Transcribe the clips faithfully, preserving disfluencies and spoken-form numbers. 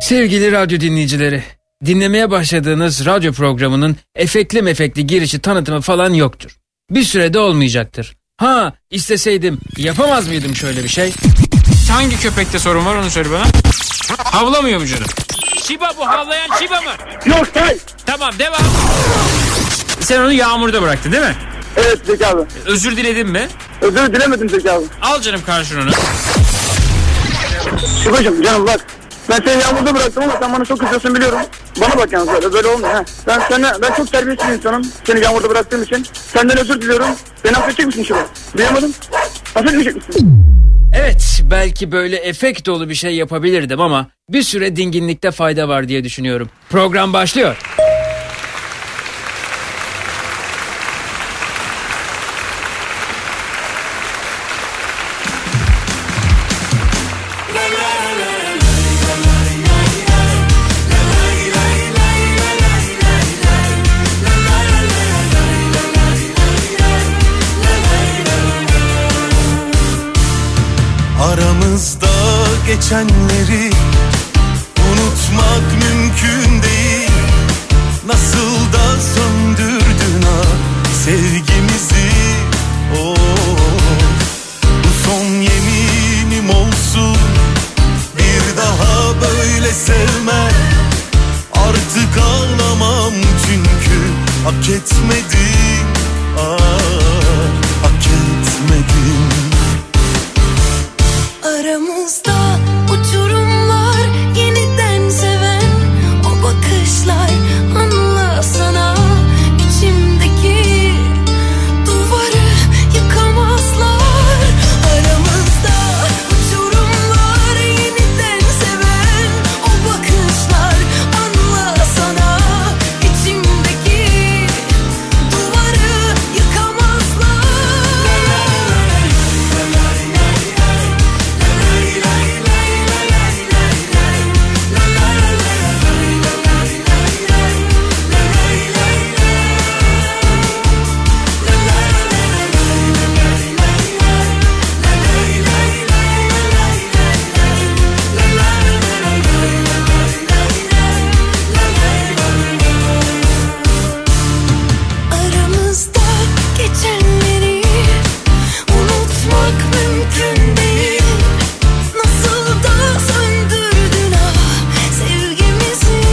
Sevgili radyo dinleyicileri, dinlemeye başladığınız radyo programının efektli mefekli girişi tanıtımı falan yoktur. Bir sürede olmayacaktır. Ha, isteseydim yapamaz mıydım şöyle bir şey? Hangi köpekte sorun var onu söyle bana. Havlamıyor mu canım? Shiba bu, havlayan Shiba mı? Yok hayır. Tamam, devam. Sen onu yağmurda bıraktın değil mi? Evet Zeki abi. Özür diledin mi? Özür dilemedim Zeki abi. Al canım karşılığını. Şibacım canım bak. Ben seni yağmurda bıraktım ama sen bana çok kızıyorsun biliyorum. Bana bak yalnız böyle, böyle olmuyor ha. Ben, sana, ben çok terbiyesiz bir insanım. Seni yağmurda bıraktığım için. Senden özür diliyorum. Beni affedecek misin Şiba? Duyamadım. Affetmeyecek misin? Evet, belki böyle efekt dolu bir şey yapabilirdim ama bir süre dinginlikte fayda var diye düşünüyorum. Program başlıyor. Aramızda geçenleri unutmak mümkün değil. Nasıl da söndürdün ha sevgimizi. Oh, bu son yeminim olsun, bir daha böyle sevmem. Artık ağlamam çünkü hak etmedim. Ah, hak etmedim. Aramızda uçurumlar, yeniden seven o bakışlar, anlasana içimdeki duvarı yıkamazlar. Aramızda uçurumlar, yeniden seven o bakışlar, anlasana içimdeki duvarı yıkamazlar. Aramızda geçenleri unutmak mümkün değil. Nasıl da söndürdün ah sevgimizi.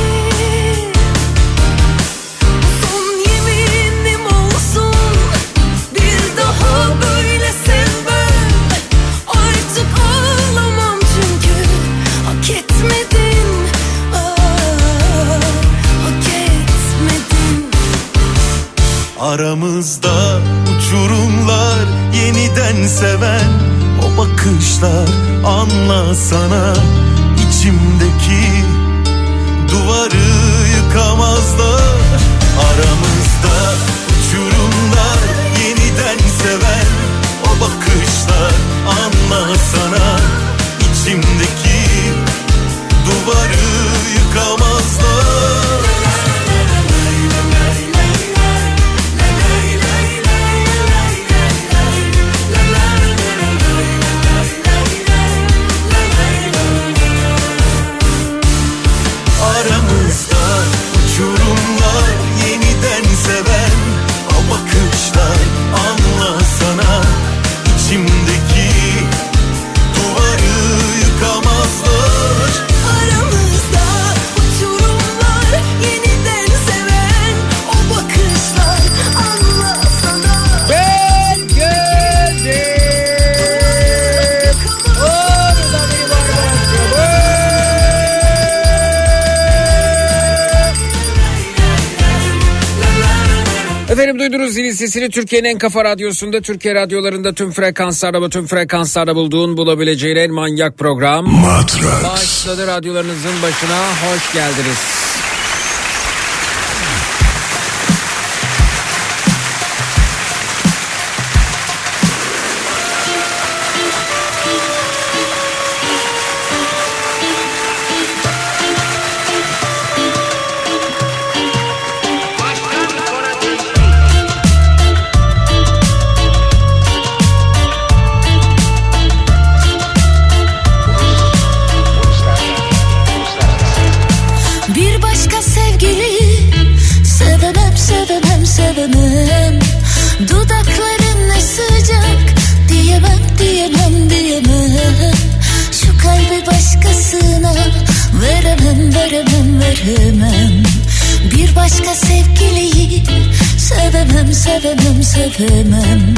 Son yeminim olsun, bir daha böyle sevmem. Artık ağlamam çünkü hak etmedin. Ah, hak etmedin. Aramızda uçurumlar, yeniden seven o bakışlar, anlasana içimdeki duvarı yıkamazlar. Aramızda uçurumlar, yeniden seven o bakışlar, anlasana içimdeki duvarı yıkamazlar. Aramızda uçurumlar, yeniden seven o bakışlar, anlasana içimdeki duvarı yıkamazlar. Aramızda uçurumlar, yeniden seven o bakışlar, anlasana. Ben geldim. Orada bir var. Efendim duydunuz zilin sesini Türkiye'nin en kafa radyosunda, Türkiye radyolarında tüm frekanslarda, tüm frekanslarda bulduğun, bulabileceğin en manyak program Matrax başladı. Radyolarınızın başına hoş geldiniz. sevemem. Dudakların ne sıcak, diyemem diyemem diyemem. Şu kalbi başkasına veremem veremem veremem. Bir başka sevgiliyi sevemem sevemem sevemem.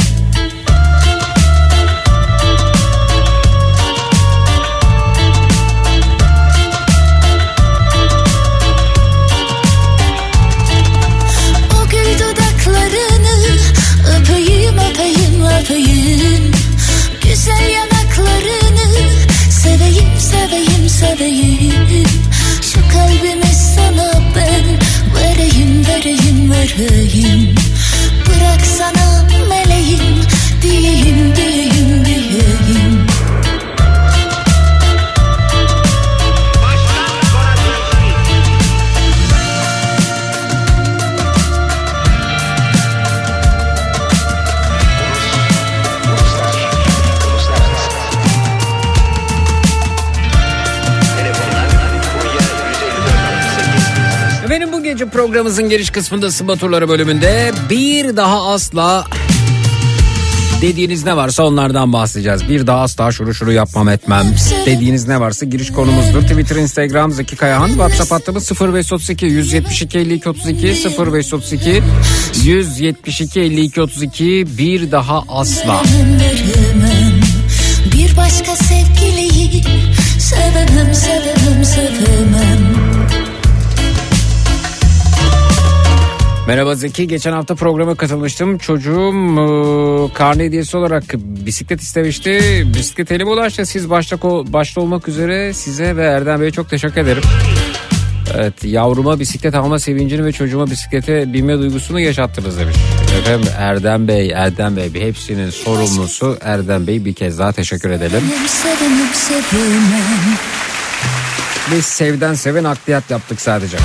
O gül dudaklarını öpeyim öpeyim öpeyim. Güzel yanaklarını seveyim seveyim seveyim. Şu kalbimi sana ben vereyim vereyim vereyim. Bırak sana meleğim diyeyim diyeyim diyeyim. Efendim bu gece programımızın giriş kısmında Sıba Turları bölümünde bir daha asla dediğiniz ne varsa onlardan bahsedeceğiz. Bir daha asla şunu şunu yapmam etmem dediğiniz ne varsa giriş konumuzdur. Twitter, Instagram Zeki Kayahan, WhatsApp hattımız sıfır beş otuz iki yüz yetmiş iki elli iki otuz iki sıfır beş otuz iki yüz yetmiş iki elli iki otuz iki. Bir daha asla. Veremem, bir başka sevgiliyi sevemem sevemem sevemem. Merhaba Zeki, geçen hafta programa katılmıştım. Çocuğum e, karne hediyesi olarak bisiklet istemişti. Bisiklet elime ulaştı. Siz başta, başta olmak üzere size ve Erdem Bey'e çok teşekkür ederim. Evet, yavruma bisiklet alma sevincini ve çocuğuma bisiklete binme duygusunu yaşattınız demiş. Efendim Erdem Bey, Erdem Bey hepsinin sorumlusu Erdem Bey, bir kez daha teşekkür edelim. Sevemem sevemem. Biz sevden seven nakliyat yaptık sadece.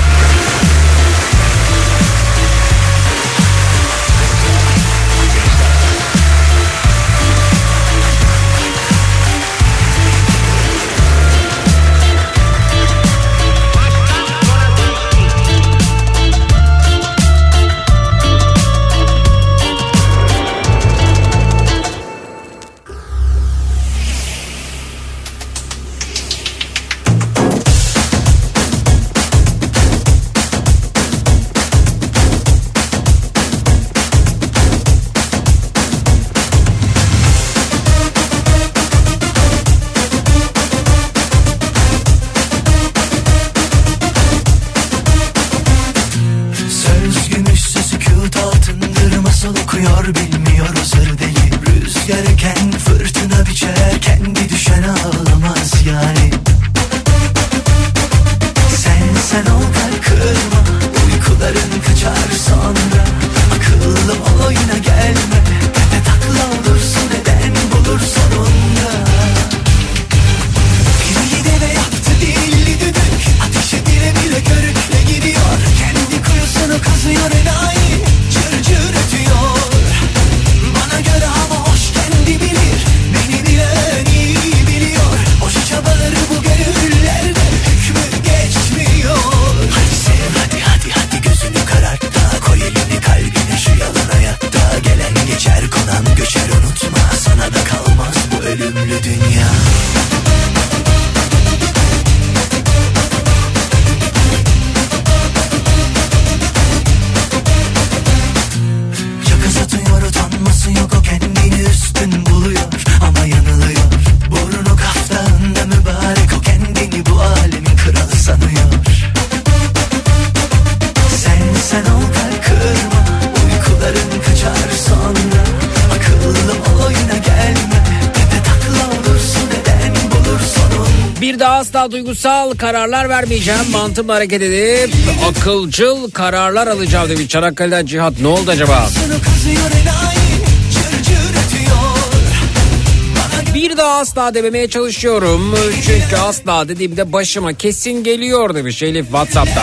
Asla duygusal kararlar vermeyeceğim. Mantığımla hareket edip akılcıl kararlar alacağım demiş. Çanakkale'den Cihat. Ne oldu acaba? Bir daha asla dememeye çalışıyorum. Çünkü asla dediğimde başıma kesin geliyor demiş Elif WhatsApp'tan.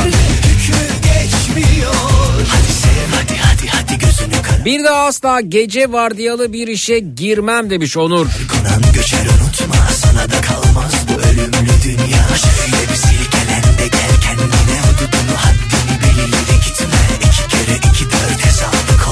Bir daha asla gece vardiyalı bir işe girmem demiş Onur. Konan göçer unutma, sana da kalmaz bu ölümlü dünya. Şöyle bir silkelen de gel kendine, hududunu haddini belirle, gitme iki kere iki dört hesabı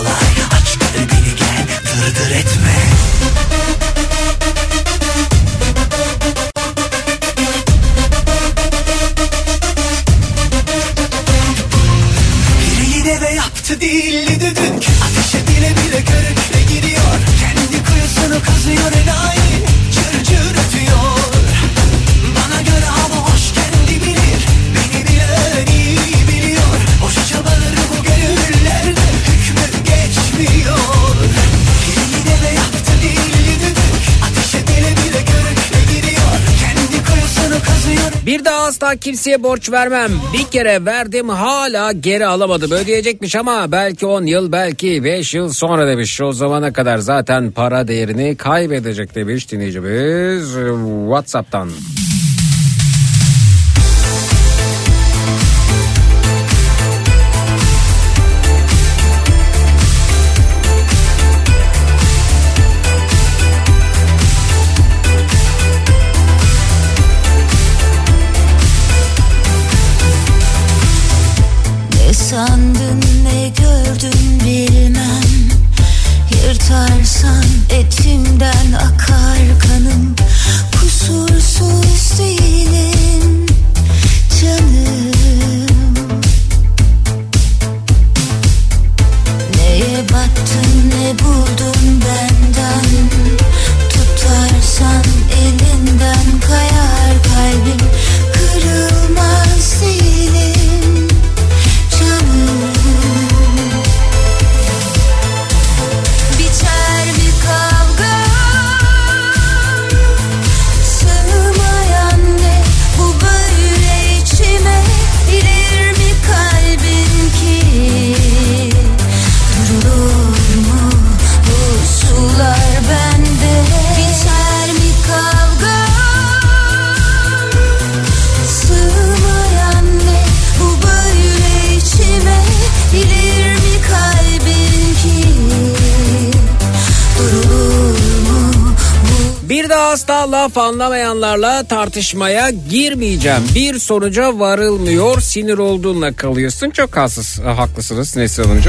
yaptı dilli düdük. Ateşe bile bile körükle giriyor. Kendi kuyusunu kazıyor enayi. Cır cır ötüyor. Bana göre hava hoş kendi bilir. Beni bilen iyi biliyor. Boşa çabaları bu gönüllerde hükmü geçmiyor. Yine de yaptı dilli düdük. Ateşe bile bile körükle giriyor. Kendi kuyusunu kazıyor. Bir daha asla kimseye borç vermem. Bir kere verdim, hala geri alamadım. Ödeyecekmiş ama belki on yıl, belki beş yıl sonra demiş. O zamana kadar zaten para değerini kaybedecek demiş dinleyicimiz WhatsApp'tan. Sandın ne gördün bilmem. Yırtarsan etimden akar kanım. Kusursuz değilim canım. Neye battın ne buldun benden. Tutarsan elinden kayar kalbim. Kırılmaz değilim. Biter mi kavga? Sığmayan ne bu böyle içime? Bilir mi kalbin ki? Durulur mu bu sular bende? Biter mi kavga? Sığmayan ne bu böyle içime? Bilir mi kalbin ki? Durulur mu bu? Bir daha asla laf anlamayanlarla tartışmaya girmeyeceğim. Bir sonuca varılmıyor, sinir olduğunla kalıyorsun. Çok hassas, haklısınız Nesrin Hanımcığım.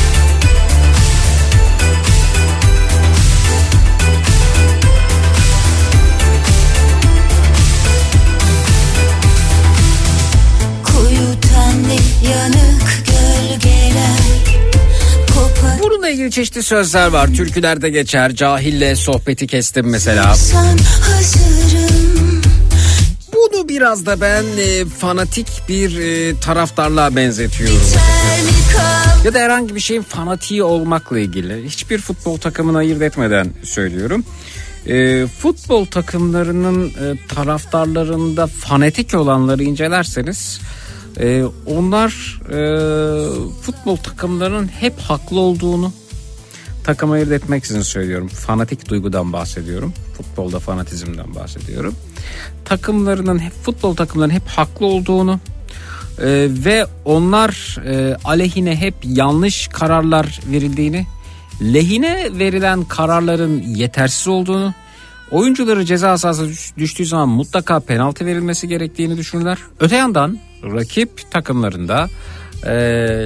Koyu tenli yanık gölgeler kopar. Bununla ilgili çeşitli sözler var. Türkülerde geçer. Cahille sohbeti kestim mesela. Sen hazırım. Bunu biraz da ben e, fanatik bir e, taraftarlığa benzetiyorum. Biter mi kavga? Ya da herhangi bir şeyin fanatiği olmakla ilgili. Hiçbir futbol takımını ayırt etmeden söylüyorum. E, futbol takımlarının e, taraftarlarında fanatik olanları incelerseniz e, onlar e, futbol takımlarının hep haklı olduğunu takım ayırt etmeksizin söylüyorum. Fanatik duygudan bahsediyorum. Futbolda fanatizmden bahsediyorum. Takımlarının hep futbol takımlarının hep haklı olduğunu e, ve onlar e, aleyhine hep yanlış kararlar verildiğini, lehine verilen kararların yetersiz olduğunu, oyuncuları ceza sahasına düştüğü zaman mutlaka penaltı verilmesi gerektiğini düşünürler. Öte yandan rakip takımlarında e,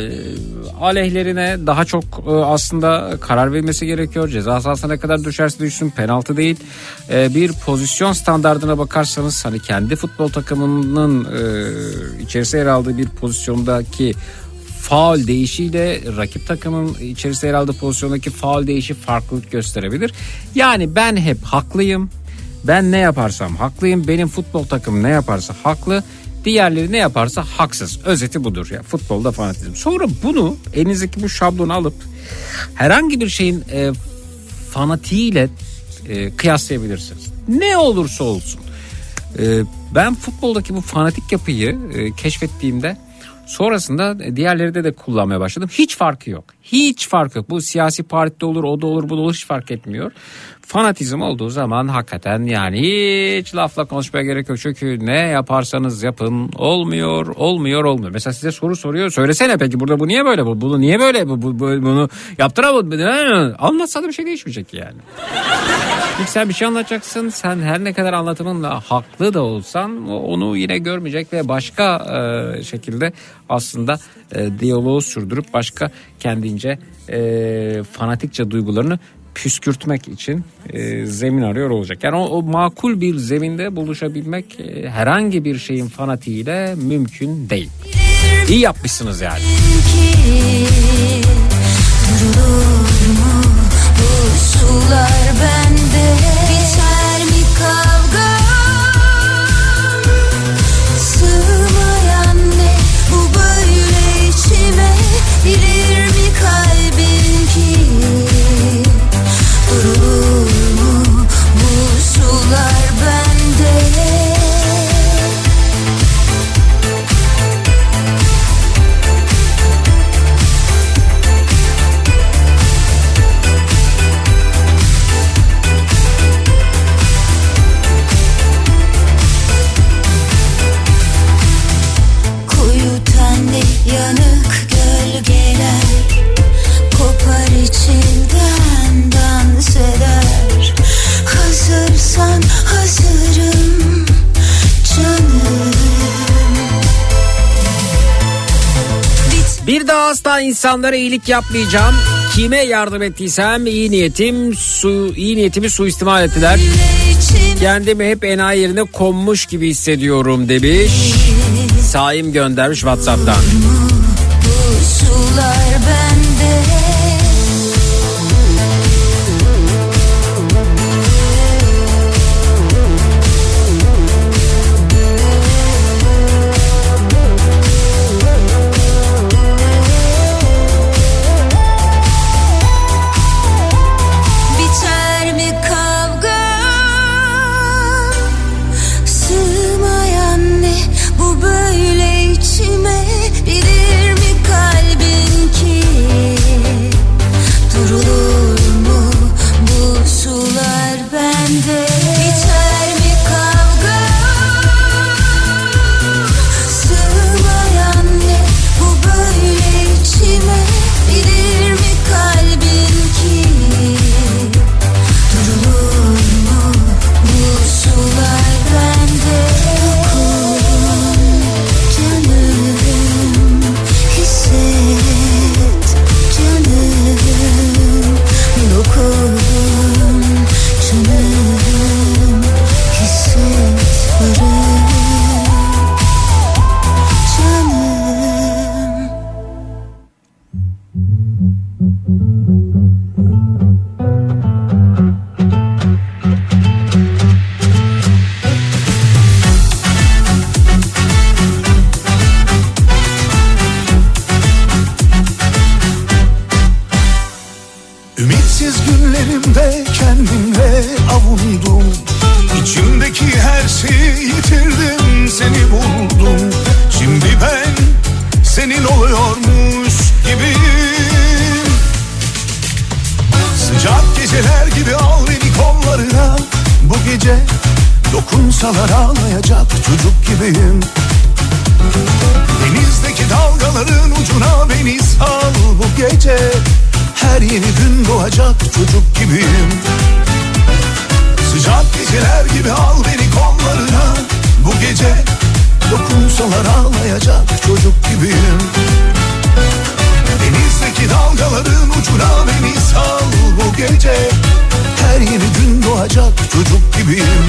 aleyhlerine daha çok e, aslında karar verilmesi gerekiyor. Ceza sahasına ne kadar düşerse düşsün penaltı değil. E, bir pozisyon standardına bakarsanız hani kendi futbol takımının e, içerisinde yer aldığı bir pozisyondaki faul değişiyle rakip takımın içerisinde yer aldığı pozisyondaki faul değişi farklılık gösterebilir. Yani ben hep haklıyım. Ben ne yaparsam haklıyım. Benim futbol takımım ne yaparsa haklı. Diğerleri ne yaparsa haksız. Özeti budur ya. Futbolda fanatizm. Sonra bunu elinizdeki bu şablonu alıp herhangi bir şeyin e, fanatiğiyle e, kıyaslayabilirsiniz. Ne olursa olsun. E, ben futboldaki bu fanatik yapıyı e, keşfettiğimde sonrasında diğerleri de kullanmaya başladım. Hiç farkı yok. Hiç farkı yok. Bu siyasi partide olur, o da olur, bu da olur, hiç fark etmiyor. Fanatizm olduğu zaman hakikaten yani hiç lafla konuşmaya gerek yok. Çünkü ne yaparsanız yapın olmuyor, olmuyor, olmuyor. Mesela size soru soruyor. Söylesene peki burada bu niye böyle? Bu, bunu niye böyle? Bu, bu, bunu yaptıramadım. Anlatsa da bir şey değişmeyecek yani. İlk sen bir şey anlatacaksın. Sen her ne kadar anlatımınla haklı da olsan onu yine görmeyecek ve başka e, şekilde aslında e, diyaloğu sürdürüp başka kendince e, fanatikçe duygularını püskürtmek için e, zemin arıyor olacak. Yani o, o makul bir zeminde buluşabilmek e, herhangi bir şeyin fanatiğiyle mümkün değil. Bilir İyi yapmışsınız yani. Durulur mu bu sular bende? Biter mi kavga? Sığmayan ne bu böyle içime? Bilir mi kalbin ki? Durulur mu bu sular bende? Yanık gölgeler kopar içinden dans eder. Hazırsan hazırım canım. Bir daha asla insanlara iyilik yapmayacağım. Kime yardım ettiysem iyi niyetim su iyi niyetimi suistimal ettiler. Kendimi hep enayi yerine konmuş gibi hissediyorum demiş. Saim göndermiş WhatsApp'tan. Bu sular bende. Biter mi kavga? Sığmayan ne bu böyle içime? Bilir mi kalbin ki? Durulur mu bu sular bende? Biter mi kavga? Sığmayan ne bu böyle içime? Bilir mi kalbin ki? Durulur mu bu sular bende? Canım hisset, canım dokun, canım hisset varım, canım. Ümitsiz günlerimde kendimle avundum. İçimdeki her şeyi yitirdim, seni buldum. Şimdi ben senin oluyormuş gibiyim. Sıcak geceler gibi al beni kollarına. Bu gece dokunsalar ağlayacak çocuk gibiyim. Denizdeki dalgaların ucuna beni sal bu gece. Her yeni gün doğacak çocuk gibiyim. Sıcak geceler gibi al beni kollarına. Bu gece dokunsalar ağlayacak çocuk gibiyim. Denizdeki dalgaların ucuna beni sal bu gece. Her yeni gün doğacak çocuk gibiyim.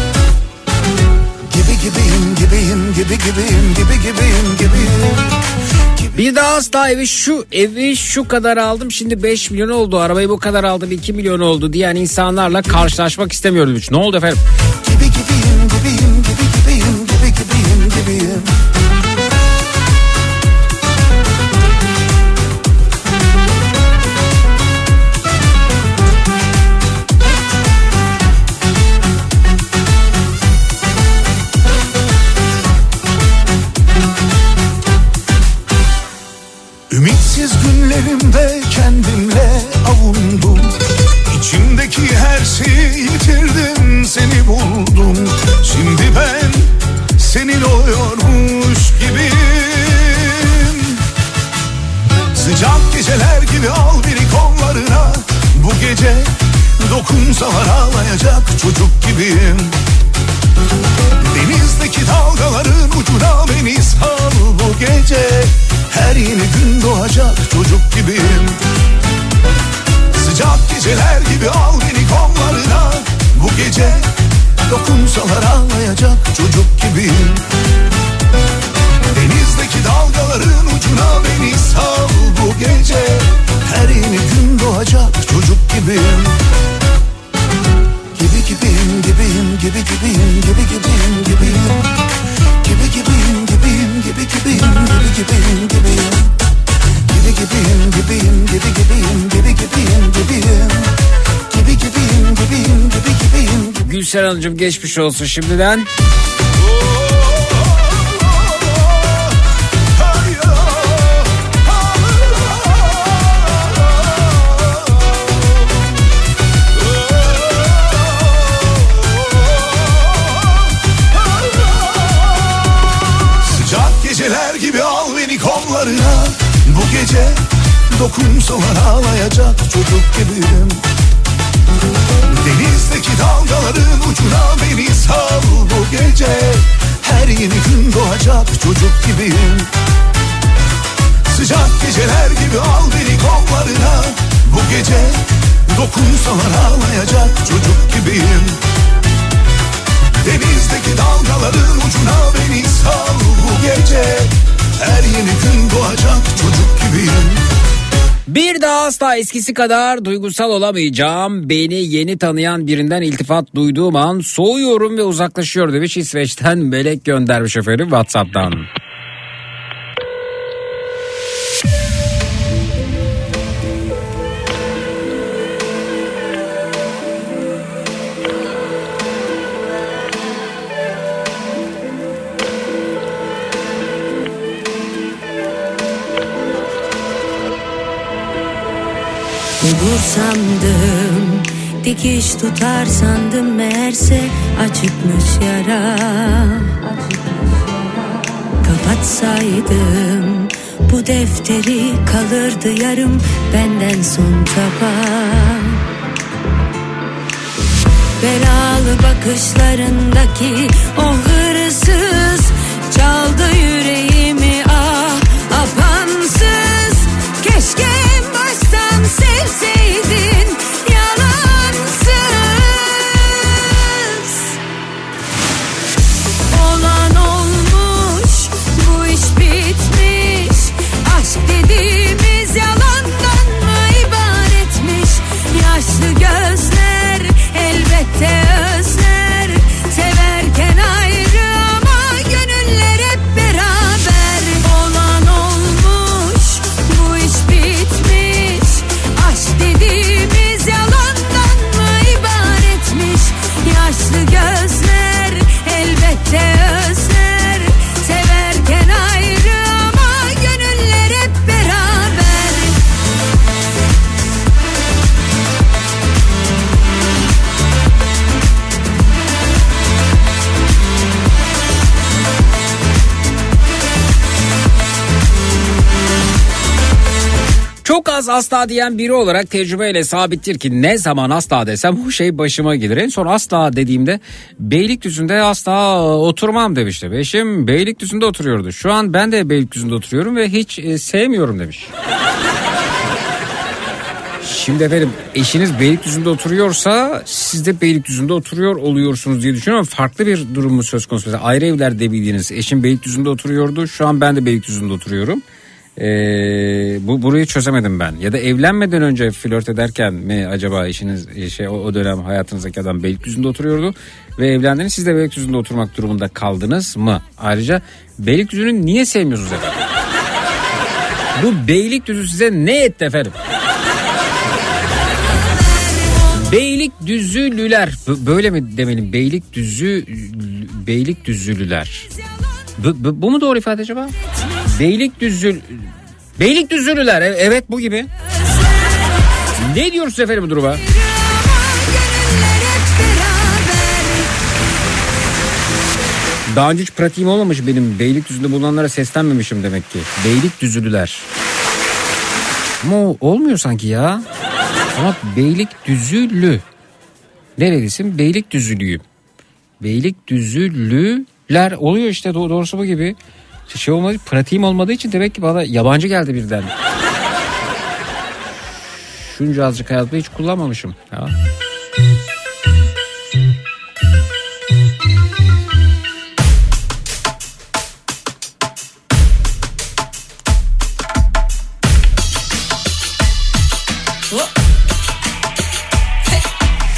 Gibi gibiyim gibiyim gibi gibiyim gibi gibiyim gibiyim. Bir daha asla evi şu evi şu kadar aldım, şimdi beş milyon oldu, arabayı bu kadar aldım iki milyon oldu diyen insanlarla karşılaşmak istemiyorum hiç. Ne oldu efendim? Gibi gibiyim gibiyim gibi gibiyim gibi gibiyim gibiyim. Ümitsiz günlerimde kendimle avundum. İçimdeki her şeyi yitirdim, seni buldum. Şimdi ben senin oluyormuş gibiyim. Sıcak geceler gibi al beni kollarına. Bu gece dokunsalar ağlayacak çocuk gibiyim. Denizdeki dalgaların ucuna beni sal bu gece. Her yeni gün doğacak çocuk gibiyim. Sıcak geceler gibi al beni kollarına. Bu gece dokunsalar ağlayacak çocuk gibiyim. Denizdeki dalgaların Gülseren Hanımcığım geçmiş olsun şimdiden. Sıcak geceler gibi al beni kollarına. Bu gece dokunsalar ağlayacak çocuk gibiyim. Denizdeki dalgaların ucuna beni sal bu gece. Her yeni gün doğacak çocuk gibiyim. Sıcak geceler gibi al beni kollarına. Bu gece dokunsalar ağlayacak çocuk gibiyim. Denizdeki dalgaların ucuna beni sal bu gece. Her yeni gün doğacak çocuk gibiyim. Bir daha asla eskisi kadar duygusal olamayacağım. Beni yeni tanıyan birinden iltifat duyduğum an soğuyorum ve uzaklaşıyor demiş. İsveç'ten Melek göndermiş efendim WhatsApp'tan. Olur sandım, dikiş tutar sandım, meğerse açıkmış yara. Kapatsaydım bu defteri, kalırdı yarım benden son çaba. Belalı bakışlarındaki o hırsız çaldı yüreğimi, ah apansız. Keşke en baştan sevseydin yalansız. Olan olmuş, bu iş bitmiş. Aşk dediğimiz yalandan mı ibaretmiş? Yaşlı gözler elbette özler, severken ayrı ama gönüller hep beraber. Olan olmuş, bu iş bitmiş. Aşk dediğimiz yalandan mı ibaretmiş? Yaşlı gözler elbette özler, severken ayrı ama gönüller hep beraber. Çok az asla diyen biri olarak tecrübeyle sabittir ki ne zaman asla desem bu şey başıma gelir. En son asla dediğimde Beylikdüzü'nde asla oturmam demişti. Eşim Beylikdüzü'nde oturuyordu. Şu an ben de Beylikdüzü'nde oturuyorum ve hiç e, sevmiyorum demiş. Şimdi efendim eşiniz Beylikdüzü'nde oturuyorsa siz de Beylikdüzü'nde oturuyor oluyorsunuz diye düşünüyorum. Farklı bir durum mu söz konusu? Mesela ayrı evlerde bildiğiniz eşim Beylikdüzü'nde oturuyordu. Şu an ben de Beylikdüzü'nde oturuyorum. Ee, bu burayı çözemedim ben. Ya da evlenmeden önce flört ederken mi acaba eşiniz şey o, o dönem hayatınızdaki adam Beylikdüzü'nde oturuyordu ve evlendiniz, siz de Beylikdüzü'nde oturmak durumunda kaldınız mı? Ayrıca Beylikdüzü'nü niye sevmiyorsunuz efendim? Bu Beylikdüzü size ne etti efendim? Beylikdüzülüler, böyle mi demeliyim? Beylikdüzü Beylikdüzülüler. Bu, bu, bu mu doğru ifade acaba? Beylikdüzül Beylikdüzülüler, evet bu gibi. Ne diyorsunuz efendim bu duruma? Daha önce hiç pratiğim olmamış benim. Beylikdüzü'nde bulunanlara seslenmemişim demek ki. Beylikdüzülüler. Ama olmuyor sanki ya. Ama Beylikdüzülü. Nerelisin? Beylikdüzülüyüm. Beylikdüzülüler oluyor işte, doğrusu bu gibi. Şey olmadı, pratiğim olmadığı için demek ki bana yabancı geldi birden. Şunca azıcık hayatımda hiç kullanmamışım. Ya.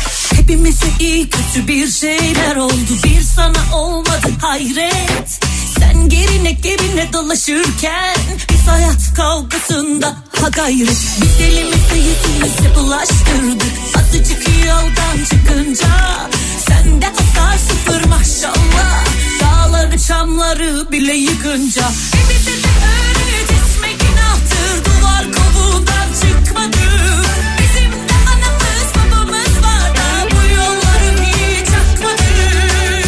Hepimize iyi kötü bir şeyler oldu, bir sana olmadı hayret. Sen gerine gerine dolaşırken biz hayat kavgasında ha gayret. Biz elimizi yüzümüze bulaştırdık azıcık yoldan çıkınca. Sende hasar sıfır maşallah, dağları çamları bile yıkınca. E bize de öğretmek günahtır, duvar kovuğundan çıkmadık. Bizim de anamız babamız var da bu yolları hiç akmadık.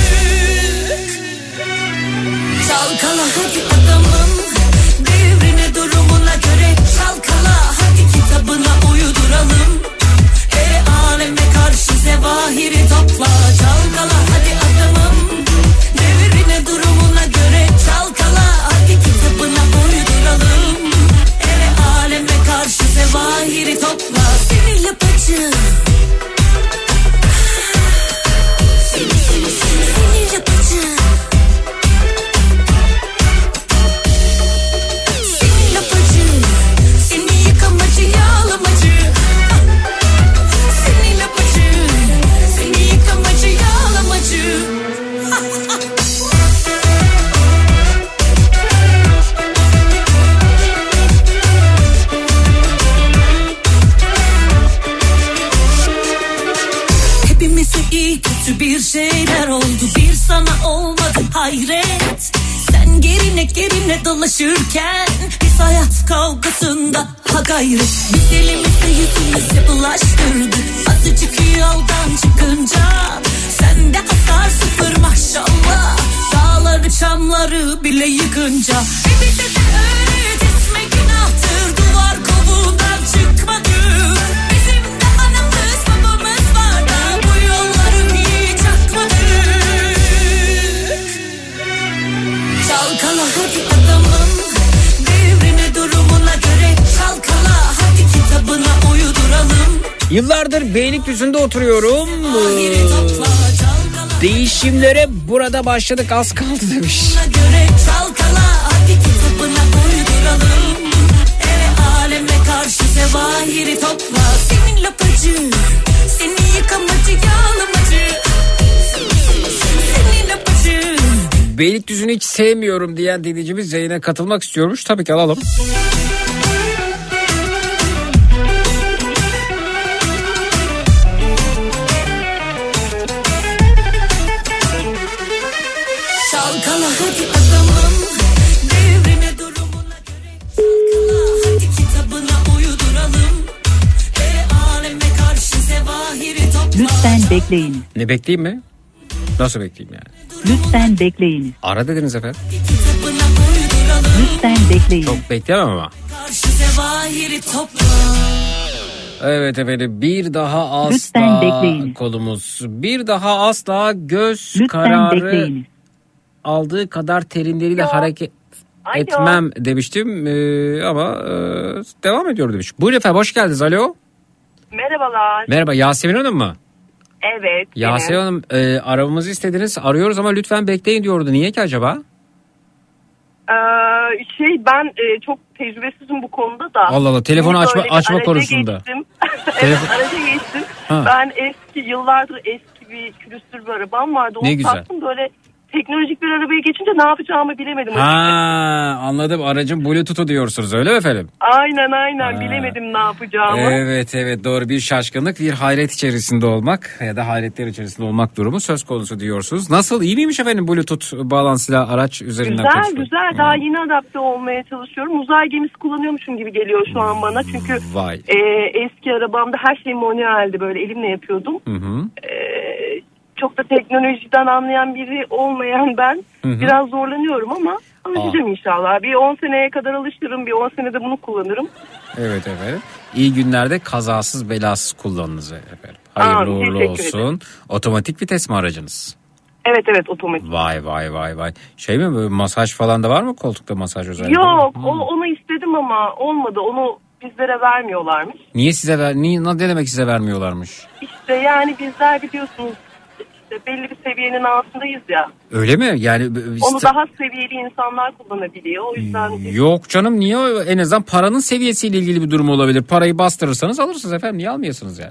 Çalkala hadi adamım, devrine durumuna göre çalkala. Hadi kitabına uyduralım, e aleme karşı zevahiri topla. Çalkala hadi adamım, devrine durumuna göre çalkala. Hadi kitabına uyduralım, e aleme karşı zevahiri topla. Seni lapacı, seni seni seni seni lapacı, seni lapacı, seni yıkamacı yağlamacı. Seni lapacı, seni yıkamacı yağlamacı. Hepimize iyi kötü bir şeyler oldu, bir sana olmadı hayret. Sen gerine gerine dolaşırken biz hayat kavgasında ha gayret. Biz elimizi yüzümüze bulaştırdık azıcık yoldan çıkınca. Sende hasar sıfır maşallah, dağları çamları bile yıkınca. E bize de öğretmek günahtır, duvar kovuğundan çıkmadık. Bizim de anamız babamız var da bu yolları hiç akmadık. Çalkala hadi adamım, devrine durumuna göre çalkala. Hadi kitabına uyduralım. Yıllardır Beylikdüzü'nde oturuyorum. Zevahiri topla, çalkala. Değişimlere burada başladık, az kaldı demiş. Buna göre çalkala. Hadi kitabına uyduralım, e aleme karşı zevahiri topla. Senin lapacı, seni yıkamacı yağlamacı. Seni lapacı. Beylikdüzü'nü hiç sevmiyorum diyen dinleyicimiz yayına katılmak istiyormuş. Tabii ki alalım. Çalkala hadi adamım, devrine durumuna göre çalkala. Hadi kitabına uyduralım, e aleme karşı zevahiri topla. Lütfen bekleyiniz. Ne bekleyeyim mi? Nasıl bekleyeyim yani? Lütfen bekleyiniz. Ara dediniz efendim. Kitabına uyduralım, Lütfen bekleyiniz. Çok bekleyemem ama. karşı zevahiri topla. Evet efendim, bir daha asla Lütfen bekleyin. kolumuz. Bir daha asla göz Lütfen kararı bekleyiniz. aldığı kadar terimleriyle hareket Alo. etmem demiştim ee, ama e, devam ediyor demiş. Buyurun efendim, hoş geldiniz. Alo. Merhabalar. Merhaba, Yasemin Hanım mı? Evet. Yasemin benim. Hanım, e, aramamızı istediniz, arıyoruz ama lütfen bekleyin diyordu. Niye ki acaba? Ee, şey ben e, çok tecrübesizim bu konuda da. Allah Allah, telefonu Şimdi açma böyle bir açma araca konusunda. Geçtim. Telefon- Evet, araca geçtim. Ha. Ben eski yıllardır eski bir külüstür bir arabam vardı. Onu Ne güzel. sattım, böyle teknolojik bir arabaya geçince ne yapacağımı bilemedim. Ha, anladım, aracın Bluetooth'u diyorsunuz, öyle mi efendim? Aynen aynen Ha. bilemedim ne yapacağımı. Evet evet, doğru, bir şaşkınlık, bir hayret içerisinde olmak ya da hayretler içerisinde olmak durumu söz konusu diyorsunuz. Nasıl, iyi miymiş efendim Bluetooth bağlantısıyla araç üzerinden Güzel konuşmak? güzel, daha yeni adapte olmaya çalışıyorum. Uzay gemisi kullanıyormuşum gibi geliyor şu an bana. Çünkü Vay. e, eski arabamda her şey manueldi, böyle elimle yapıyordum. Hı hı. E, çok da teknolojiden anlayan biri olmayan ben Hı hı. biraz zorlanıyorum ama alışacağım inşallah. Bir on seneye kadar alışırım, bir on senede bunu kullanırım. Evet efendim. İyi günlerde kazasız belasız kullanınız efendim. Hayırlı Aa, uğurlu teşekkür olsun. Otomatik vites mi aracınız? Evet evet, otomatik. Vay vay vay vay. Şey mi, böyle masaj falan da var mı, koltukta masaj özelliği? Yok, Hı. o, onu istedim ama olmadı. Onu bizlere vermiyorlarmış. Niye size ver, niye, ne demek size vermiyorlarmış? İşte yani bizler biliyorsunuz işte belli bir seviyenin altındayız ya. Öyle mi? Yani Onu daha seviyeli insanlar kullanabiliyor. O yüzden Yok canım, niye? En azından paranın seviyesiyle ilgili bir durum olabilir. Parayı bastırırsanız alırsınız efendim. Niye almıyorsunuz yani? işte o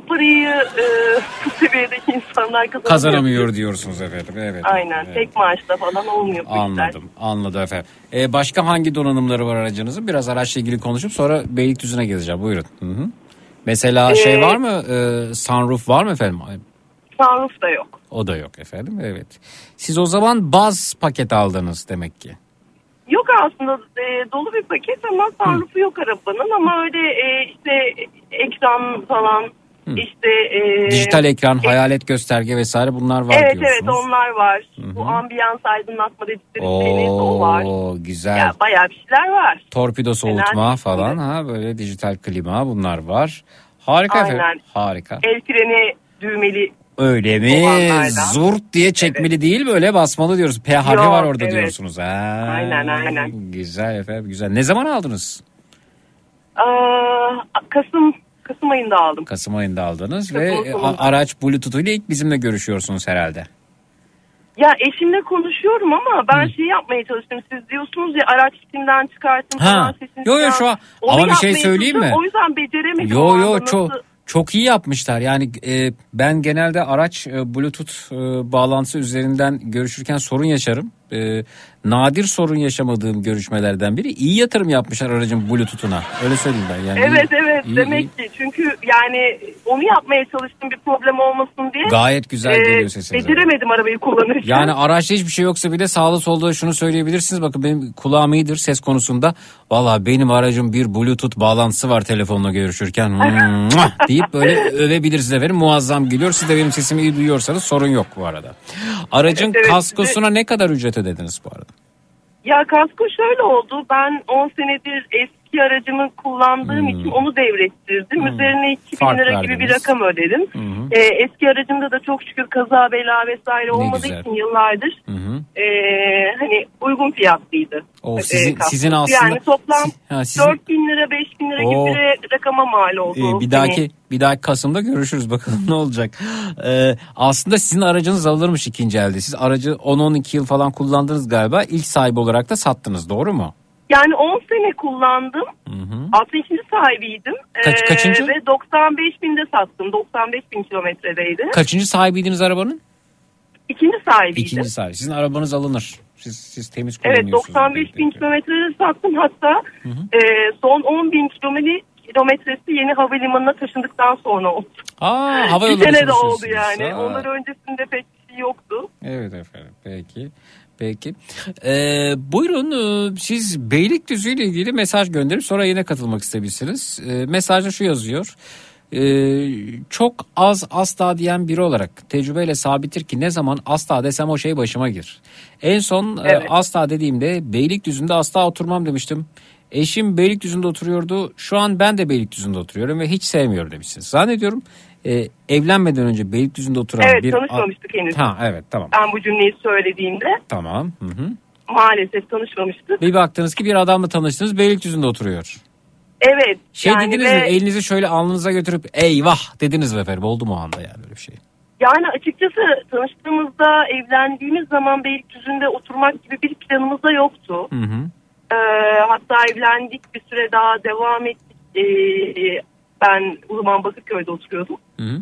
parayı e, bu seviyedeki insanlar kazanamıyor. Kazanamıyor diyorsunuz efendim. Evet. Aynen. Evet. Tek maaşla falan olmuyor bu işler. Anladım. Anladım efendim. Ee, başka hangi donanımları var aracınızın? Biraz araçla ilgili konuşup sonra Beylikdüzü'ne geleceğim. Buyurun. Hı hı. Mesela Ee, şey var mı? Ee, sunroof var mı efendim? Sunroof da yok. O da yok efendim. Evet. Siz o zaman baz paket aldınız demek ki. Yok aslında e, dolu bir paket ama sunroofu yok arabanın ama öyle e, işte ekran falan Hı. işte e, Dijital ekran, e, hayalet gösterge vesaire bunlar var evet, diyorsunuz. Evet onlar var. Hı-hı. Bu ambiyans aydınlatma dedikleri şeyiniz o var. Oo güzel. Ya, bayağı bir şeyler var. Torpido soğutma falan ha böyle dijital klima bunlar var. Harika Aynen. efendim. Harika. El freni düğmeli. Öyle mi? Zurt diye çekmeli evet. Değil böyle basmalı diyoruz. P harfi Yok, var orada evet. Diyorsunuz. Ha, aynen aynen. Güzel efendim güzel. Ne zaman aldınız? Aa, Kasım Kasım ayında aldım. Kasım ayında aldınız Kasım ve sonunda. Araç Bluetooth ile ilk bizimle görüşüyorsunuz herhalde. Ya eşimle konuşuyorum ama ben Hı. şey yapmaya çalıştım. Siz diyorsunuz ya araç kimden çıkartın falan sesini. Yo yo şu an ama bir şey söyleyeyim mi? O yüzden beceremedim. Yo yo çok çok iyi yapmışlar. Yani e, ben genelde araç e, Bluetooth e, bağlantısı üzerinden görüşürken sorun yaşarım. E, nadir sorun yaşamadığım görüşmelerden biri. İyi yatırım yapmışlar aracın Bluetooth'una. Öyle söyleyeyim ben. Yani evet iyi, evet iyi, demek iyi. ki. Çünkü yani onu yapmaya çalıştım bir problem olmasın diye. Gayet güzel e, geliyor sesiniz. Beceremedim arabayı kullanırken. Yani araçta hiçbir şey yoksa bile sağda solda şunu söyleyebilirsiniz. Bakın benim kulağım iyidir ses konusunda. Valla benim aracım bir Bluetooth bağlantısı var telefonla görüşürken. deyip böyle övebilirsiniz efendim. Muazzam geliyor. Siz de benim sesimi iyi duyuyorsanız sorun yok bu arada. Aracın evet, evet, kaskosuna size... ne kadar ücret ödediniz bu arada? Ya kasko şöyle oldu. Ben on senedir eski aracımı kullandığım hmm. için onu devrettirdim. Hmm. Üzerine iki bin lira verdiniz. Gibi bir rakam ödedim. Hmm. Ee, eski aracımda da çok şükür kaza bela vesaire ne olmadığı güzel. için yıllardır hmm. e, hani uygun fiyatlıydı. O, sizin, e, sizin aslında yani toplam ha, sizin... dört bin lira beş bin lira o. gibi bir rakama mal oldu. Ee, bir dahaki hani... bir dahaki Kasım'da görüşürüz bakalım ne olacak. Ee, aslında sizin aracınız alınırmış ikinci elde. Siz aracı on on iki yıl falan kullandınız galiba. İlk sahibi olarak da sattınız, doğru mu? Yani on sene kullandım. altmış ikinci sahibiydim. Kaç, kaçıncı? Ee, ve doksan beş binde sattım. doksan beş bin kilometredeydi. Kaçıncı sahibiydiniz arabanın? İkinci sahibiydim. İkinci sahibi. Sizin arabanız alınır. Siz, siz temiz kullanıyorsunuz. Evet, doksan beş bin kilometrede sattım. Hatta e, son on bin kilometre kilometresi yeni havalimanına taşındıktan sonra oldu. Aa, havayolları bir sene de oldu yani. Aa. Onlar öncesinde pek bir şey yoktu. Evet efendim. Peki. Peki. Ee, buyurun siz Beylikdüzü ile ilgili mesaj gönderip sonra yine katılmak istemişsiniz. Ee, mesajda şu yazıyor. Ee, çok az asla diyen biri olarak tecrübeyle sabittir ki ne zaman asla desem o şey başıma gelir. En son evet. e, asla dediğimde Beylikdüzü'nde asla oturmam demiştim. Eşim Beylikdüzü'nde oturuyordu. Şu an ben de Beylikdüzü'nde oturuyorum ve hiç sevmiyorum demişsiniz. Zannediyorum e, evlenmeden önce Beylikdüzü'nde oturan evet, bir... Evet tanışmamıştık henüz. Ha evet tamam. Ben bu cümleyi söylediğimde. Tamam. Hı hı. Maalesef tanışmamıştık. Bir baktınız ki bir adamla tanıştınız Beylikdüzü'nde oturuyor. Evet. Şey yani dediniz ve... mi elinizi şöyle alnınıza götürüp eyvah dediniz mi efendim? Oldu mu o anda yani böyle bir şey? Yani açıkçası tanıştığımızda evlendiğimiz zaman Beylikdüzü'nde oturmak gibi bir planımız da yoktu. Hı hı. Ee, hatta evlendik bir süre daha devam ettik. Ee, ben o zaman Bakırköy'de oturuyordum. Hı hı.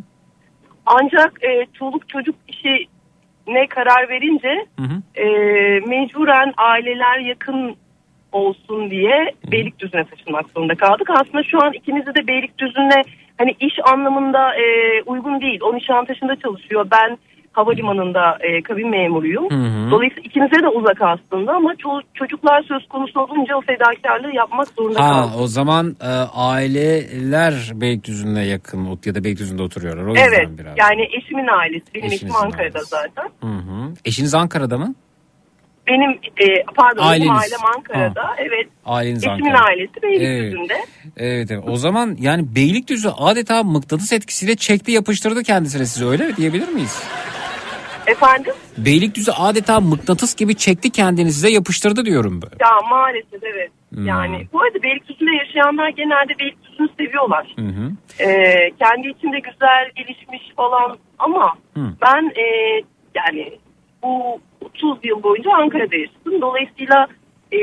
Ancak e, çoluk çocuk işi ne karar verince hı hı. E, mecburen aileler yakın olsun diye Beylikdüzü'ne taşınmak zorunda kaldık. Aslında şu an ikimiz de Beylikdüzü'ne hani iş anlamında e, uygun değil. O Nişantaşı'nda çalışıyor. Ben havalimanında e, kabin memuruyum. Hı hı. Dolayısıyla ikimize de uzak aslında ama ço- çocuklar söz konusu olunca o fedakarlığı yapmak zorunda ha, kaldık. O zaman e, aileler Beylikdüzü'ne yakın ya da Beylikdüzü'nde oturuyorlar. O evet yüzden biraz. Yani eşimin ailesi. Benim Eşinizin eşim Ankara'da ailesi. zaten. Hı hı. Eşiniz Ankara'da mı? Benim e, pardon Aileniz. benim ailem Ankara'da. Ha. Evet. Aileniz Eşimin Ankara. ailesi Beylikdüzü'nde. Evet. evet evet. O zaman yani Beylikdüzü adeta mıknatıs etkisiyle çekti yapıştırdı kendisine sizi öyle mi diyebilir miyiz? Efendim? Beylikdüzü adeta mıknatıs gibi çekti kendini size yapıştırdı diyorum böyle. Ya maalesef evet. Hmm. Yani bu arada Beylikdüzü'nde yaşayanlar genelde Beylikdüzü'nü seviyorlar. Hı hı. Ee, kendi içinde güzel gelişmiş falan ama hı. ben e, yani bu otuz yıl boyunca Ankara'da yaşadım. Dolayısıyla e,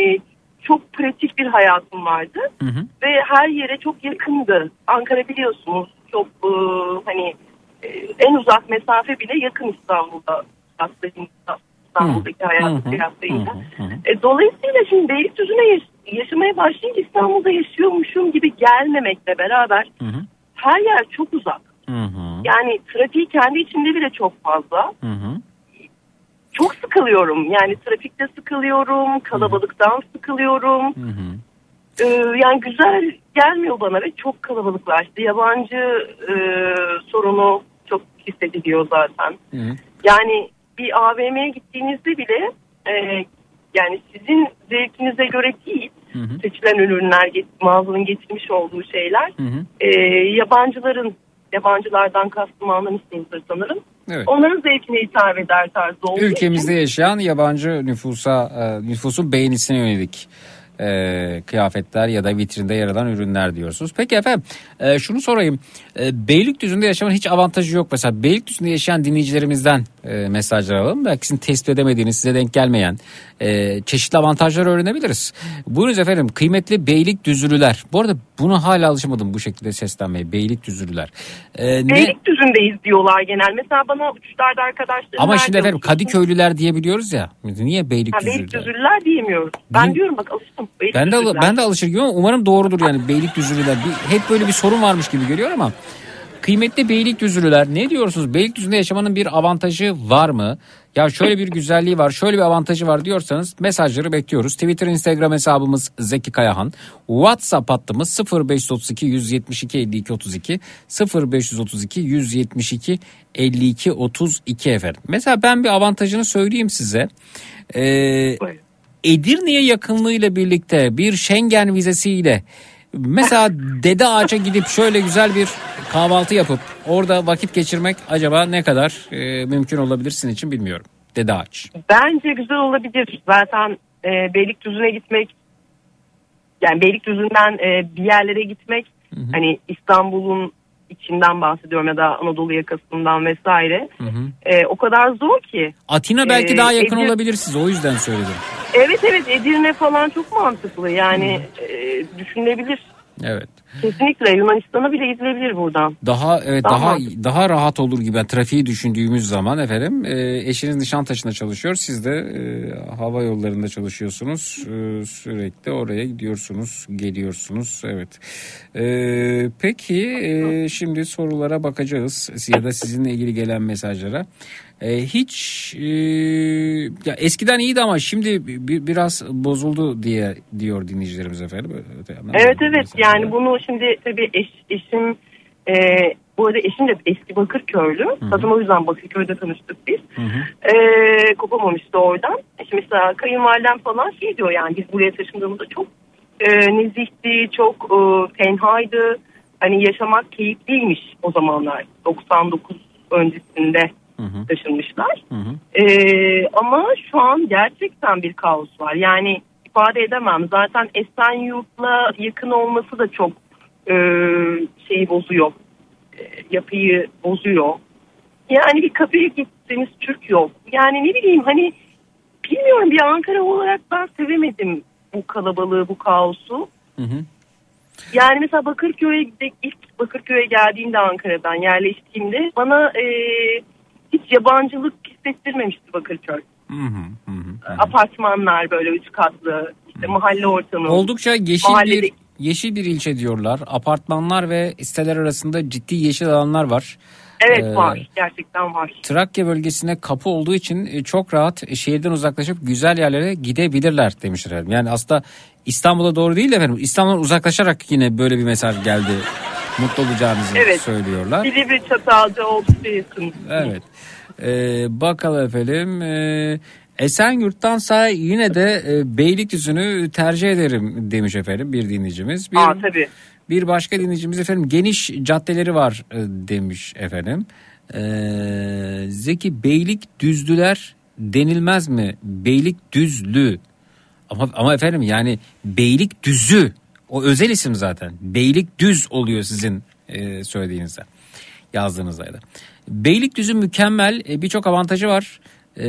çok pratik bir hayatım vardı. Hı hı. Ve her yere çok yakındı. Ankara biliyorsunuz çok e, hani e, en uzak mesafe bile yakın İstanbul'da İstanbul'daki hayatı kıyaslayınca. E, dolayısıyla şimdi Beylikdüzü'ne yaş- yaşamaya başlayınca İstanbul'da yaşıyormuşum gibi gelmemekle beraber hı hı. her yer çok uzak. Hı hı. Yani trafiği kendi içinde bile çok fazla. Hı hı. Çok sıkılıyorum. Yani trafikte sıkılıyorum, kalabalıktan hı hı. sıkılıyorum. Hı hı. Ee, yani güzel gelmiyor bana ve çok kalabalıklaştı. Yabancı e, sorunu çok hissediliyor zaten. Hı hı. Yani bir A V M'ye gittiğinizde bile e, yani sizin zevkinize göre değil, hı hı. seçilen ürünler, mağazanın getirmiş olduğu şeyler hı hı. E, yabancıların, yabancılardan kastım anlamışsınızdır sanırım. Evet. Onların zevkine hitap eder tarzı olduğu Ülkemizde için. yaşayan yabancı nüfusa, nüfusun beğenisine yönelik E, kıyafetler ya da vitrinde yer alan ürünler diyorsunuz. Peki efendim e, şunu sorayım. E, Beylikdüzü'nde yaşamanın hiç avantajı yok. Mesela Beylikdüzü'nde yaşayan dinleyicilerimizden e, mesajlar alalım. Belki sizin tespit edemediğiniz, size denk gelmeyen e, çeşitli avantajları öğrenebiliriz. Buyurunuz efendim, kıymetli Beylikdüzülüler. Bu arada buna hala alışamadım bu şekilde seslenmeye. Beylikdüzülüler. E, Beylikdüzü'ndeyiz diyorlar genel. Mesela bana uçuşlarda arkadaşlarım... Ama şimdi efendim Kadıköylüler diyebiliyoruz ya. Niye Beylikdüzülüler? Beylikdüzülüler diyemiyoruz. Ben Değil... diyorum bak alıştım. Ben de ben de alışır gibi ama umarım doğrudur yani Beylikdüzülüler. Bir, hep böyle bir sorun varmış gibi geliyor ama kıymetli Beylikdüzülüler, ne diyorsunuz? Beylikdüzü'nde yaşamanın bir avantajı var mı? Ya şöyle bir güzelliği var, şöyle bir avantajı var diyorsanız mesajları bekliyoruz. Twitter, Instagram hesabımız Zeki Kayahan. WhatsApp hattımız sıfır beş otuz iki yüz yetmiş iki elli iki otuz iki sıfır beş otuz iki yüz yetmiş iki elli iki otuz iki efendim. Mesela ben bir avantajını söyleyeyim size. Eee Edirne'ye yakınlığıyla birlikte bir Schengen vizesiyle mesela Dede Ağaç'a gidip şöyle güzel bir kahvaltı yapıp orada vakit geçirmek acaba ne kadar e, mümkün olabilir sizin için bilmiyorum. Dede Ağaç. Bence güzel olabilir. Zaten e, Beylikdüzü'ne gitmek, yani Beylikdüzü'nden e, bir yerlere gitmek, hı hı. hani İstanbul'un içinden bahsediyorum ya da Anadolu yakasından vesaire. Hı hı. E, o kadar zor ki. Atina belki ee, daha yakın Edir... olabilir size, o yüzden söyledim. Evet evet, Edirne falan çok mantıklı yani e, düşünülebilir. Evet. Kesinlikle Yunanistan'a bile gidilebilir buradan. Daha evet daha daha, daha rahat olur gibi. Yani trafiği düşündüğümüz zaman efendim e, eşiniz Nişantaşı'nda çalışıyor. Siz de e, hava yollarında çalışıyorsunuz. E, sürekli oraya gidiyorsunuz, geliyorsunuz. Evet. E, peki e, şimdi sorulara bakacağız ya da sizinle ilgili gelen mesajlara. E, hiç e, ya eskiden iyiydi ama şimdi bir, biraz bozuldu diye diyor dinleyicilerimiz efendim. Evet evet, yani bunu şimdi tabii eş, eşim e, bu arada eşim de eski Bakırköylü. Zaten o yüzden Bakırköy'de tanıştık biz. E, kopamamıştı oradan. Şimdi mesela kayınvalidem falan şey diyor, yani biz buraya taşındığımızda çok e, nezihti, çok e, tenhaydı. Hani yaşamak keyifliymiş o zamanlar. doksan dokuz öncesinde Hı hı. taşınmışlar. Hı hı. Ee, ama şu an gerçekten bir kaos var. Yani ifade edemem. Zaten Esenyurt'la yakın olması da çok e, şeyi bozuyor. E, yapıyı bozuyor. Yani bir kafeye gitseniz Türk yok. Yani ne bileyim, hani bilmiyorum, bir Ankara olarak ben sevemedim bu kalabalığı, bu kaosu. Hı hı. Yani mesela Bakırköy'e ilk Bakırköy'e geldiğimde, Ankara'dan yerleştiğimde bana e, hiç yabancılık hissettirmemişti Bakırköy. Hı hı, hı, hı. Apartmanlar böyle üç katlı, işte mahalle ortamı. Oldukça yeşil mahallede... bir yeşil bir ilçe diyorlar. Apartmanlar ve siteler arasında ciddi yeşil alanlar var. Evet ee, var, gerçekten var. Trakya bölgesine kapı olduğu için çok rahat şehirden uzaklaşıp güzel yerlere gidebilirler demişler. Yani aslında İstanbul'a doğru değil de efendim, İstanbul'dan uzaklaşarak yine böyle bir mesaj geldi. Mutlu olacağınızı evet. söylüyorlar. Silivri, Çatalca oldukça yakın. Evet. Ee, bakalım efendim. Ee, Esenyurt'tansa yine de e, Beylikdüzü'nü tercih ederim demiş efendim bir dinleyicimiz. Bir, Aa tabii. Bir başka dinleyicimiz efendim geniş caddeleri var e, demiş efendim. Ee, Zeki, Beylikdüzlüler denilmez mi? Beylikdüzlü. Ama, ama efendim yani Beylikdüzü o özel isim zaten. Beylikdüz oluyor sizin e, söylediğinizde, yazdığınızda da. Beylikdüzü mükemmel, e, birçok avantajı var. E,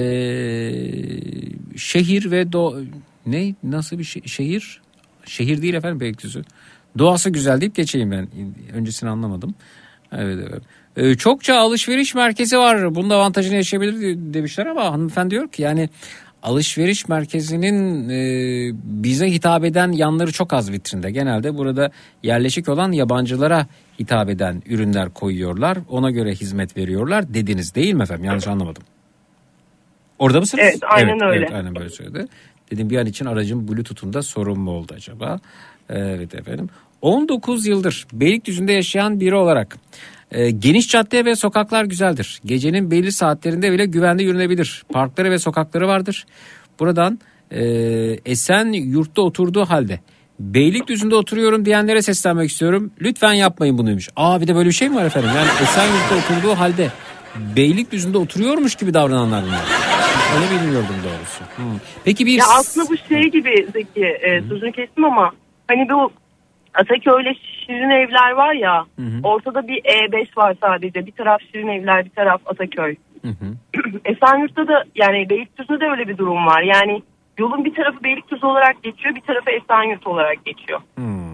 şehir ve do ne nasıl bir şey, şehir? Şehir değil efendim Beylikdüzü. Doğası güzel deyip geçeyim ben. Öncesini anlamadım. Evet evet. Ee, çokça alışveriş merkezi var. Bunun avantajını yaşayabilir demişler ama hanımefendi diyor ki yani alışveriş merkezinin e, bize hitap eden yanları çok az vitrinde. Genelde burada yerleşik olan yabancılara hitap eden ürünler koyuyorlar. Ona göre hizmet veriyorlar dediniz değil mi efendim? Yanlış anlamadım. Orada mısınız? Evet, aynen evet, öyle. Evet, aynen böyle söyledi. Dedim bir an için aracın Bluetooth'unda sorun mu oldu acaba? Evet efendim. on dokuz yıldır Beylikdüzü'nde yaşayan biri olarak e, geniş cadde ve sokaklar güzeldir. Gecenin belli saatlerinde bile güvenli yürünebilir. Parkları ve sokakları vardır. Buradan e, Esenyurt'ta oturduğu halde Beylikdüzü'nde oturuyorum diyenlere seslenmek istiyorum. Lütfen yapmayın bunuymuş. Aa bir de böyle bir şey mi var efendim? Yani Esenyurt'ta oturduğu halde Beylikdüzü'nde oturuyormuş gibi davrananlar bunlar. Onu bilmiyordum doğrusu. Hmm. Peki bir... Ya aslında bu şey gibi Zeki, e, sözünü kestim ama hani bu Ataköy'le Şirin Evler var ya, hı hı. Ortada bir E beş var sadece. Bir taraf Şirin Evler, bir taraf Ataköy. Hı hı. Esenyurt'ta da yani Beylikdüzü'nde de öyle bir durum var. Yani yolun bir tarafı Beylikdüzü olarak geçiyor, bir tarafı Esenyurt olarak geçiyor. Hmm.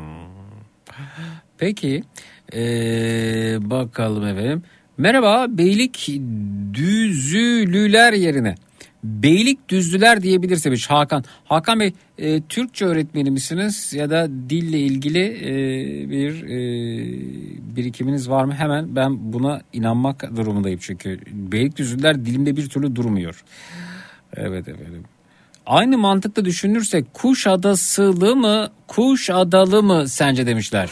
Peki ee, bakalım efendim. Merhaba, Beylikdüzülüler yerine Beylikdüzlüler diyebilirsiniz Hakan. Hakan Bey, e, Türkçe öğretmeni misiniz ya da dille ilgili e, bir e, birikiminiz var mı? Hemen ben buna inanmak durumundayım çünkü Beylikdüzlüler dilimde bir türlü durmuyor. Evet efendim. Aynı mantıkla düşünürsek Kuşadasılı mı, Kuşadalı mı sence demişler.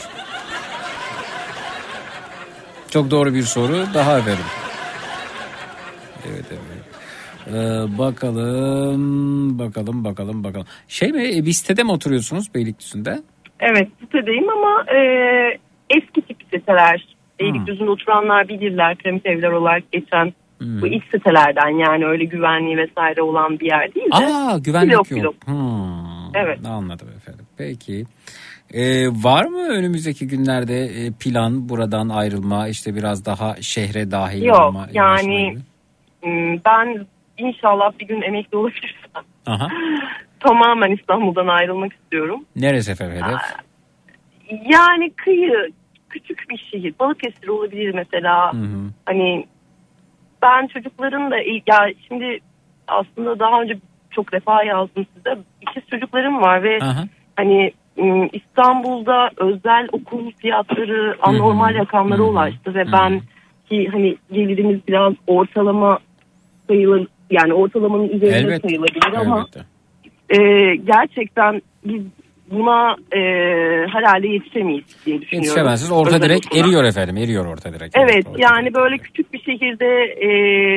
Çok doğru bir soru daha efendim. Evet evet. Ee, bakalım bakalım bakalım bakalım. Şey mi, bir sitede mi oturuyorsunuz Beylikdüzü'nde? Evet, sitedeyim ama e, eski tip siteler. Beylikdüzü'nde hmm. oturanlar bilirler, piramit evler olarak geçen hmm. bu ilk sitelerden, yani öyle güvenliği vesaire olan bir yer değil de. Aa, güvenlik blok, yok. Blok. Hmm. Evet. Anladım efendim. Peki. Ee, var mı önümüzdeki günlerde plan buradan ayrılma, işte biraz daha şehre dahil yok, olma? Yok yani ben inşallah bir gün emekli olabilirsem Aha. tamamen İstanbul'dan ayrılmak istiyorum. Neresi efendim hedef? Yani kıyı, küçük bir şehir. Balıkesir olabilir mesela. Hı hı. Hani ben çocukların da ya şimdi aslında daha önce çok defa yazdım size. İkiz çocuklarım var ve Aha. hani İstanbul'da özel okul fiyatları anormal Hı-hı. rakamlara Hı-hı. ulaştı ve Hı-hı. ben ki hani gelirimiz biraz ortalama sayılır, yani ortalamanın üzerinde Elbette. sayılabilir ama e, gerçekten biz buna e, herhalde yetişemeyiz diye düşünüyorum. Yetişemezsiniz. Orta özel direkt okula. eriyor efendim. Eriyor orta direkt. Evet orta yani direkt. Böyle küçük bir şehirde e,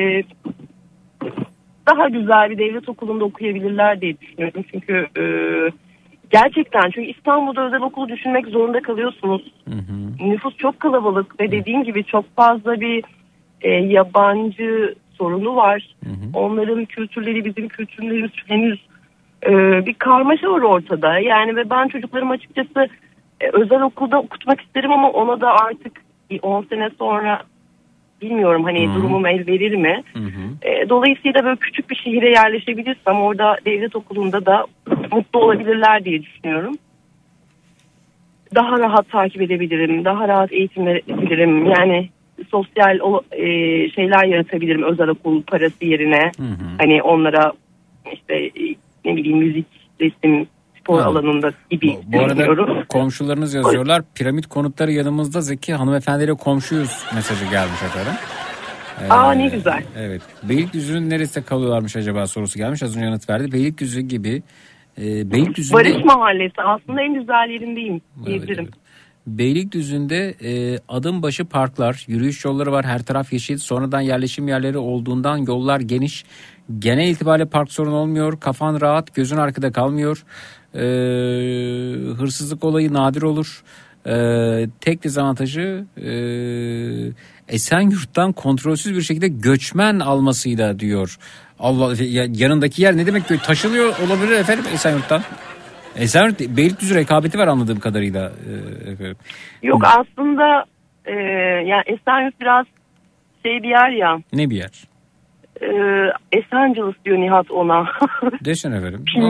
daha güzel bir devlet okulunda okuyabilirler diye düşünüyorum. Çünkü e, gerçekten çünkü İstanbul'da özel okulu düşünmek zorunda kalıyorsunuz. Hı hı. Nüfus çok kalabalık ve dediğim gibi çok fazla bir e, yabancı sorunu var. Hı hı. Onların kültürleri bizim kültürlerimiz henüz e, bir karmaşa var ortada. Yani ve ben çocuklarım açıkçası e, özel okulda okutmak isterim ama ona da artık on sene sonra bilmiyorum hani hı hı. durumum el verir mi? Hı hı. E, dolayısıyla böyle küçük bir şehire yerleşebilirsem orada devlet okulunda da mutlu olabilirler diye düşünüyorum. Daha rahat takip edebilirim, daha rahat eğitim verebilirim. Yani sosyal e, şeyler yaratabilirim özel okul parası yerine. Hı hı. Hani onlara işte ne bileyim müzik, resim, spor ha. alanında gibi bu, bu arada komşularınız yazıyorlar. Piramit konutları yanımızda, Zeki hanımefendiyle komşuyuz mesajı gelmiş efendim. Ee, Aa ne güzel. Evet. Beylikdüzü'nün neresinde kalıyorlarmış acaba sorusu gelmiş. Az önce yanıt verdi. Beylikdüzü gibi e, Beylikdüzü'nde... Barış Mahallesi aslında en güzel yerindeyim diyebilirim. Evet, evet. Beylikdüzü'nde e, adım başı parklar, yürüyüş yolları var, her taraf yeşil. Sonradan yerleşim yerleri olduğundan yollar geniş. Genel itibariyle park sorunu olmuyor. Kafan rahat, gözün arkada kalmıyor. E, hırsızlık olayı nadir olur. E, tek dezavantajı e, Esenyurt'tan kontrolsüz bir şekilde göçmen almasıyla diyor. Allah, yanındaki yer ne demek? Taşınıyor olabilir efendim Esenyurt'tan. Esenyurt, Beylikdüzü rekabeti var anladığım kadarıyla. Efendim. Yok aslında e, yani Esenyurt biraz şey bir yer ya. Ne bir yer? E, Esenciles diyor Nihat ona. Desin efendim. Bilmiyorum.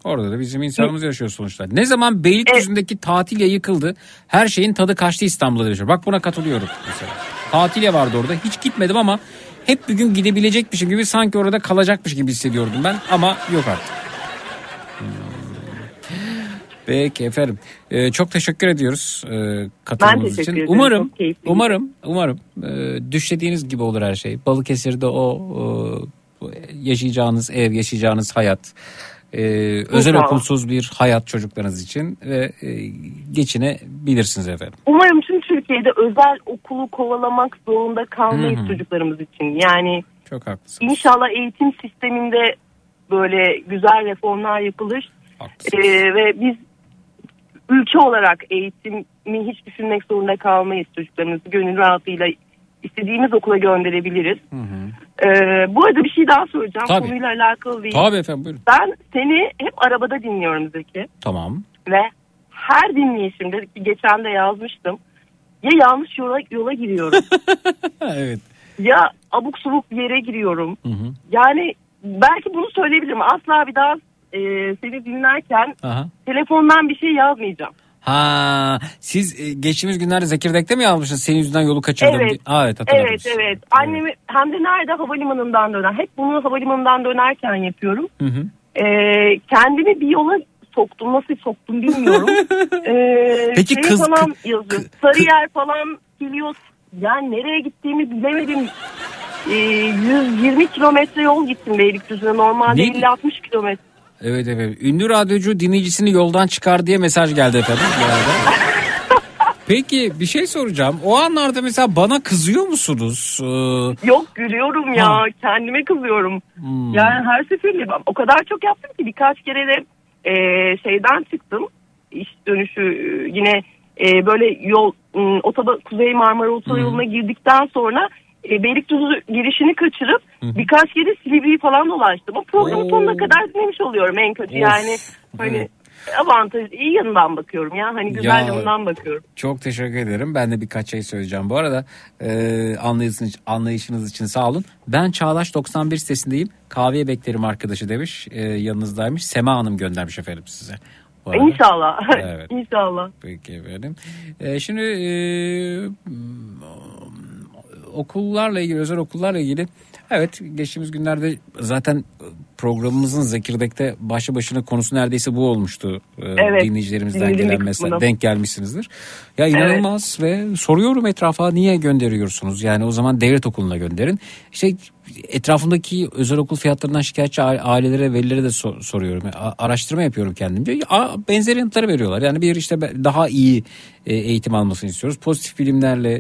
Orada da bizim insanımız yaşıyor sonuçta. Ne zaman Beylikdüzü'ndeki evet. tatilye yıkıldı, her şeyin tadı kaçtı İstanbul'da yaşıyor. Bak buna katılıyorum mesela. Tatilye vardı orada, hiç gitmedim ama hep bir gün gidebilecekmişim gibi, sanki orada kalacakmış gibi hissediyordum ben ama yok artık. Hmm. Peki efendim. Ee, çok teşekkür ediyoruz e, katılımınız için. Ederim. Umarım, umarım, umarım e, düşlediğiniz gibi olur her şey. Balıkesir'de o e, yaşayacağınız ev, yaşayacağınız hayat, e, özel okulsuz bir hayat çocuklarınız için ve e, geçinebilirsiniz efendim. Umarım tüm Türkiye'de özel okulu kovalamak zorunda kalmayız Hı-hı. çocuklarımız için. Yani çok haklısınız. İnşallah eğitim sisteminde böyle güzel reformlar yapılır. Ee, ve biz ülke olarak eğitimi hiç düşünmek zorunda kalmayız. Çocuklarımızı gönül rahatlığıyla istediğimiz okula gönderebiliriz. Hı hı. Ee, bu arada bir şey daha söyleyeceğim. Tabii. Konuyla alakalı değil. Tabii efendim, buyurun. Ben seni hep arabada dinliyorum Zeki. Tamam. Ve her dinleyişimde, geçen de yazmıştım, ya yanlış yola, yola giriyorum. Evet. Ya abuk subuk bir yere giriyorum. Hı hı. Yani belki bunu söyleyebilirim. Asla bir daha e, seni dinlerken Aha. telefondan bir şey yazmayacağım. Ha, siz e, geçtiğimiz günlerde Zekirdek'te mi yazmışsınız? Senin yüzünden yolu kaçırdım. Evet. Diye. Aa, evet, hatırladım. Evet, evet. Annemi hem de nerede? Havalimanından döner. Hep bunu havalimanından dönerken yapıyorum. Hı hı. Ee, kendimi bir yola soktum. Nasıl soktum bilmiyorum. ee, Peki şey kız... falan kı- yazıyor. kı- Sarıyer falan geliyor. Yani nereye gittiğimi bilemedim. Ee, yüz yirmi kilometre yol gittim Beylikdüzü'ne. Normalde Ne? elli altmış kilometre. Evet evet. Ünlü radyocu dinleyicisini yoldan çıkar diye mesaj geldi efendim. Bu arada. Peki bir şey soracağım. O anlarda mesela bana kızıyor musunuz? Ee... Yok, gülüyorum ya. Ha. Kendime kızıyorum. Hmm. Yani her seferinde o kadar çok yaptım ki birkaç kere de e, şeyden çıktım. İş dönüşü yine e, böyle yol otoba, Kuzey Marmara Otoyolu'na hmm. girdikten sonra e, Beylikdüzü girişini kaçırıp hmm. birkaç kere Silivri'yi falan dolaştım. O programın Oo. sonuna kadar dinlemiş oluyorum en kötü. Of. Yani hani evet. Avantaj, iyi yanından bakıyorum ya. Hani güzel ya, yanından bakıyorum. Çok teşekkür ederim. Ben de birkaç şey söyleyeceğim. Bu arada e, anlayışınız, anlayışınız için sağ olun. Ben Çağlaş doksan bir sitesindeyim. Kahveye beklerim arkadaşı demiş. E, yanınızdaymış. Sema Hanım göndermiş efendim size. İnşallah. Evet. İnşallah. Peki efendim. E, şimdi e, okullarla ilgili, özel okullarla ilgili, evet, geçtiğimiz günlerde zaten programımızın Zekirdek'te başlı başına konusu neredeyse bu olmuştu. Evet, dinleyicilerimizden gelen mesaj, denk gelmişsinizdir. Ya inanılmaz evet. Ve soruyorum etrafa, niye gönderiyorsunuz? Yani o zaman devlet okuluna gönderin. İşte etrafındaki özel okul fiyatlarından şikayetçi ailelere, velilere de sor, soruyorum. Araştırma yapıyorum kendimce. Benzer yanıtları veriyorlar. Yani bir işte daha iyi eğitim almasını istiyoruz. Pozitif bilimlerle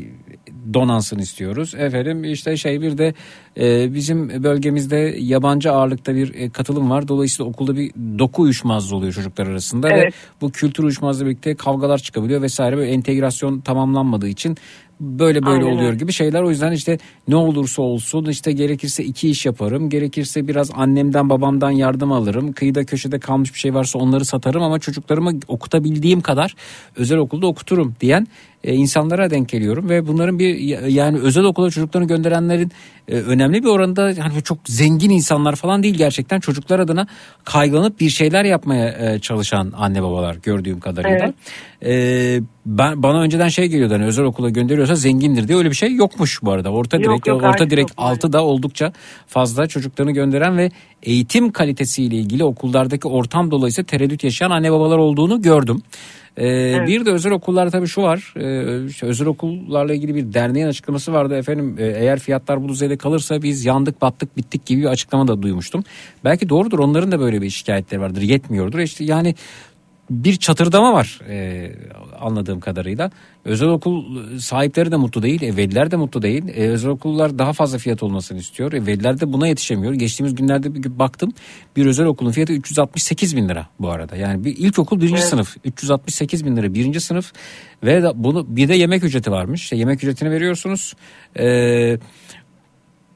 donansın istiyoruz. Efendim işte şey bir de bizim bölgemizde yabancı ağırlıkta bir katılım var. Dolayısıyla okulda bir doku uyuşmazlığı oluyor çocuklar arasında. Evet. Ve bu kültür uyuşmazlığı birlikte kavgalar çıkabiliyor vesaire. Böyle entegrasyon tamamlanmadığı için böyle böyle Aynen. oluyor gibi şeyler. O yüzden işte ne olursa olsun işte gerekirse iki iş yaparım. Gerekirse biraz annemden babamdan yardım alırım. Kıyıda köşede kalmış bir şey varsa onları satarım ama çocuklarımı okutabildiğim kadar özel okulda okuturum diyen e, insanlara denk geliyorum. Ve bunların bir yani özel okula çocuklarını gönderenlerin e, önemli bir oranda hani çok zengin insanlar falan değil, gerçekten çocuklar adına kaygılanıp bir şeyler yapmaya e, çalışan anne babalar gördüğüm kadarıyla. Evet. E, ben bana önceden şey geliyordu, hani özel okula gönderiyorsa zengindir diye. Öyle bir şey yokmuş bu arada. Orta yok, direkt yok, orta direkt altıda oldukça fazla çocuklarını gönderen ve eğitim kalitesiyle ilgili okullardaki ortam dolayısıyla tereddüt yaşayan anne babalar olduğunu gördüm. Ee, evet. Bir de özel okullarda tabii şu var, ee, işte özel okullarla ilgili bir derneğin açıklaması vardı efendim, e, eğer fiyatlar bu düzeyde kalırsa biz yandık battık bittik gibi bir açıklama da duymuştum. Belki doğrudur, onların da böyle bir şikayetleri vardır, yetmiyordur işte yani. Bir çatırdama var e, anladığım kadarıyla. Özel okul sahipleri de mutlu değil, e, veliler de mutlu değil. E, özel okullar daha fazla fiyat olmasını istiyor. E, veliler de buna yetişemiyor. Geçtiğimiz günlerde bir baktım, bir özel okulun fiyatı üç yüz altmış sekiz bin lira bu arada. Yani bir ilkokul birinci evet. sınıf üç yüz altmış sekiz bin lira birinci sınıf ve da bunu bir de yemek ücreti varmış. İşte yemek ücretini veriyorsunuz. E,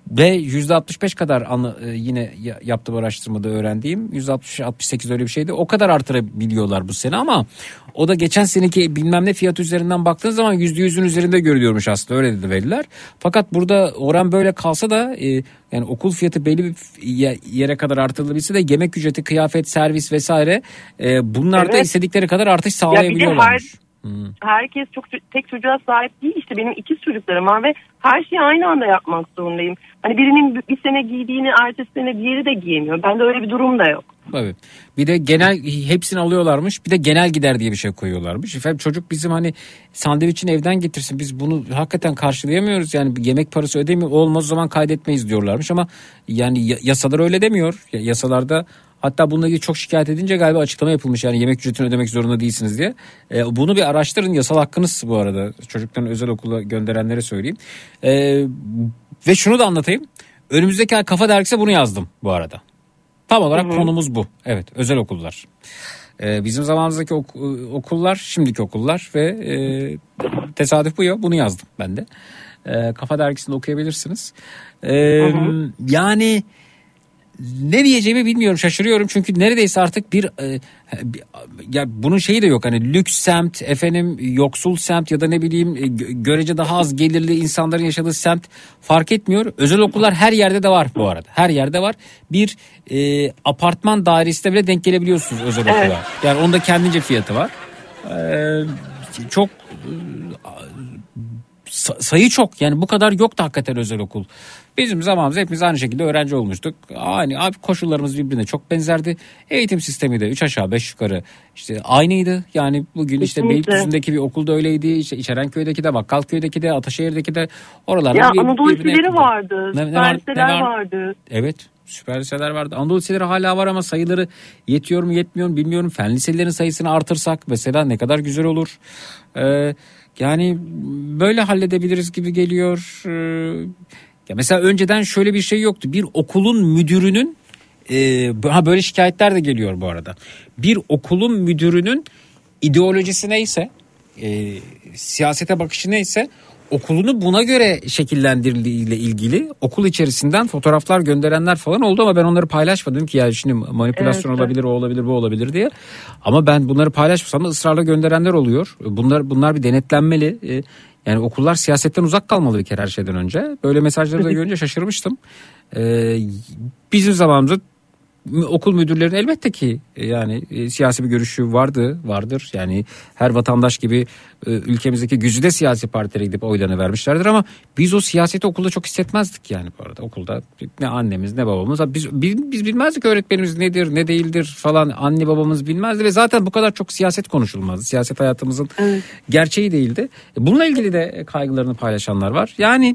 Ve yüzde altmış beş kadar anla, yine yaptığım araştırmada öğrendiğim yüzde altmış altmış sekiz öyle bir şeydi. O kadar artırabiliyorlar bu sene ama o da geçen seneki bilmem ne fiyat üzerinden baktığın zaman yüzde yüzün üzerinde görülüyormuş aslında, öyle dedi veriler. Fakat burada oran böyle kalsa da e, yani okul fiyatı belli bir yere kadar artırılabilse de yemek ücreti, kıyafet, servis vesaire e, bunlar evet. da istedikleri kadar artış sağlayabiliyorlarmış. Hmm. Herkes çok tek çocuğa sahip değil, işte benim ikiz çocuklarım var ve her şeyi aynı anda yapmak zorundayım. Hani birinin bir sene giydiğini ertesi sene diğeri de giyemiyor. Bende öyle bir durum da yok. Evet. Bir de genel hepsini alıyorlarmış. Bir de genel gider diye bir şey koyuyorlarmış. Efendim çocuk bizim hani sandviçini evden getirsin. Biz bunu hakikaten karşılayamıyoruz. Yani yemek parası ödemiyor. Olmaz o zaman kaydetmeyiz diyorlarmış ama yani yasalar öyle demiyor. Yasalarda hatta bununla ilgili çok şikayet edince galiba açıklama yapılmış. Yani yemek ücretini ödemek zorunda değilsiniz diye. E, bunu bir araştırın. Yasal hakkınız bu arada. Çocuklarını özel okula gönderenlere söyleyeyim. E, ve şunu da anlatayım. Önümüzdeki ay Kafa Dergisi'ne bunu yazdım bu arada. Tam olarak hı hı. konumuz bu. Evet, özel okullar. Ee, bizim zamanımızdaki ok- okullar, şimdiki okullar ve e, tesadüf bu ya. Bunu yazdım ben de. Ee, Kafa Dergisi'nde okuyabilirsiniz. Ee, hı hı. Yani ne diyeceğimi bilmiyorum, şaşırıyorum çünkü neredeyse artık bir e, ya bunun şeyi de yok, hani lüks semt, efendim yoksul semt ya da ne bileyim e, görece daha az gelirli insanların yaşadığı semt fark etmiyor. Özel okullar her yerde de var bu arada, her yerde var. Bir e, apartman dairesinde bile denk gelebiliyorsunuz özel okula. Evet. Yani onda kendince fiyatı var. E, çok e, sayı çok, yani bu kadar yoktu hakikaten özel okul. Bizim zamanımızda hepimiz aynı şekilde öğrenci olmuştuk. Aynı abi, koşullarımız birbirine çok benzerdi. Eğitim sistemi de üç aşağı beş yukarı işte aynıydı. Yani bugün işte Beylikdüzü'ndeki bir okulda öyleydi. İşte İçerenköy'deki de, Bakkalköy'deki de, Ataşehir'deki de, oralarda. Ya bir, Anadolu liseleri vardı. Ne, süper liseler var? vardı. Evet, süper liseler vardı. Anadolu liseleri hala var ama sayıları yetiyor mu yetmiyor mu bilmiyorum. Fen liselerin sayısını artırsak mesela ne kadar güzel olur. Ee, yani böyle halledebiliriz gibi geliyor. Ee, Ya mesela önceden şöyle bir şey yoktu. Bir okulun müdürünün e, ha böyle şikayetler de geliyor bu arada. Bir okulun müdürünün ideolojisi neyse, e, siyasete bakışı neyse, okulunu buna göre şekillendirdiğiyle ilgili okul içerisinden fotoğraflar gönderenler falan oldu ama ben onları paylaşmadım ki ya şimdi manipülasyon evet, olabilir, o olabilir, bu olabilir diye. Ama ben bunları paylaşmasam da ısrarla gönderenler oluyor. Bunlar bunlar bir denetlenmeli. E, Yani okullar siyasetten uzak kalmalı bir kere her şeyden önce. Böyle mesajları da görünce şaşırmıştım. Ee, bizim zamanımızda okul müdürlerinin elbette ki yani e, siyasi bir görüşü vardı, vardır. Yani her vatandaş gibi e, ülkemizdeki güzide siyasi partilere gidip oylarını vermişlerdir ama biz o siyaseti okulda çok hissetmezdik yani bu arada. Okulda ne annemiz ne babamız, biz biz, biz bilmezdik öğretmenimiz nedir ne değildir falan, anne babamız bilmezdi ve zaten bu kadar çok siyaset konuşulmazdı. Siyaset hayatımızın evet. gerçeği değildi. Bununla ilgili de kaygılarını paylaşanlar var. Yani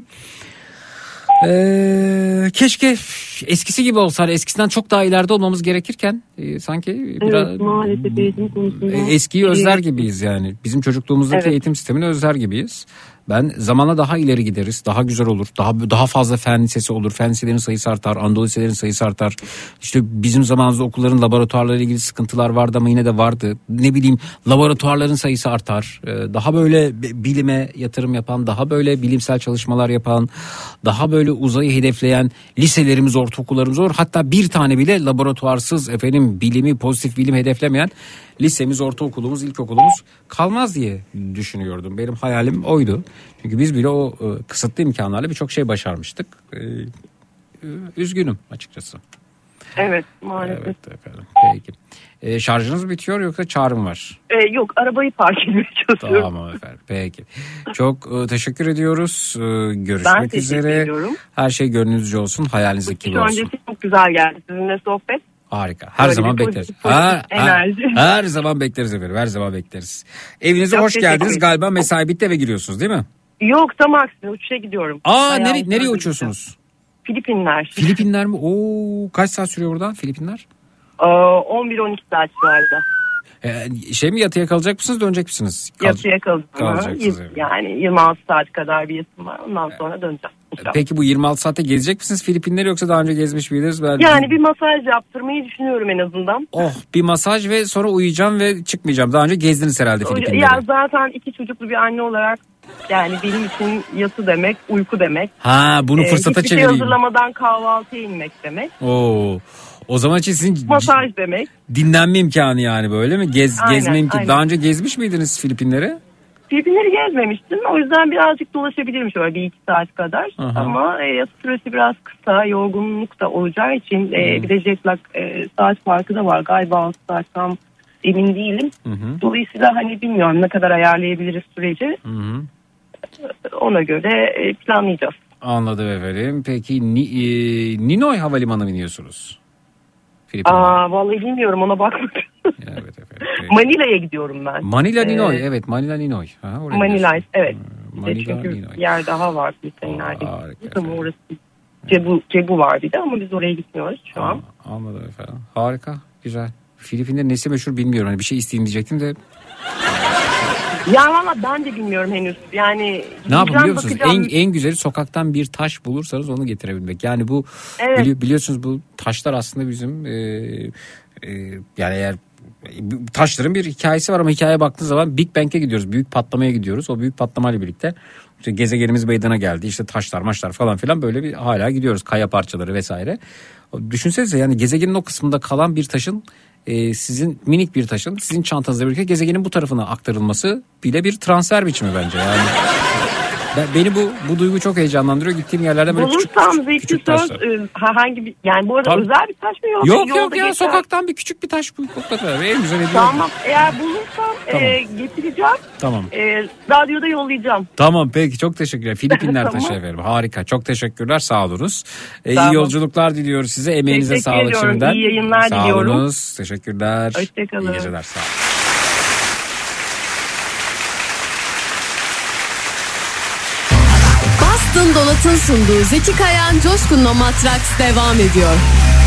Ee, keşke eskisi gibi olsaydı, eskisinden çok daha ileride olmamız gerekirken e, sanki evet, biraz maalesef eğitim konusunda eskiyi özler gibiyiz yani. Bizim çocukluğumuzdaki evet. eğitim sistemini özler gibiyiz. Ben zamanla daha ileri gideriz, daha güzel olur, daha daha fazla fen lisesi olur, fen liselerin sayısı artar, Anadolu liselerin sayısı artar. İşte bizim zamanımızda okulların laboratuvarlarıyla ilgili sıkıntılar vardı ama yine de vardı. Ne bileyim, laboratuvarların sayısı artar. Daha böyle bilime yatırım yapan, daha böyle bilimsel çalışmalar yapan, daha böyle uzayı hedefleyen liselerimiz, ortaokullarımız olur. Hatta bir tane bile laboratuvarsız, efendim bilimi, pozitif bilim hedeflemeyen lisemiz, ortaokulumuz, ilkokulumuz kalmaz diye düşünüyordum. Benim hayalim oydu. Çünkü biz bile o e, kısıtlı imkanlarla birçok şey başarmıştık. E, e, üzgünüm açıkçası. Evet, maalesef. Evet efendim. Peki. E, şarjınız bitiyor yoksa çağrım var? E, yok, arabayı park etmeye çalışıyorum. Tamam efendim. Peki. Çok e, teşekkür ediyoruz. E, görüşmek ben üzere. Ediyorum. Her şey gönlünüzce olsun. Hayalinizdeki gibi olsun. Öncesi çok güzel geldi sizinle sohbet. Harika. Her Böyle zaman bekleriz. Ha, enerji. Ha, her zaman bekleriz efendim. Her zaman bekleriz. Evinize çok hoş geldiniz. Galiba mesai bitti, eve giriyorsunuz değil mi? Yok, tam aksine uçuşa gidiyorum. Aa, nere, nereye uçuyorsunuz? Filipinler. Filipinler mi? Oo, kaç saat sürüyor buradan Filipinler? on bir on iki saat civarında. Ee, şey mi, yatıya kalacak mısınız, dönecek misiniz? Kal- yatıya kalacağım. Yani yirmi altı saat kadar bir yatım var. Ondan sonra döneceğim. Peki bu yirmi altı saatte gezecek misiniz Filipinleri, yoksa daha önce gezmiş miydiniz? Ben... Yani bir masaj yaptırmayı düşünüyorum en azından. Oh, bir masaj ve sonra uyuyacağım ve çıkmayacağım. Daha önce gezdiniz herhalde Filipinleri. Ya zaten iki çocuklu bir anne olarak Yani benim için yatı demek uyku demek. Ha bunu Ee, fırsata hiçbir şey çevireyim. hazırlamadan kahvaltıya inmek demek. Oo. O zaman için sizin Masaj demek. dinlenme imkanı yani böyle mi? Gez, Aynen, gezme imkanı. aynen. Daha önce gezmiş miydiniz Filipinleri? Filipinleri gezmemiştim. O yüzden birazcık dolaşabilirim şöyle bir iki saat kadar. Aha. Ama e, yatı süresi biraz kısa. Yorgunluk da olacağı için e, bir de jet lag e, saat farkı da var. Galiba altı saat tam emin değilim. Hı hı. Dolayısıyla hani bilmiyorum ne kadar ayarlayabiliriz süreci. Hı hı. Ona göre e, planlayacağız. Anladım efendim. Peki Ni, e, Ninoy Havalimanı mı iniyorsunuz? Filipinler. Aa, vallahi bilmiyorum ona bakmadım. Evet efendim. Peki. Manila'ya gidiyorum ben. Manila Ee, Ninoy. Evet Manila Ninoy. Aha, oraya Manila gidiyorsun. evet. Ha, Bir de Manila çünkü Ninoy. yer daha var bir Aa, senelerde. harika Ama efendim. orası Cebu, Cebu var bir de ama biz oraya gitmiyoruz şu an. Aa, anladım efendim. Harika. Güzel. Filipinlerin nesi meşhur bilmiyorum. Hani bir şey isteyeyim diyecektim de. Ya valla ben de bilmiyorum henüz. Yani Ne yapın biliyor musunuz? bakacağım. En, en güzeli sokaktan bir taş bulursanız onu getirebilmek. Yani bu Evet. bili- biliyorsunuz bu taşlar aslında bizim e, e, yani eğer taşların bir hikayesi var ama hikayeye baktığınız zaman Big Bang'e gidiyoruz. Büyük patlamaya gidiyoruz. O büyük patlamayla birlikte işte gezegenimiz meydana geldi. İşte taşlar maçlar falan filan böyle bir hala gidiyoruz. Kaya parçaları vesaire. Düşünsenize yani gezegenin o kısmında kalan bir taşın e, sizin minik bir taşın sizin çantanızla birlikte gezegenin bu tarafına aktarılması bile bir transfer biçimi bence. Yani ben, beni bu bu duygu çok heyecanlandırıyor. Gittiğim yerlerde böyle küçük Bulursam küçük, zevkli küçük söz taşlar. e, herhangi bir yani bu arada Tabii. özel bir taş mı yoksa Yok yok yolda ya geçer? sokaktan bir küçük bir taş bu. O kadar. En güzel hediye. Tamam eğer bulursam Tamam. e, getireceğim. Tamam. E, radyoda yollayacağım. Tamam peki çok teşekkürler. Filipinler Tamam. taşı efendim. Harika. Çok teşekkürler. Sağ olunuz. Ee, Sağ iyi olun. yolculuklar diliyoruz size. Emeğinize Teşekkür sağlık ediyorum. şimdiden. İyi yayınlar Sağ diliyorum. olunuz. Teşekkürler. Hoşçakalın. İyi geceler. Sağ olun. Boston Donat'ın sunduğu Zeki Kayan Coşkun'la Matraks devam ediyor.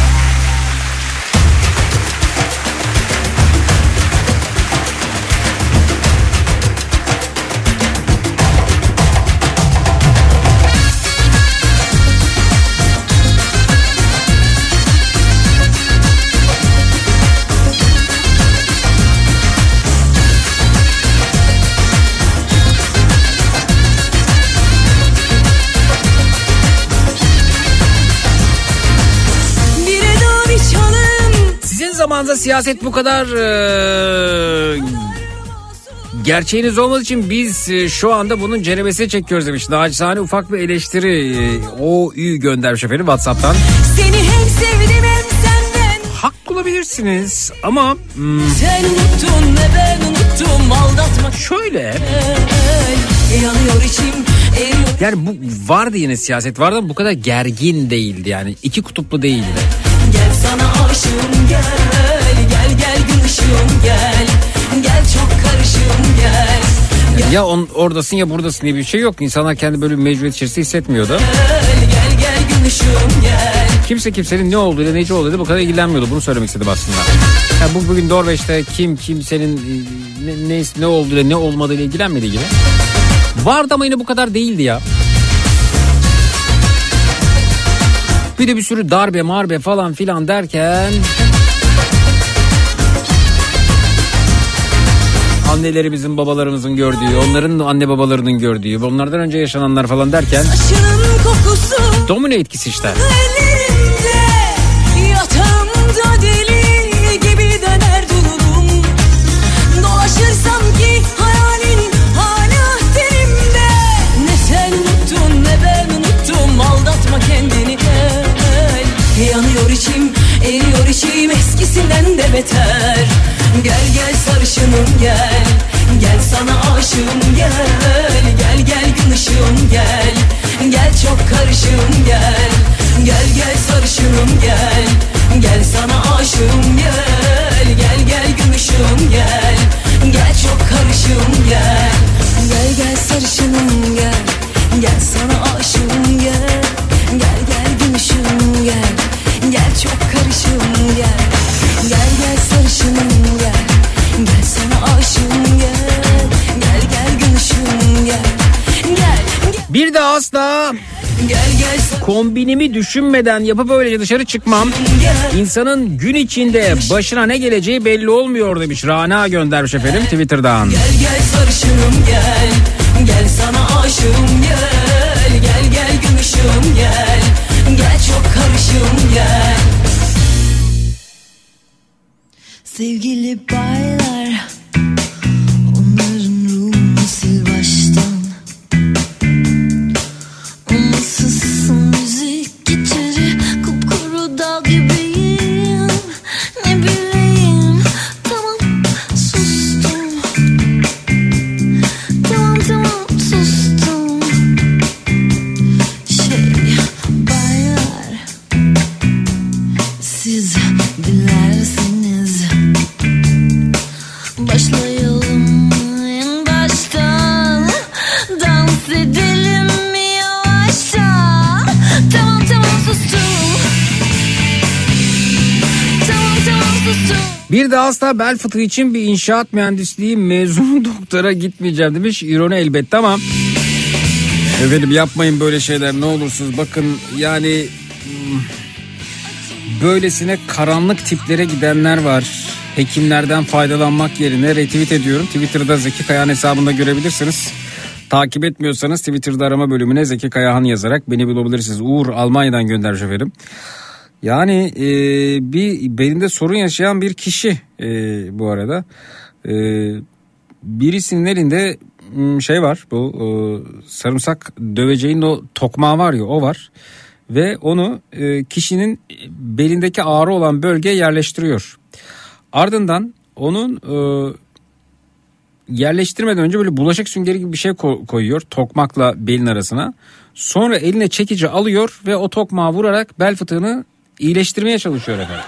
Sizin zamanında siyaset bu kadar e, gerçeğiniz olmadığı için biz e, şu anda bunun ceremesini çekiyoruz demiş. Naçizane ufak bir eleştiri e, o ü göndermiş efendim WhatsApp'tan. Seni hem sevdim hem senden. Haklı olabilirsiniz ama hmm, Sen unuttun ne ben unuttum aldatmak. şöyle Yanıyor içim eriyor. yani bu vardı yine siyaset vardı ama bu kadar gergin değildi yani iki kutuplu değildi. Gel sana aşığım gel. Gel gel gün ışığım gel. Gel çok karışığım gel. Ya on, oradasın ya buradasın diye bir şey yok. İnsanlar kendi böyle bir mecburiyet içerisinde hissetmiyordu. Gel gel gel gün ışığım gel. Kimse kimsenin ne olduğuyla neci olduğuyla bu kadar ilgilenmiyordu. Bunu söylemek istedim aslında. Yani bu bugün Norveç'te kim kimsenin ne, ne, ne olduğuyla ne olmadığıyla ilgilenmediği gibi. Vardı ama yine bu kadar değildi ya. Bir de bir sürü darbe marbe falan filan derken... Annelerimizin babalarımızın gördüğü, onların anne babalarının gördüğü, onlardan önce yaşananlar falan derken... Saçının kokusu Domino etkisi işte. ellerimde. Yatağımda deli gibi döner dururum. Dolaşırsam ki hayalin hala terimde. Ne sen unuttun ne ben unuttum aldatma kendini gel. Yanıyor içim eriyor içim eskisinden de beter. Gel gel sarışınım gel. Gel sana aşığım gel. Gel gel gün ışığım gel. Gel çok karışığım gel. Gel gel sarışınım gel. Gel sana aşığım gel. Gel gel gün ışığım gel. Gel çok karışığım gel. Gel gel sarışınım gel. Gel sana aşığım gel. Gel gel gün ışığım gel. Gel çok karışığım gel. Gel gel sarışınım gel. Gel sana aşığım gel. Gel gel gün ışığım gel. Gel gel Bir de asla gel gel kombinimi düşünmeden yapıp öylece dışarı çıkmam. gel. İnsanın gün içinde başına ne geleceği belli olmuyor demiş. Rana göndermiş efendim Twitter'dan. Gel gel sarışınım gel. Gel sana aşığım gel. Gel gel gümüşüm gel. Gel çok karışım gel. Sevgili baylar, onların ruhunu sil baştan. Umutsuzsun müzik geçeri, kupkuru dal gibiyim. Ne bileyim, tamam sustum. Tamam tamam sustum. Şey baylar, siz dilerseniz başlayalım en baştan. Dans edelim mi yavaşça? Tamam tamam sustum. Tamam tamam sustum. Bir de asla bel fıtığı için bir inşaat mühendisliği mezunu doktora gitmeyeceğim demiş. İroni elbette ama efendim yapmayın böyle şeyler ne olursunuz. Bakın yani böylesine karanlık tiplere gidenler var. Hekimlerden faydalanmak yerine retweet ediyorum. Twitter'da Zeki Kayahan hesabında görebilirsiniz. Takip etmiyorsanız Twitter'da arama bölümüne Zeki Kayahan yazarak beni bulabilirsiniz. Uğur Almanya'dan göndermiş efendim. Yani e, bir belinde sorun yaşayan bir kişi e, bu arada. E, birisinin elinde şey var, bu e, sarımsak döveceğin o tokmağı var ya, o var. Ve onu e, kişinin belindeki ağrı olan bölgeye yerleştiriyor. Ardından onun e, yerleştirmeden önce böyle bulaşık süngeri gibi bir şey ko- koyuyor tokmakla belin arasına. Sonra eline çekici alıyor ve o tokmağı vurarak bel fıtığını iyileştirmeye çalışıyor efendim.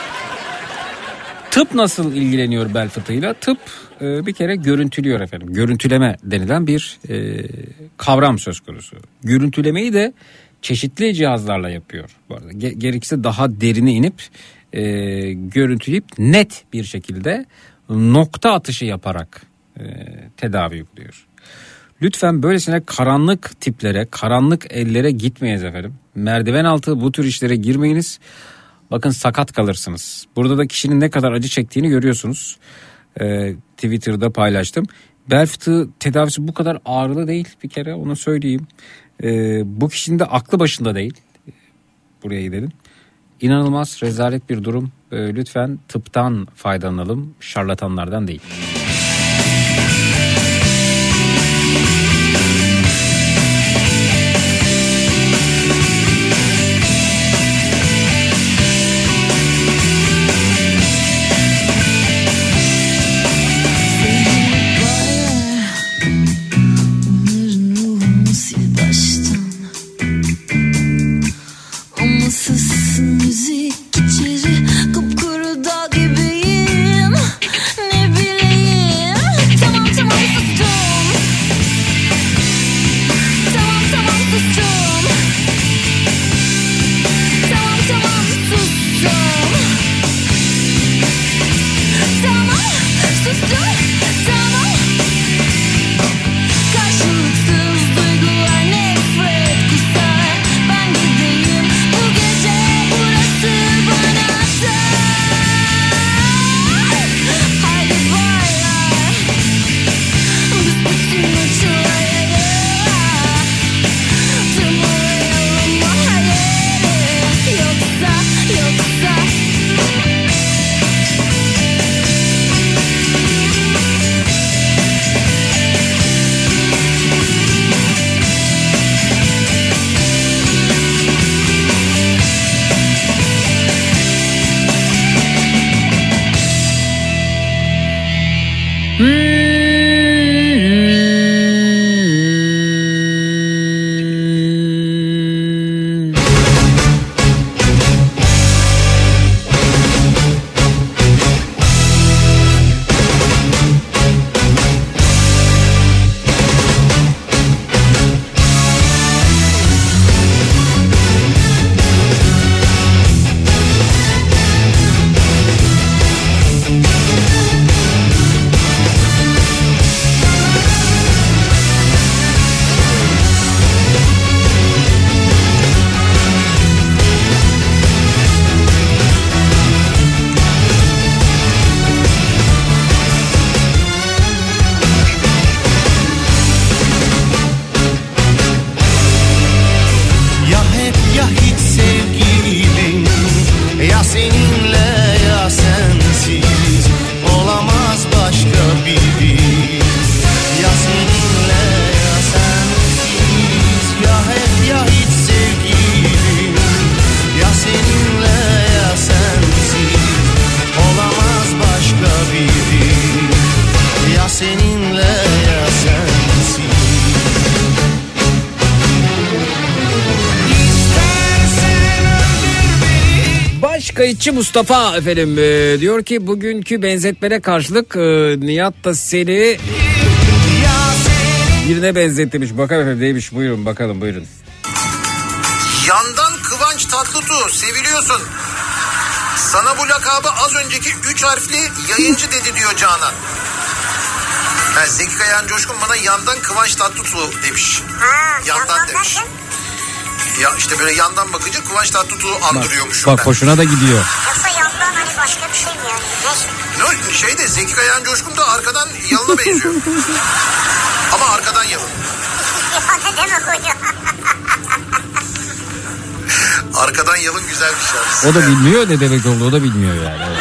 Tıp nasıl ilgileniyor bel fıtığıyla? Tıp e, bir kere görüntülüyor efendim. Görüntüleme denilen bir e, kavram söz konusu. Görüntülemeyi de çeşitli cihazlarla yapıyor bu arada. Ge- gerekirse daha derine inip e, görüntüleyip net bir şekilde nokta atışı yaparak e, tedavi uyguluyor. Lütfen böylesine karanlık tiplere, karanlık ellere gitmeyiniz efendim. Merdiven altı bu tür işlere girmeyiniz. Bakın sakat kalırsınız. Burada da kişinin ne kadar acı çektiğini görüyorsunuz. Ee, Twitter'da paylaştım. Bel fıtığı tedavisi bu kadar ağrılı değil bir kere, onu söyleyeyim. Ee, bu kişinin de aklı başında değil. Buraya gidelim. İnanılmaz rezalet bir durum. Ee, lütfen tıptan faydalanalım, şarlatanlardan değil. Müzik içeri, kupkuru dağ gibiyim. Ne bileyim Kokoreççi Mustafa efendim e, diyor ki bugünkü benzetmene karşılık e, Nihat da seni birine benzetmiş. Bakalım efendim neymiş, buyurun bakalım, buyurun. Yandan Kıvanç Tatlıtuğ, seviliyorsun. Sana bu lakabı az önceki üç harfli yayıncı dedi diyor Canan. Yani Zeki Kayan Coşkun bana yandan Kıvanç Tatlıtuğ demiş. Ha, yandan demiş. Derken? Ya işte böyle yandan bakınca Kıvanç Tatlıtuğ'u andırıyormuşum bak, ben. Bak hoşuna da gidiyor. Yoksa yandan hani başka bir şey mi yani? Ne? Şey de Zeki Kayan Coşkun da arkadan yalına benziyor. Ama arkadan yalın. Ya ne demek o ya? Arkadan yalın güzel bir şarkı. O da bilmiyor ne demek oldu, o da bilmiyor yani. Evet.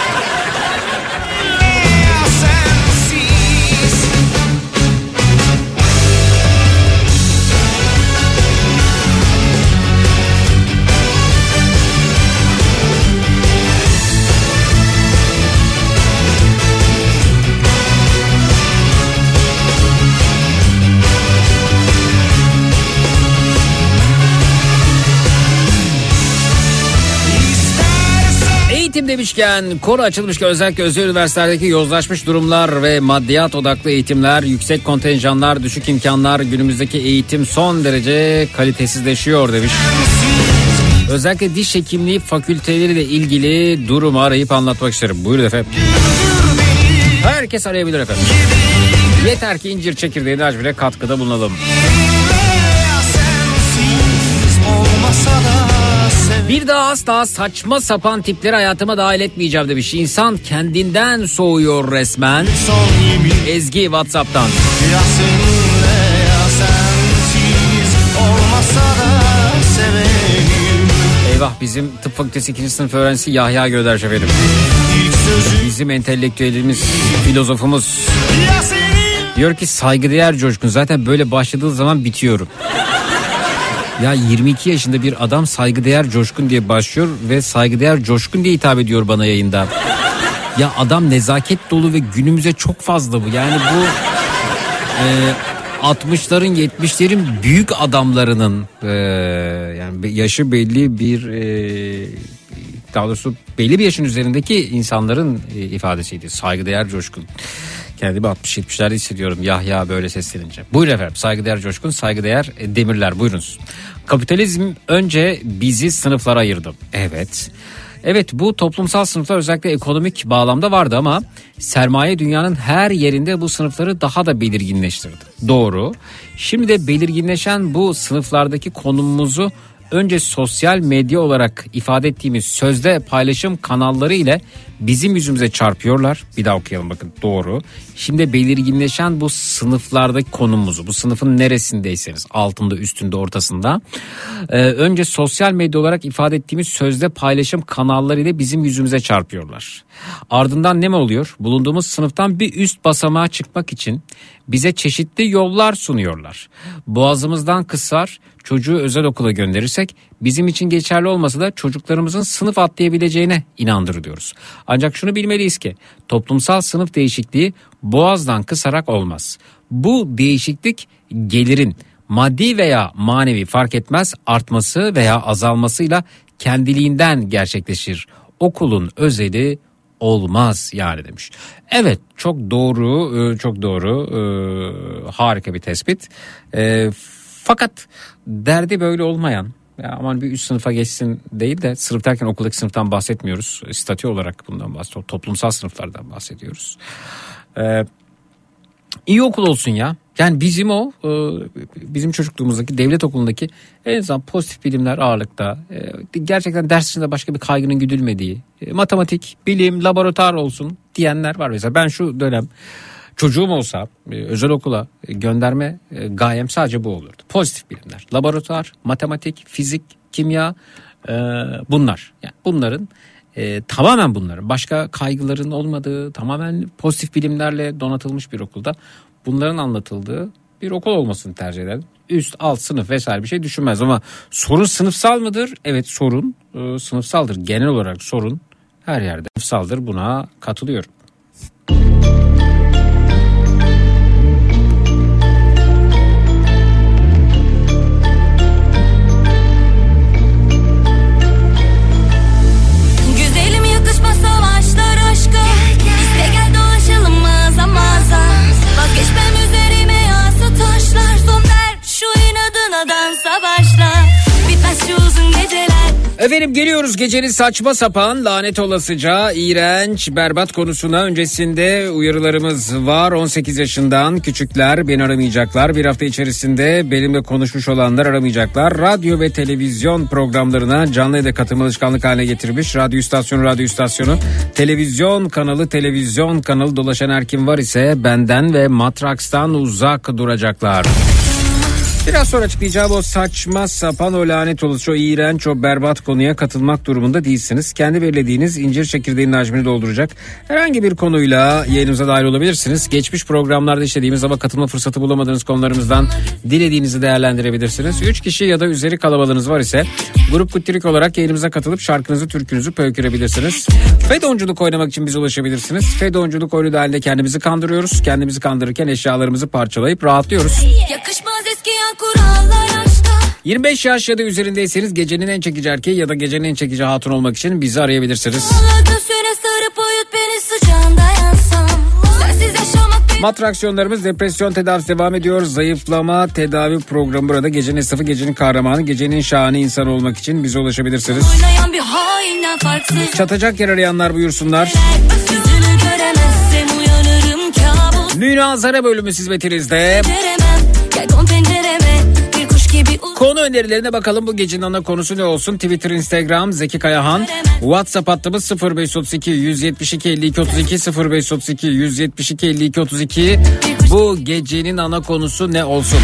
Demişken, konu açılmışken özellikle özel üniversitelerdeki yozlaşmış durumlar ve maddiyat odaklı eğitimler, yüksek kontenjanlar, düşük imkanlar, günümüzdeki eğitim son derece kalitesizleşiyor demiş. Özellikle diş hekimliği fakülteleriyle ilgili durumu arayıp anlatmak isterim. Buyurun efendim. Herkes arayabilir efendim. Yeter ki incir çekirdeğini aç bile katkıda bulunalım. Bir daha asla saçma sapan tipleri hayatıma dahil etmeyeceğim demiş. İnsan kendinden soğuyor resmen. Ezgi WhatsApp'tan. Ya seninle ya sensiz olmasa da severim. Eyvah, bizim tıp fakültesi ikinci sınıf öğrencisi Yahya Göderç efendim. Bizim entelektüelimiz, filozofumuz. Diyor ki saygıdeğer Coşkun, zaten böyle başladığı zaman bitiyorum. Ya yirmi iki yaşında bir adam saygıdeğer Coşkun diye başlıyor ve saygıdeğer Coşkun diye hitap ediyor bana yayında. Ya adam nezaket dolu ve günümüze çok fazla bu. Yani bu e, altmışların yetmişlerin büyük adamlarının e, yani yaşı belli bir e, daha doğrusu belli bir yaşın üzerindeki insanların e, ifadesiydi. Saygıdeğer Coşkun. Kendimi altmış yetmişlerde hissediyorum Yahya böyle seslenince. Buyurun efendim, saygıdeğer Coşkun, saygıdeğer Demirler, buyurunuz. Kapitalizm önce bizi sınıflara ayırdı. Evet. Evet, bu toplumsal sınıflar özellikle ekonomik bağlamda vardı ama sermaye dünyanın her yerinde bu sınıfları daha da belirginleştirdi. Doğru. Şimdi de belirginleşen bu sınıflardaki konumumuzu önce sosyal medya olarak ifade ettiğimiz sözde paylaşım kanalları ile bizim yüzümüze çarpıyorlar. Bir daha okuyalım bakın, doğru. Şimdi belirginleşen bu sınıflardaki konumumuzu, bu sınıfın neresindeyseniz, altında, üstünde, ortasında, e, önce sosyal medya olarak ifade ettiğimiz sözde paylaşım kanalları ile bizim yüzümüze çarpıyorlar. Ardından ne mi oluyor? Bulunduğumuz sınıftan bir üst basamağa çıkmak için bize çeşitli yollar sunuyorlar. Boğazımızdan kısar, çocuğu özel okula gönderirsek bizim için geçerli olmasa da çocuklarımızın sınıf atlayabileceğine inandırılıyoruz. Ancak şunu bilmeliyiz ki toplumsal sınıf değişikliği boğazdan kısarak olmaz. Bu değişiklik gelirin maddi veya manevi fark etmez artması veya azalmasıyla kendiliğinden gerçekleşir. Okulun özeli olmaz yani demiş. Evet, çok doğru, çok doğru, harika bir tespit. Fakat derdi böyle olmayan, ya aman bir üst sınıfa geçsin değil de, sınıf derken okuldaki sınıftan bahsetmiyoruz. Statü olarak bundan bahsediyoruz. Toplumsal sınıflardan bahsediyoruz. Ee, iyi okul olsun ya. Yani bizim o bizim çocukluğumuzdaki devlet okulundaki en azından pozitif bilimler ağırlıkta. Gerçekten ders içinde başka bir kaygının güdülmediği, matematik, bilim, laboratuvar olsun diyenler var. Mesela ben şu dönem çocuğum olsa özel okula gönderme gayem sadece bu olurdu. Pozitif bilimler, laboratuvar, matematik, fizik, kimya, bunlar. Yani bunların e, tamamen bunların başka kaygıların olmadığı, tamamen pozitif bilimlerle donatılmış bir okulda bunların anlatıldığı bir okul olmasını tercih ederdim. Üst, alt sınıf vesaire bir şey düşünmez ama sorun sınıfsal mıdır? Evet, sorun e, sınıfsaldır. Genel olarak sorun her yerde sınıfsaldır. Buna katılıyorum. Efendim geliyoruz gecenin saçma sapan, lanet olasıca, iğrenç, berbat konusuna. Öncesinde uyarılarımız var. on sekiz yaşından küçükler beni aramayacaklar. Bir hafta içerisinde benimle konuşmuş olanlar aramayacaklar. Radyo ve televizyon programlarına canlı yayında katılma alışkanlık haline getirmiş. Radyo istasyonu, radyo istasyonu, televizyon kanalı, televizyon kanalı dolaşan her kim var ise benden ve Matraks'tan uzak duracaklar. Biraz sonra açıklayacağım o saçma sapan, o lanet olası, o iğrenç, o berbat konuya katılmak durumunda değilsiniz. Kendi belirlediğiniz incir çekirdeğinin hacmini dolduracak herhangi bir konuyla yayınımıza dahil olabilirsiniz. Geçmiş programlarda işlediğimiz ama katılma fırsatı bulamadığınız konularımızdan dilediğinizi değerlendirebilirsiniz. üç kişi ya da üzeri kalabalığınız var ise grup kuttirik olarak yayınımıza katılıp şarkınızı, türkünüzü pöykürebilirsiniz. Fedonculuk oynamak için bize ulaşabilirsiniz. Fedonculuk oyunu dahilinde kendimizi kandırıyoruz. Kendimizi kandırırken eşyalarımızı parçalayıp rahatlıyoruz. Yakışmaz eskiyen kurallar aşkta. yirmi beş yaş ya da üzerindeyseniz gecenin en çekici erkeği ya da gecenin en çekici hatun olmak için bizi arayabilirsiniz. Matraksiyonlarımız depresyon tedavisi devam ediyor. Zayıflama tedavi programı burada. Gecenin esnafı, gecenin kahramanı, gecenin şahane insanı olmak için bize ulaşabilirsiniz. Çatacak yer arayanlar buyursunlar. Münazara bölümü hizmetinizde. Konu önerilerine bakalım, bu gecenin ana konusu ne olsun? Twitter, Instagram Zeki Kayahan. WhatsApp hattımız sıfır beş otuz iki yüz yetmiş iki elli iki otuz iki sıfır beş otuz iki yüz yetmiş iki elli iki otuz iki. Bu gecenin ana konusu ne olsun?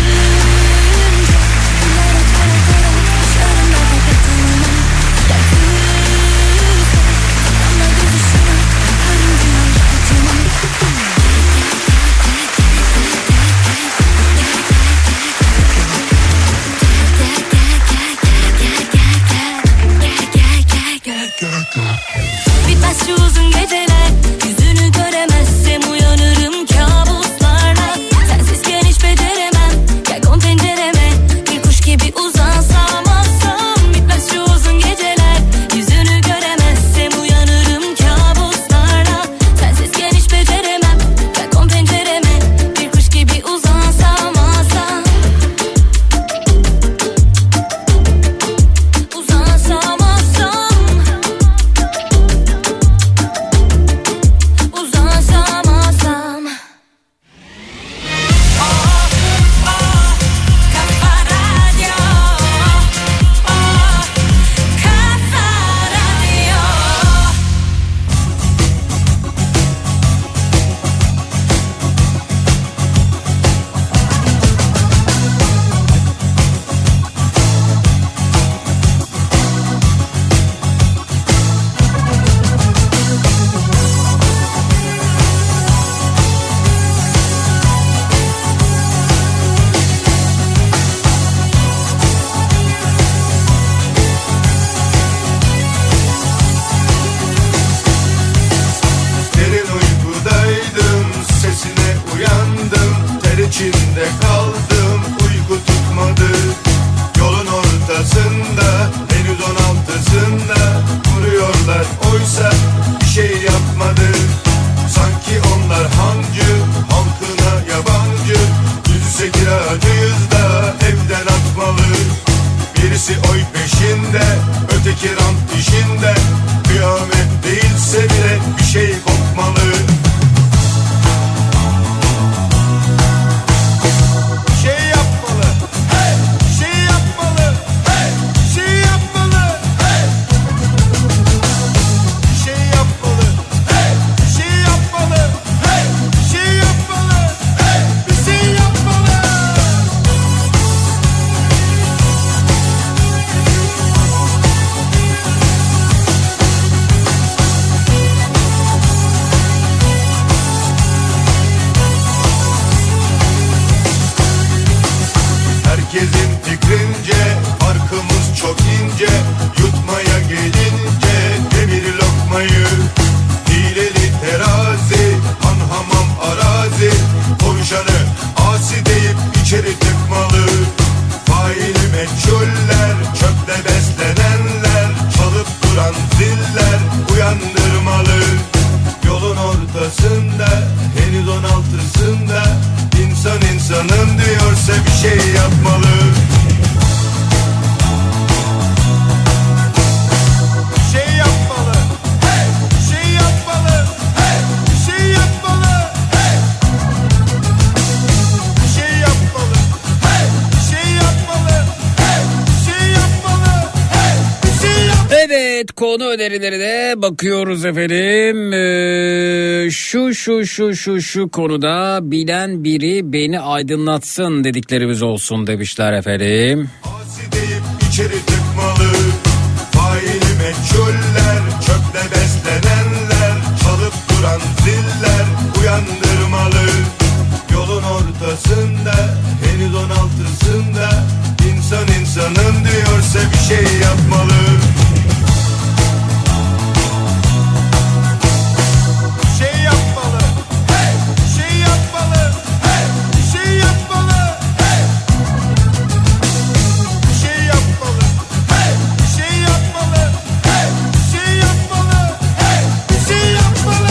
Bitmez şu uzun geceler, yüzünü göremezsem uyanırım kabuslarla. Sensizken hiç beceremem, gel kon pencereme, bir kuş gibi uzansam alsam. Bitmez şu uzun geceler, yüzünü göremezsem uyanırım kabuslarla. Sensizken hiç beceremem, gel kon pencereme, bir kuş gibi uzansam alsam. Uzansam alsam. içinde kaldım, uyku tutmadı. Yolun ortasında, henüz on altısında vuruyorlar, oysa bir şey yapmadı. Sanki onlar hancı, halkına yabancı. Yüzse kiracıyız da evden atmalı. Birisi oy peşinde, öteki rant işinde. Kıyamet değilse bile bir şey kopmalı. Herkesin fikrince farkımız çok ince. Yutmaya gelince demir lokmayı, hileli terazi, han hamam arazi. Konuşanı asi deyip içeri tıkmalı. Faili meçhuller, çöple beslenenler, çalıp duran ziller uyandırmalı. Yolun ortasında, henüz on altısında, İnsan insanım diyorsa bir şey yapmalı. Evet, konu önerilerine bakıyoruz efendim. Ee, şu şu şu şu şu konuda bilen biri beni aydınlatsın dediklerimiz olsun demişler efendim. Asi deyip içeri tıkmalı. Faili meçhuller, çöple beslenenler, çalıp duran ziller uyandırmalı. Yolun ortasında, henüz on altısında, insan insanım diyorsa bir şey yapmalı. Bir şey yapmalı, hey! Bir şey yapmalı, hey! Bir şey yapmalı, hey! Bir şey yapmalı, hey! Bir şey yapmalı, hey! Bir şey yapmalı, hey! Bir şey yapmalı.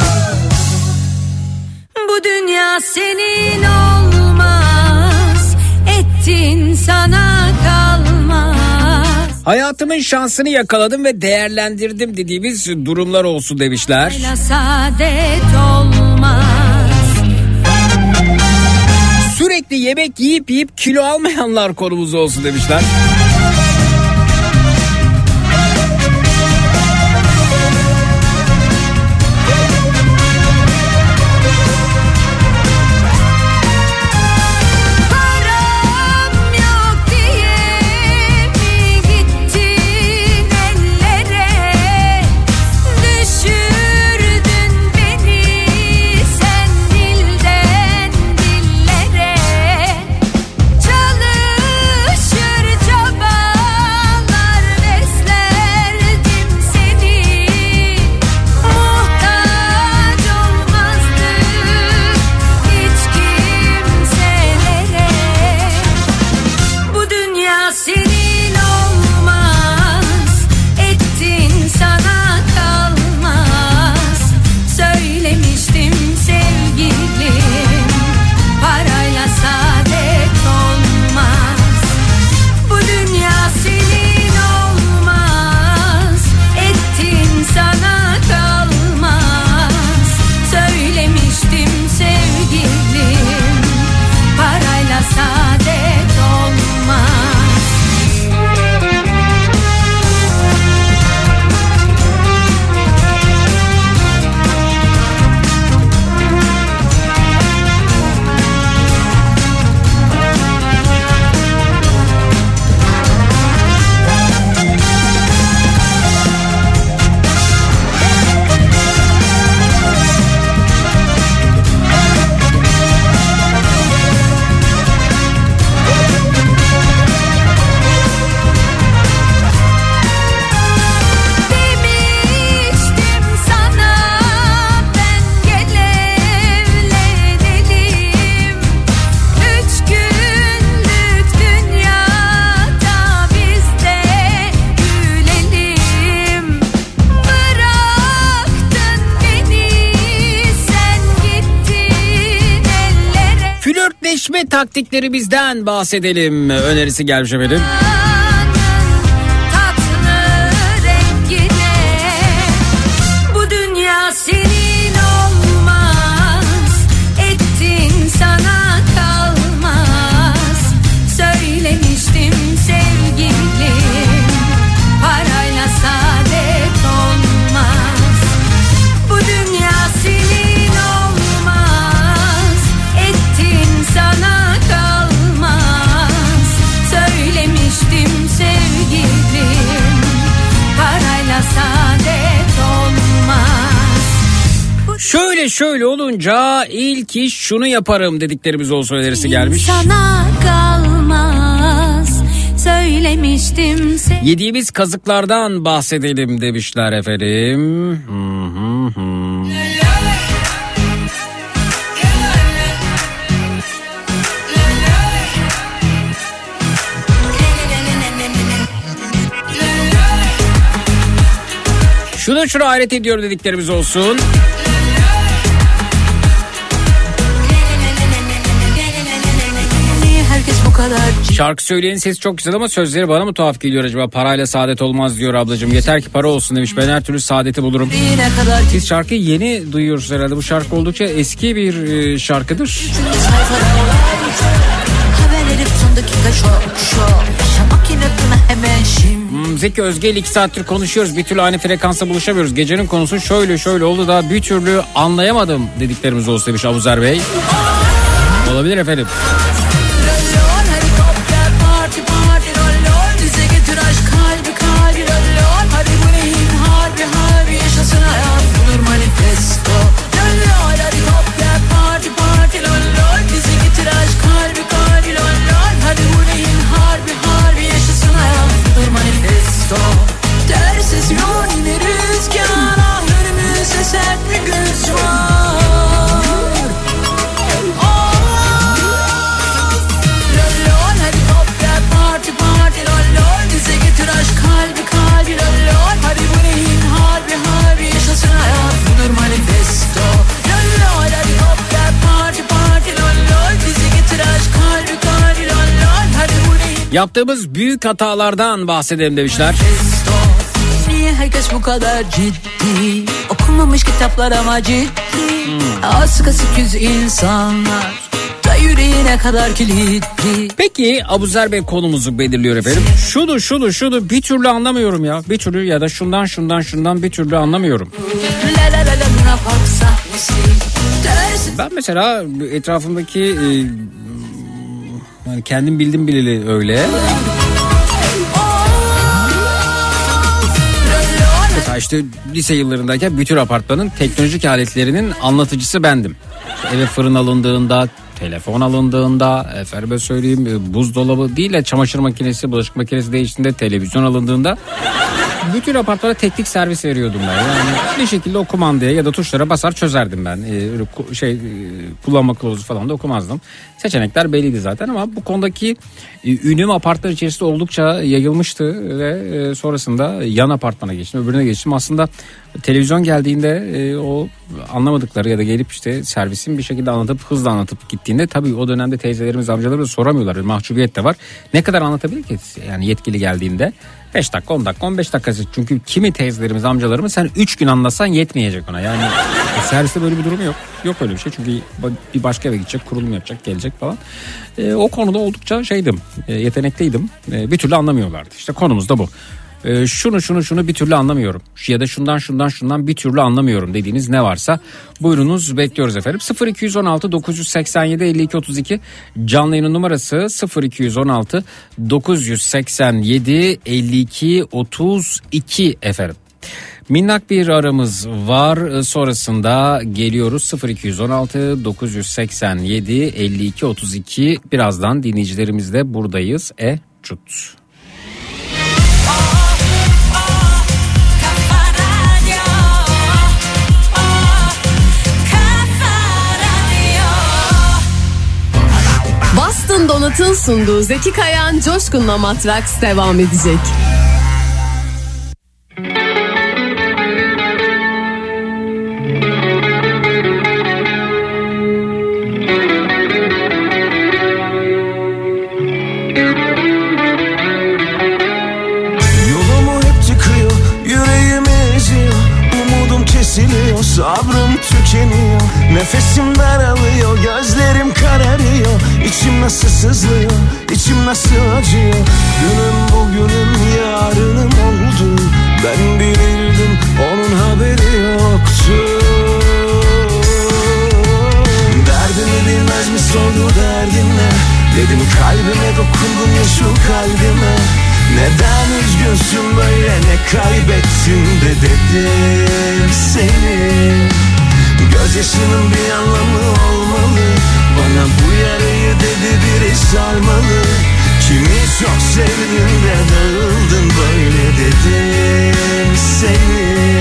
Bu dünya senin olmaz, ettin sana kalmaz. Hayatımın şansını yakaladım ve değerlendirdim dediğimiz durumlar olsun demişler. Parayla saadet olmaz. Sürekli yemek yiyip yiyip kilo almayanlar konumuz olsun demişler. Taktiklerimizden bahsedelim önerisi gelmiş efendim. Bu dünya senin olmaz, ettin sana kalmaz. Söylemiştim sevgilim, parayla saadet olmaz. Bu dünya senin olmaz, ettin sana Şöyle şöyle olunca ilk iş şunu yaparım dediklerimiz olsun önerisi gelmiş. Sana kalmaz, söylemiştim. Yediğimiz kazıklardan bahsedelim demişler efendim. Hı hı hı. Şunu şunu hayret ediyorum dediklerimiz olsun. Şarkı söyleyenin sesi çok güzel ama sözleri bana mı tuhaf geliyor acaba? Parayla saadet olmaz diyor ablacığım. Yeter ki para olsun demiş. Ben her türlü saadeti bulurum. Siz şarkıyı yeni duyuyorsunuz herhalde. Bu şarkı oldukça eski bir şarkıdır. Haberlerim son dakika şok şok. Yaşamak inatına hemen şimdi. Hmm, Zeki Özge ile iki saattir konuşuyoruz. Bir türlü aynı frekansta buluşamıyoruz. Gecenin konusu şöyle şöyle oldu da bir türlü anlayamadım dediklerimiz olsa demiş Abuzer Bey. Olabilir efendim. Yaptığımız büyük hatalardan bahsedelim demişler. Niye herkes bu kadar ciddi? Okumamış kitaplar ama ciddi. Hmm. Az kasık yüz insanlar da yüreğine kadar kilitli. Peki Abuzer Bey konumuzu belirliyor efendim. Şunu şunu şunu bir türlü anlamıyorum ya. Bir türlü ya da şundan şundan şundan bir türlü anlamıyorum. Ben mesela etrafımdaki e, yani kendim bildim bileli öyle. Mesela işte lise yıllarındayken bütün apartmanın teknolojik aletlerinin anlatıcısı bendim. İşte eve fırın alındığında, telefon alındığında, efendime söyleyeyim buzdolabı değil de çamaşır makinesi, bulaşık makinesi değiştiğinde, televizyon alındığında bütün apartmana teknik servis veriyordum ben. Yani bir şekilde o kumandaya ya da tuşlara basar çözerdim ben. Ee, şey kullanma kılavuzu falan da okumazdım. Seçenekler belliydi zaten ama bu konudaki e, ünüm apartman içerisinde oldukça yayılmıştı ve e, sonrasında yan apartmana geçtim, öbürüne geçtim. Aslında televizyon geldiğinde e, o anlamadıkları ya da gelip işte servisin bir şekilde anlatıp hızla anlatıp gittiğinde tabii o dönemde teyzelerimiz, amcalarımız soramıyorlar. Bir mahcubiyet de var. Ne kadar anlatabilir ki yani yetkili geldiğinde? beş dakika, on dakika, on beş dakika. Çünkü kimi teyzelerimiz, amcalarımız sen üç gün anlatsan yetmeyecek ona. Yani e, serviste böyle bir durum yok. Yok öyle bir şey. Çünkü bir başka eve gidecek, kurulum yapacak, gelecek falan. E, o konuda oldukça şeydim, e, yetenekliydim. E, bir türlü anlamıyorlardı. İşte konumuz da bu. E, şunu şunu şunu bir türlü anlamıyorum. Ya da şundan şundan şundan bir türlü anlamıyorum dediğiniz ne varsa buyurunuz, bekliyoruz efendim. sıfır iki on altı dokuz yüz seksen yedi elli iki otuz iki canlı yayının numarası sıfır iki on altı dokuz yüz seksen yedi elli iki otuz iki efendim. Minnak bir aramız var, sonrasında geliyoruz. Sıfır iki on altı dokuz yüz seksen yedi elli iki otuz iki. Birazdan dinleyicilerimizle buradayız. E cut. Boston Donat'ın sunduğu Zeki Kayan Coşkun'la Matraks devam edecek. Yolumu hep tıkıyor, yüreğimi eziyor, umudum kesiliyor, sabrım tükeniyor, nefesim daralıyor, gözlerim kararıyor, içim nasıl sızlıyor, içim nasıl acıyor. Günüm bugünüm yarınım oldu, ben bilirdim onun haberi yoktu. Derdimi bilmez mi sordu derdin ne, dedim kalbime dokundun ya şu kalbime. Neden üzgünsün böyle, ne kaybettin de dedim seni. Gözyaşının bir anlamı olmalı, bana bu yarayı dedi biri sarmalı. Kimi çok sevdin de dağıldın böyle dedim seni.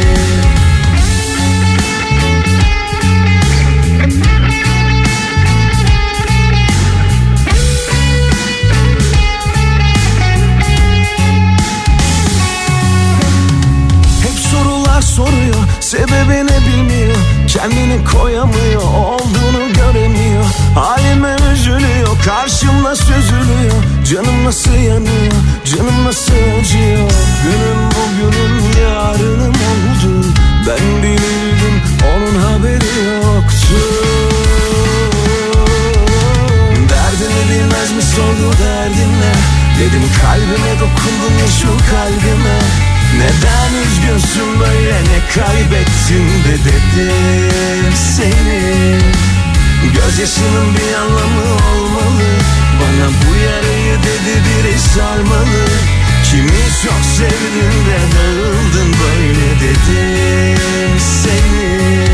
Soruyor, sebebini bilmiyor, kendini koyamıyor, olduğunu göremiyor, halime üzülüyor, karşımda süzülüyor, canım nasıl yanıyor, canım nasıl acıyor. Günüm bugünüm yarınım oldu, ben bilirdim onun haberi yoktu. Derdini bilmez mi sordu derdin ne, Dedim kalbime dokundun ya şu kalbime. Neden üzgünsün böyle, ne kaybettin de dedim seni. Gözyaşının bir anlamı olmalı, bana bu yarayı dedi biri sarmalı. Kimi çok sevdin de dağıldın böyle dedim seni.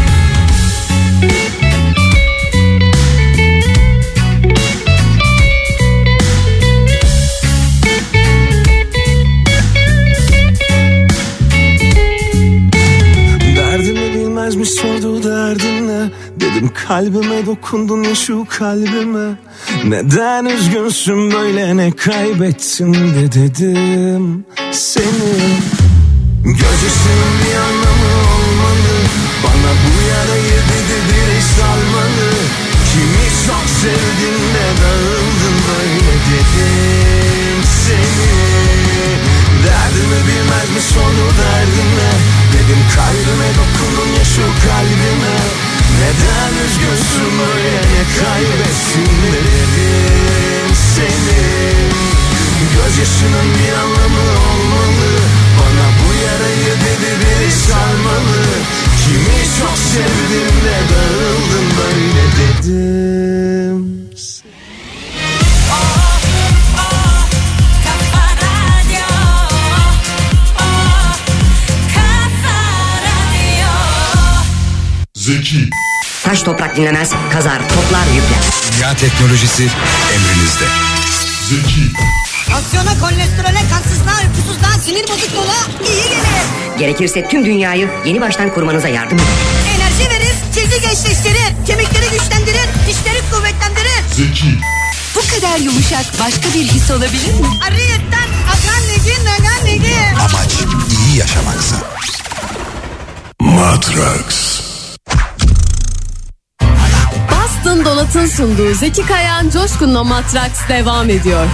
Derdimi bilmezmiş sordu derdin ne. Dedim kalbime dokundun ya şu kalbime. Neden üzgünsün böyle, ne kaybettin de dedim seni. Gözyaşının bir anlamı olmalı, bana bu yarayı dedi biri sarmalı. Kimi çok sevdin de dağıldın böyle dedim seni. Derdimi bilmezmiş sordu derdine. Dedim kalbime dokundun ya şu kalbime. Neden üzgünsün böyle, ne kaybettin de dedim seni. Gözyaşının bir anlamı olmalı, bana bu yarayı dedi biri sarmalı. Kimi çok sevdim de dağıldın böyle dedim. Zeki. Taş toprak dinlemez, kazar, toplar, yükler. Dünya teknolojisi emrinizde. Zeki. Tansiyona, kolesterole, kansızlığa, uykusuzluğa, sinir bozukluğuna iyi gelir. Gerekirse tüm dünyayı yeni baştan kurmanıza yardım eder. Enerji verir, cildi gençleştirir, kemikleri güçlendirir, dişleri kuvvetlendirir. Zeki. Bu kadar yumuşak başka bir his olabilir mi? Ariyetten akan negi, nagan negi. Amaç iyi yaşamaksa. Matrax. Boston Donat'ın sunduğu Zeki Kayan Coşkun'la Matraks devam ediyor.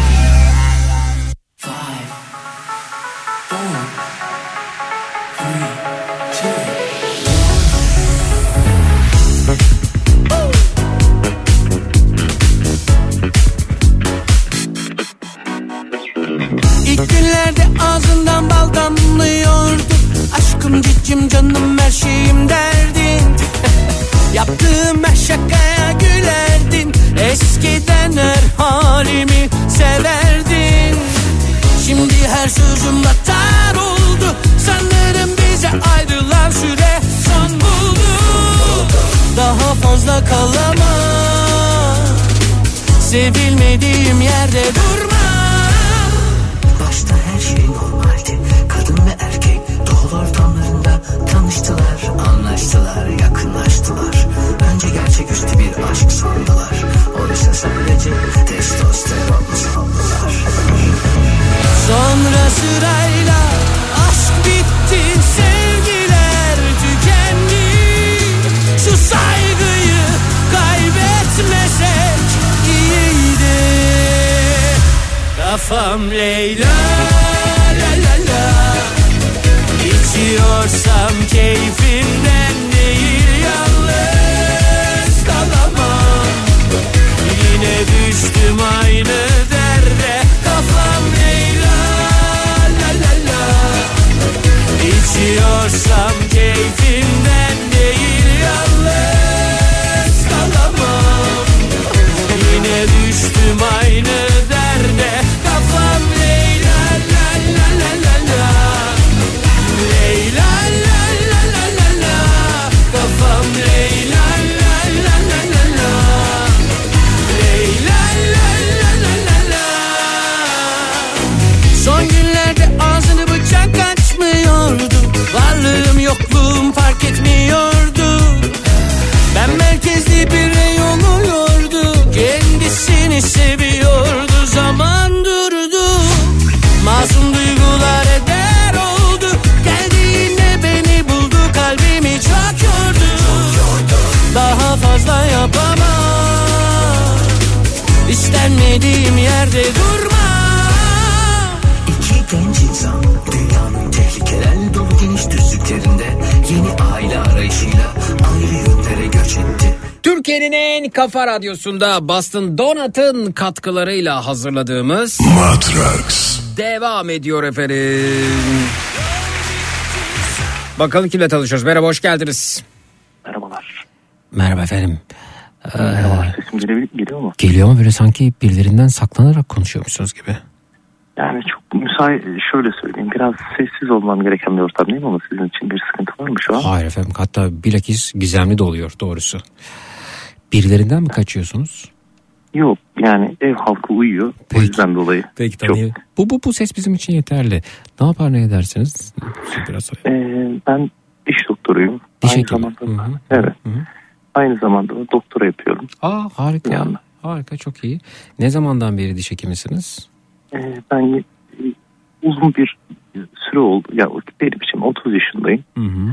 İlk günlerde ağzından bal damlıyordu. Aşkım, cicim, canım, her şeyim derdin. Yaptığım her şakaya gülerdin. Eskiden her halimi severdin. Şimdi her sözüm batar oldu. Sanırım bize ayrılan süre son buldu. Daha fazla kalamam. Sevilmediğim yerde durma. Başta her şey normaldi. Kadın ve erkek doğal ortamlarında tanıştılar, anlaştılar, yakınlaştılar. Önce gerçeküstü bir aşk sandılar. Oysa sadece testosteron sandılar. Sonra sırayla aşk bitti, sevgiler tükendi. Şu saygıyı kaybetmesek iyiydi. Kafam Leyla la la la. İçiyorsam keyfimden değil, yalnız kalamam. Yine düştüm aynı derde. Kafam Leyla la la la. İçiyorsam keyfimden değil, yalnız kalamam. Yine düştüm aynı derde. Kafam Leyla la la la la la. Leyla la la la la la. Kafam Leyla la la la la la. Leyla la la la la la. Son günlerde ağzını bıçak açmıyordu. Varlığım yokluğum fark etmiyordu. Ben merkezli bir rey oluyordu. Kendisini seviyordu. Zaman durdu. Masum duygular eder oldu. Geldi yine beni buldu. Kalbimi çok yordu. Daha fazla yapamam. İstenmediğim yerde durma. İki genç insan dünyanın tehlikelerle dolu geniş düzlüklerinde yeni aile arayışıyla ayrı yönlere göç etti. Türkiye'nin Türkiye'nin en kafa radyosunda Boston Donut'ın katkılarıyla hazırladığımız Matrax devam ediyor efendim. Bakalım kimle tanışıyoruz. Merhaba, hoş geldiniz. Merhabalar. Merhaba efendim. Ee, Merhabalar, sesim geliyor, geliyor mu? Geliyor ama böyle sanki birilerinden saklanarak konuşuyormuşsunuz gibi. Yani çok müsait, şöyle söyleyeyim, biraz sessiz olmam gereken bir ortam değil mi ama sizin için bir sıkıntı var mı şu an? Hayır efendim, hatta bilakis gizemli de oluyor doğrusu. Birilerinden mi kaçıyorsunuz? Yok, yani ev halkı uyuyor. Peki. O yüzden dolayı. Peki tanıyayım. Bu, bu, bu ses bizim için yeterli. Ne yapar ne edersiniz? Biraz ee, ben diş doktoruyum. Diş Aynı hekimi. zamanda, Hı hı. evet. Hı hı. Aynı zamanda da doktora yapıyorum. Aa, harika. Yani. Harika, çok iyi. Ne zamandan beri diş hekimisiniz? Ee, ben e, uzun bir süre oldu. Ya benim için otuz yaşındayım. Hı hı.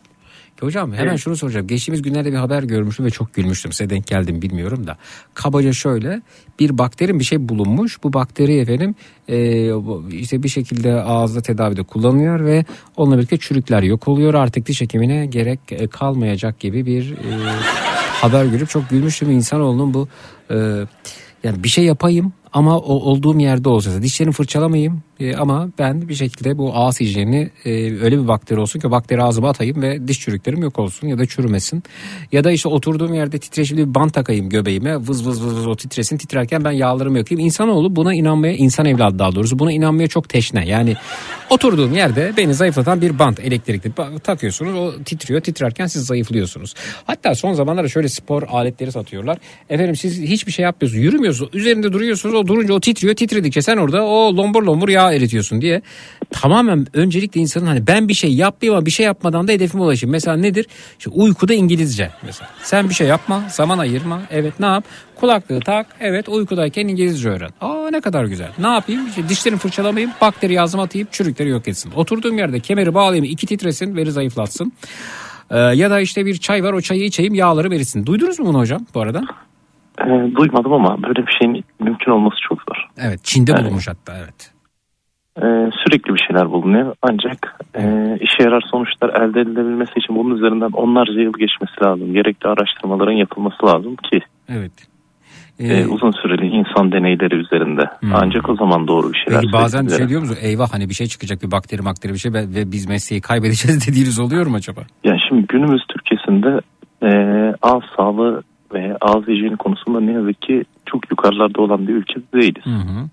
Hocam hemen evet. Şunu soracağım. Geçtiğimiz günlerde bir haber görmüştüm ve çok gülmüştüm. Size denk geldim bilmiyorum da. Kabaca şöyle, bir bakterin bir şey bulunmuş. Bu bakteri efendim e, işte bir şekilde ağızda tedavide kullanılıyor ve onunla birlikte çürükler yok oluyor. Artık diş hekimine gerek kalmayacak gibi bir e, haber görüp çok gülmüştüm. İnsanoğlunun bu e, yani bir şey yapayım ama o, olduğum yerde olsa, dişlerimi fırçalamayayım e, ama ben bir şekilde bu ağız hijyeni e, öyle bir bakteri olsun ki bakteri ağzıma atayım ve diş çürüklerim yok olsun ya da çürümesin. Ya da işte oturduğum yerde titreşimli bir bant takayım göbeğime, vız vız vız, vız o titresin, titrerken ben yağlarımı yakayım. İnsanoğlu buna inanmaya, insan evladı daha doğrusu buna inanmaya çok teşne. Yani oturduğum yerde beni zayıflatan bir bant elektrikli takıyorsunuz, o titriyor, titrerken siz zayıflıyorsunuz. Hatta son zamanlarda şöyle spor aletleri satıyorlar. Efendim siz hiçbir şey yapmıyorsunuz, yürümüyorsunuz, üzerinde duruyorsunuz, o durunca o titriyor, titredikçe sen orada o lombur lombur yağ eritiyorsun diye. Tamamen öncelikle insanın hani ben bir şey yapmayayım ama bir şey yapmadan da hedefime ulaşayım. Mesela nedir? İşte uykuda İngilizce mesela. Sen bir şey yapma, zaman ayırma. Evet, ne yap? Kulaklığı tak. Evet, uykudayken İngilizce öğren. Aa, ne kadar güzel. Ne yapayım? İşte dişlerimi fırçalamayayım, bakteri ağzıma atayım, çürükleri yok etsin. Oturduğum yerde kemeri bağlayayım, iki titresin, beni zayıflatsın. Ee, ya da işte bir çay var, o çayı içeyim, yağları verirsin. Duydunuz mu bunu hocam bu arada? E, duymadım ama böyle bir şeyin mümkün olması çok zor. Evet, Çin'de yani, bulunmuş hatta, evet. E, sürekli bir şeyler bulunuyor ancak e, işe yarar sonuçlar elde edilebilmesi için bunun üzerinden onlarca yıl geçmesi lazım. Gerekli araştırmaların yapılması lazım ki evet. Ee, e, uzun süreli insan deneyleri üzerinde hmm. ancak o zaman doğru bir şeyler. Peki bazen şey diyor musun? Eyvah, hani bir şey çıkacak, bir bakteri bakteri bir şey ve biz mesleği kaybedeceğiz dediğiniz oluyor mu acaba? Yani şimdi günümüz Türkiye'sinde e, ağız sağlığı ve ağız hijyeni konusunda ne yazık ki çok yukarılarda olan bir ülke değiliz. Hı hı.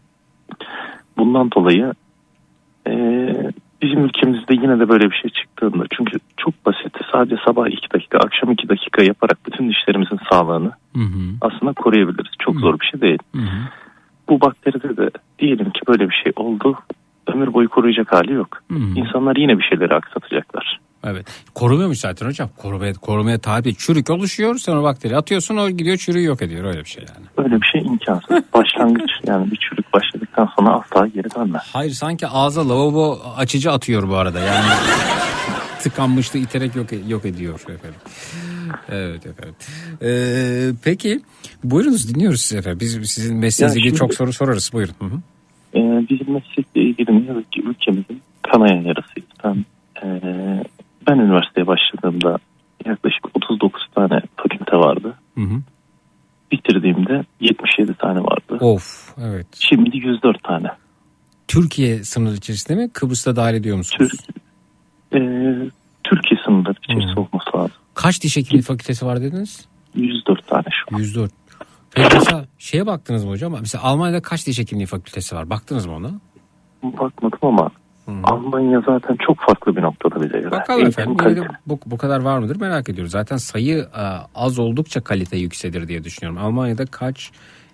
Bundan dolayı e, bizim ülkemizde yine de böyle bir şey çıktığında, çünkü çok basit, sadece sabah iki dakika akşam iki dakika yaparak bütün dişlerimizin sağlığını hı hı. aslında koruyabiliriz. Çok hı. zor bir şey değil. Hı hı. Bu bakteride de diyelim ki böyle bir şey oldu, ömür boyu koruyacak hali yok. Hı hı. İnsanlar yine bir şeyleri aksatacaklar. Evet. Korumuyormuş zaten hocam. Korumaya, korumaya tabi. Çürük oluşuyor, sonra bakteri atıyorsun, o gidiyor çürüğü yok ediyor. Öyle bir şey yani. Öyle bir şey imkansız. Başlangıç yani bir çürük başladıktan sonra asla geri dönmez. Hayır, sanki ağza lavabo açıcı atıyor bu arada yani. Tıkanmışlığı iterek yok, yok ediyor efendim. Evet efendim. Ee, peki buyurunuz, dinliyoruz sizi efendim. Biz sizin mesleğinizle ilgili çok soru sorarız. Buyurun. Hı hı. E, bizim meslekle ilgili ne yazık ki ülkemizin kanayan yarasıyız. Ben, e, ben üniversiteye başladığımda yaklaşık otuz dokuz tane fakülte vardı. Hı hı. Bitirdiğimde yetmiş yedi tane vardı. Of, evet. Şimdi yüz dört tane. Türkiye sınırı içerisinde mi? Kıbrıs'ta dahil ediyor musunuz? Türk, e, Türkiye sınırları içerisinde hmm. olması lazım. Kaç diş hekimliği fakültesi var dediniz? yüz dört tane şu an. yüz dört. Peki mesela şeye baktınız mı hocam? Mesela Almanya'da kaç diş hekimliği fakültesi var? Baktınız mı ona? Bakmadım ama hmm. Almanya zaten çok farklı bir noktada bize göre. Bakalım efendim. Bu, bu kadar var mıdır merak ediyoruz. Zaten sayı az oldukça kalite yükselir diye düşünüyorum. Almanya'da kaç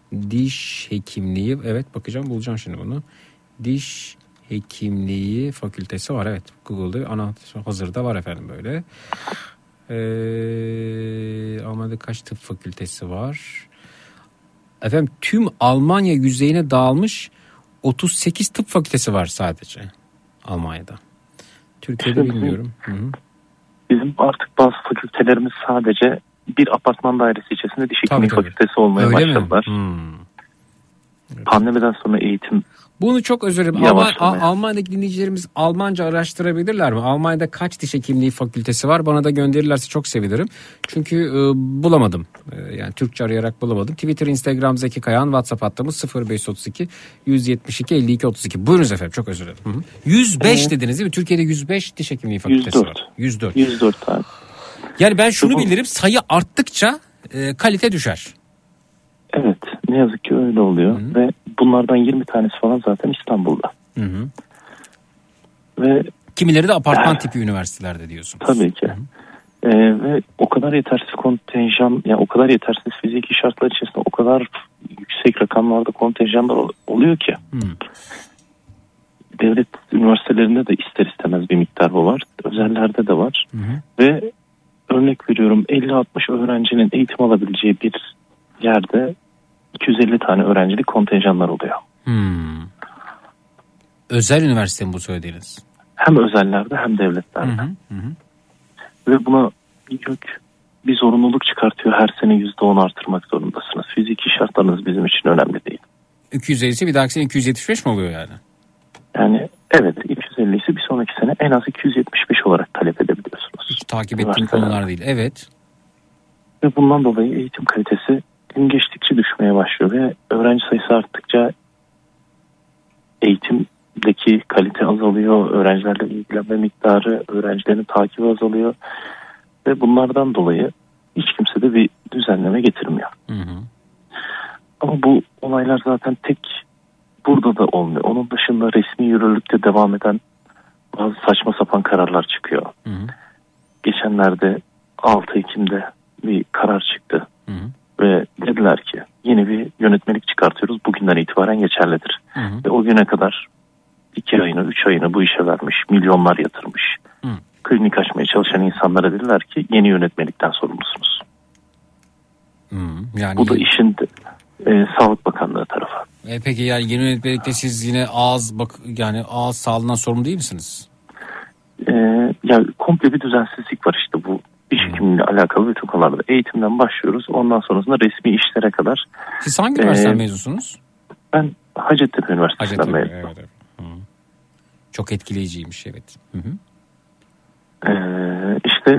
diş hekimliği, evet bakacağım, bulacağım şimdi bunu. Diş hekimliği fakültesi var, evet. Google'da ana hazırda var efendim böyle. Ee, Almanya'da kaç tıp fakültesi var? Efendim tüm Almanya yüzeyine dağılmış otuz sekiz tıp fakültesi var sadece Almanya'da. Türkiye'de işte bilmiyorum. Bizim, Hı-hı. bizim artık bazı fakültelerimiz sadece bir apartman dairesi içerisinde diş hekimliği fakültesi olmaya Öyle başladılar. Hmm. Evet. Pandemiden sonra eğitim Bunu çok özür dilerim. Alman, Yavaşlamaya. A- Almanya'daki dinleyicilerimiz Almanca araştırabilirler mi? Almanya'da kaç diş hekimliği fakültesi var? Bana da gönderirlerse çok sevinirim. Çünkü e, bulamadım. E, yani Türkçe arayarak bulamadım. Twitter, Instagram Zeki Kayağan, WhatsApp hattımız sıfır beş otuz iki yüz yetmiş iki elli iki otuz iki. Buyurunuz efendim, çok özür dilerim. Hı hı. yüz beş Evet. dediniz değil mi? Türkiye'de yüz beş diş hekimliği fakültesi yüz dört. var. yüz dört. yüz dört tane. Yani ben şunu Bu- bilirim, sayı arttıkça e, kalite düşer. Evet, ne yazık ki öyle oluyor. Hı-hı. Ve bunlardan yirmi tanesi falan zaten İstanbul'da. Hı hı. Ve kimileri de apartman eh, tipi üniversitelerde diyorsunuz. Tabii ki. Ee, ve o kadar yetersiz kontenjan, yani o kadar yetersiz fiziki şartlar içerisinde o kadar yüksek rakamlarda kontenjanlar ol- oluyor ki. Hı. Devlet üniversitelerinde de ister istemez bir miktar bu var. Özellerde de var. Hı hı. Ve örnek veriyorum, elli altmış öğrencinin eğitim alabileceği bir yerde iki yüz elli tane öğrencilik kontenjanlar oluyor. Hmm. Özel üniversite mi bu söylediğiniz? Hem özellerde hem devletlerde. Hı hı, hı. Ve buna yük bir zorunluluk çıkartıyor. Her sene yüzde on artırmak zorundasınız. Fiziki şartlarınız bizim için önemli değil. iki yüz ellisi bir dahaki sene iki yüz yetmiş beş mi oluyor yani? Yani evet, iki yüz ellisi bir sonraki sene en az iki yüz yetmiş beş olarak talep edebiliyorsunuz. Hiç takip ettiğim konular değil. Evet. Ve bundan dolayı eğitim kalitesi gün geçtikçe düşmeye başlıyor ve öğrenci sayısı arttıkça eğitimdeki kalite azalıyor, öğrencilerle ilgilenme miktarı, öğrencilerin takibi azalıyor ve bunlardan dolayı hiç kimse de bir düzenleme getirmiyor. Hı hı. Ama bu olaylar zaten tek burada da olmuyor. Onun dışında resmi yürürlükte devam eden bazı saçma sapan kararlar çıkıyor. Hı hı. Geçenlerde altı Ekim'de bir karar çıktı. Hı hı. Ve dediler ki yeni bir yönetmelik çıkartıyoruz. Bugünden itibaren geçerlidir. Hı hı. Ve o güne kadar iki ayını, üç ayını bu işe vermiş, milyonlar yatırmış. Hı. Klinik açmaya çalışan insanlara dediler ki yeni yönetmelikten sorumlusunuz. Hı. Yani Bu da işin de, e, Sağlık Bakanlığı tarafı. E peki yani yeni yönetmelikte siz yine ağız bak yani ağız sağlığından sorumlu değil misiniz? E, ya komple bir düzensizlik var işte bu. İş hekimliğiyle alakalı bütün konularda eğitimden başlıyoruz. Ondan sonrasında resmi işlere kadar. Siz hangi üniversiteden Ee, mezunsunuz? Ben Hacettepe Üniversitesi'nden Hacettepe, mezunum. evet, evet. Hı. Çok etkileyiciymiş, evet. Hı hı. Ee, işte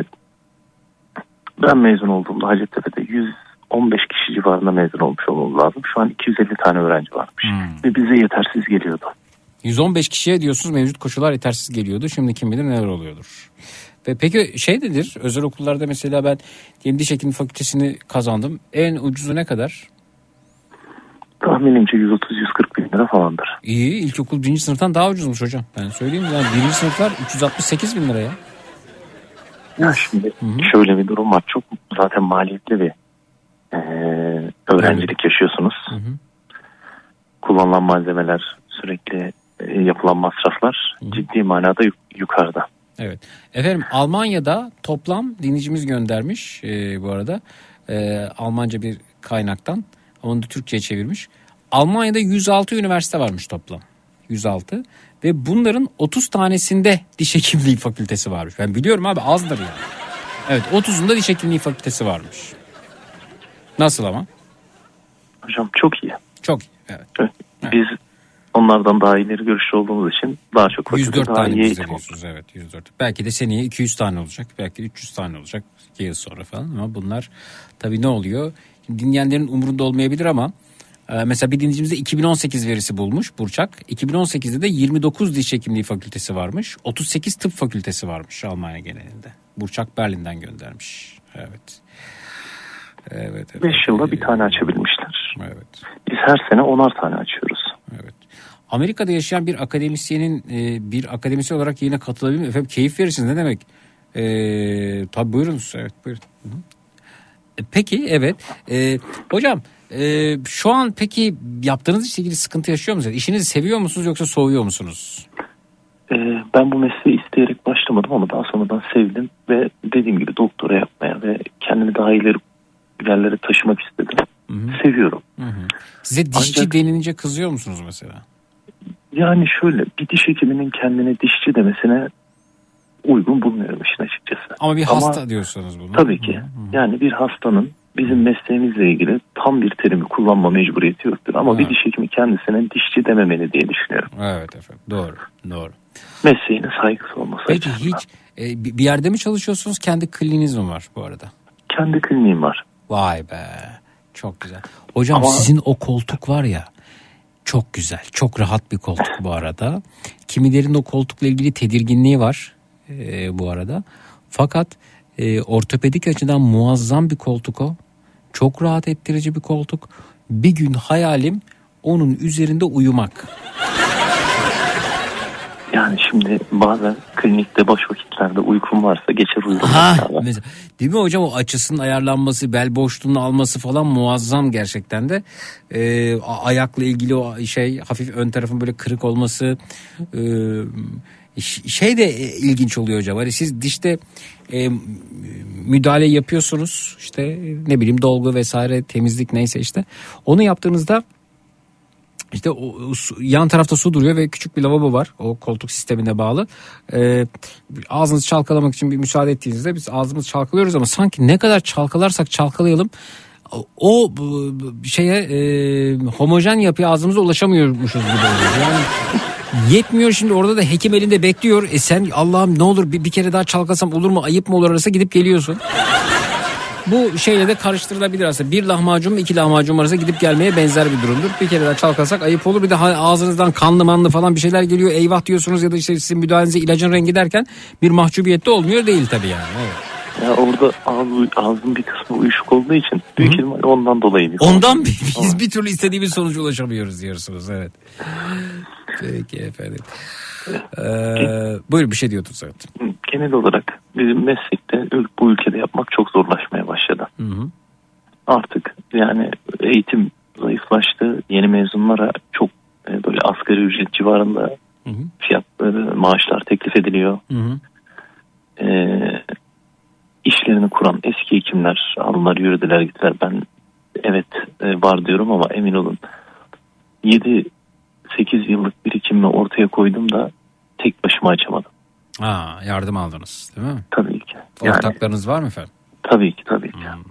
ben mezun olduğumda Hacettepe'de yüz on beş kişi civarında mezun olmuş olmamız lazım. Şu an iki yüz elli tane öğrenci varmış. Hmm. Ve bize yetersiz geliyordu. yüz on beş kişiye diyorsunuz mevcut koşullar yetersiz geliyordu. Şimdi kim bilir neler oluyordur. Ve peki şey nedir? Özel okullarda mesela ben diyelim diş hekimliği fakültesini kazandım. En ucuzu ne kadar? Tahminimce yüz otuz yüz kırk bin lira falandır. İyi, ilkokul birinci sınıftan daha ucuzmuş hocam. Ben söyleyeyim yani birinci sınıflar üç yüz altmış sekiz bin lira ya. Ya şimdi Hı-hı. şöyle bir durum var. Çok zaten maliyetli bir e, öğrencilik evet. yaşıyorsunuz. Hı-hı. Kullanılan malzemeler, sürekli e, yapılan masraflar Hı-hı. ciddi manada yuk- yukarıda. Evet. Efendim Almanya'da toplam dinleyicimiz göndermiş e, bu arada. E, Almanca bir kaynaktan. Onu da Türkçe'ye çevirmiş. Almanya'da yüz altı üniversite varmış toplam. yüz altı. Ve bunların otuz tanesinde diş hekimliği fakültesi varmış. Ben biliyorum abi, azdır yani. Evet, otuzunda diş hekimliği fakültesi varmış. Nasıl ama? Hocam çok iyi. Çok iyi, evet. evet. Biz onlardan daha ileri görüşlü olduğumuz için daha çok yüz dört daha tane iyi bizde diyorsunuz, evet yüz dört. Belki de seneye iki yüz tane olacak. Belki de üç yüz tane olacak iki yıl sonra falan. Ama bunlar tabii ne oluyor? Dinleyenlerin umurunda olmayabilir ama e, mesela bir dinleyicimizde iki bin on sekiz verisi bulmuş Burçak. iki bin on sekizde de yirmi dokuz diş hekimliği fakültesi varmış. otuz sekiz tıp fakültesi varmış Almanya genelinde. Burçak Berlin'den göndermiş. Evet. Evet, evet. beş yılda bir tane açabilmişler. Evet. Biz her sene onar tane açıyoruz. Evet. Amerika'da yaşayan bir akademisyenin e, bir akademisyen olarak yine katılabilir mi? Efendim keyif verirsiniz, ne demek? E, tabii buyurunuz. Evet, buyurun. Hı-hı. E, peki evet. E, hocam e, şu an peki yaptığınız işle ilgili sıkıntı yaşıyor musunuz? İşinizi seviyor musunuz yoksa soğuyor musunuz? E, ben bu mesleği isteyerek başlamadım ama daha sonradan sevdim ve dediğim gibi doktora yapmaya ve kendimi daha ileri yerlere taşımak istedim. Hı-hı. Seviyorum. Hı-hı. Size dişçi Ancak, denilince kızıyor musunuz mesela? Yani şöyle, bir diş hekiminin kendine dişçi demesine uygun bulmuyorum işin açıkçası. Ama bir hasta Ama, diyorsanız bunu. Tabii ki. Hı-hı. Yani bir hastanın bizim mesleğimizle ilgili tam bir terimi kullanma mecburiyeti yoktur. Ama Ha. bir diş hekimi kendisine dişçi dememeli diye düşünüyorum. Evet efendim, doğru doğru. Mesleğine saygısı olması Peki açısından. hiç e, bir yerde mi çalışıyorsunuz? Kendi kliniğiniz mi var bu arada? Kendi kliniğim var. Vay be, çok güzel. Hocam Ama- sizin o koltuk var ya, çok güzel, çok rahat bir koltuk bu arada. Kimilerin o koltukla ilgili tedirginliği var e, bu arada. Fakat e, ortopedik açıdan muazzam bir koltuk o. Çok rahat ettirici bir koltuk. Bir gün hayalim onun üzerinde uyumak. Yani şimdi bazen klinikte boş vakitlerde uykum varsa geçer uyurum. Ha, mesela. mesela, değil mi hocam, o açısının ayarlanması, bel boşluğunu alması falan muazzam gerçekten de. Ee, a- ayakla ilgili o şey, hafif ön tarafın böyle kırık olması e, ş- şey de e, ilginç oluyor hocam. Hani siz dişte e, müdahale yapıyorsunuz, işte ne bileyim dolgu vesaire, temizlik neyse işte. Onu yaptığınızda İşte o, o su, yan tarafta su duruyor ve küçük bir lavabo var. O koltuk sistemine bağlı. Ee, ağzınızı çalkalamak için bir müsaade ettiğinizde biz ağzımızı çalkalıyoruz ama sanki ne kadar çalkalarsak çalkalayalım o, o bu, bu şeye e, homojen yapıya ağzımıza ulaşamıyormuşuz gibi oluyor. Yani yetmiyor, şimdi orada da hekim elinde bekliyor. E sen Allah'ım ne olur bir, bir kere daha çalkasam olur mu, ayıp mı olur arası, gidip geliyorsun. Bu şeyle de karıştırılabilir aslında. Bir lahmacun mu iki lahmacun arasında gidip gelmeye benzer bir durumdur. Bir kere daha çalkasak ayıp olur. Bir de ağzınızdan kanlı manlı falan bir şeyler geliyor. Eyvah diyorsunuz ya da işte sizin müdahalenize ilacın rengi derken bir mahcubiyet de olmuyor değil tabii yani. Evet. Ya orada ağız, ağzın bir kısmı uyuşuk olduğu için büyük ihtimalle ondan dolayı. Bir Ondan bir, biz bir türlü istediğimiz sonuca ulaşamıyoruz diyorsunuz. Evet. Peki efendim. Ee, buyur, bir şey diyordun zaten. Genel olarak bizim meslekte bu ülkede yapmak çok zorlaşmaya başladı. Hı hı. Artık yani eğitim zayıflaştı. Yeni mezunlara çok e, böyle asgari ücret civarında hı hı. fiyatları, maaşlar teklif ediliyor. Hı hı. E, işlerini kuran eski hekimler aldılar, yürüdüler gittiler. Ben evet e, var diyorum ama emin olun yedi sekiz yıllık birikimle ortaya koydum da tek başıma açamadım. Ha, yardım aldınız değil mi? Tabii ki. Yani, ortaklarınız var mı efendim? Tabii ki tabii ki. Hmm.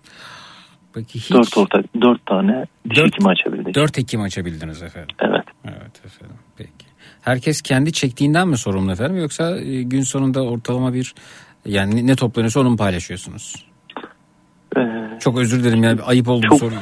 Peki hiç... Dört ortak, dört tane diş Dört- hekimi açabildik. Dört hekim açabildiniz efendim. Evet. Evet efendim. Peki. Herkes kendi çektiğinden mi sorumlu efendim, yoksa e, gün sonunda ortalama bir, yani ne toplanıyorsa onu mu paylaşıyorsunuz? Ee, Çok özür dilerim yani, ayıp oldu bu çok- soruyu.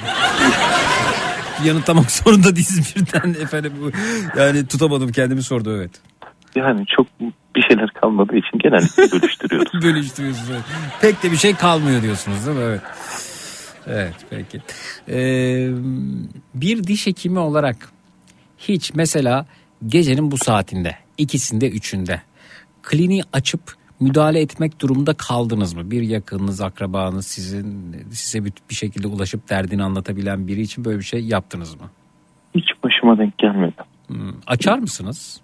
Yanıtlamak zorunda değiliz birden efendim. Yani tutamadım kendimi, sordu evet. Yani çok bir şeyler kalmadığı için genellikle bölüştürüyoruz. Bölüştürüyorsunuz evet. Pek de bir şey kalmıyor diyorsunuz değil mi? Evet. Evet peki. Ee, bir diş hekimi olarak hiç mesela gecenin bu saatinde, ikisinde, üçünde kliniği açıp müdahale etmek durumunda kaldınız mı? Bir yakınınız, akrabanız sizin size bir, bir şekilde ulaşıp derdini anlatabilen biri için böyle bir şey yaptınız mı? Hiç başıma denk gelmedi. Hmm. Açar mısınız?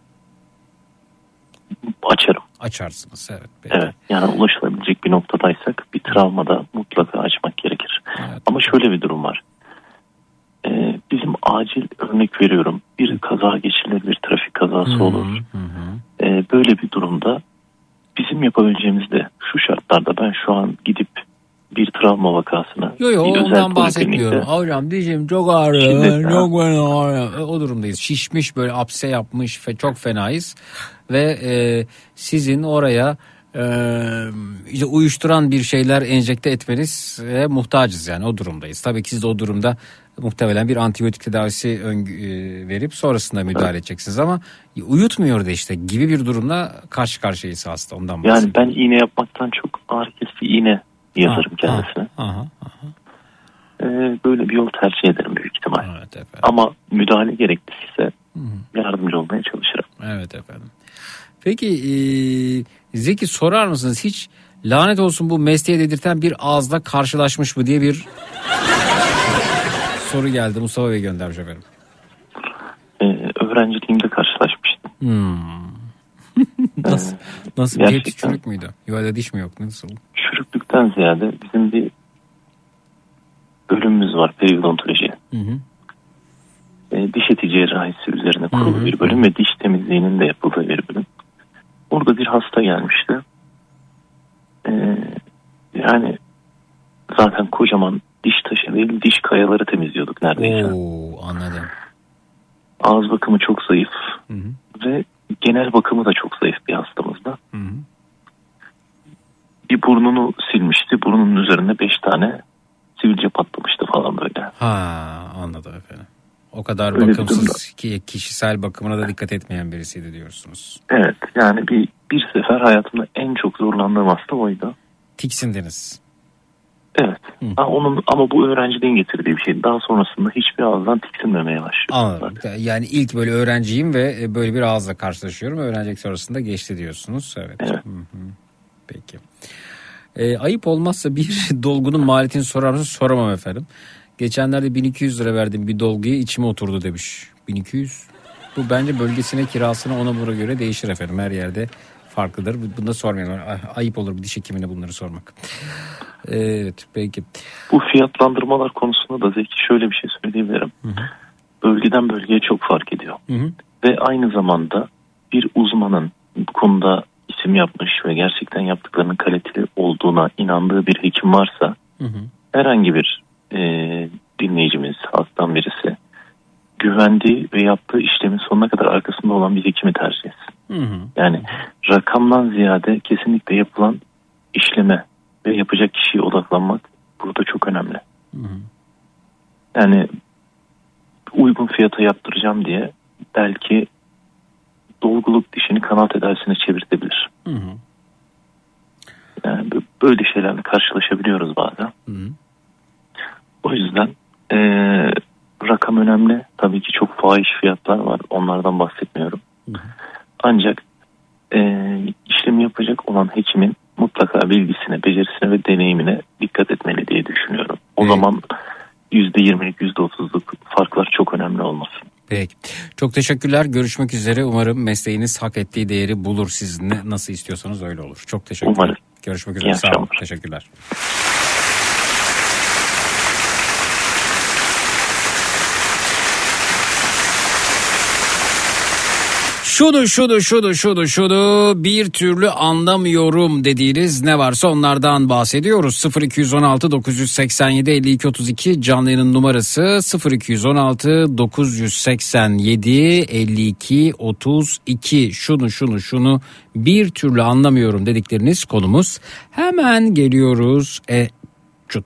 Açarım. Açarsınız evet. Peki. Evet. Yani ulaşılabilecek bir noktadaysak bir travmada mutlaka açmak gerekir. Evet. Ama şöyle bir durum var. Ee, bizim acil, örnek veriyorum, bir kaza geçirilir, bir trafik kazası Hı hı, olur. hı hı. Ee, böyle bir durumda bizim yapabileceğimiz de şu şartlarda ben şu an gidip bir travma vakasını Yok yok bir özel ondan poliklinikte- bahsetmiyorum. Hocam dişim çok ağrıyor. Şiddet, Çok fena ağrıyor. O durumdayız. Şişmiş, böyle apse yapmış ve çok fenayız. Ve e, sizin oraya e, işte uyuşturan bir şeyler enjekte etmenize muhtacız, yani o durumdayız. Tabii ki siz de o durumda muhtemelen bir antibiyotik tedavisi ön, e, verip sonrasında müdahale edeceksiniz ama uyutmuyor da işte gibi bir durumla karşı karşıyayız hasta, ondan bahsediyorum. Yani ben iğne yapmaktan çok ağrı kesici iğne yazarım Ha, kendisine. Aha. Ee, böyle bir yol tercih ederim büyük ihtimal. Evet efendim. Ama müdahale gerekliyse yardımcı olmaya çalışırım. Evet efendim. Peki e, Zeki, sorar mısınız hiç lanet olsun bu mesleğe dedirten bir ağızla karşılaşmış mı diye bir soru geldi. Mustafa Bey göndermiş efendim. Ee, öğrenciliğimde karşılaşmıştım. Hmm. nasıl nasıl bir gerçekten. hepsi çürük müydü? Yuvada diş mi yok? Nasıl? Çürüklükten ziyade bizim bir bölümümüz var, periodontoloji. Hı hı. Ee, diş eti cerrahisi üzerine kurulu Hı hı. bir bölüm ve diş temizliğinin de yapıldığı bir bölüm. Orada bir hasta gelmişti. Ee, yani zaten kocaman diş taşı değil diş kayaları temizliyorduk neredeyse. Oo, anladım. Ağız bakımı çok zayıf. Hı hı. Ve genel bakımı da çok zayıf bir hastamızda. Hı hı. Bir burnunu silmişti. Burnunun üzerinde beş tane sivilce patlamıştı falan böyle. Ha, anladım efendim. O kadar Öyle bakımsız ki kişisel bakımına da dikkat etmeyen birisiydi diyorsunuz. Evet, yani bir bir sefer hayatımda en çok zorlandığım hasta oydu. Tiksindiniz. Evet. Ha, onun ama bu öğrenciliğin getirdiği bir şey. Daha sonrasında hiçbir ağızdan tiksinmemeye başlıyor. Anladım. Yani ilk böyle öğrenciyim ve böyle bir ağızla karşılaşıyorum. Öğrencilik sonrasında geçti diyorsunuz. Evet. Evet. Hı hı. Peki. E, ayıp olmazsa bir dolgunun maliyetini sorar mısın? Soramam efendim. Geçenlerde bin iki yüz lira verdim bir dolguya, içime oturdu demiş. bin iki yüz. Bu bence bölgesine, kirasına, ona buna göre değişir efendim. Her yerde farklıdır. Bunu da sormayalım. Ayıp olur bir diş hekimine bunları sormak. Evet, peki. Bu fiyatlandırmalar konusunda da Zeki şöyle bir şey söyleyebilirim. Hı hı. Bölgeden bölgeye çok fark ediyor. Hı hı. Ve aynı zamanda bir uzmanın bu konuda isim yapmış ve gerçekten yaptıklarının kaliteli olduğuna inandığı bir hekim varsa, Hı hı. herhangi bir e, dinleyicimiz, hastan birisi güvendiği ve yaptığı işlemin sonuna kadar arkasında olan bir hekimi tercih etsin. Hı hı. Yani rakamdan ziyade kesinlikle yapılan işleme ve yapacak kişiye odaklanmak burada çok önemli. Hı hı. Yani uygun fiyata yaptıracağım diye belki dolguluk dişini kanal tedavisine çevirtebilir. Hı hı. Yani böyle şeylerle karşılaşabiliyoruz bazen. Hı hı. O yüzden e, rakam önemli. Tabii ki çok fahiş fiyatlar var. Onlardan bahsetmiyorum. Hı hı. Ancak e, işlemi yapacak olan hekimin mutlaka bilgisine, becerisine ve deneyimine dikkat etmeli diye düşünüyorum. O evet. zaman yüzde yirmilik, yüzde otuzluk farklar çok önemli olmasın. Peki. Çok teşekkürler. Görüşmek üzere. Umarım mesleğiniz hak ettiği değeri bulur. Siz ne, nasıl istiyorsanız öyle olur. Çok teşekkürler. Umarım. Görüşmek üzere. İyi Sağ olun. akşamlar. Teşekkürler. Şudu şudu şudu şudu şudu bir türlü anlamıyorum dediğiniz ne varsa onlardan bahsediyoruz. sıfır iki on altı dokuz seksen yedi elli iki otuz iki canlı yayının numarası sıfır iki on altı dokuz seksen yedi elli iki otuz iki. Şunu şunu şunu bir türlü anlamıyorum dedikleriniz konumuz. Hemen geliyoruz. E çut.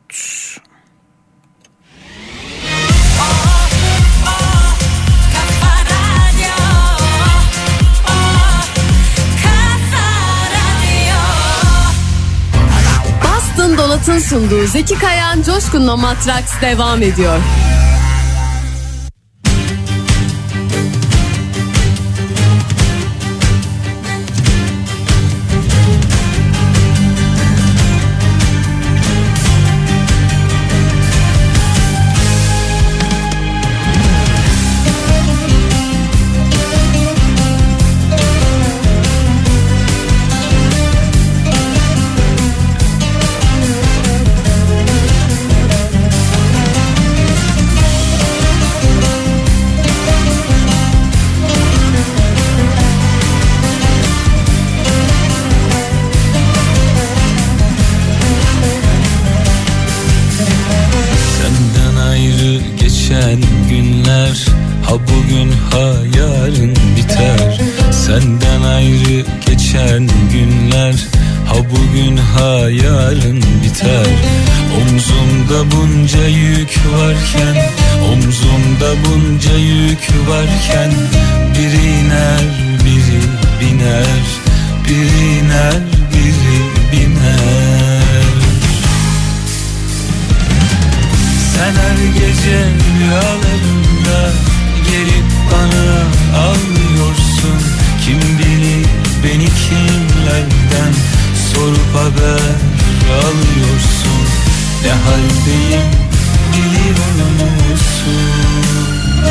Bastın Dolat'ın sunduğu Zeki Kayan Coşkun'la Matraks devam ediyor. Ha bugün ha yarın biter. Senden ayrı geçen günler ha bugün ha yarın biter. Omzumda bunca yük varken, omzumda bunca yük varken, biri iner biri biner, biri iner biri biner. Sen her gece rüyalarında gelip bana ağlıyorsun. Kim bilir beni kimlerden sorup haber alıyorsun. Ne haldeyim biliyor musun?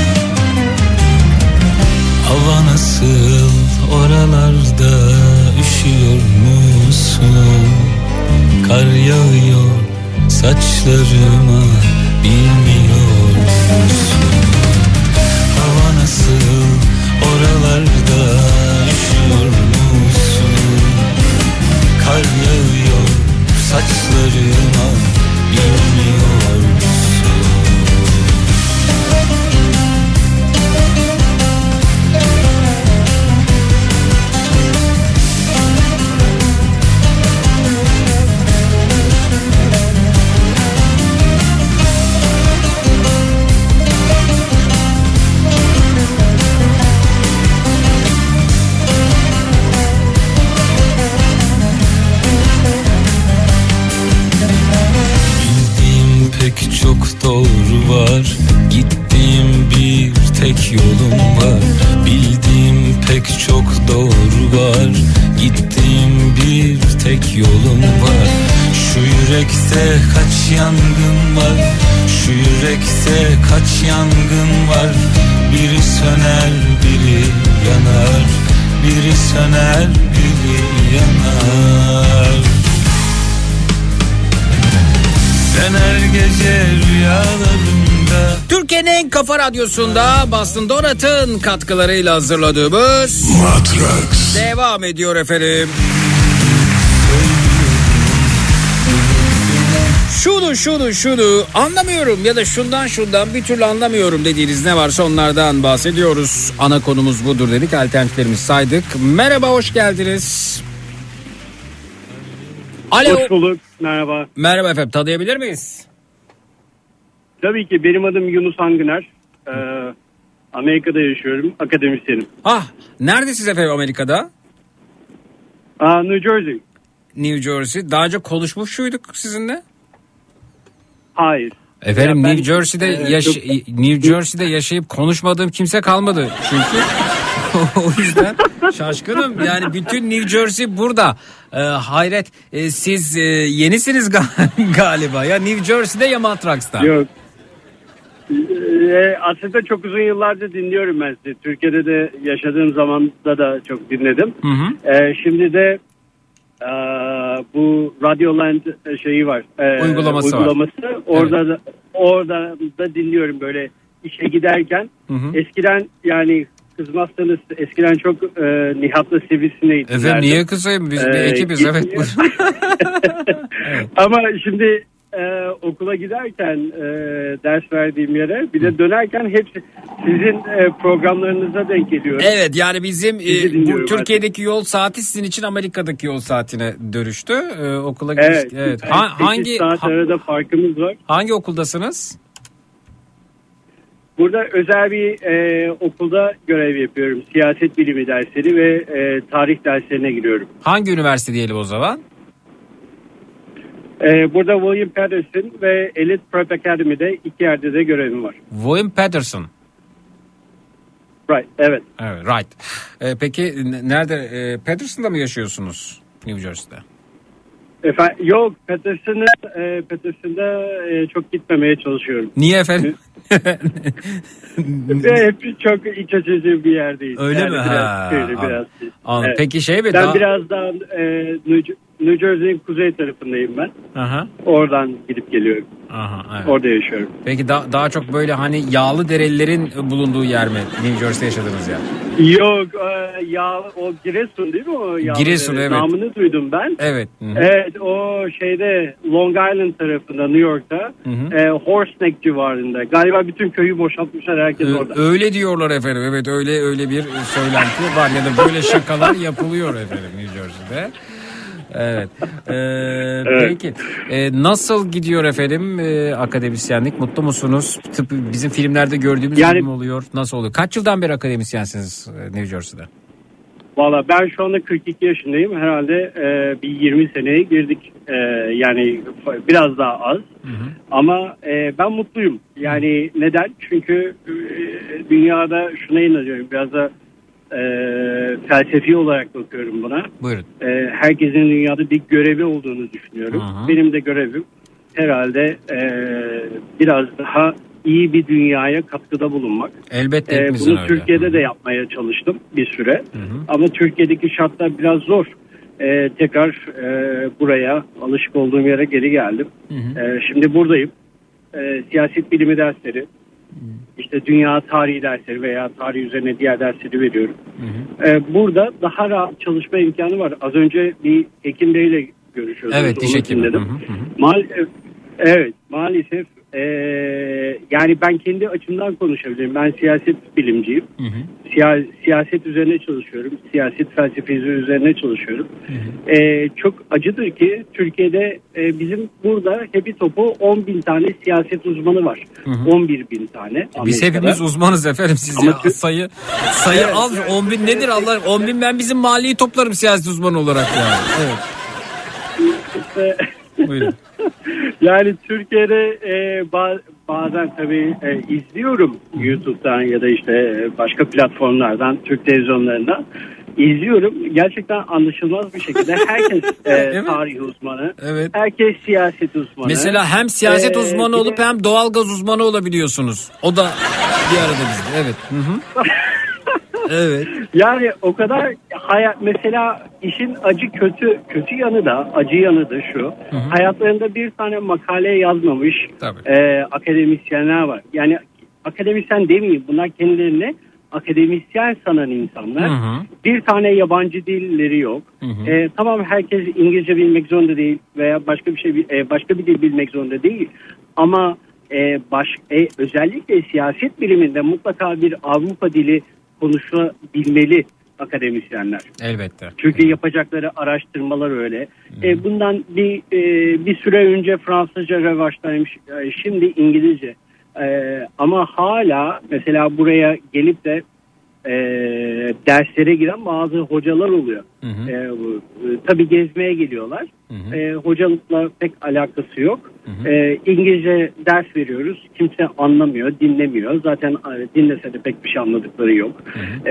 Hava nasıl oralarda, üşüyor musun? Kar yağıyor saçlarıma, bilmiyor musun? Hava nasıl oralarda, üşüyor musun? Kar yağıyor saçlarıma, bilmiyor musun? tek yolum var. Bildiğim pek çok doğru var. Gittiğim bir tek yolum var. Şu yürekte kaç yangın var. Şu yürekte kaç yangın var. Biri söner biri yanar. Biri söner biri yanar. Sen her gece rüyalarımda. Türkiye'nin en kafa radyosunda Boston Donat'ın katkılarıyla hazırladığımız Matrax devam ediyor efendim. Şunu şunu şunu anlamıyorum ya da şundan şundan bir türlü anlamıyorum dediğiniz ne varsa onlardan bahsediyoruz. Ana konumuz budur dedik, alternatiflerimizi saydık. Merhaba, hoş geldiniz. Alo. Hoş bulduk, merhaba. Merhaba efendim, tanıyabilir miyiz? Tabii ki, benim adım Yunus Hangıner. Ee, Amerika'da yaşıyorum, akademisyenim. Ah, neredesiniz efendim Amerika'da? Aa, New Jersey. New Jersey. Daha önce konuşmuş muyduk sizinle? Hayır. Efendim ben, New Jersey'de e, yaş- çok... New Jersey'de yaşayıp konuşmadığım kimse kalmadı çünkü. O yüzden şaşkınım. Yani bütün New Jersey burada. Ee, hayret. Ee, siz e, yenisiniz galiba. Ya New Jersey'de ya Matrax'ta. Yok. Ee, aslında çok uzun yıllardır dinliyorum ben sizi. Türkiye'de de yaşadığım zamanda da çok dinledim. Hı hı. Ee, şimdi de e, bu Radioland şeyi var. E, uygulaması, uygulaması var. Orada Evet. da, orada da dinliyorum böyle işe giderken. Hı hı. Eskiden yani kızmazsanız eskiden çok e, Nihat'la Sivrisineği dinlerdim. Efendim niye kızayım? Biz bir Ee, ekibiz. Evet. Evet. Ama şimdi e, okula giderken e, ders verdiğim yere bir de dönerken hepsi sizin e, programlarınıza denk geliyor. Evet, yani bizim e, bu Türkiye'deki artık. Yol saati sizin için Amerika'daki yol saatine dönüştü. E, okula evet, gidiş, evet. Ha, hangi saat arada farkımız var. Hangi okuldasınız? Burada özel bir e, okulda görev yapıyorum. Siyaset bilimi dersleri ve e, tarih derslerine giriyorum. Hangi üniversite diyelim o zaman? E, burada William Patterson ve Elite Prep Academy'de iki yerde de görevim var. William Patterson. Right, evet. Evet, right. E, peki nerede? E, Patterson'da mı yaşıyorsunuz New Jersey'de? Efendim, yok, Patterson'da e, Patterson'da e, çok gitmemeye çalışıyorum. Niye efendim? Ve hep çok iç açıcı bir yer değil. Öyle yani mi? Biraz, ha, böyle, biraz evet. Peki şey mi? Ben daha... biraz daha e, New, New Jersey'nin kuzey tarafındayım ben. Aha. Oradan gidip geliyorum. Aha, evet. Orada yaşıyorum. Peki da, daha çok böyle hani yağlı derelilerin bulunduğu yer mi? New Jersey'de yaşadığınız yer? Yok, e, ya o Giresun değil mi o? Giresun, evet. Namını duydum ben. Evet. Hı-hı. Evet, o şeyde Long Island tarafında, New York'ta, e, Horse Neck civarında. Galiba bütün köyü boşaltmışlar, herkes Ö- orada. Öyle diyorlar efendim. Evet, öyle öyle bir söylenti var ya da böyle şakalar yapılıyor efendim New Jersey'de. Evet. Ee, evet. Peki. Ee, nasıl gidiyor efendim ee, akademisyenlik? Mutlu musunuz? Tıpkı bizim filmlerde gördüğümüz yani, gibi mi oluyor? Nasıl oluyor? Kaç yıldan beri akademisyensiniz New Jersey'de? Valla ben şu anda kırk iki yaşındayım. Herhalde e, bir yirmi seneye girdik. E, yani biraz daha az. Hı hı. Ama e, ben mutluyum. Yani neden? Çünkü e, dünyada şuna inanıyorum. Biraz da e, felsefi olarak bakıyorum buna. Buyurun. E, herkesin dünyada bir görevi olduğunu düşünüyorum. Hı hı. Benim de görevim herhalde e, biraz daha iyi bir dünyaya katkıda bulunmak. Elbette ee, hepimizin bunu öyle. Türkiye'de de yapmaya çalıştım bir süre. Hı hı. Ama Türkiye'deki şartlar biraz zor. Ee, tekrar e, buraya alışık olduğum yere geri geldim. Hı hı. Ee, şimdi buradayım. Ee, siyaset bilimi dersleri, hı hı. işte dünya tarihi dersleri veya tarih üzerine diğer dersleri veriyorum. Hı hı. Ee, burada daha rahat çalışma imkanı var. Az önce bir Ekim Bey'le görüşüyorduk. Evet, diş hekimi. Hı hı. Mal- evet, maalesef Ee, yani ben kendi açımdan konuşabilirim. Ben siyaset bilimciyim. Hı hı. Siya- siyaset üzerine çalışıyorum. Siyaset felsefesi üzerine çalışıyorum. Hı hı. Ee, çok acıdır ki Türkiye'de e, bizim burada hepi topu on bin tane siyaset uzmanı var. Hı hı. on bir bin tane. Amerika'da. Biz hepimiz uzmanız efendim. Siz ya, t- sayı sayı evet, az. Evet, on bin evet, nedir Allah? on bin ben bizim maliyi toplarım siyaset uzmanı olarak yani. Evet. Buyurun. Yani Türkiye'de e, ba- bazen tabii e, izliyorum YouTube'dan ya da işte e, başka platformlardan, Türk televizyonlarından izliyorum. Gerçekten anlaşılmaz bir şekilde herkes e, tarih uzmanı, evet. herkes siyaset uzmanı. Mesela hem siyaset Ee, uzmanı bir olup de- hem doğalgaz uzmanı olabiliyorsunuz. O da bir arada bizde. Evet. Hı hı. Evet. Yani o kadar hayat, mesela işin acı kötü kötü yanı da acı yanı da şu. Hı hı. Hayatlarında bir tane makale yazmamış e, akademisyenler var. Yani akademisyen demeyeyim, bunlar kendilerini akademisyen sanan insanlar. Hı hı. Bir tane yabancı dilleri yok. Hı hı. E, tamam, herkes İngilizce bilmek zorunda değil veya başka bir şey e, başka bir dil bilmek zorunda değil. Ama e, baş, e, özellikle siyaset biliminde mutlaka bir Avrupa dili konuşabilmeli akademisyenler. Elbette. Çünkü yapacakları araştırmalar öyle. E, bundan bir e, bir süre önce Fransızca revaçtaymış. E, şimdi İngilizce. E, ama hala mesela buraya gelip de e, derslere giren bazı hocalar oluyor. Hı hı. E, bu, e, tabii gezmeye geliyorlar. Hı hı. E, hocalıkla pek alakası yok. Hı hı. E, İngilizce ders veriyoruz. Kimse anlamıyor, dinlemiyor. Zaten e, dinlese de pek bir şey anladıkları yok. Hı hı.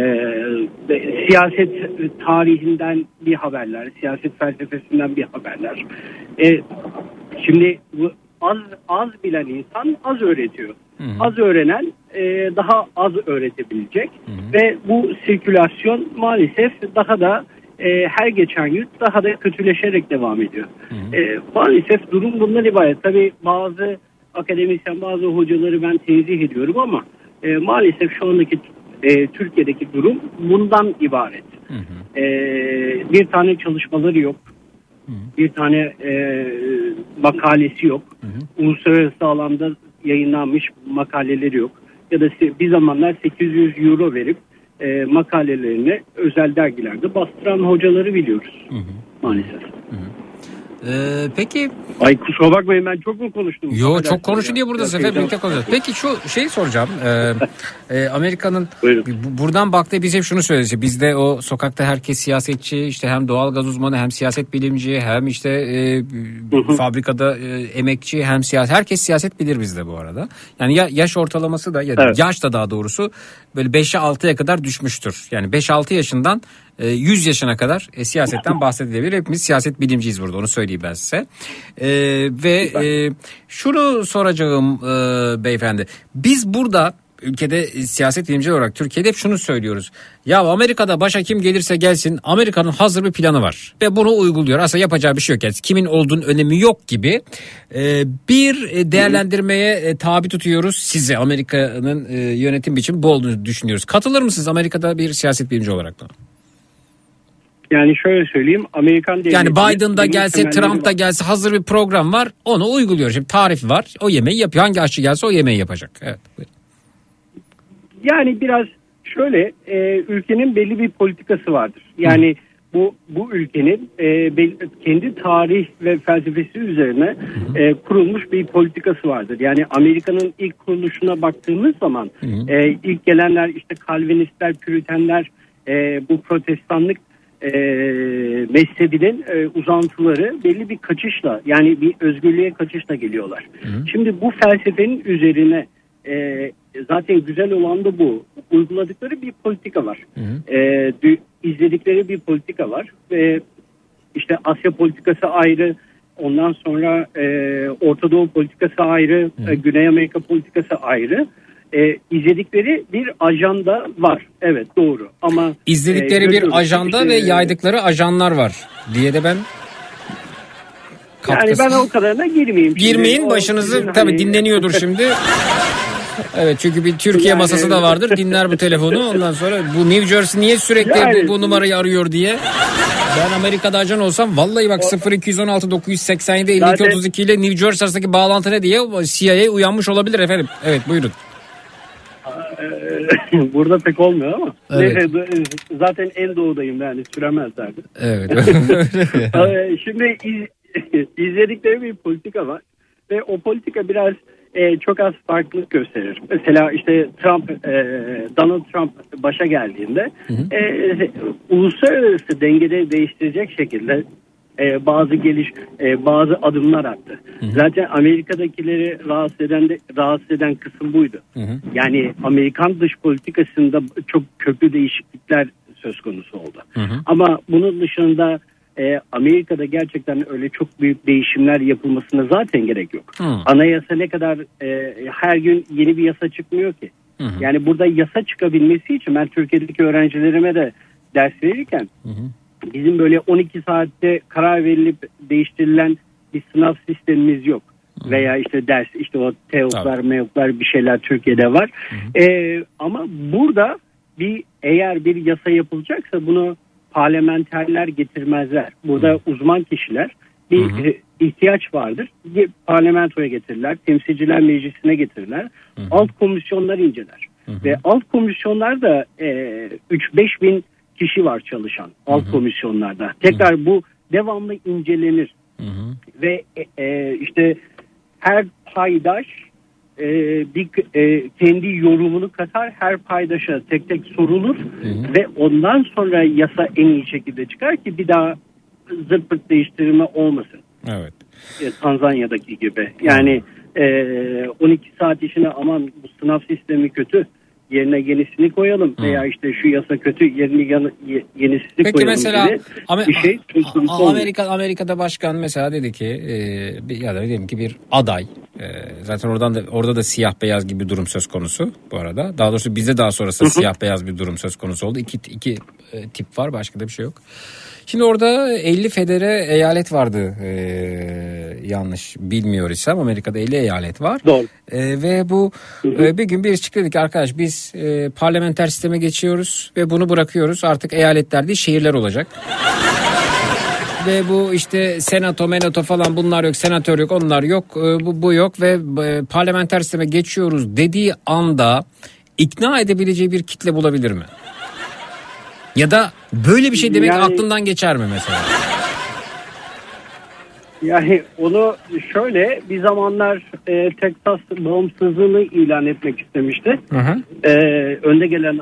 E, siyaset tarihinden bir haberler, siyaset felsefesinden bir haberler. E, şimdi bu az az bilen insan az öğretiyor. Hı hı. Az öğrenen e, daha az öğretebilecek. Hı hı. Ve bu sirkülasyon maalesef daha da e, her geçen gün daha da kötüleşerek devam ediyor. Hı hı. E, maalesef durum bundan ibaret. Tabii bazı akademisyen, bazı hocaları ben tenzih ediyorum ama e, maalesef şu andaki e, Türkiye'deki durum bundan ibaret. Hı hı. E, bir tane çalışmaları yok. Hı hı. Bir tane e, makalesi yok. Hı hı. Uluslararası alanda yayınlanmış makaleleri yok. Ya da se- bir zamanlar sekiz yüz euro verip e, makalelerini özel dergilerde bastıran hocaları biliyoruz. Hı hı. Maalesef. Hı hı. Ee, peki. Ay kusura bakmayın, ben çok mu konuştum? Yo, çok konuşun diye buradasın efendim. Birlikte konuşuyoruz. Peki şu şeyi soracağım. Ee, e, Amerika'nın bu- buradan baktığı biz hep şunu söylüyoruz. Bizde o sokakta herkes siyasetçi, işte hem doğalgaz uzmanı hem siyaset bilimci hem işte e, fabrikada e, emekçi hem siyaset. Herkes siyaset bilir bizde bu arada. Yani ya, yaş ortalaması da ya Evet. yaş da daha doğrusu böyle beşe altıya kadar düşmüştür. Yani beş altı yaşından e, yüz yaşına kadar e, siyasetten bahsedilebilir. Hepimiz siyaset bilimciyiz burada, onu söyleyeyim ben size. E, ve e, şunu soracağım e, beyefendi. Biz burada ülkede e, siyaset bilimci olarak Türkiye'de hep şunu söylüyoruz. Ya Amerika'da başa kim gelirse gelsin Amerika'nın hazır bir planı var. Ve bunu uyguluyor. Aslında yapacağı bir şey yok. Yani kimin olduğunun önemi yok gibi e, bir e, değerlendirmeye e, tabi tutuyoruz sizi. Amerika'nın e, yönetim biçimi bu olduğunu düşünüyoruz. Katılır mısınız Amerika'da bir siyaset bilimci olarak da? Yani şöyle söyleyeyim, Amerikan devleti... Yani Biden da benim gelse, temelleri Trump da var. gelse hazır bir program var. Onu uyguluyor. Şimdi tarif var. O yemeği yapıyor. Hangi aşçı gelse o yemeği yapacak. Evet. Yani biraz şöyle, e, ülkenin belli bir politikası vardır. Yani bu bu ülkenin e, bel- kendi tarih ve felsefesi üzerine e, kurulmuş bir politikası vardır. Yani Amerika'nın ilk kuruluşuna baktığımız zaman e, ilk gelenler işte Kalvinistler, Püritenler, e, bu protestanlık e, mezhebinin e, uzantıları belli bir kaçışla, yani bir özgürlüğe kaçışla geliyorlar. Şimdi bu felsefenin üzerine e, zaten güzel olan da bu. Uyguladıkları bir politika var. E, dü- izledikleri bir politika var. Ve işte Asya politikası ayrı. Ondan sonra e, Orta Doğu politikası ayrı. E, Güney Amerika politikası ayrı. E, izledikleri bir ajanda var. Evet, doğru. Ama İzledikleri e, bir görüyoruz ajanda işte- ve yaydıkları ajanlar var diye de ben Yani katkısı- ben o kadarına girmeyeyim. Şimdi Girmeyin, o başınızı sizin tabii hani- dinleniyordur şimdi. Evet, çünkü bir Türkiye Yani- masası da vardır, dinler bu telefonu, ondan sonra bu New Jersey niye sürekli Yani- bu, bu numarayı arıyor diye. Ben Amerika'da ajan olsam vallahi bak sıfır iki yüz on altı dokuz yüz seksen yedi elli iki Zaten- otuz iki ile New Jersey arasındaki bağlantı ne diye C I A uyanmış olabilir efendim. Evet, buyurun. Burada pek olmuyor ama. Evet. Neyse, zaten en doğudayım, yani süremezlerdi. Evet. Ee, Şimdi iz, izledikleri bir politika var ve o politika biraz e, çok az farklılık gösterir. Mesela işte Trump, e, Donald Trump başa geldiğinde e, uluslararası dengede değiştirecek şekilde e, bazı geliş e, bazı adımlar attı. Hı hı. Zaten Amerika'dakileri rahatsız eden de, rahatsız eden kısım buydu. Hı hı. Yani Amerikan dış politikasında çok köklü değişiklikler söz konusu oldu. Hı hı. Ama bunun dışında e, Amerika'da gerçekten öyle çok büyük değişimler yapılmasına zaten gerek yok. Hı. Anayasa ne kadar e, her gün yeni bir yasa çıkmıyor ki. Hı hı. Yani burada yasa çıkabilmesi için ben Türkiye'deki öğrencilerime de ders verirken hı hı. bizim böyle on iki saatte karar verilip değiştirilen bir sınav sistemimiz yok. Hı hı. Veya işte ders işte o teoklar, meoklar bir şeyler Türkiye'de var. Hı hı. E, ama burada bir eğer bir yasa yapılacaksa bunu parlamenterler getirmezler. Burada hı. uzman kişiler bir hı hı. ihtiyaç vardır. Bir parlamentoya getirirler, temsilciler meclisine getirirler. Hı hı. Alt komisyonlar inceler. Hı hı. Ve alt komisyonlar da e, üç beş bin kişi var çalışan alt hı hı. komisyonlarda. Tekrar hı hı. bu devamlı incelenir. Hı hı. Ve e, işte her paydaş e, bir e, kendi yorumunu katar, her paydaşa tek tek sorulur hı hı. ve ondan sonra yasa en iyi şekilde çıkar ki bir daha zırt pırt değiştirme olmasın. Evet. E, Tanzanya'daki gibi. Yani e, on iki saat işine aman bu sınav sistemi kötü, yerine yenisini koyalım hmm. veya işte şu yasa kötü, yerine yan, yenisini Peki koyalım. Peki mesela Amer- bir şey A- Amerika Amerika'da başkan mesela dedi ki e, ya da diyelim ki bir aday e, zaten oradan da orada da siyah beyaz gibi bir durum söz konusu bu arada. Daha doğrusu bizde daha sonrasında siyah beyaz bir durum söz konusu oldu. İki iki e, tip var, başka da bir şey yok. Şimdi orada elli federe eyalet vardı ee, yanlış bilmiyor isem Amerika'da elli eyalet var. Doğru. Ee, ve bu e, bir gün birisi çıktı dedi ki arkadaş biz e, parlamenter sisteme geçiyoruz ve bunu bırakıyoruz, artık eyaletler değil şehirler olacak. Ve bu işte senato menato falan bunlar yok, senatör yok, onlar yok, e, bu, bu yok ve e, parlamenter sisteme geçiyoruz dediği anda ikna edebileceği bir kitle bulabilir mi? Ya da böyle bir şey demek yani, aklından geçer mi mesela? Yani onu şöyle bir zamanlar e, Texas bağımsızlığını ilan etmek istemişti. Hı hı. E, önde gelen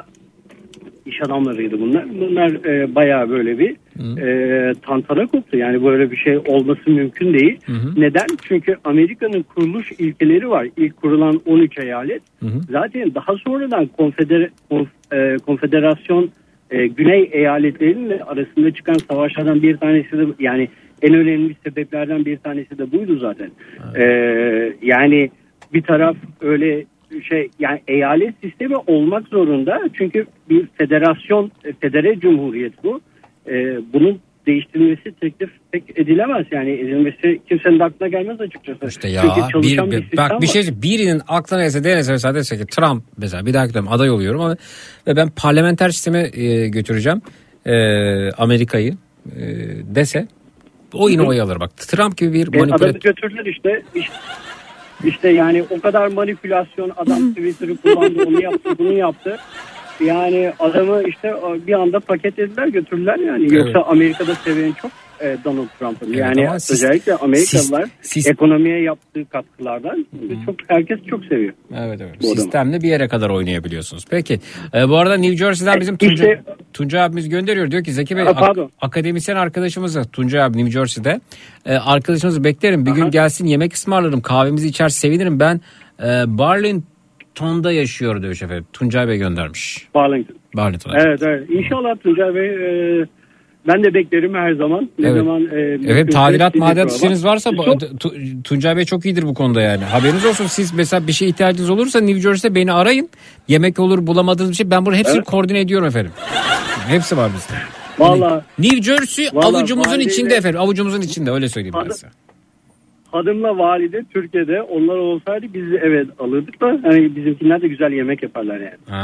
iş adamlarıydı bunlar. Bunlar e, bayağı böyle bir e, tantana koptu. Yani böyle bir şey olması mümkün değil. Hı hı. Neden? Çünkü Amerika'nın kuruluş ilkeleri var. İlk kurulan on üç eyalet. Hı hı. Zaten daha sonradan konfeder, konf, e, konfederasyon e, Güney eyaletlerinin arasında çıkan savaşlardan bir tanesi de yani en önemli sebeplerden bir tanesi de buydu zaten. Evet. E, yani bir taraf öyle şey yani eyalet sistemi olmak zorunda çünkü bir federasyon, federe cumhuriyet bu. E, bunun değiştirilmesi teklif pek edilemez yani edilmesi kimsenin de aklına gelmez açıkçası. İşte ya bir, bir, bir bak bir şey birinin aklına gelse denese mesela dese ki Trump mesela bir dahaki dönem aday oluyorum ama ve ben parlamenter sisteme e, götüreceğim e, Amerika'yı e, dese o yine oy alır bak. Trump gibi bir manipülatör. Adamı götürdüler işte, işte işte yani o kadar manipülasyon adam Twitter'ı kullandı onu yaptı bunu yaptı. Yani adamı işte bir anda paketlediler götürdüler yani. Evet. Yoksa Amerika'da seven çok e, Donald Trump'ın. Evet, yani siz, özellikle Amerikalılar siz, siz, ekonomiye yaptığı katkılardan hmm. çok herkes çok seviyor. Evet evet. Sistemle bir yere kadar oynayabiliyorsunuz. Peki. E, bu arada New Jersey'den bizim Tunca, işte, Tunca abimiz gönderiyor. Diyor ki Zeki Bey ak- akademisyen arkadaşımızı Tunca abi New Jersey'de e, arkadaşımızı beklerim. Bir Aha. gün gelsin yemek ısmarlarım. Kahvemizi içer sevinirim. Ben e, Barlin Ton'da yaşıyor diyor efendim. Tuncay Bey göndermiş. Barlington. Barlington. Evet evet. İnşallah Tuncay Bey e, ben de beklerim her zaman. Ne evet. zaman e, evet tadilat maderat işiniz varsa çok... Tuncay Bey çok iyidir bu konuda yani. Haberiniz olsun siz mesela bir şey ihtiyacınız olursa New Jersey'de beni arayın. Yemek olur bulamadığınız bir şey ben bunu hepsini evet. koordine ediyorum efendim. Hepsi var bizde. Vallahi. New Jersey vallahi, avucumuzun içinde efendim. Avucumuzun içinde öyle söyleyeyim ben size. Hanımla valide Türkiye'de onlar olsaydı biz evet alırdık da hani bizimkiler de güzel yemek yaparlar yani.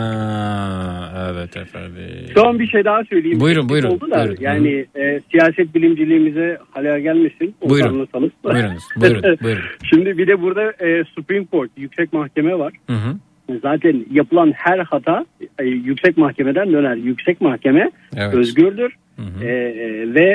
Aa, evet efendim. Son bir şey daha söyleyeyim. Buyurun buyurun. Oldu da, buyurun yani e, siyaset bilimciliğimize halel gelmesin. Buyurun. Buyurunuz. Buyurun. Buyurun. Şimdi bir de burada e, Supreme Court yüksek mahkeme var. Hı hı. Zaten yapılan her hata e, yüksek mahkemeden döner. Yüksek mahkeme evet. özgürdür. Hı hı. E, e, ve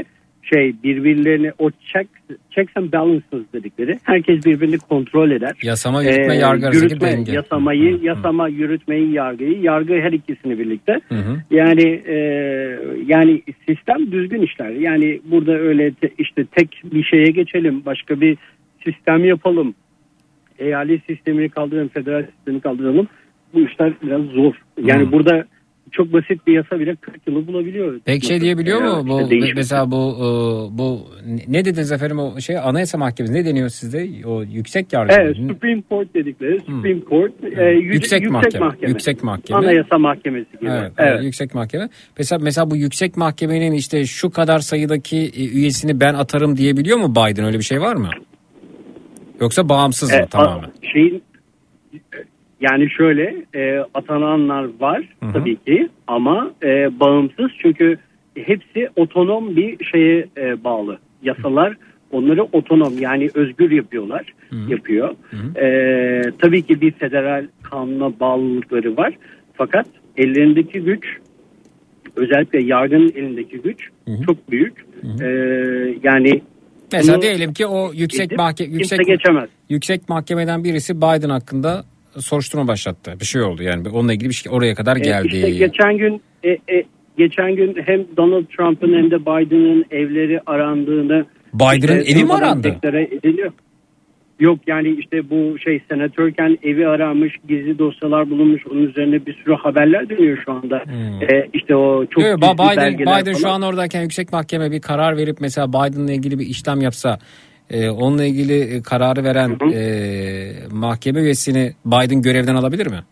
şey birbirlerini o check, checks and balances dedikleri herkes birbirini kontrol eder. Yasama, yürütme, ee, yargı arasındaki yürütme, denge. Yasamayı, Hı-hı. yasama, yürütmeyi, yargıyı, yargı her ikisini birlikte. Hı-hı. Yani e, yani sistem düzgün işler. Yani burada öyle te, işte tek bir şeye geçelim, başka bir sistem yapalım. Eyalet sistemini kaldıralım, federal sistemi kaldıralım. Bu işler biraz zor. Yani Hı. burada çok basit bir yasa bile kırk yılı bulabiliyor. Peki şey diyebiliyor mu? Bu işte mesela bu bu ne dediniz efendim o şey Anayasa Mahkemesi ne deniyor sizde? O yüksek yargı. Evet, Supreme Court dedikleri. Supreme hmm. Court e, yüksek, yüksek mahkeme. mahkeme. Yüksek mahkeme. Anayasa Mahkemesi gibi. Evet, evet. Yüksek mahkeme. Mesela mesela bu yüksek mahkemenin işte şu kadar sayıdaki üyesini ben atarım diyebiliyor mu Biden? Öyle bir şey var mı? Yoksa bağımsız mı e, tamamen? Şeyin Yani şöyle e, atananlar var Hı-hı. tabii ki ama e, bağımsız çünkü hepsi otonom bir şeye e, bağlı. Yasalar onları otonom yani özgür yapıyorlar, Hı-hı. yapıyor. E, tabii ki bir federal kanuna bağlılıkları var fakat ellerindeki güç özellikle yargının elindeki güç Hı-hı. çok büyük. E, yani mesela diyelim ki o yüksek mahkeme yüksek geçemez. Yüksek mahkemeden birisi Biden hakkında soruşturma başlattı. Bir şey oldu yani. Onunla ilgili bir şey oraya kadar geldi. E işte geçen gün e, e, geçen gün hem Donald Trump'ın hem de Biden'ın evleri arandığını Biden'ın işte, evi mi arandı? Ediliyor. Yok yani işte bu şey senatörken evi aranmış, gizli dosyalar bulunmuş. Onun üzerine bir sürü haberler dönüyor şu anda. Hmm. E, işte o çok Yok, Biden, Biden şu an oradayken yüksek mahkeme bir karar verip mesela Biden'la ilgili bir işlem yapsa Ee, onunla ilgili kararı veren hı hı. E, mahkeme üyesini Biden görevden alabilir mi?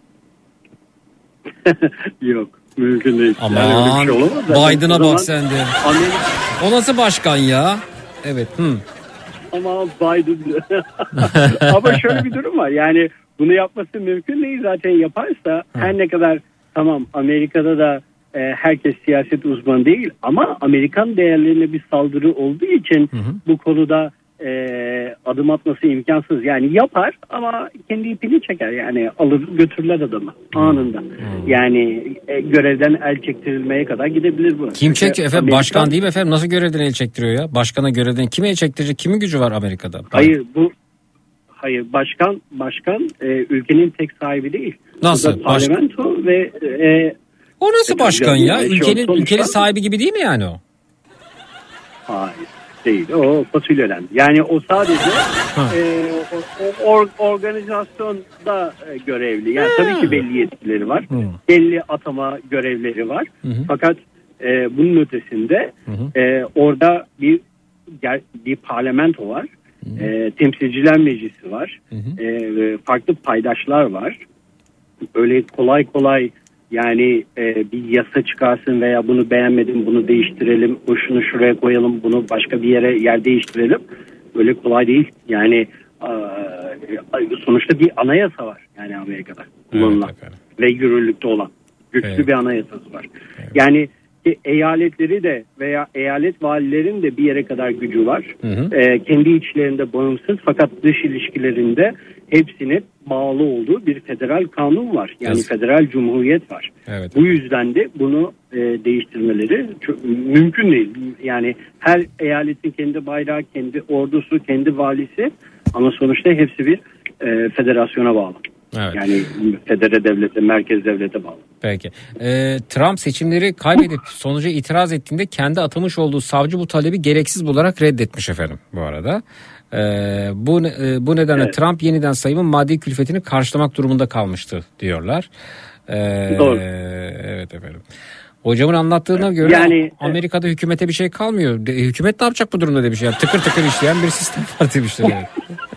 Yok, mümkün değil. Aman yani şey Biden'a bak sen de. Amerika... O nasıl başkan ya? Evet. Hı. Ama Biden. Ama şöyle bir durum var. Yani bunu yapması mümkün değil. Zaten yaparsa hı. her ne kadar tamam Amerika'da da e, herkes siyaset uzmanı değil ama Amerikan değerlerine bir saldırı olduğu için hı hı. bu konuda e, adım atması imkansız. Yani yapar ama kendi ipini çeker. Yani alır götürürler adamı anında. Hı. Yani e, görevden el çektirilmeye kadar gidebilir bu. Kim çekiyor efendim? Amerikan... Başkan değil mi efendim? Nasıl görevden el çektiriyor ya? Başkana görevden kime el çektirecek? Kimin gücü var Amerika'da? Hayır bu Hayır başkan başkan e, ülkenin tek sahibi değil. Nasıl? Parlamento Baş... ve e, o nasıl başkan ya? Ülkenin ülkenin sahibi gibi değil mi yani o? Hayır değil. O fasulyeden. Yani o sadece e, o, o, organizasyonda e, görevli. Yani hmm. tabii ki belli yetkileri var. Hmm. Belli atama görevleri var. Hmm. Fakat e, bunun ötesinde hmm. e, orada bir bir parlamento var. Hmm. E, temsilciler meclisi var. Hmm. E, farklı paydaşlar var. Öyle kolay kolay yani e, bir yasa çıkarsın veya bunu beğenmedim bunu değiştirelim, şunu şuraya koyalım, bunu başka bir yere yer değiştirelim. Öyle kolay değil. Yani e, sonuçta bir anayasa var yani Amerika'da kullanılan evet, ve yürürlükte olan güçlü evet. bir anayasası var. Evet. Yani eyaletleri de veya eyalet valilerin de bir yere kadar gücü var. Hı hı. E, kendi içlerinde bağımsız fakat dış ilişkilerinde hepsine bağlı olduğu bir federal kanun var. Yani yes. federal cumhuriyet var. Evet. Bu yüzden de bunu e, değiştirmeleri çok, mümkün değil. Yani her eyaletin kendi bayrağı, kendi ordusu, kendi valisi ama sonuçta hepsi bir e, federasyona bağlı. Evet. Yani federe devlete, merkez devlete bağlı. Peki. Ee, Trump seçimleri kaybedip sonuca itiraz ettiğinde kendi atamış olduğu savcı bu talebi gereksiz bularak reddetmiş efendim bu arada. Ee, bu e, bu nedenle evet. Trump yeniden sayımın maddi külfetini karşılamak durumunda kalmıştı diyorlar. Ee, Doğru. Evet efendim. Hocamın anlattığına göre yani, Amerika'da hükümete bir şey kalmıyor. De, hükümet ne yapacak bu durumda demiş. Yani tıkır tıkır işleyen bir sistem var demişler. Evet.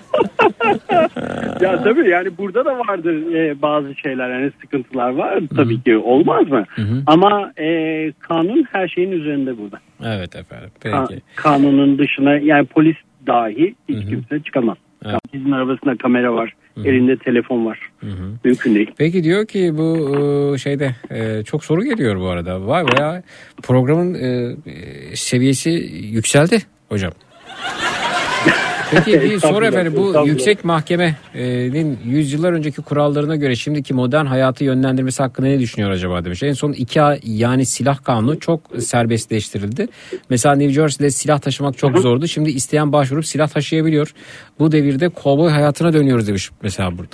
Ya tabii yani burada da vardır e, bazı şeyler yani sıkıntılar var tabii Hı-hı. ki olmaz mı? Hı-hı. Ama e, kanun her şeyin üzerinde burada. Evet efendim. Peki. Ka- kanunun dışına yani polis dahi hiç Hı-hı. kimse çıkamaz. Evet. Bizim arabasında kamera var, Hı-hı. elinde telefon var. Hı-hı. Mümkün değil. Peki diyor ki bu şeyde çok soru geliyor bu arada. Vay bayağı programın seviyesi yükseldi hocam. Peki bir soru Estağfurullah, efendim, bu estağfurullah. yüksek mahkemenin yüzyıllar önceki kurallarına göre şimdiki modern hayatı yönlendirmesi hakkında ne düşünüyor acaba demiş. En son iki ay yani silah kanunu çok serbestleştirildi. Mesela New Jersey'de silah taşımak çok zordu. Şimdi isteyen başvurup silah taşıyabiliyor. Bu devirde kovboy hayatına dönüyoruz demiş mesela burada.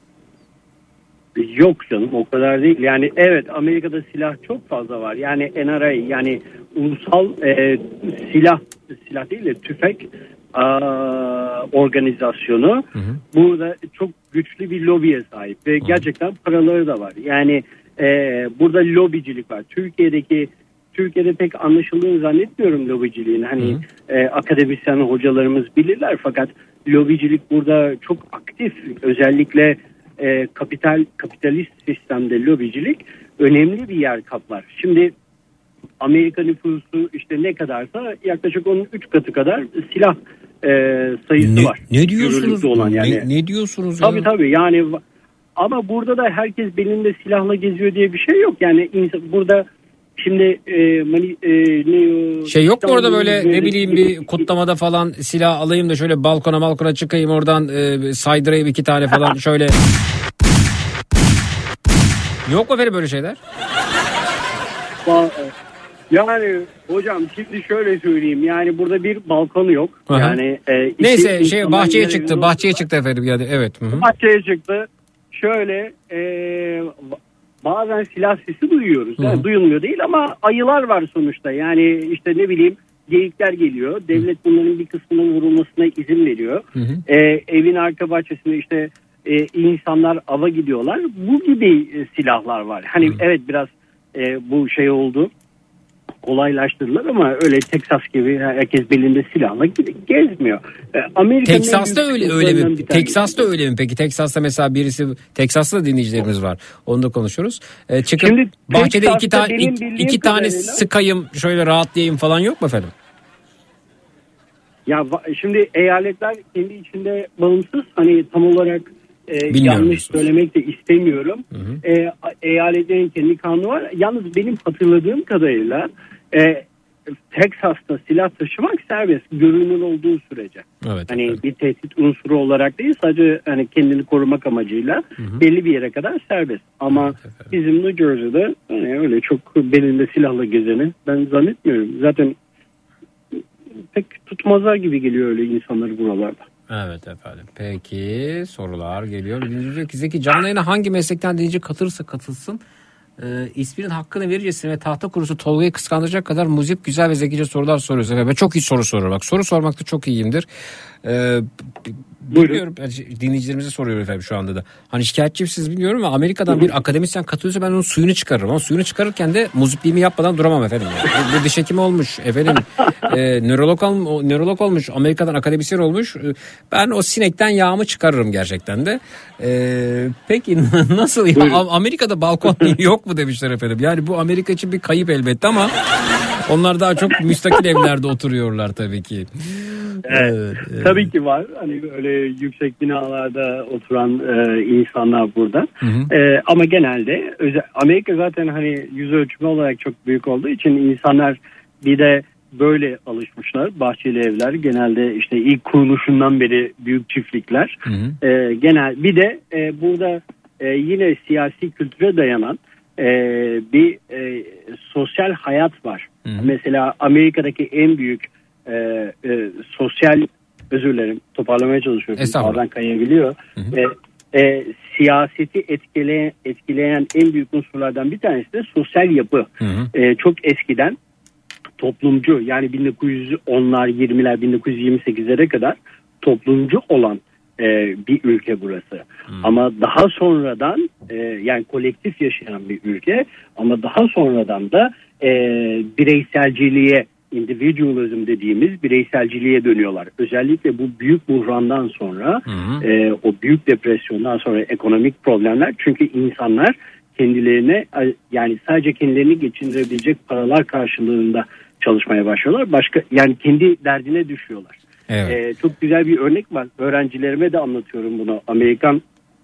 Yok canım, o kadar değil. Yani evet, Amerika'da silah çok fazla var. Yani N R A, yani ulusal e, silah silah değil de tüfek a, organizasyonu hı hı. burada çok güçlü bir lobiye sahip ve hı. gerçekten paraları da var. Yani e, burada lobicilik var. Türkiye'deki Türkiye'de pek anlaşıldığını zannetmiyorum lobiciliğin. Hani e, akademisyen hocalarımız bilirler, fakat lobicilik burada çok aktif. Özellikle E, kapital kapitalist sistemde lobicilik önemli bir yer kaplar. Şimdi Amerika nüfusu işte ne kadarsa yaklaşık onun üç katı kadar silah e, sayısı ne, var. Ne diyorsunuz? Olan yani. Ne, ne diyorsunuz? Tabii ya? tabii yani, ama burada da herkes belinde silahla geziyor diye bir şey yok. Yani insan, burada şimdi e, mani, e, ne, şey yok mu orada böyle, böyle ne bileyim bir kutlamada falan silah alayım da şöyle balkona balkona çıkayım, oradan e, saydırayım iki tane falan şöyle. Yok mu efendim böyle şeyler? Yani hocam şimdi şöyle söyleyeyim, yani burada bir balkonu yok. Aha. Yani e, neyse şey bahçeye çıktı bahçeye çıktı efendim yani evet. Hı-hı. Bahçeye çıktı. Şöyle e, bazen silah sesi duyuyoruz. Yani duyulmuyor değil ama ayılar var sonuçta. Yani işte ne bileyim, geyikler geliyor. Devlet bunların bir kısmının vurulmasına izin veriyor. E, evin arka bahçesinde işte e, insanlar ava gidiyorlar. Bu gibi e, silahlar var. Hani hı. evet biraz e, bu şey oldu. Kolaylaştırdılar ama öyle Texas gibi herkes belinde silahla gezmiyor. Amerika Texas'ta öyle öyle mi? Texas'ta öyle mi peki? Texas'ta mesela birisi, Texas'ta dinleyicilerimiz var. Onu da konuşuruz. Ee, çıkıp şimdi bahçede Texas'ta iki tane iki, iki tane kadarıyla sıkayım şöyle rahatlayayım falan yok mu efendim? Ya şimdi eyaletler kendi içinde bağımsız, hani tam olarak e, yanlış musunuz? Söylemek de istemiyorum. Hı hı. E, eyaletlerin kendi kanunu var. Yalnız benim hatırladığım kadarıyla e, Texas'ta silah taşımak serbest, görünür olduğu sürece. Evet, hani evet. bir tehdit unsuru olarak değil, sadece hani kendini korumak amacıyla hı hı. belli bir yere kadar serbest. Ama evet, bizim New Jersey'de hani öyle çok belinde silahla gezeni ben zannetmiyorum. Zaten pek tutmazlar gibi geliyor öyle insanları buralarda. Evet efendim. Peki sorular geliyor. Diyor ki Zeki, canlı yayına hangi meslekten dinleyici katılırsa katılsın e, isminin hakkını verircesine ve tahta kurusu Tolga'yı kıskandıracak kadar muzip, güzel ve zekice sorular soruyoruz. Efendim. Ben çok iyi soru soruyorum. Bak, soru sormakta çok iyiyimdir. E, Bilmiyorum. Dinleyicilerimize soruyorum efendim şu anda da. Hani şikayetçi misiniz bilmiyorum ama Amerika'dan bir akademisyen katılıyorsa ben onun suyunu çıkarırım. Ama suyunu çıkarırken de muzipliğimi yapmadan duramam efendim. Yani. Bir diş hekimi olmuş efendim. e, nörolog, ol, nörolog olmuş. Amerika'dan akademisyen olmuş. Ben o sinekten yağımı çıkarırım gerçekten de. E, peki nasıl ya? Amerika'da balkon yok mu demişler efendim. Yani bu Amerika için bir kayıp elbette ama onlar daha çok müstakil evlerde oturuyorlar tabii ki. Evet, evet. Tabii ki var. Hani öyle yüksek binalarda oturan e, insanlar burada. Hı hı. E, ama genelde özel, Amerika zaten hani yüz ölçümü olarak çok büyük olduğu için insanlar bir de böyle alışmışlar. Bahçeli evler genelde işte ilk kuruluşundan beri büyük çiftlikler. Hı hı. E, genel bir de e, burada e, yine siyasi kültüre dayanan e, bir e, sosyal hayat var. Hı hı. Mesela Amerika'daki en büyük Ee, e, sosyal, özür dilerim, toparlamaya çalışıyorum. Bazen kayabiliyor. E, e, siyaseti etkileyen, etkileyen en büyük unsurlardan bir tanesi de sosyal yapı. Hı hı. E, çok eskiden toplumcu, yani bin dokuz yüz onlar, yirmiler, bin dokuz yüz yirmi sekizlere kadar toplumcu olan e, bir ülke burası. Hı. Ama daha sonradan e, yani kolektif yaşayan bir ülke ama daha sonradan da e, bireyselciliğe, individualism dediğimiz bireyselciliğe dönüyorlar. Özellikle bu büyük buhrandan sonra, hı hı. E, o büyük depresyondan sonra ekonomik problemler, çünkü insanlar kendilerine, yani sadece kendilerini geçindirebilecek paralar karşılığında çalışmaya başlıyorlar. Başka, yani kendi derdine düşüyorlar. Evet. E, çok güzel bir örnek var. Öğrencilerime de anlatıyorum bunu. Amerikan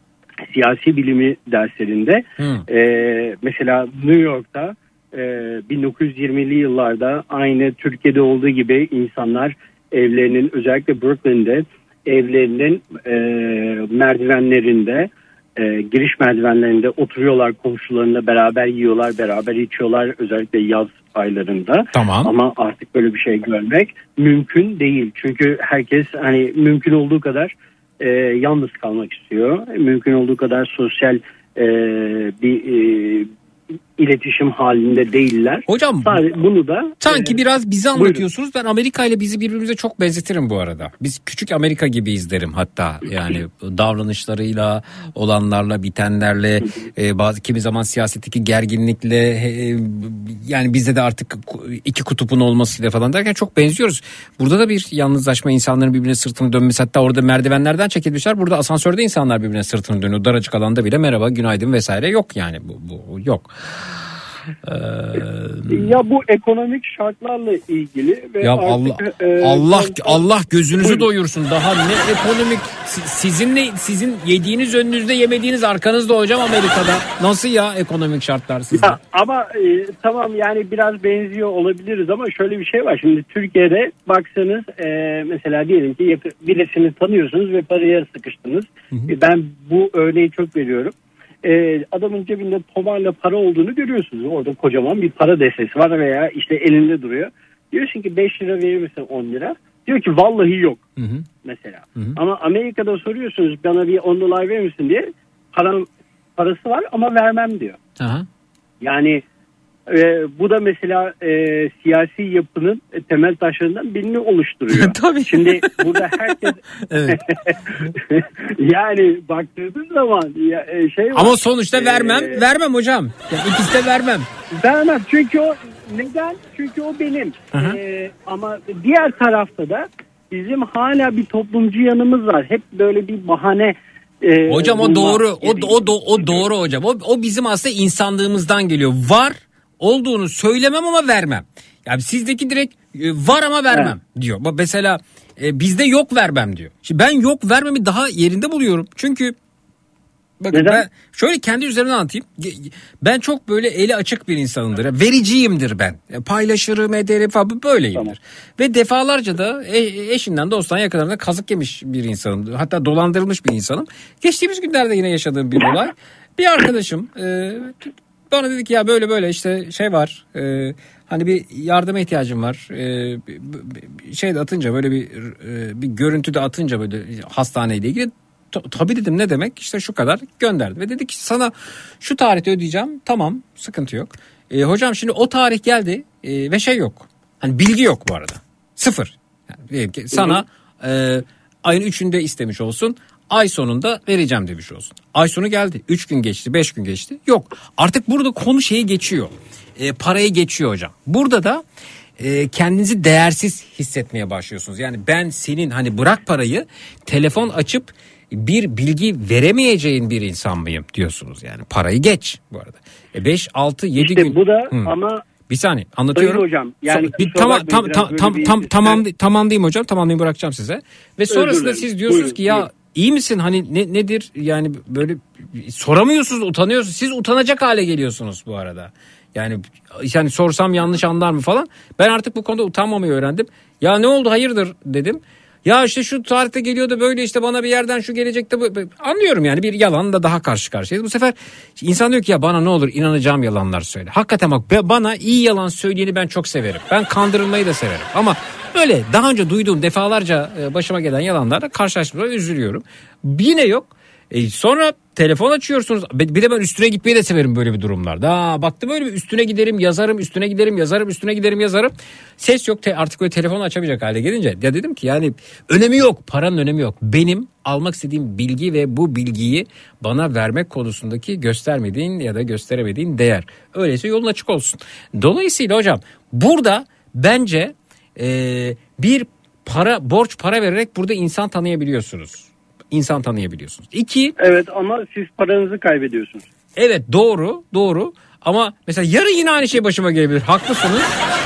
siyasi bilimi derslerinde. E, mesela New York'ta bin dokuz yüz yirmili yıllarda aynı Türkiye'de olduğu gibi insanlar evlerinin özellikle Brooklyn'de evlerinin e, merdivenlerinde e, giriş merdivenlerinde oturuyorlar, komşularıyla beraber yiyorlar, beraber içiyorlar özellikle yaz aylarında. Tamam. Ama artık böyle bir şey görmek mümkün değil. Çünkü herkes hani mümkün olduğu kadar e, yalnız kalmak istiyor. Mümkün olduğu kadar sosyal e, bir e, iletişim halinde değiller. Hocam sadece bunu da sanki e, biraz bizi buyurun. anlatıyorsunuz. Ben Amerika ile bizi birbirimize çok benzetirim bu arada. Biz küçük Amerika gibiyiz derim hatta. Yani davranışlarıyla, olanlarla, bitenlerle, e, bazı kimi zaman siyasetteki gerginlikle, e, yani bizde de artık iki kutupun olmasıyla falan derken çok benziyoruz. Burada da bir yalnızlaşma, insanların birbirine sırtını dönmesi, hatta orada merdivenlerden çekilmişler. Burada asansörde insanlar birbirine sırtını dönüyor. Daracık alanda bile merhaba, günaydın vesaire yok yani bu, bu yok. Ee, ya bu ekonomik şartlarla ilgili ve ya artık, Allah e, Allah son- Allah gözünüzü Buyurun. doyursun. Daha ne ekonomik, si- sizin ne sizin yediğiniz önünüzde, yemediğiniz arkanızda hocam Amerika'da. Nasıl ya ekonomik şartlar sizde? Ya, ama e, tamam yani biraz benziyor olabiliriz ama şöyle bir şey var. Şimdi Türkiye'de baksanız e, mesela diyelim ki yakın, birisini tanıyorsunuz ve paraya sıkıştınız. E, ben bu örneği çok veriyorum. E, adamın cebinde tomarla para olduğunu görüyorsunuz. Orada kocaman bir para destesi var veya işte elinde duruyor. Diyorsun ki beş lira verir misin, on lira? Diyor ki vallahi yok mesela. Hı hı. Ama Amerika'da soruyorsunuz bana bir on dolar verir misin diye, param, parası var ama vermem diyor. Aha. Yani e, bu da mesela e, siyasi yapının e, temel taşlarından birini oluşturuyor. Tabii. Şimdi burada herkes Evet. yani baktığınız zaman ya, e, şey var. Ama sonuçta vermem, E, vermem hocam. Ya ikisi de vermem. Vermem çünkü o neden? Çünkü o benim. Aha. E, ama diğer tarafta da bizim hala bir toplumcu yanımız var. Hep böyle bir bahane. e, Hocam o bulma doğru. O gereği. o do- o doğru hocam. O o bizim aslında insanlığımızdan geliyor. Var olduğunu söylemem ama vermem. Yani sizdeki direkt e, var ama vermem diyor. Bak mesela e, bizde yok vermem diyor. Şimdi ben yok vermemi daha yerinde buluyorum. Çünkü bakın Neden? ben şöyle kendi üzerimden anlatayım. Ge- Ben çok böyle eli açık bir insanımdır. Vericiyimdir ben. E, Paylaşırım, ederim falan böyleyimdir. Ve defalarca da e- eşinden, dosttan, yakınlarından kazık yemiş bir insanım. Hatta dolandırılmış bir insanım. Geçtiğimiz günlerde yine yaşadığım bir olay. Bir arkadaşım e, bana dedi ki ya böyle böyle işte şey var. E, hani bir yardıma ihtiyacım var. E, şey de atınca böyle bir e, bir görüntü de atınca böyle hastaneyle ilgili. Tabii dedim, ne demek, işte şu kadar gönderdi ve dedi ki sana şu tarihte ödeyeceğim, tamam sıkıntı yok. E, hocam şimdi o tarih geldi e, ve şey yok, hani bilgi yok bu arada, sıfır. Yani diyelim ki sana e, ayın üçünde istemiş olsun, ay sonunda vereceğim demiş olsun. Ay sonu geldi, üç gün geçti, beş gün geçti, yok. Artık burada konu şeyi geçiyor, e, parayı geçiyor hocam. Burada da e, kendinizi değersiz hissetmeye başlıyorsunuz. Yani ben senin, hani bırak parayı, telefon açıp bir bilgi veremeyeceğin bir insan mıyım diyorsunuz yani. Parayı geç bu arada. E beş, altı, yedi İşte gün. bu da Hı. ama Bir saniye anlatıyorum. Sayın hocam, yani So- bir, kusura tamam bakmayın, tam biraz tam böyle tam bir- tam tamam Evet. tamamlayayım hocam, tamamlayayım, bırakacağım size. Ve sonrasında dilerim. siz diyorsunuz Buyurun, ki ya buyurun. iyi misin, hani ne, nedir yani, böyle soramıyorsunuz, utanıyorsunuz. Siz utanacak hale geliyorsunuz bu arada. Yani yani sorsam yanlış anlar mı falan. Ben artık bu konuda utanmamayı öğrendim. Ya ne oldu, hayırdır dedim. Ya işte şu tarihte geliyor da böyle, işte bana bir yerden şu gelecekte bu. Anlıyorum yani, bir yalanla daha karşı karşıyayız. Bu sefer insan diyor ki ya bana ne olur inanacağım yalanlar söyle. Hakikaten bak, bana iyi yalan söyleyeni ben çok severim. Ben kandırılmayı da severim. Ama böyle daha önce duyduğum defalarca başıma gelen yalanlarla karşılaştığımda üzülüyorum. Yine yok. E sonra telefon açıyorsunuz. Bir de ben üstüne gitmeyi de severim böyle bir durumlarda. Aa, baktım öyle bir üstüne giderim yazarım, üstüne giderim yazarım, üstüne giderim yazarım. Ses yok, te- artık böyle telefonu açamayacak hale gelince ya dedim ki yani önemi yok, paranın önemi yok. Benim almak istediğim bilgi ve bu bilgiyi bana vermek konusundaki göstermediğin ya da gösteremediğin değer. Öyleyse yolun açık olsun. Dolayısıyla hocam burada bence e, bir para, borç para vererek burada insan tanıyabiliyorsunuz. İnsan tanıyabiliyorsunuz. İki. Evet ama siz paranızı kaybediyorsunuz. Evet doğru doğru ama mesela yarın yine aynı şey başıma gelebilir. Haklısınız.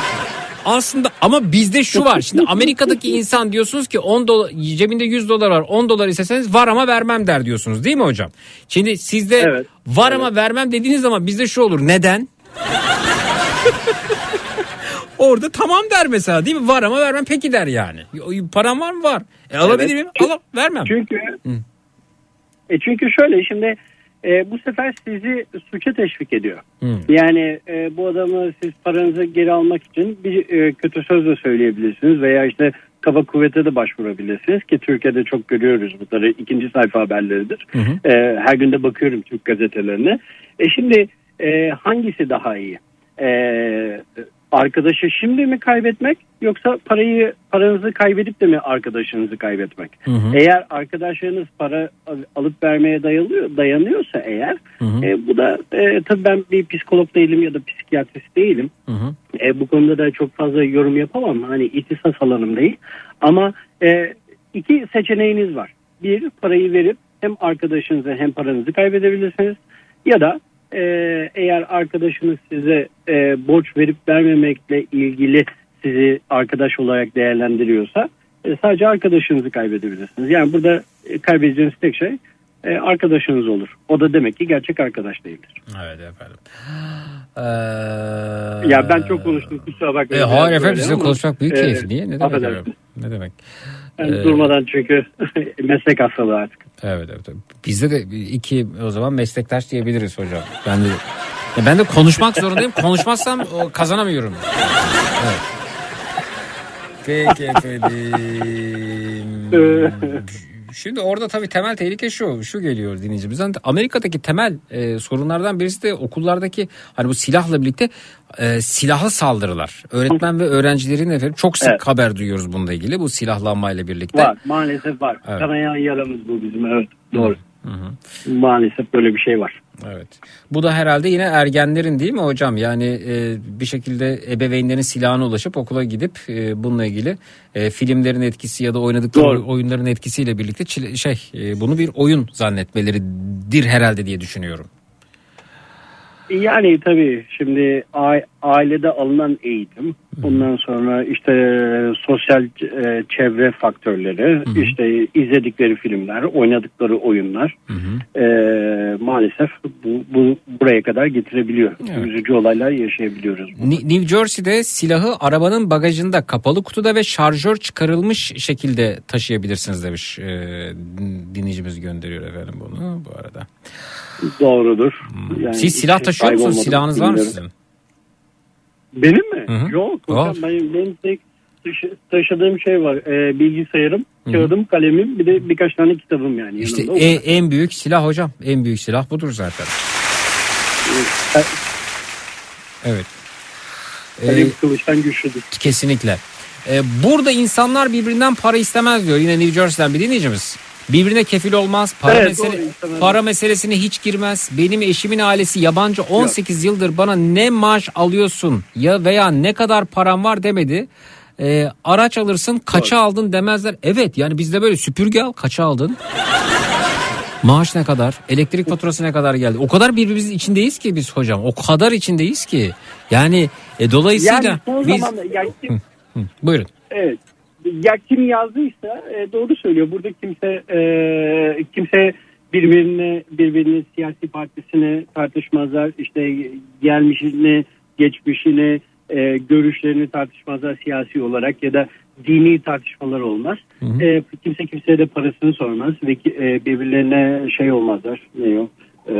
Aslında ama bizde şu var. Şimdi Amerika'daki insan diyorsunuz ki on dolar, cebinde yüz dolar var, on dolar isteseniz var ama vermem der diyorsunuz değil mi hocam? Şimdi sizde Evet, var evet. ama vermem dediğiniz zaman bizde şu olur. Neden? Orada tamam der mesela, değil mi? Var ama vermem peki der yani. Param var mı? Var. E, alabilir miyim? Evet. Al, vermem. Çünkü e çünkü şöyle şimdi e, bu sefer sizi suça teşvik ediyor. Hı. Yani e, bu adamı siz paranızı geri almak için bir e, kötü söz de söyleyebilirsiniz veya işte kaba kuvvete de başvurabilirsiniz ki Türkiye'de çok görüyoruz bunları, ikinci sayfa haberleridir. Hı hı. E, her gün de bakıyorum Türk gazetelerine. E şimdi e, hangisi daha iyi? E, arkadaşı şimdi mi kaybetmek yoksa parayı paranızı kaybedip de mi arkadaşınızı kaybetmek? Hı hı. Eğer arkadaşlarınız para al- alıp vermeye dayanıyor, dayanıyorsa eğer Hı hı. e, bu da e, tabii ben bir psikolog değilim ya da psikiyatrist değilim. Hı hı. E, bu konuda da çok fazla yorum yapamam. Hani ihtisas alanım değil. Ama e, iki seçeneğiniz var. Bir, parayı verip hem arkadaşınızı hem paranızı kaybedebilirsiniz. Ya da e, eğer arkadaşınız size e, borç verip vermemekle ilgili sizi arkadaş olarak değerlendiriyorsa e, sadece arkadaşınızı kaybedebilirsiniz. Yani burada e, kaybedeceğiniz tek şey e, arkadaşınız olur. O da demek ki gerçek arkadaş değildir. Evet efendim. Ee... Ya ben çok konuştum, kusura bakmayın. E, hayır efendim, size ama, konuşmak büyük e, keyif. Niye? Ne demek? affedersiniz. Efendim? Ne demek? Yani Ee, durmadan çünkü meslek hastalığı artık. Evet evet. Bizde de iki o zaman meslektaş diyebiliriz hocam. Ben de ya ben de konuşmak zorundayım. Konuşmazsam o, kazanamıyorum. Evet. Peki efendim. Şimdi orada tabii temel tehlike şu, şu geliyor dinleyicimizden. Amerika'daki temel e, sorunlardan birisi de okullardaki hani bu silahla birlikte e, silahlı saldırılar. Öğretmen ve öğrencilerin efendim çok sık Evet. haber duyuyoruz bununla ilgili, bu silahlanmayla birlikte. Var, maalesef var. Evet. Kanayan yaramız bu bizim, evet, doğru. Hı hı. Maalesef böyle bir şey var. Evet. Bu da herhalde yine ergenlerin, değil mi hocam? Yani e, bir şekilde ebeveynlerin silahına ulaşıp okula gidip e, bununla ilgili e, filmlerin etkisi ya da oynadıkları Doğru. oyunların etkisiyle birlikte çile, şey e, bunu bir oyun zannetmeleridir herhalde diye düşünüyorum. Yani tabii şimdi a- ailede alınan eğitim, ondan sonra işte sosyal e, çevre faktörleri, Hı hı. işte izledikleri filmler, oynadıkları oyunlar Hı hı. e, maalesef bu, bu buraya kadar getirebiliyor. Evet. Üzücü olaylar yaşayabiliyoruz. Ni- New Jersey'de silahı arabanın bagajında, kapalı kutuda ve şarjör çıkarılmış şekilde taşıyabilirsiniz demiş. E, dinleyicimiz gönderiyor efendim bunu bu arada. Doğrudur. Yani Siz silah hiç taşıyor musunuz? kaybolmadım, Silahınız var mı bilmiyorum. sizin? Benim mi? Hı hı. Yok. Var. Hocam, benim, benim tek taşı- taşıdığım şey var. Ee, bilgisayarım, Hı hı. kağıdım, kalemim, bir de birkaç tane kitabım yani. İşte yanımda. e- en büyük silah hocam. En büyük silah budur zaten. E, Evet. kalem Ee, kılıçtan güçlüdür. kesinlikle. Ee, burada insanlar birbirinden para istemez diyor. Yine New Jersey'den bir dinleyicimiz. Birbirine kefil olmaz. Para, Evet, mesele, doğru, istemez. para meselesine hiç girmez. Benim eşimin ailesi yabancı, on sekiz yıldır bana ne maaş alıyorsun ya veya ne kadar param var demedi. Ee, araç alırsın kaça aldın demezler. Evet, yani bizde böyle süpürge al kaça aldın. Maaş ne kadar? Elektrik faturası ne kadar geldi? O kadar birbirimizin içindeyiz ki biz hocam. O kadar içindeyiz ki. Yani e, dolayısıyla Yani son biz... zamanda ya kim, Hı, buyurun. evet. Ya kim yazdıysa e, doğru söylüyor. Burada kimse e, kimse birbirine birbirinin siyasi partisini tartışmazlar. İşte gelmişini, geçmişini, e, görüşlerini tartışmazlar siyasi olarak ya da dini tartışmalar olmaz. Hı hı. E, kimse kimseye de parasını sormaz ve ki, e, birbirlerine şey olmazlar. Ne o? E,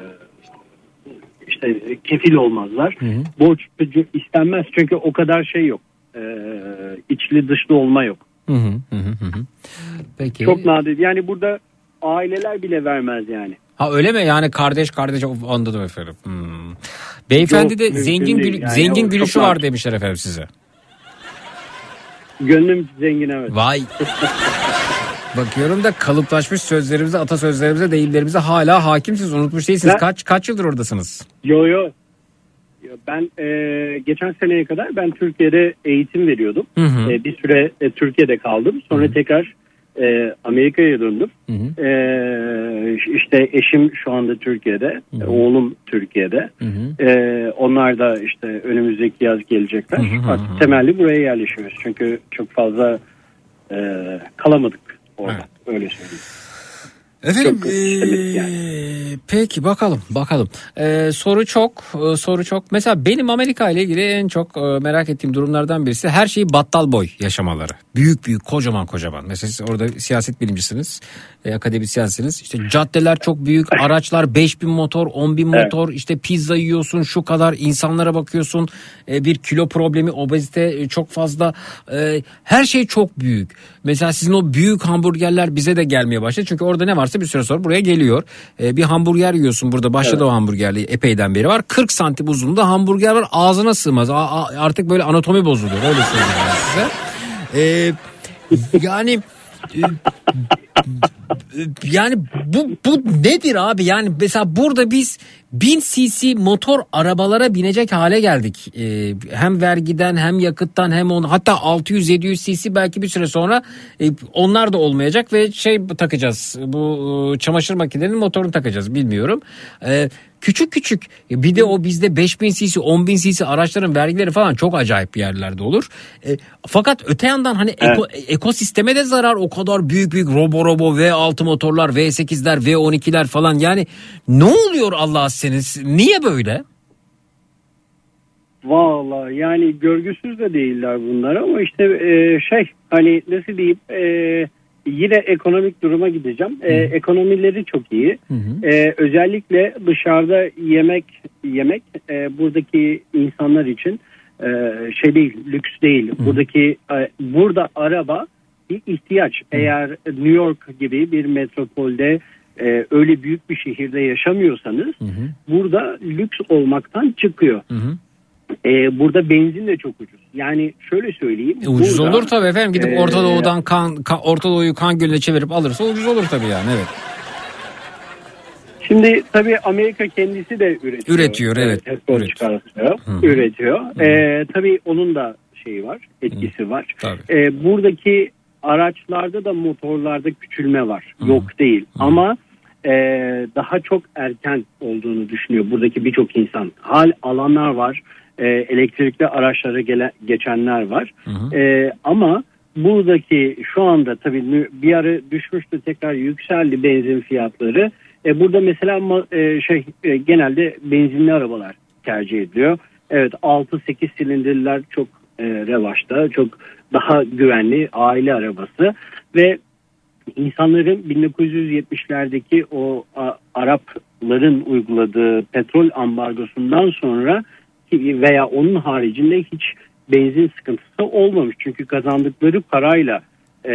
işte kefil olmazlar. Hı hı. Borç istenmez çünkü o kadar şey yok. E, içli dışlı olma yok. Hı hı, hı hı, hı. Peki. Çok nadir. Yani burada aileler bile vermez yani. Ha öyle mi? Yani kardeş kardeş anladım efendim. Hmm. Beyefendi Yok, de mümkün zengin değil. gül, Yani zengin o gülüşü çok var nadir. demişler efendim size. Gönlüm zengin, evet. Vay. Bakıyorum da kalıplaşmış sözlerimize, atasözlerimize, deyimlerimize hala hakimsiniz. Unutmuş değilsiniz. Ben- Kaç kaç yıldır oradasınız? Yo yo. Yo, Ben e, geçen seneye kadar ben Türkiye'de eğitim veriyordum. Hı hı. E, bir süre e, Türkiye'de kaldım. Sonra tekrar e, Amerika'ya döndüm. Hı hı. E, işte eşim şu anda Türkiye'de. Hı hı. e, Oğlum Türkiye'de. Hı hı. E, onlar da işte önümüzdeki yaz gelecekler. Hı hı hı Artık hı. temelli buraya yerleşiyoruz. Çünkü çok fazla e, kalamadık orada. Evet. Öyle söyleyeyim. Efendim Çok ee, yani. peki bakalım bakalım ee, soru çok e, soru çok mesela benim Amerika ile ilgili en çok e, merak ettiğim durumlardan birisi her şeyi battal boy yaşamaları, büyük büyük kocaman kocaman. Mesela siz orada siyaset bilimcisiniz, e, akademisyensiniz, işte caddeler çok büyük, araçlar beş bin motor, on bin Evet. motor, işte pizza yiyorsun, şu kadar insanlara bakıyorsun, e, bir kilo problemi, obezite e, çok fazla, e, her şey çok büyük. Mesela sizin o büyük hamburgerler bize de gelmeye başladı çünkü orada ne varsa bir süre sonra buraya geliyor. Ee, bir hamburger yiyorsun burada, başladı evet. O hamburgerliği epeyden beri var. kırk santim uzunluğunda hamburger var, ağzına sığmaz. A- a- artık böyle anatomi bozuluyor, öyle söyleyeyim ben size. Ee, yani e, yani bu bu nedir abi? Yani mesela burada biz bin cc motor arabalara binecek hale geldik. Ee, hem vergiden hem yakıttan hem on, hatta altı yüz yedi yüz cc belki bir süre sonra e, onlar da olmayacak ve şey takacağız. Bu e, çamaşır makinelerinin motorunu takacağız, bilmiyorum. Ee, küçük küçük bir de o bizde beş bin cc on bin cc araçların vergileri falan çok acayip yerlerde olur. E, fakat öte yandan hani eko, evet. ekosisteme de zarar, o kadar büyük büyük robo robo V altı motorlar, V sekizler, V on ikiler falan, yani ne oluyor Allah seniz? Niye böyle? Vallahi yani görgüsüz de değiller bunlar ama işte e, şey hani nasıl diyeyim, e, yine ekonomik duruma gideceğim. E, ekonomileri çok iyi. Hı hı. E, özellikle dışarıda yemek yemek e, buradaki insanlar için e, şey değil, lüks değil. Hı. Buradaki e, burada araba bir ihtiyaç. Hı. Eğer New York gibi bir metropolde e, öyle büyük bir şehirde yaşamıyorsanız, hı hı, burada lüks olmaktan çıkıyor. Hı hı. Ee, burada benzin de çok ucuz. Yani şöyle söyleyeyim. E, ucuz burada, olur tabii efendim. Gidip e, Orta Doğu'dan kan, kan, Orta Doğu'yu kan gölüne çevirip alırsa ucuz olur tabii yani, evet. Şimdi tabii Amerika kendisi de üretiyor. Üretiyor, evet. Petrol çıkartıyor. Hı. Üretiyor. Hı. Ee, tabii onun da şeyi var, etkisi Hı. var. Ee, buradaki araçlarda da motorlarda küçülme var. Hı. Yok değil. Hı. Ama e, daha çok erken olduğunu düşünüyor buradaki birçok insan. Hal alanlar var. E, elektrikli araçlara gele, geçenler var. Hı hı. E, ama buradaki şu anda tabii bir ara düşmüştü, tekrar yükseldi benzin fiyatları. E, burada mesela e, şey e, genelde benzinli arabalar tercih ediliyor. Evet, altı sekiz silindirler çok e, revaçta, çok daha güvenli aile arabası ve insanların bin dokuz yüz yetmişlerdeki o a, Arapların uyguladığı petrol ambargosundan sonra veya onun haricinde hiç benzin sıkıntısı olmamış. Çünkü kazandıkları parayla e,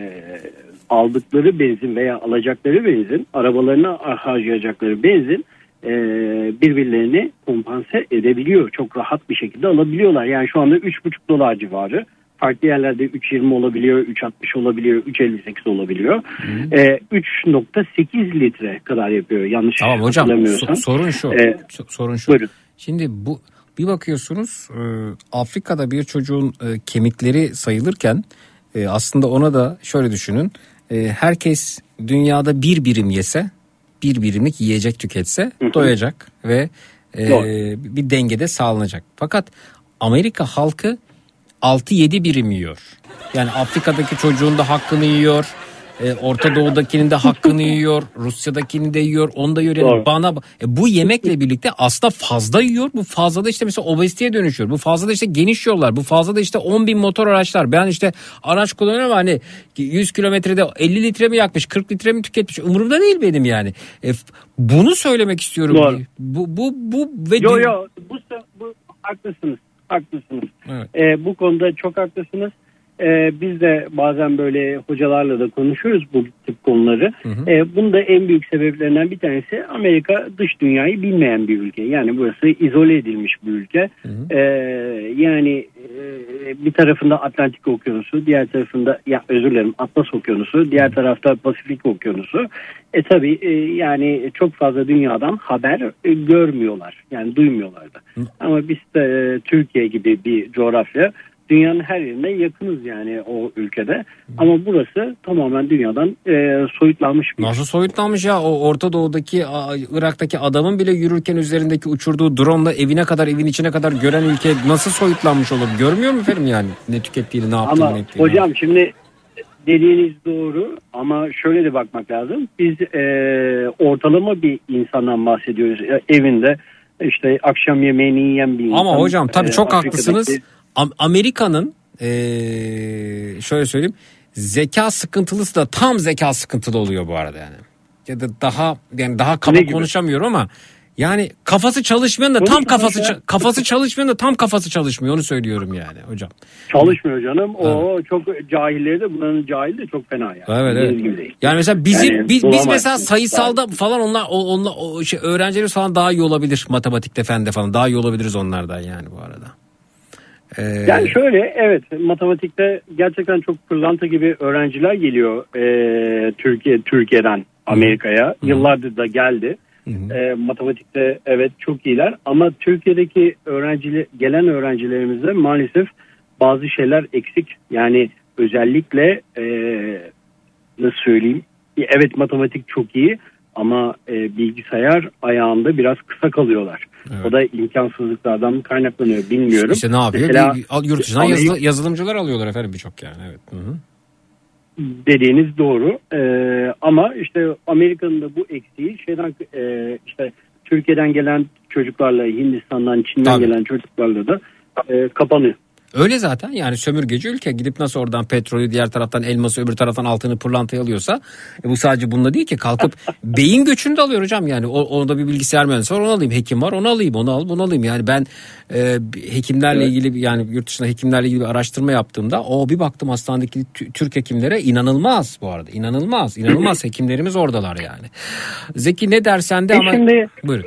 aldıkları benzin veya alacakları benzin, arabalarına harcayacakları benzin e, birbirlerini kompanse edebiliyor. Çok rahat bir şekilde alabiliyorlar. Yani şu anda üç buçuk dolar civarı. Farklı yerlerde üç yirmi olabiliyor, üç altmış olabiliyor, üç elli sekiz olabiliyor. E, üç nokta sekiz litre kadar yapıyor. Yanlış tamam hocam, hatırlamıyorsam. So- sorun şu. E, sorun şu. Buyurun. Şimdi bu bir bakıyorsunuz e, Afrika'da bir çocuğun e, kemikleri sayılırken e, aslında ona da şöyle düşünün. E, herkes dünyada bir birim yese, bir birimlik yiyecek tüketse hı hı. doyacak ve e, bir dengede sağlanacak. Fakat Amerika halkı altı yedi birim yiyor. Yani Afrika'daki çocuğun da hakkını yiyor. E, Orta Doğu'dakinin de hakkını yiyor. Rusya'dakini de yiyor. Onu da yiyor. Yani bana e, bu yemekle birlikte aslında fazla yiyor. Bu fazla da işte mesela obeziteye dönüşüyor. Bu fazla da işte geniş yollar. Bu fazla da işte on bin motor araçlar. Ben işte araç kullanıyorum ama hani yüz kilometrede elli litre mi yakmış, kırk litre mi tüketmiş? Umurumda değil benim yani. E, bunu söylemek istiyorum. Doğru. Bu bu bu ve yo yo bu, bu haklısınız. Haklısınız. Evet. E, bu konuda çok haklısınız. Ee, biz de bazen böyle hocalarla da konuşuyoruz bu tip konuları. Hı hı. Ee, bunun da en büyük sebeplerinden bir tanesi Amerika dış dünyayı bilmeyen bir ülke. Yani burası izole edilmiş bir ülke. Hı hı. Ee, yani e, bir tarafında Atlantik Okyanusu, diğer tarafında ya özür dilerim Atlas Okyanusu, diğer tarafta Pasifik Okyanusu. E tabii e, yani çok fazla dünyadan haber e, görmüyorlar. Yani duymuyorlar da. Hı. Ama biz de e, Türkiye gibi bir coğrafya, dünyanın her yerine yakınız yani o ülkede. Hmm. Ama burası tamamen dünyadan e, soyutlanmış bir Nasıl soyutlanmış ya? O Orta Doğu'daki, Irak'taki adamın bile yürürken üzerindeki uçurduğu drone'la evine kadar, evin içine kadar gören ülke nasıl soyutlanmış olur? Görmüyor mu efendim yani? Ne tükettiğini, ne yaptığını, Ama ne ettiğini. hocam şimdi dediğiniz doğru ama şöyle de bakmak lazım. Biz e, ortalama bir insandan bahsediyoruz. E, evinde işte akşam yemeğini yiyen bir insan. Ama hocam tabii e, çok Afrika'daki... haklısınız. Am- Amerika'nın e, şöyle söyleyeyim, zeka sıkıntılısı da tam zeka sıkıntılı oluyor bu arada yani. Ya da daha yani daha kaba konuşamıyorum ama yani kafası çalışmayan da tam kafası ça- kafası çalışmayan da tam kafası çalışmıyor, onu söylüyorum yani hocam. Çalışmıyor canım. O evet. Çok cahilleri de bunların cahili de çok fena yani. Evet, evet. Yani mesela bizim yani, biz biz mesela sayısalda falan onlar o onlar o şey öğrencilerimiz falan daha iyi olabilir, matematikte fende falan daha iyi olabiliriz onlardan yani bu arada. Ee... Yani şöyle evet, matematikte gerçekten çok pırlanta gibi öğrenciler geliyor e, Türkiye Türkiye'den Amerika'ya. Hı. Yıllardır da geldi. E, matematikte evet çok iyiler ama Türkiye'deki öğrenciler, gelen öğrencilerimizde maalesef bazı şeyler eksik. Yani özellikle e, nasıl söyleyeyim, evet matematik çok iyi ama e, bilgisayar ayağında biraz kısa kalıyorlar. Evet. O da imkansızlıklardan kaynaklanıyor, bilmiyorum. İşte ne yapıyor? Mesela, bir, yurt dışından yazılı, yazılımcılar alıyorlar efendim birçok yani. Evet. Hı-hı. Dediğiniz doğru ee, ama işte Amerika'nın da bu eksiği şeyden e, işte Türkiye'den gelen çocuklarla, Hindistan'dan, Çin'den Tabii. gelen çocuklarla da e, kapanıyor. Öyle zaten yani, sömürgeci ülke gidip nasıl oradan petrolü, diğer taraftan elması, öbür taraftan altını, pırlantayı alıyorsa e bu sadece bununla değil ki, kalkıp beyin göçünü de alıyor hocam yani. O, orada bir bilgisayar mühendisi var, onu alayım, hekim var, onu alayım, onu al, bunu alayım yani. Ben e, hekimlerle evet. ilgili yani yurt dışında hekimlerle ilgili bir araştırma yaptığımda o bir baktım hastanedeki t- Türk hekimlere, inanılmaz bu arada, inanılmaz inanılmaz hekimlerimiz oradalar yani. Zeki ne dersen de ama şimdi... buyurun.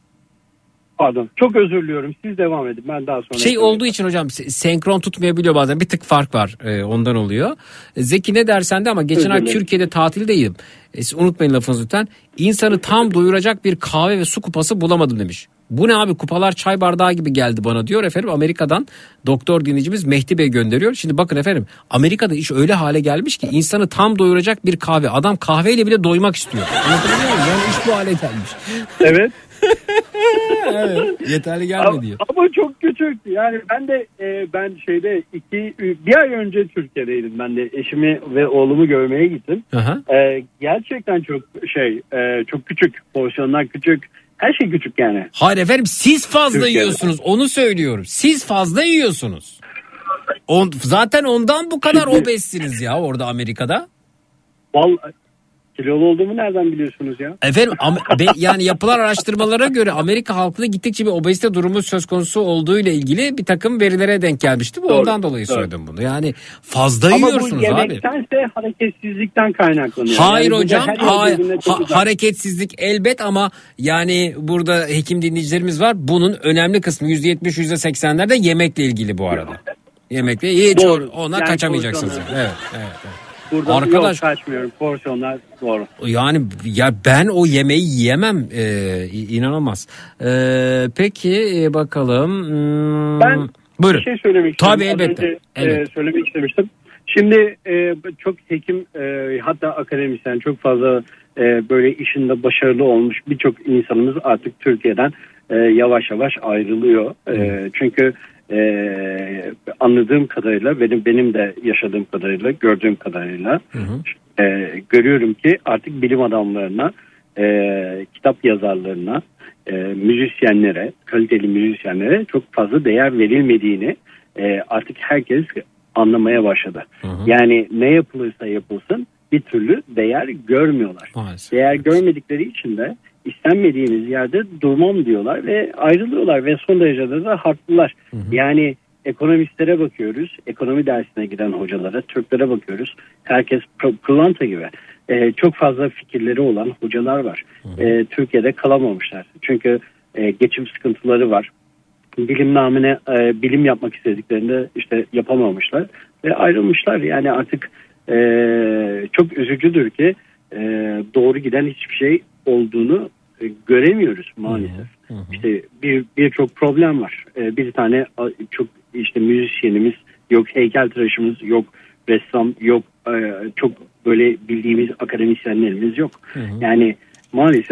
Pardon, çok özür diliyorum, siz devam edin, ben daha sonra. Şey olduğu için hocam senkron tutmayabiliyor bazen, bir tık fark var e, ondan oluyor. Zeki ne dersen de ama geçen ay Türkiye'de tatildeydim. E, unutmayın lafınızı lütfen. İnsanı tam doyuracak bir kahve ve su kupası bulamadım demiş. Bu ne abi, kupalar çay bardağı gibi geldi bana diyor efendim. Amerika'dan doktor dinleyicimiz Mehdi Bey gönderiyor. Şimdi bakın efendim, Amerika'da iş öyle hale gelmiş ki insanı tam doyuracak bir kahve. Adam kahveyle bile doymak istiyor. Anlatabiliyor muyum? Yani iş bu hale gelmiş. Evet. Evet, yeterli gelmedi diyor. Ama çok küçük. Yani ben de e, ben şeyde iki bir ay önce Türkiye'deydim. Ben de eşimi ve oğlumu görmeye gittim. E, gerçekten çok şey e, çok küçük. Porsiyonlar küçük. Her şey küçük yani. Hayır efendim, siz fazla Türkiye'de. yiyorsunuz. Onu söylüyorum. Siz fazla yiyorsunuz. On, zaten ondan bu kadar Şimdi, obezsiniz ya orada Amerika'da. Vallahi kilolu olduğumu nereden biliyorsunuz ya? Efendim be, yani yapılan araştırmalara göre Amerika halkında gittikçe bir obezite durumu söz konusu olduğu ile ilgili bir takım verilere denk gelmişti. Bu doğru, ondan dolayı doğru. söyledim bunu. Yani fazla Ama yiyorsunuz abi. Ama bu yemektense hareketsizlikten kaynaklanıyor. Hayır yani hocam hayır, ha, hareketsizlik elbet ama yani burada hekim dinleyicilerimiz var. Bunun önemli kısmı yüzde yetmiş yüzde seksenlerde yemekle ilgili bu arada. Yemekle hiç doğru. ona yani kaçamayacaksınız. Evet, evet, evet. Burada Arkadaş, yok kaçmıyorum, porsiyonlar doğru. Yani ya ben o yemeği yiyemem, ee, inanılmaz. Ee, peki bakalım. Hmm, ben buyurun. bir şey söylemek Tabii istedim. elbette. Önce, elbette. E, söylemek istemiştim. Şimdi e, çok hekim e, hatta akademisyen çok fazla e, böyle işinde başarılı olmuş birçok insanımız artık Türkiye'den e, yavaş yavaş ayrılıyor. E, çünkü Ee, anladığım kadarıyla, benim benim de yaşadığım kadarıyla, gördüğüm kadarıyla hı hı. E, görüyorum ki artık bilim adamlarına, e, kitap yazarlarına, e, müzisyenlere, kaliteli müzisyenlere çok fazla değer verilmediğini e, artık herkes anlamaya başladı. Hı hı. Yani ne yapılırsa yapılsın bir türlü değer görmüyorlar. Maalesef. Değer görmedikleri için de İstenmediğimiz yerde durmam diyorlar ve ayrılıyorlar ve son derecede de haklılar. Hı hı. Yani ekonomistlere bakıyoruz, ekonomi dersine giden hocalara, Türklere bakıyoruz. Herkes pırlanta gibi. Ee, çok fazla fikirleri olan hocalar var. Hı hı. Ee, Türkiye'de kalamamışlar. Çünkü e, geçim sıkıntıları var. Bilim namine e, bilim yapmak istediklerinde işte yapamamışlar ve ayrılmışlar. Yani artık e, çok üzücüdür ki e, doğru giden hiçbir şey olduğunu e, göremiyoruz maalesef. Hı hı. İşte bir birçok problem var. E, bir tane çok işte müzisyenimiz yok, heykeltıraşımız yok, ressam yok, e, çok böyle bildiğimiz akademisyenlerimiz yok. Hı hı. Yani maalesef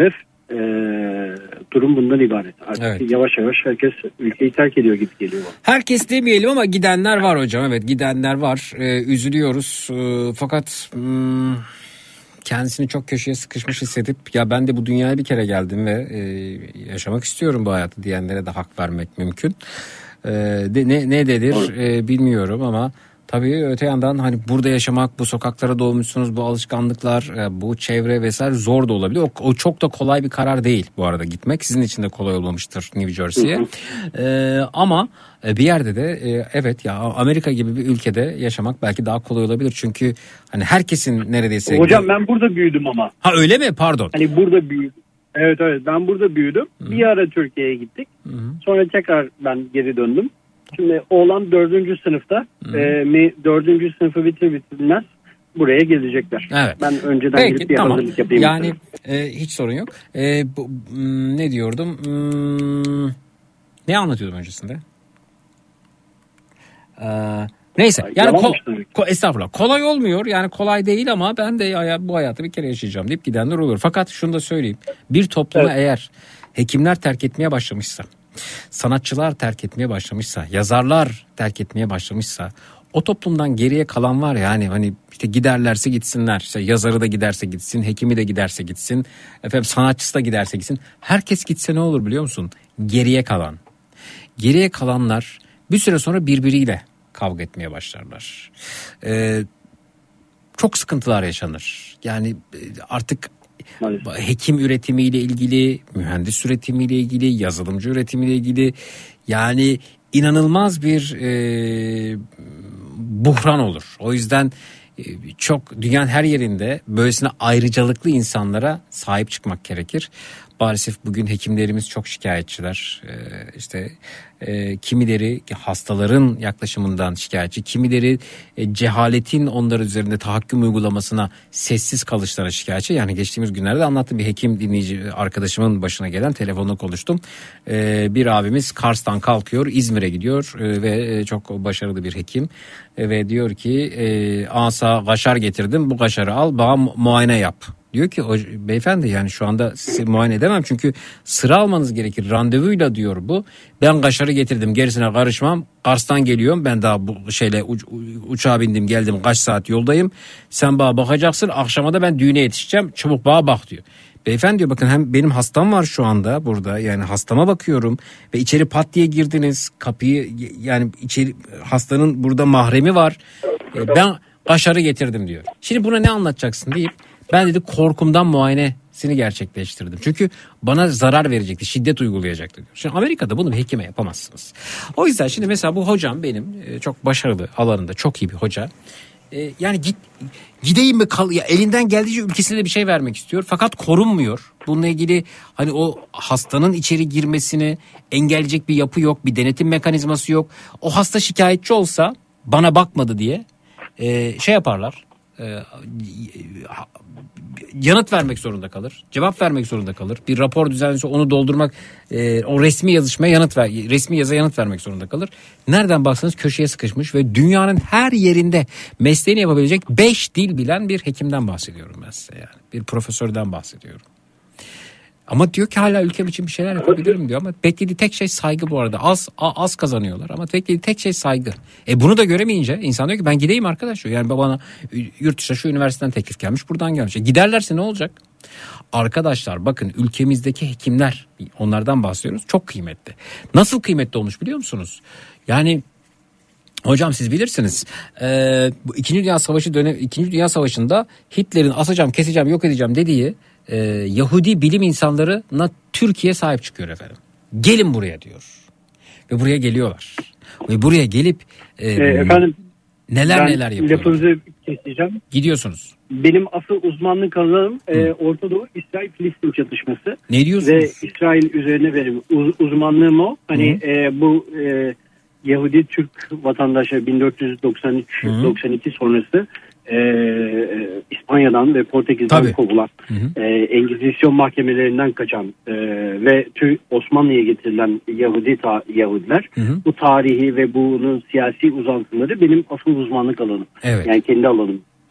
e, durum bundan ibaret. Artık Evet. yavaş yavaş herkes ülkeyi terk ediyor gibi geliyor bana. Herkes demeyelim ama gidenler var hocam. Evet, gidenler var. Ee, üzülüyoruz. Ee, fakat hmm, kendisini çok köşeye sıkışmış hissedip ya ben de bu dünyaya bir kere geldim ve e, yaşamak istiyorum bu hayatı diyenlere de hak vermek mümkün. Ee, de, ne ne dedir e, bilmiyorum ama tabii öte yandan hani burada yaşamak, bu sokaklara doğmuşsunuz, bu alışkanlıklar, e, bu çevre vesaire zor da olabilir. O, o çok da kolay bir karar değil bu arada gitmek. Sizin için de kolay olmamıştır New Jersey'ye. E, ama bir yerde de e, evet ya Amerika gibi bir ülkede yaşamak belki daha kolay olabilir. Çünkü hani herkesin neredeyse... Hocam ben burada büyüdüm ama. Ha öyle mi? Pardon. Hani burada büyüdüm. Evet evet ben burada büyüdüm. Hı. Bir ara Türkiye'ye gittik. Hı. Sonra tekrar ben geri döndüm. Şimdi oğlan dördüncü sınıfta e, mi, dördüncü sınıfı bitir bitirmez buraya gelecekler. Evet. Ben önceden Peki, gidip bir tamam. hazırlık yapayım. Yani e, hiç sorun yok. E, bu, m, ne diyordum? Hmm, ne anlatıyordum öncesinde? Ee, neyse yani ko- ko- estağfurullah kolay olmuyor yani kolay değil ama ben de ya, bu hayatı bir kere yaşayacağım deyip gidenler olur. Fakat şunu da söyleyeyim, bir toplumu evet. eğer hekimler terk etmeye başlamışsa, sanatçılar terk etmeye başlamışsa, yazarlar terk etmeye başlamışsa, o toplumdan geriye kalan var ya hani hani işte giderlerse gitsinler, işte yazarı da giderse gitsin, hekimi de giderse gitsin, efendim sanatçısı da giderse gitsin, herkes gitse ne olur biliyor musun? Geriye kalan, geriye kalanlar bir süre sonra birbiriyle kavga etmeye başlarlar. Ee, çok sıkıntılar yaşanır. Yani artık maalesef hekim üretimiyle ilgili, mühendis üretimiyle ilgili, yazılımcı üretimiyle ilgili yani inanılmaz bir e, buhran olur. O yüzden e, çok dünyanın her yerinde böylesine ayrıcalıklı insanlara sahip çıkmak gerekir. Maalesef bugün hekimlerimiz çok şikayetçiler. Ee, işte e, kimileri hastaların yaklaşımından şikayetçi, kimileri e, cehaletin onlar üzerinde tahakküm uygulamasına sessiz kalışlara şikayetçi. Yani geçtiğimiz günlerde anlattım, bir hekim dinleyici arkadaşımın başına gelen, telefonla konuştum. Ee, bir abimiz Kars'tan kalkıyor, İzmir'e gidiyor e, ve çok başarılı bir hekim e, ve diyor ki e, asa kaşar getirdim, bu kaşarı al bana muayene yap. Diyor ki o, beyefendi yani şu anda sizi muayene edemem çünkü sıra almanız gerekir, randevuyla diyor bu. Ben kaşarı getirdim, gerisine karışmam. Kars'tan geliyorum, ben daha bu şeyle uç, uçağa bindim geldim, kaç saat yoldayım. Sen bana bakacaksın, akşama da ben düğüne yetişeceğim, çabuk bana bak diyor. Beyefendi diyor bakın hem benim hastam var şu anda burada, yani hastama bakıyorum ve içeri pat diye girdiniz kapıyı, yani içeri hastanın burada mahremi var. Ben kaşarı getirdim diyor. Şimdi buna ne anlatacaksın deyip ben dedi korkumdan muayenesini gerçekleştirdim. Çünkü bana zarar verecekti, şiddet uygulayacaktı diyor. Şimdi Amerika'da bunu bir hekime yapamazsınız. O yüzden şimdi mesela bu hocam benim çok başarılı alanında, çok iyi bir hoca. Yani git gideyim mi kal ya, elinden geldiğince ülkesine de bir şey vermek istiyor fakat korunmuyor. Bununla ilgili hani o hastanın içeri girmesini engelleyecek bir yapı yok, bir denetim mekanizması yok. O hasta şikayetçi olsa bana bakmadı diye e, şey yaparlar. E, yanıt vermek zorunda kalır. Cevap vermek zorunda kalır. Bir rapor düzenlese onu doldurmak, e, o resmi yazışmaya yanıt ver, resmi yaza yanıt vermek zorunda kalır. Nereden baksanız köşeye sıkışmış ve dünyanın her yerinde mesleğini yapabilecek beş dil bilen bir hekimden bahsediyorum ben size yani. Bir profesörden bahsediyorum. Ama diyor ki hala ülkem için bir şeyler yapabilirim diyor ama beklediği tek şey saygı bu arada. Az az kazanıyorlar ama beklediği tek şey saygı. E bunu da göremeyince insan diyor ki ben gideyim arkadaş diyor. Yani bana yurt dışına şu üniversiteden teklif gelmiş, buradan gelmiş. E giderlerse ne olacak? Arkadaşlar bakın ülkemizdeki hekimler, onlardan bahsediyoruz, çok kıymetli. Nasıl kıymetli olmuş biliyor musunuz? Yani hocam siz bilirsiniz. Ee, bu İkinci Dünya Savaşı dönem İkinci Dünya Savaşı'nda Hitler'in asacağım, keseceğim, yok edeceğim dediği e, Yahudi bilim insanlarına Türkiye sahip çıkıyor efendim. Gelin buraya diyor. Ve buraya geliyorlar. Ve buraya gelip e, e, efendim neler neler yapıyorlar. Lafınızı keseceğim. Gidiyorsunuz. Benim asıl uzmanlık alanım e, Orta Doğu İsrail-Filistin çatışması. Ne diyorsunuz? Ve İsrail üzerine benim uz, uzmanlığım o. Hani e, bu e, Yahudi Türk vatandaşları bin dört yüz doksan üç doksan iki sonrası e, e, İspanya'dan ve Portekiz'den Tabii. kovulan, e, Engizisyon mahkemelerinden kaçan e, ve tüm Osmanlı'ya getirilen Yahudi ta, Yahudiler, hı hı. bu tarihi ve bunun siyasi uzantıları benim asıl uzmanlık alanım. Evet. Yani kendi alanım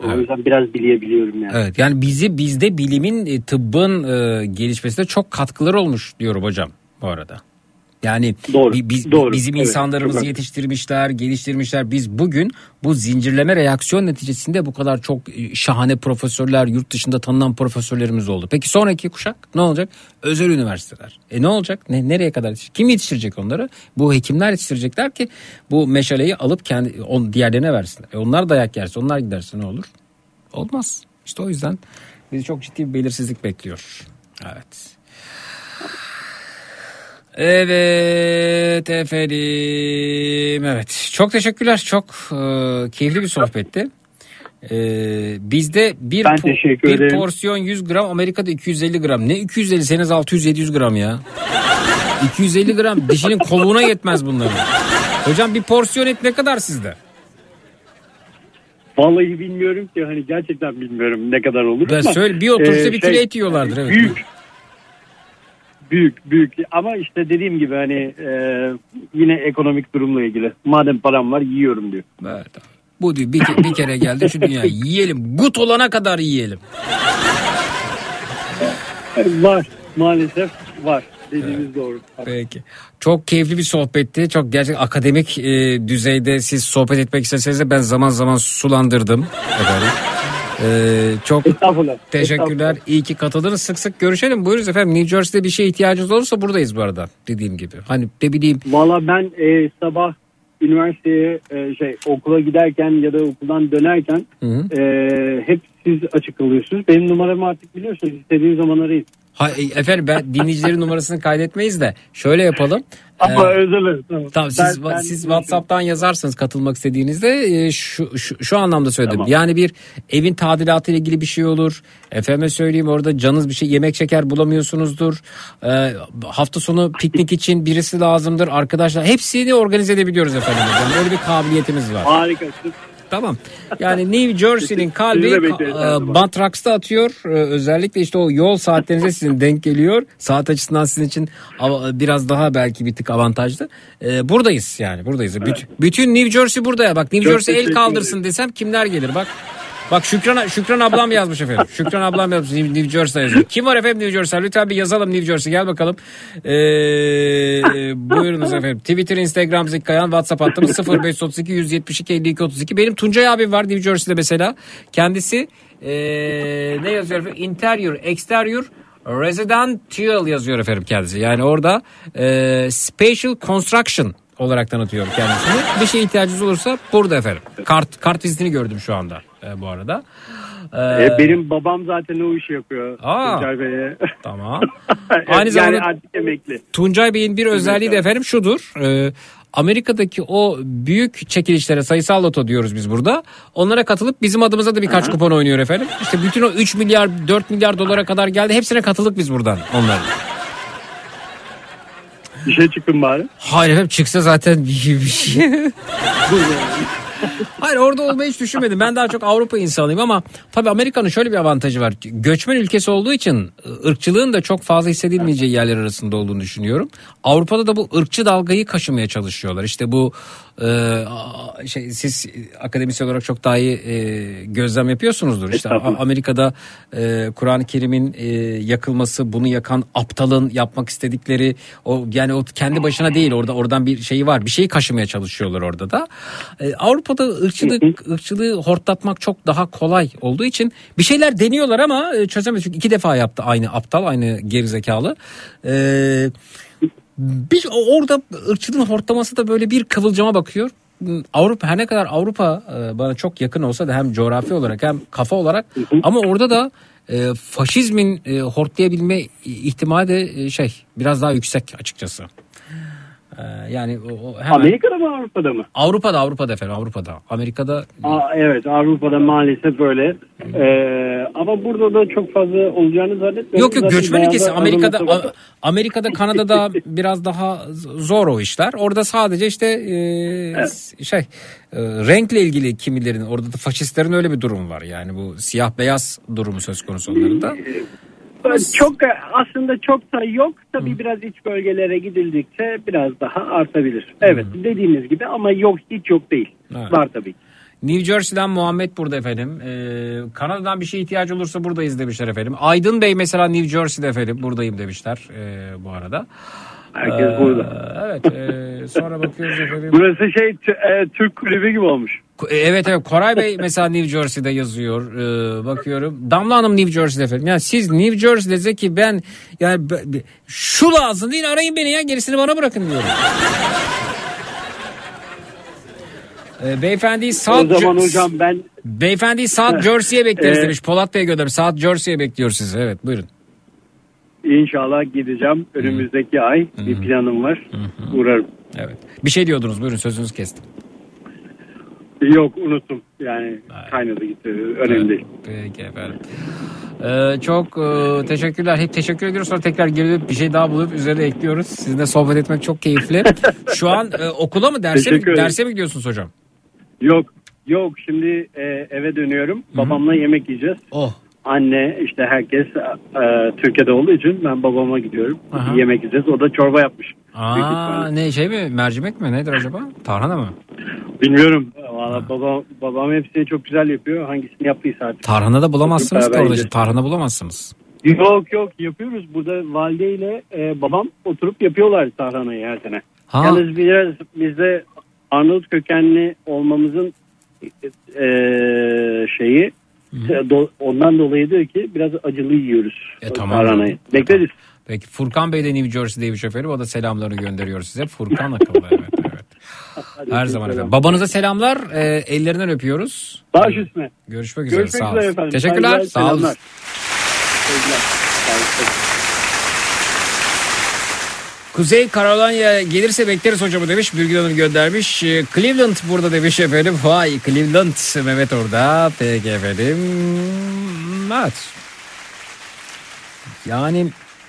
O yüzden biraz bilebiliyorum yani. Evet, yani bizi bizde bilimin, tıbbın e, gelişmesine çok katkıları olmuş diyorum hocam bu arada. Yani doğru, biz, doğru. bizim evet, insanlarımızı yetiştirmişler, geliştirmişler. Biz bugün bu zincirleme reaksiyon neticesinde bu kadar çok şahane profesörler, yurt dışında tanınan profesörlerimiz oldu. Peki sonraki kuşak ne olacak? Özel üniversiteler. E ne olacak? Ne, nereye kadar yetiştirecek? Kim yetiştirecek onları? Bu hekimler yetiştirecekler ki bu meşaleyi alıp kendi on, diğerlerine versinler. E onlar dayak yerse, onlar giderse ne olur? Olmaz. İşte o yüzden bizi çok ciddi bir belirsizlik bekliyor. Evet. Evet efendim. Evet. Çok teşekkürler. Çok e, keyifli bir sohbetti. E, bizde bir, po- bir porsiyon yüz gram, Amerika'da iki yüz elli gram. Ne iki yüz elli? Seniz altı yüz yedi yüz gram ya. iki yüz elli gram dişinin koluğuna yetmez bunların. Hocam bir porsiyon et ne kadar sizde? Vallahi bilmiyorum ki, hani gerçekten bilmiyorum ne kadar olur. Ben ama, söyle bir oturuşta e, bir şey, kilo et yiyorlardır. Evet. Büyük. Büyük büyük ama işte dediğim gibi hani e, yine ekonomik durumla ilgili. Madem param var yiyorum diyor. Evet. Bu diyor bir, bir kere geldi şu dünyaya yiyelim. Gut olana kadar yiyelim. Var maalesef var. Dediğiniz evet. Doğru. Peki. Çok keyifli bir sohbetti. Çok gerçek akademik e, düzeyde siz sohbet etmek isteseniz de ben zaman zaman sulandırdım. Efendim. Ee, çok Estağfurullah. teşekkürler. Estağfurullah. İyi ki katıldınız. Sık sık görüşelim. Buyurunuz efendim. New Jersey'de bir şeye ihtiyacınız olursa buradayız bu arada. Dediğim gibi. Hani ne bileyim. Valla ben e, sabah üniversiteye e, şey okula giderken ya da okuldan dönerken e, hep siz açık kalıyorsunuz. Benim numaramı artık biliyorsunuz. İstediğim zaman arayın. Hayır efendim, ben dinleyicilerin numarasını kaydetmeyiz de şöyle yapalım. Ama ee, özel. Tamam. Tamam siz, ben, siz ben WhatsApp'tan yazarsınız katılmak istediğinizde e, şu, şu şu anlamda söyledim. Tamam. Yani bir evin tadilatı ile ilgili bir şey olur. Efendime söyleyeyim, orada canınız bir şey yemek şeker bulamıyorsunuzdur. Ee, hafta sonu piknik için birisi lazımdır. Arkadaşlar hepsini organize edebiliyoruz efendim. Yani öyle bir kabiliyetimiz var. Harikasın. Tamam. Yani New Jersey'nin kalbi ka- Bantrax'ta atıyor. Ee, özellikle işte o yol saatlerinize sizin denk geliyor. Saat açısından sizin için av- biraz daha belki bir tık avantajlı. Ee, buradayız yani buradayız. Evet. Büt- bütün New Jersey burada ya. Bak New Çok Jersey el kaldırsın desem kimler gelir bak. Bak Şükran Şükran ablam yazmış efendim. Şükran ablam yazmış New Jersey yazıyor. Kim var efendim New Jersey? Lütfen bir yazalım New Jersey. Gel bakalım. Ee, buyurunuz efendim. Twitter, Instagram, Zeki Kayan, WhatsApp hattımız sıfır beş otuz iki yüz yetmiş iki elli iki otuz iki. Benim Tuncay abim var New Jersey'de mesela. Kendisi ee, ne yazıyor efendim? Interior, exterior, residential yazıyor efendim kendisi. Yani orada ee, special construction olarak tanıtıyor kendisini. Bir şeye ihtiyacınız olursa burada efendim. Kart kart vizitini gördüm şu anda e, bu arada. Ee, e, benim babam zaten o işi yapıyor. Aa, Tuncay Bey'e. Tamam. Aynı zamanda yani artık emekli. Tuncay Bey'in bir özelliği de efendim şudur. E, Amerika'daki o büyük çekilişlere, sayısal loto diyoruz biz burada. Onlara katılıp bizim adımıza da birkaç Aha. kupon oynuyor efendim. İşte bütün o üç milyar dört milyar dolara kadar geldi. Hepsine katıldık biz buradan onların. Bir şey çıktı mı bari? Hayır efendim, çıksa zaten bir şey. Hayır, orada olmayı hiç düşünmedim. Ben daha çok Avrupa insanıyım ama tabii Amerika'nın şöyle bir avantajı var. Göçmen ülkesi olduğu için ırkçılığın da çok fazla hissedilmeyeceği yerler arasında olduğunu düşünüyorum. Avrupa'da da bu ırkçı dalgayı kaşımaya çalışıyorlar. İşte bu e, şey, siz akademisyen olarak çok daha iyi e, gözlem yapıyorsunuzdur. İşte Amerika'da e, Kur'an-ı Kerim'in e, yakılması, bunu yakan aptalın yapmak istedikleri o, yani o kendi başına değil, orada oradan bir şeyi var. Bir şeyi kaşımaya çalışıyorlar orada da. E, Avrupa da ırkçılık, ırkçılığı hortlatmak çok daha kolay olduğu için bir şeyler deniyorlar ama çözemez. Çünkü iki defa yaptı aynı aptal, aynı gerizekalı. Ee, bir, orada ırkçılığın hortlaması da böyle bir kıvılcıma bakıyor. Avrupa, her ne kadar Avrupa bana çok yakın olsa da hem coğrafi olarak hem kafa olarak, ama orada da e, faşizmin e, hortlayabilme ihtimali de e, şey biraz daha yüksek açıkçası. Yani o hemen... Amerika'da mı, Avrupa'da mı? Avrupa'da, Avrupa'da efendim, Avrupa'da. Amerika'da... Aa, evet, Avrupa'da maalesef öyle. Ee, ama burada da çok fazla olacağını zannetmiyorum. Yok yok, göçmen ülkesi. Amerika'da, A- Amerika'da, Kanada'da biraz daha zor o işler. Orada sadece işte e, evet. şey e, renkle ilgili kimilerin, orada da faşistlerin öyle bir durum var. Yani bu siyah beyaz durumu söz konusu onların da. Çok aslında çok da yok. Tabii Hı. biraz iç bölgelere gidildikçe biraz daha artabilir. Evet, Hı. dediğiniz gibi, ama yok, hiç yok değil. Evet. Var tabii. New Jersey'den Muhammed burada efendim. Ee, Kanada'dan bir şeye ihtiyacı olursa buradayız demişler efendim. Aydın Bey mesela New Jersey'de efendim buradayım demişler ee, bu arada. Herkes ee, burada. Evet. E, sonra bakıyoruz efendim. Burası şey t- e, Türk kulübü gibi olmuş. Evet evet. Koray Bey mesela New Jersey'de yazıyor. Ee, bakıyorum. Damla Hanım New Jersey'de efendim. Yani siz New Jersey'de Zeki ben yani şu lazım değil arayın beni ya gerisini bana bırakın diyorum. Ee, beyefendi South o zaman hocam ben Beyefendi South Jersey'ye bekleriz demiş. Polat Bey göndermiş. South Jersey'ye bekliyor sizi. Evet buyurun. İnşallah gideceğim. Önümüzdeki hmm. ay bir planım var. Hmm. Uğrarım. Evet. Bir şey diyordunuz. Buyurun sözünüzü kestim. Yok unuttum. Yani kaynadı gitti. Önemli değil. Peki efendim. Ee, çok e, teşekkürler. Hep teşekkür ediyoruz. Sonra tekrar gelip bir şey daha bulup üzerine ekliyoruz. Sizinle sohbet etmek çok keyifli. Şu an e, okula mı derse mi, derse mi gidiyorsunuz hocam? Yok. Yok. Şimdi e, eve dönüyorum. Hı-hı. Babamla yemek yiyeceğiz. Oh. Anne işte herkes e, Türkiye'de olduğu için ben babama gidiyorum. Aha. Yemek yiyeceğiz. O da çorba yapmış. Aa, ne şey mi? Mercimek mi? Nedir acaba? Tarhana mı? Bilmiyorum. Valla babam, babam hepsini çok güzel yapıyor. Hangisini yaptıysa artık. Tarhana da bulamazsınız ki orada. Tarhana bulamazsınız. Yok yok yapıyoruz. Burada valideyle e, babam oturup yapıyorlar tarhanayı her sene. Ha. Yalnız biraz bizde Arnavut kökenli olmamızın e, şeyi do, ondan dolayı diyor ki biraz acılı yiyoruz e, tamam. tarhanayı. Bekleriz. Peki Furkan Bey de New Jersey'deymiş efendim. O da selamlarını gönderiyor size. Furkan akıllı evet evet. Her zaman selam. Efendim. Babanıza selamlar. E, ellerinden öpüyoruz. Baş üstüne. Görüşmek üzere. Görüşmek sağ üzere olun. efendim. Teşekkürler. Sağ olun. Kuzey Carolina gelirse bekleriz hocamı demiş. Bülgül Hanım göndermiş. Cleveland burada demiş efendim. Vay Cleveland. Mehmet orada. Peki efendim. Evet. Yani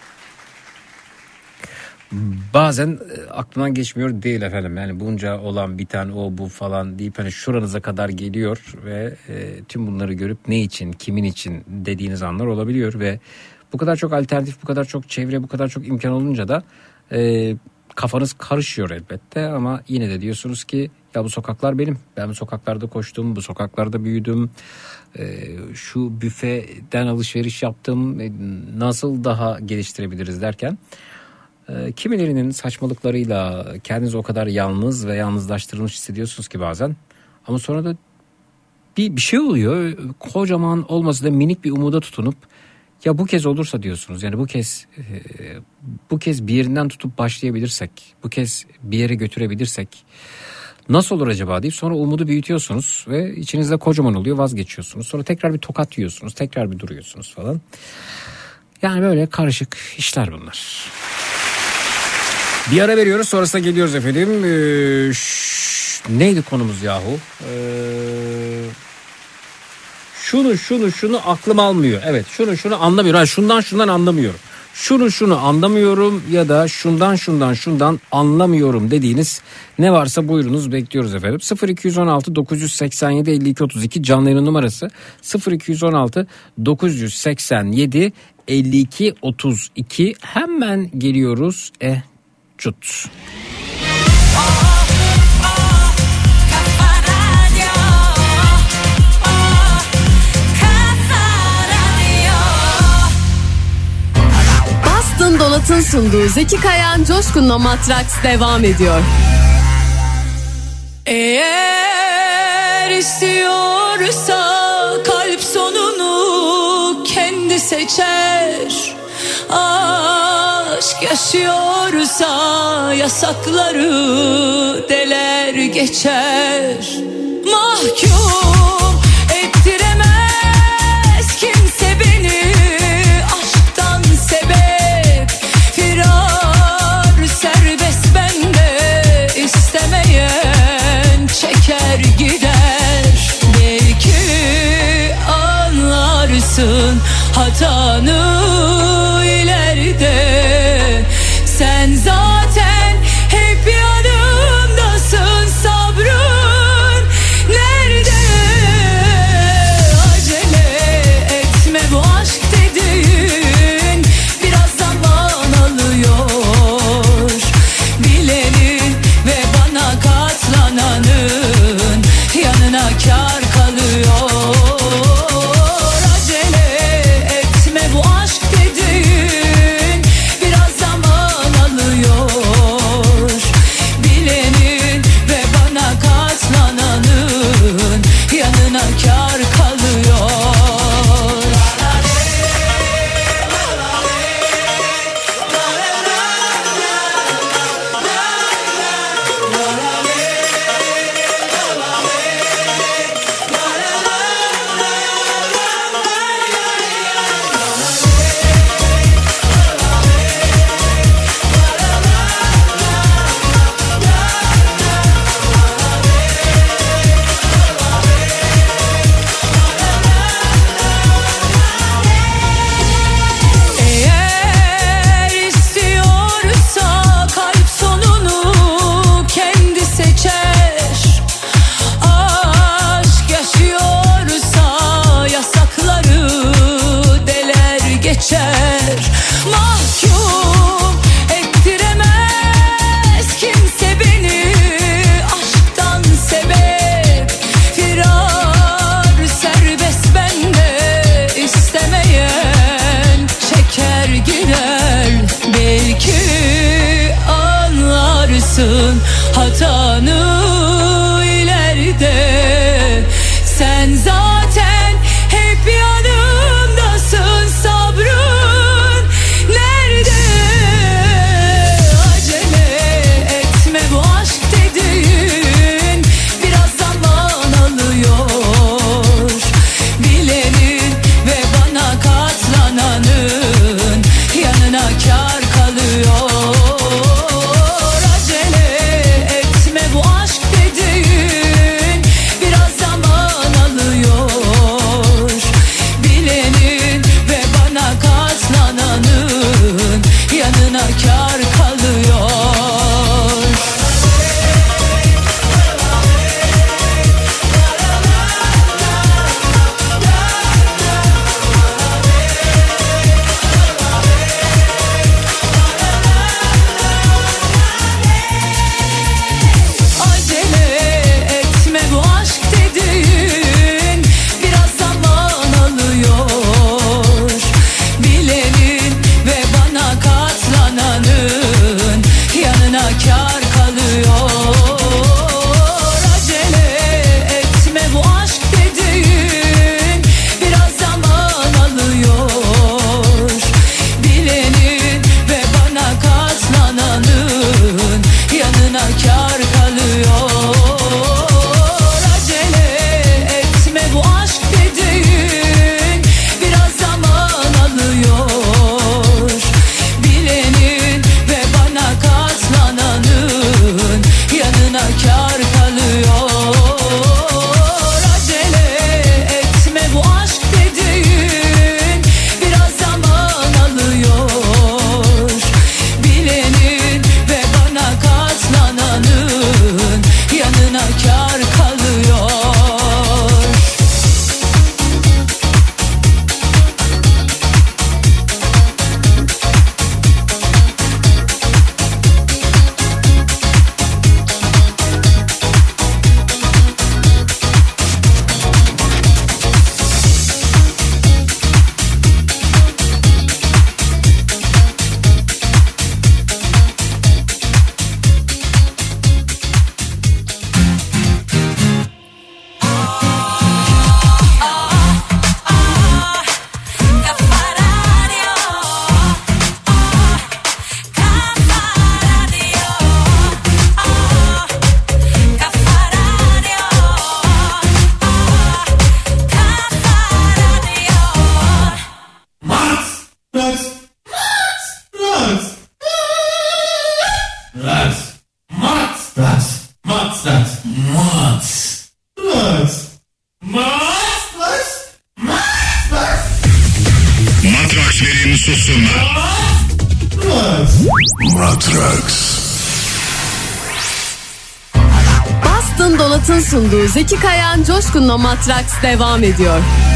bazen aklından geçmiyor değil efendim. Yani bunca olan biten o bu falan deyip hani şuranıza kadar geliyor ve e, tüm bunları görüp ne için, kimin için dediğiniz anlar olabiliyor ve bu kadar çok alternatif, bu kadar çok çevre, bu kadar çok imkan olunca da e, kafanız karışıyor elbette ama yine de diyorsunuz ki ya bu sokaklar benim. Ben bu sokaklarda koştum, bu sokaklarda büyüdüm. E, şu büfeden alışveriş yaptım. E, nasıl daha geliştirebiliriz derken e, kimilerinin saçmalıklarıyla kendinizi o kadar yalnız ve yalnızlaştırılmış hissediyorsunuz ki bazen. Ama sonra da bir, bir şey oluyor. Kocaman olmasa da minik bir umuda tutunup ya bu kez olursa diyorsunuz. Yani bu kez e, bu kez bir yerinden tutup başlayabilirsek, bu kez bir yere götürebilirsek nasıl olur acaba deyip sonra umudu büyütüyorsunuz ve içinizde kocaman oluyor, vazgeçiyorsunuz. Sonra tekrar bir tokat yiyorsunuz, tekrar bir duruyorsunuz falan. Yani böyle karışık işler bunlar. Bir ara veriyoruz, sonrasında geliyoruz efendim. Ee, şş, neydi konumuz yahu? Eee Şunu şunu şunu aklım almıyor. Evet şunu şunu anlamıyorum. Yani şundan şundan anlamıyorum. Şunu şunu anlamıyorum ya da şundan şundan şundan anlamıyorum dediğiniz ne varsa buyurunuz bekliyoruz efendim. sıfır iki on altı dokuz seksen yedi elli iki otuz iki canlı yayın numarası sıfır iki on altı dokuz seksen yedi elli iki otuz iki hemen geliyoruz. Eh cut. Bastın Dolat'ın sunduğu Zeki Kayan Coşkun'la Matraks devam ediyor. Eğer istiyorsa kalp sonunu kendi seçer. Aşk yaşıyorsa yasakları deler geçer. Mahkum ettiremez kimse beni aşktan sebep. Firar serbest bende, istemeyen çeker gider. Belki anlarsın hatanı ileride. Sen zaten hep yanımdasın, sabrın nerede? bulmasın hatanı ileride. Sen zaten hep yanımdasın, sabrın nerede? Acele etme, bu aşk dediğin biraz zaman alıyor. Bilenin ve bana katlananın yanına kar kalıyor. Acele etme, bu aşk dediğin biraz zaman alıyor. Bilenin ve bana katlananın yanına kar kalıyor. Acele etme, bu aşk dediğin biraz zaman alıyor. Bilenin ve bana katlananın yanına kar kalıyor. Acele etme, bu aşk dediğin biraz zaman alıyor. Bilenin ve bana katlananın yanına kar kalıyor. Acele etme, bu aşk dediğin biraz zaman alıyor. Bilenin ve bana katlananın yanına kar kalıyor. Acele etme, bu aşk dediğin biraz zaman alıyor. Bilenin ve bana katlananın yanına kar kalıyor. Matrakslerin susunlar. Matraks. Boston Dolat'ın sunduğu Zeki Kayan Coşkun'la Matraks devam ediyor.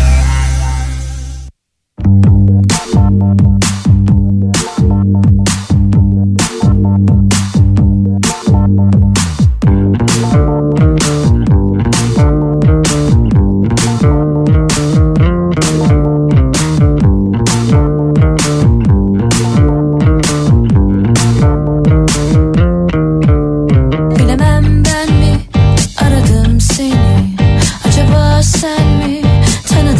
Bilemem ben mi aradım seni, acaba sen mi tanıdın?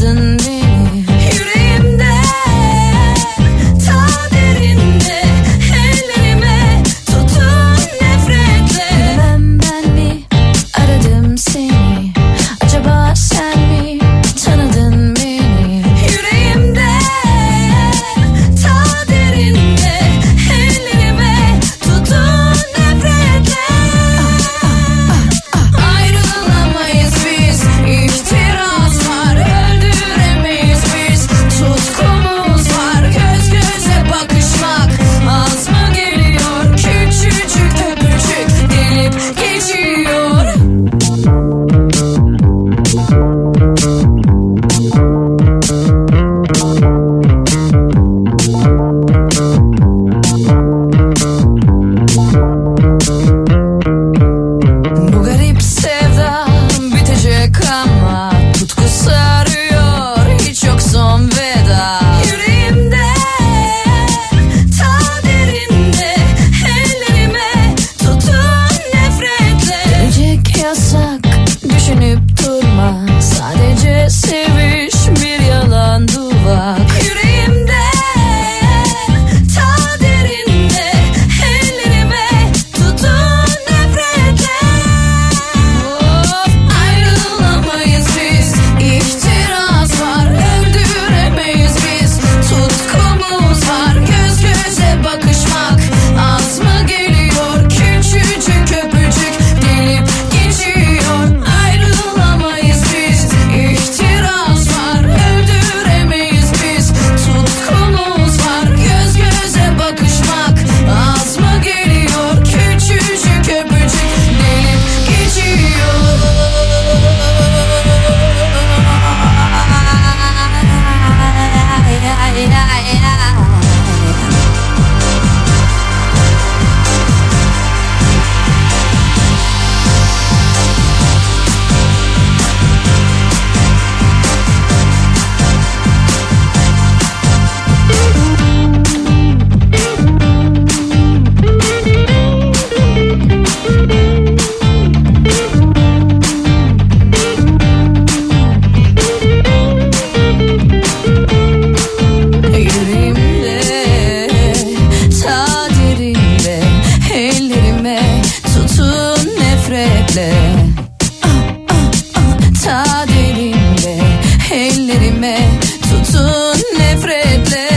nefretle. Ah, ah, ah, ta derinde ellerime tutun nefretle.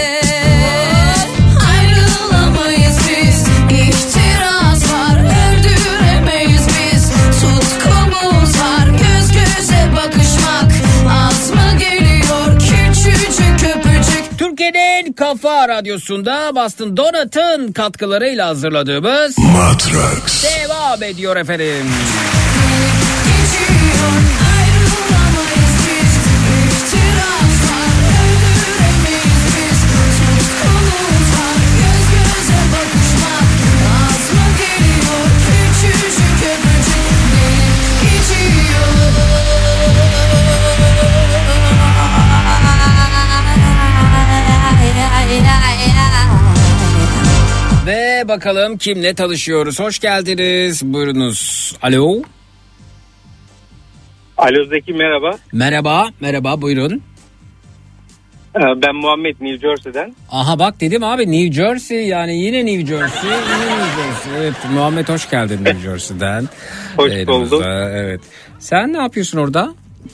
Ayrılamayız biz, ihtiras var, öldüremeyiz biz. Tutkumuz var, göz göze bakışmak az mı geliyor küçücük öpücük. Türkiye'nin Kafa Radyosu'nda Boston Donut'ın katkılarıyla hazırladığımız Matrax devam ediyor efendim. Ve bakalım kimle tanışıyoruz. Hoş geldiniz. Buyurunuz. Alo. Alo Zeki, merhaba. Merhaba. Merhaba, buyurun. Ben Muhammed, New Jersey'den. Aha bak dedim abi, New Jersey, yani yine New Jersey. Yine New Jersey. Evet, Muhammed hoş geldin New Jersey'den. Hoş bulduk. Evet. Sen ne yapıyorsun orada?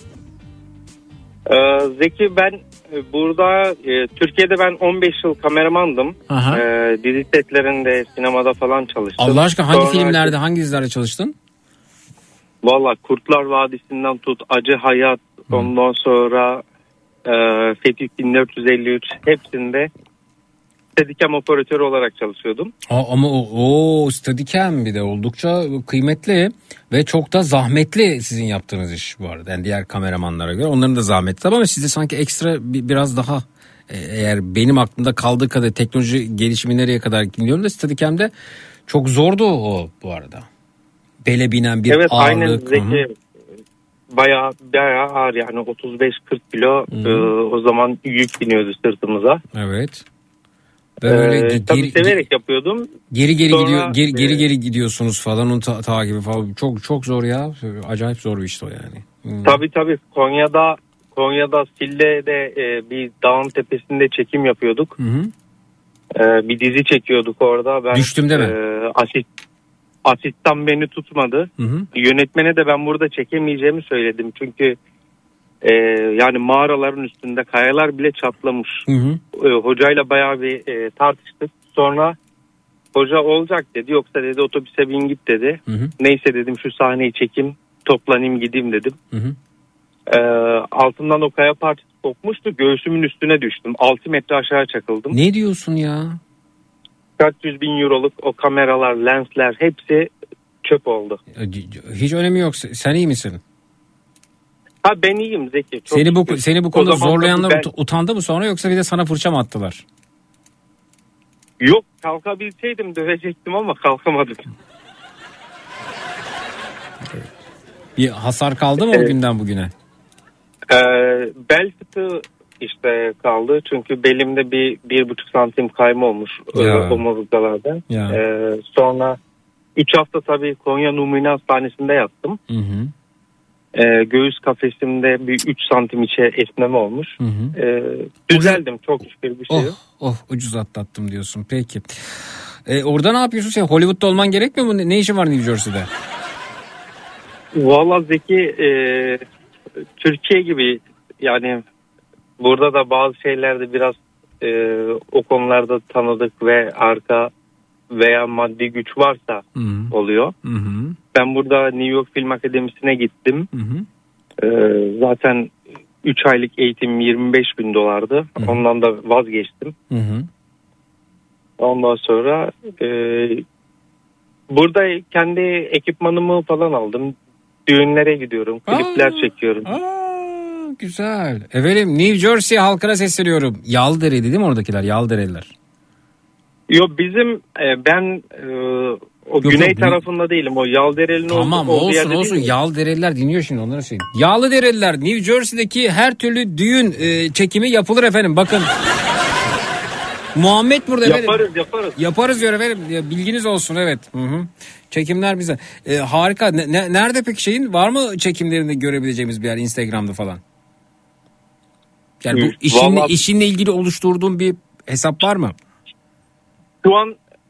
Ee, Zeki, ben burada e, Türkiye'de ben on beş yıl kameramandım. Ee, dizi setlerinde, sinemada falan çalıştım. Allah aşkına hangi Sonra, filmlerde, hangi dizilerde çalıştın? Valla Kurtlar Vadisi'nden tut, Acı Hayat, hmm. ondan sonra e, Fetih bin dört yüz elli üç, hepsinde Steadicam operatörü olarak çalışıyordum. Aa, ama o, o Steadicam bir de oldukça kıymetli ve çok da zahmetli sizin yaptığınız iş bu arada. Yani diğer kameramanlara göre onların da zahmetli ama sizde sanki ekstra bir, biraz daha, eğer benim aklımda kaldığı kadar teknoloji gelişimi nereye kadar gidiyorum da Steadicam'de çok zordu o bu arada. Bele binen bir evet, ağırlık. Evet, aynen Zeki. Bayağı, bayağı ağır, yani otuz beş kırk kilo e, o zaman yük biniyordu sırtımıza. Evet. Böyle ee, geri, tabii severek yapıyordum. Geri geri Sonra, gidiyor, geri, geri e, geri gidiyorsunuz falan, onun ta- takibi falan çok çok zor ya. Acayip zor bir işte o yani. Hmm. Tabii tabii Konya'da Konya'da Sille'de e, bir dağın tepesinde çekim yapıyorduk. Hı hı. E, bir dizi çekiyorduk orada. Ben, Düştüm deme. E, asist, asistan beni tutmadı. Hı hı. Yönetmene de ben burada çekemeyeceğimi söyledim. Çünkü e, yani mağaraların üstünde kayalar bile çatlamış. Hı hı. E, hocayla bayağı bir e, tartıştık. Sonra hoca olacak dedi. Yoksa dedi otobüse bin git dedi. Hı hı. Neyse dedim, şu sahneyi çekeyim, toplanayım gideyim dedim. Hı hı. E, altından o kaya parçası kopmuştu. Göğsümün üstüne düştüm. altı metre aşağı çakıldım. Ne diyorsun ya? Kaç yüz bin euroluk o kameralar, lensler hepsi çöp oldu. Hiç önemi yok. Sen iyi misin? Ha, ben iyiyim Zeki. Çok seni bu şükür. seni bu konuda zorlayanlar ben... utandı mı sonra, yoksa bir de sana fırça mı attılar? Yok, kalkabilseydim dövecektim ama kalkamadım. Bir hasar kaldı mı evet. o günden bugüne? Ee, bel fıtığı işte kaldı. Çünkü belimde bir bir buçuk santim kayma olmuş ya. omurgalarda. Ya. Ee, sonra üç hafta tabii Konya Numune Hastanesi'nde yattım. Hı hı. Ee, göğüs kafesimde bir üç santim içe esneme olmuş. Hı hı. Ee, düzeldim çok şükür, bir şey oh, yok. Oh, ucuz atlattım diyorsun. Peki. Ee, orada ne yapıyorsun sen? Hollywood'da olman gerekmiyor mu? Ne işin var New Jersey'de? Valla Zeki, e, Türkiye gibi yani burada da bazı şeylerde biraz e, o konularda tanıdık ve arka veya maddi güç varsa Hı-hı. oluyor. Hı-hı. Ben burada New York Film Akademisi'ne gittim. E, zaten üç aylık eğitim yirmi beş bin dolardı. Hı-hı. Ondan da vazgeçtim. Hı-hı. Ondan sonra e, burada kendi ekipmanımı falan aldım. Düğünlere gidiyorum. Klipler Aa, çekiyorum. Aa, güzel. Efendim New Jersey halkına sesleniyorum. Yaldere'ydi değil mi oradakiler? Yaldereliler. Yok, bizim e, ben e, o yok, güney yok, tarafında değilim. O Yaldereli'nin tamam, olduğu olsun olsun. Yaldereliler dinliyor şimdi, onlara şey. Yağlıdereliler, New Jersey'deki her türlü düğün e, çekimi yapılır efendim. Bakın. Muhammed burada efendim. Yaparız yaparız. Yaparız diyor efendim. Bilginiz olsun, evet. Hı hı. Çekimler bize. E, harika. Ne, ne, nerede peki şeyin? Var mı çekimlerini görebileceğimiz bir yer Instagram'da falan? Yani bu işinle, Vallahi... işinle ilgili oluşturduğun bir hesap var mı? Şu an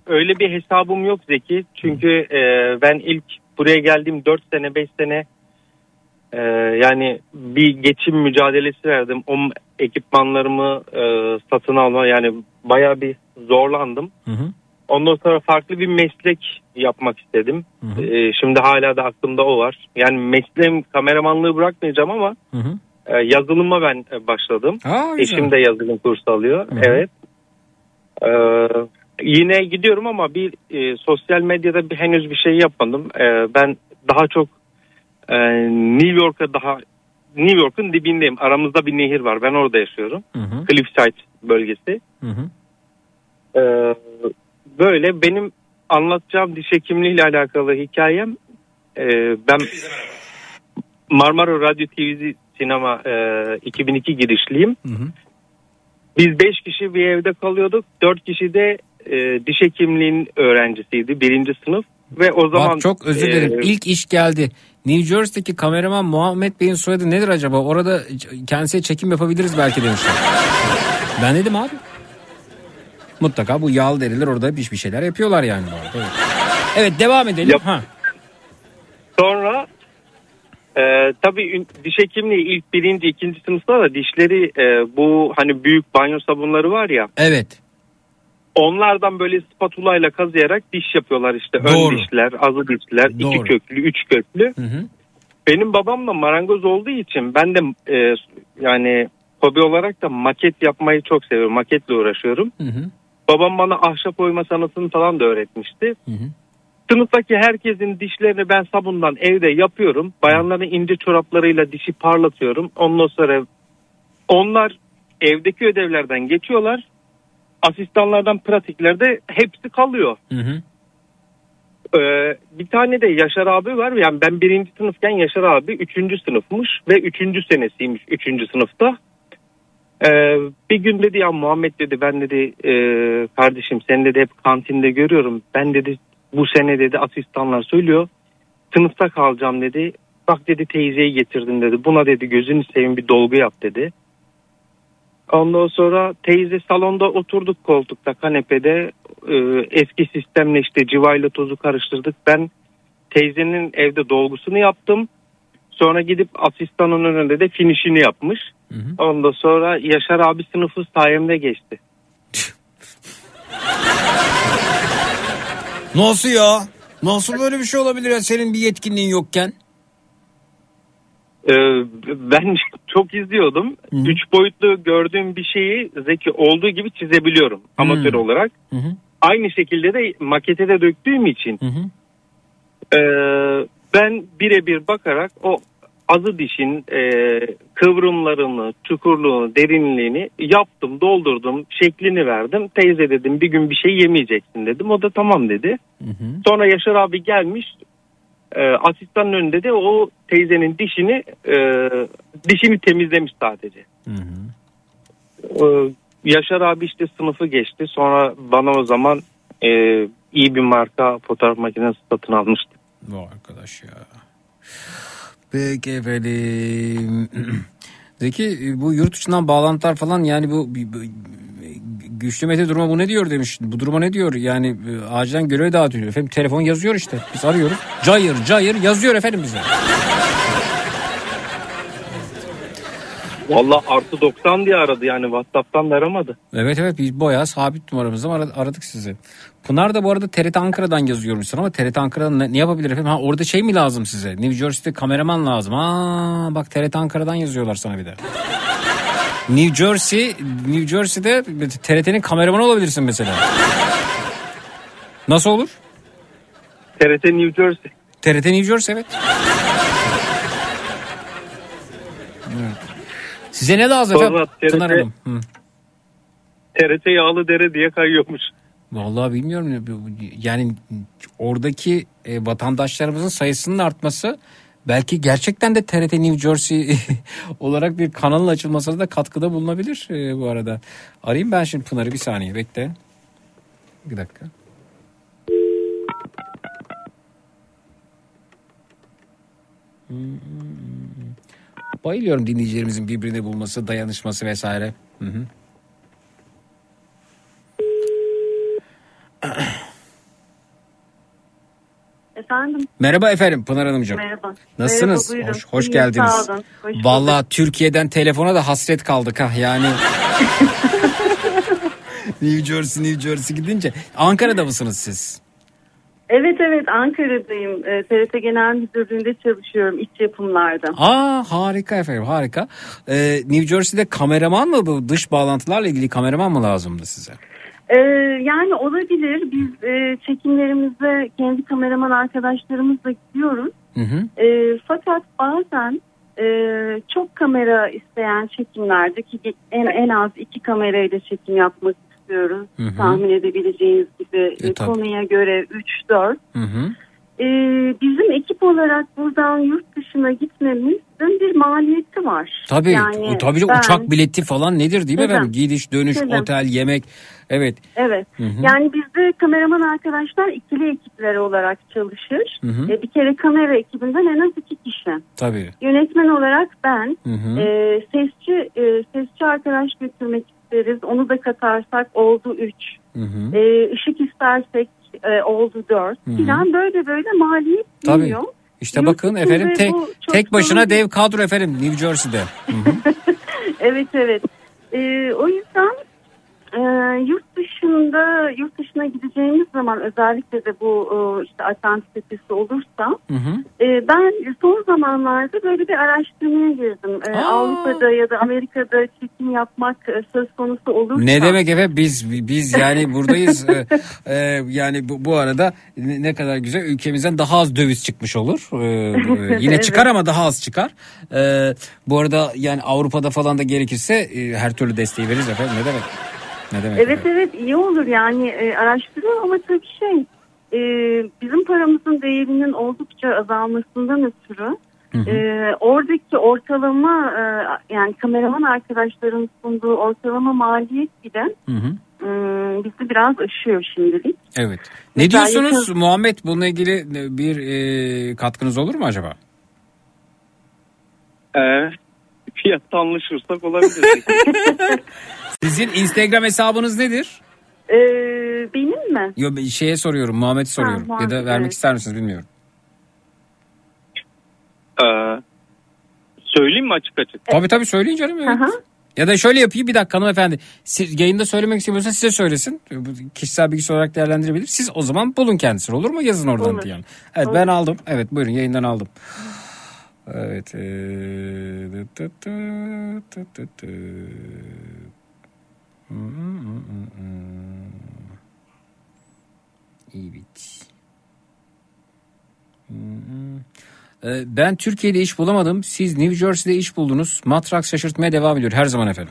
öyle bir hesabım yok Zeki. Çünkü e, ben ilk buraya geldiğim dört sene beş sene e, yani bir geçim mücadelesi verdim. O ekipmanlarımı e, satın alma, yani bayağı bir zorlandım. Hı hı. Ondan sonra farklı bir meslek yapmak istedim. Hı hı. E, şimdi hala da aklımda o var. Yani mesleğim, kameramanlığı bırakmayacağım ama Hı hı. e, yazılıma ben başladım. Aa, güzel. Eşim de yazılım kursu alıyor. Hı hı. Evet. E, yine gidiyorum ama bir e, sosyal medyada bir, henüz bir şey yapmadım. E, ben daha çok e, New York'a daha New York'un dibindeyim. Aramızda bir nehir var. Ben orada yaşıyorum. Hı hı. Cliffside bölgesi. Hı hı. E, böyle benim anlatacağım diş hekimliğiyle alakalı hikayem, e, ben Marmara Radyo T V Sinema e, iki bin iki girişliyim. Hı hı. Biz beş kişi bir evde kalıyorduk. dört kişi de e, diş hekimliğin öğrencisiydi. Birinci sınıf. Ve o zaman... Bak çok özür dilerim. E, İlk iş geldi. New Jersey'deki kameraman Muhammed Bey'in soyadı nedir acaba? Orada kendisiyle çekim yapabiliriz belki demişler. Ben dedim abi. Mutlaka bu yağlı deriler orada bir şeyler yapıyorlar yani. Evet, evet devam edelim. Yap. Ha. Sonra e, tabii diş hekimliği ilk birinci, ikinci sınıfta da dişleri e, bu hani büyük banyo sabunları var ya. Evet. Onlardan böyle spatulayla kazıyarak diş yapıyorlar işte. Doğru. Ön dişler, azı dişler, Doğru. iki köklü, üç köklü. Hı hı. Benim babam da marangoz olduğu için ben de e, yani hobi olarak da maket yapmayı çok seviyorum. Maketle uğraşıyorum. Hı hı. Babam bana ahşap oyma sanatını falan da öğretmişti. Hı hı. Sınıftaki herkesin dişlerini ben sabundan evde yapıyorum. Bayanların ince çoraplarıyla dişi parlatıyorum. Ondan sonra onlar evdeki ödevlerden geçiyorlar. Asistanlardan pratiklerde hepsi kalıyor. Hı hı. Ee, bir tane de Yaşar abi var. Yani ben birinci sınıfken Yaşar abi üçüncü sınıfmış ve üçüncü senesiymiş üçüncü sınıfta. Ee, bir gün dedi ya Muhammed dedi, ben dedi e, kardeşim seni dedi hep kantinde görüyorum. Ben dedi bu sene dedi asistanlar söylüyor. Sınıfta kalacağım dedi. Bak dedi teyzeyi getirdim dedi. Buna dedi gözünü seveyim bir dolgu yap dedi. Ondan sonra teyze salonda oturduk koltukta kanepede. Ee, eski sistemle işte civayla tozu karıştırdık. Ben teyzenin evde dolgusunu yaptım. Sonra gidip asistanın önünde de finişini yapmış. Hı hı. Ondan sonra Yaşar abi sınıfı sayemde geçti. Nasıl ya? Nasıl böyle bir şey olabilir ya senin bir yetkinliğin yokken? Ee, ben çok izliyordum. Hı. Üç boyutlu gördüğüm bir şeyi Zeki olduğu gibi çizebiliyorum amatör Hı. olarak. Hı hı. Aynı şekilde de makete de döktüğüm için Hı hı. e, ben birebir bakarak o azı dişin e, kıvrımlarını, çukurluğunu, derinliğini yaptım, doldurdum, şeklini verdim. Teyze dedim bir gün bir şey yemeyeceksin dedim. O da tamam dedi. Hı hı. Sonra Yaşar abi gelmiş. E, asistanın önünde de o teyzenin dişini e, dişini temizlemiş sadece. Hı hı. E, Yaşar abi işte sınıfı geçti. Sonra bana o zaman e, iyi bir marka fotoğraf makinesi satın almıştı. Bu arkadaş ya. Peki efendim. Zeki bu yurt dışından bağlantılar falan yani bu, bu güçlü Mete duruma bu ne diyor demiş. Bu duruma ne diyor? Yani acilen görev dağıtıyor. Efendim telefon yazıyor işte. Biz arıyoruz. Cayır cayır yazıyor efendim bize. Valla artı doksan diye aradı yani WhatsApp'tan da aramadı. Evet evet biz bayağı sabit numaramızdan aradık sizi. Pınar da bu arada T R T Ankara'dan yazıyormuşsun ama T R T Ankara'dan ne, ne yapabilir efendim? Ha orada şey mi lazım size? New Jersey'de kameraman lazım. Aa bak T R T Ankara'dan yazıyorlar sana bir de. New Jersey, New Jersey'de T R T'nin kameramanı olabilirsin mesela. Nasıl olur? T R T New Jersey. T R T New Jersey evet. Evet. Size ne lazım Sonra efendim? T R T, Pınar Hanım. Hı. T R T yağlı dere diye kayıyormuş. Vallahi bilmiyorum. Yani oradaki e, vatandaşlarımızın sayısının artması belki gerçekten de T R T New Jersey olarak bir kanalın açılmasına da katkıda bulunabilir e, bu arada. Arayayım ben şimdi Pınar'ı bir saniye bekle. Bir dakika. Bayılıyorum dinleyicilerimizin birbirini bulması, dayanışması vesaire. Hı hı. efendim. Merhaba efendim Pınar Hanımcığım. Merhaba. Nasılsınız? Merhaba, hoş hoş İyiyim, geldiniz. sağ olun. Hoş Vallahi Türkiye'den telefona da hasret kaldık ha yani. New Jersey, New Jersey gidince. Ankara'da mısınız siz? Evet evet Ankara'dayım. E, T R T Genel Müdürlüğü'nde çalışıyorum iç yapımlarda. Aa harika efendim harika. Ee, New Jersey'de kameraman mı bu dış bağlantılarla ilgili kameraman mı lazımdı size? Ee, yani olabilir. Biz e, çekimlerimize kendi kameraman arkadaşlarımızla gidiyoruz. Hı hı. E, fakat bazen e, çok kamera isteyen çekimlerde ki en, en az iki kamerayla çekim yapmak istiyoruz. Hı hı. Tahmin edebileceğiniz gibi E, e, tabii. konuya göre üç dört. Hı hı. E, bizim ekip olarak buradan yurt dışına gitmemizin bir maliyeti var. Tabii yani tabii ben, uçak bileti falan nedir değil mi Neden? efendim? Gidiş dönüş Neden? otel yemek evet. Evet. Hı hı. Yani bizde kameraman arkadaşlar ikili ekipler olarak çalışır. Hı hı. E, bir kere kamera ekibinden en az iki kişi. Tabii. Yönetmen olarak ben, Hı hı. e, sesçi e, sesçi arkadaş götürmek isteriz. Onu da katarsak oldu üç. Hı hı. E, ışık istersek e, oldu dört. Hı hı. Filan böyle böyle maliyet Tabii. geliyor. İşte Yurt bakın dışında efendim tek bu çok tek başına sorun- dev kadro efendim New Jersey'de. Hı hı. Evet evet. E, o yüzden e, yurt dışında yurt dışına gideceğimiz zaman özellikle de bu e, işte Atlantik ötesi olursa Hı hı. e, ben son zamanlarda böyle bir araştırmaya girdim. E, Avrupa'da ya da Amerika'da çekim yapmak e, söz konusu olursa. Ne demek efendim biz biz yani buradayız ee, e, yani bu, bu arada ne ne kadar güzel ülkemizden daha az döviz çıkmış olur. Ee, e, yine Evet. çıkar ama daha az çıkar. Ee, bu arada yani Avrupa'da falan da gerekirse e, her türlü desteği veririz efendim ne demek? Ne demek? Evet efendim? evet iyi olur yani e, araştırıyor ama tabii şey e, bizim paramızın değerinin oldukça azalmasından ötürü Hı hı. e, oradaki ortalama e, yani kameraman arkadaşların sunduğu ortalama maliyet bile Hı hı. e, bizi biraz aşıyor şimdilik. Evet. Ne Mesela diyorsunuz yakın- Muhammed bununla ilgili bir e, katkınız olur mu acaba? Ee, fiyatta anlaşırsak olabilir. Sizin Instagram hesabınız nedir? E, benim mi? Yo, şeye soruyorum Muhammed'i soruyorum ya Muhammed, da vermek evet. ister misiniz bilmiyorum. Ee, söyleyeyim mi açık açık? Tabii tabii söyleyin canım. Evet. Aha. Ya da şöyle yapayım bir dakika hanımefendi. Siz yayında söylemek istemiyorsa size söylesin. Bu kişisel bilgisi olarak değerlendirebilir. Siz o zaman bulun kendisini olur mu? Yazın oradan Olur. diye. Yani. Evet Olur. ben aldım. Evet buyurun yayından aldım. Evet. ee, tı tı tı tı tı. Hı hı hı hı. Evet. Hı hı. Ee, Ben Türkiye'de iş bulamadım. Siz New Jersey'de iş buldunuz. Matrax şaşırtmaya devam ediyor her zaman efendim.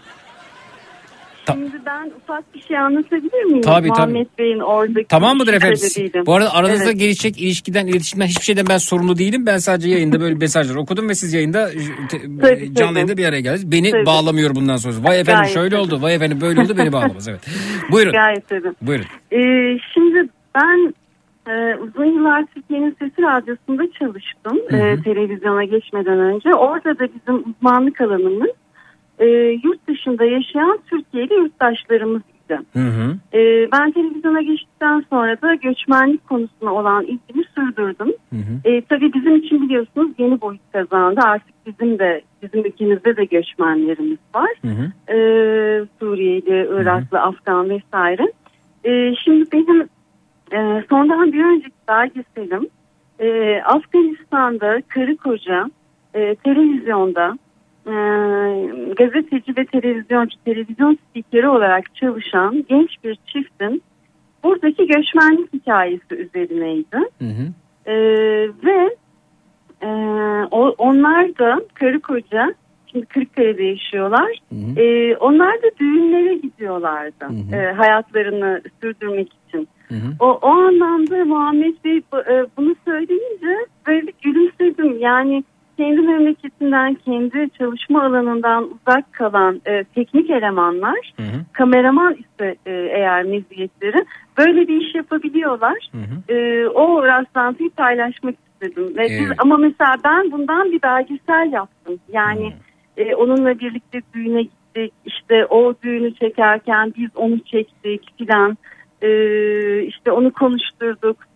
Şimdi ben ufak bir şey anlatabilir miyim? Tabii, Muhammed Bey'in oradaki Tamam mıdır iş efendim? sebebiyle. Bu arada aranızda Evet. gelişecek ilişkiden, iletişimden hiçbir şeyden ben sorumlu değilim. Ben sadece yayında böyle mesajlar okudum ve siz yayında te- Tabii, canlı tabii. yayında bir araya geldiniz. Beni Tabii. bağlamıyor bundan sonra. Vay efendim Gayet şöyle tabii. oldu, vay efendim böyle oldu beni bağlamaz. Evet. Buyurun. Gayet tabii. Buyurun. Ee, şimdi ben e, uzun yıllar Türkiye'nin Sesi Radyosu'nda çalıştım. Hı hı. E, televizyona geçmeden önce. Orada da bizim uzmanlık alanımız e, yurt dışında yaşayan Türkiye'li yurttaşlarımızdı. Hı hı. E, ben televizyona geçtikten sonra da göçmenlik konusuna olan ilgimi sürdürdüm. Hı hı. E, tabii bizim için biliyorsunuz yeni boyut kazandı. Artık bizim de bizim ülkemizde de göçmenlerimiz var. Hı hı. E, Suriyeli, Iraklı, Afgan vesaire. E, şimdi benim e, sondan bir önceki belgeselim e, Afganistan'da karı koca e, televizyonda e, gazeteci ve televizyoncu, televizyon spikeri olarak çalışan genç bir çiftin buradaki göçmenlik hikayesi üzerineydi. Hı hı. E, ve e, o, onlar da karı koca şimdi Kırıkkale'de yaşıyorlar. Hı hı. E, onlar da düğünlere gidiyorlardı. Hı hı. E, hayatlarını sürdürmek için. Hı hı. O, o anlamda Muhammed Bey bu- e, bunu söyleyince böyle bir gülümsedim. Yani kendi memleketinden, kendi çalışma alanından uzak kalan e, teknik elemanlar, Hı hı. kameraman ise e, eğer meziyetleri böyle bir iş yapabiliyorlar. Hı hı. E, o rastlantıyı paylaşmak istedim. Ve biz- Evet. ama mesela ben bundan bir belgesel yaptım. Yani e, onunla birlikte düğüne gittik. İşte o düğünü çekerken biz onu çektik filan. E, işte onu konuşturduk.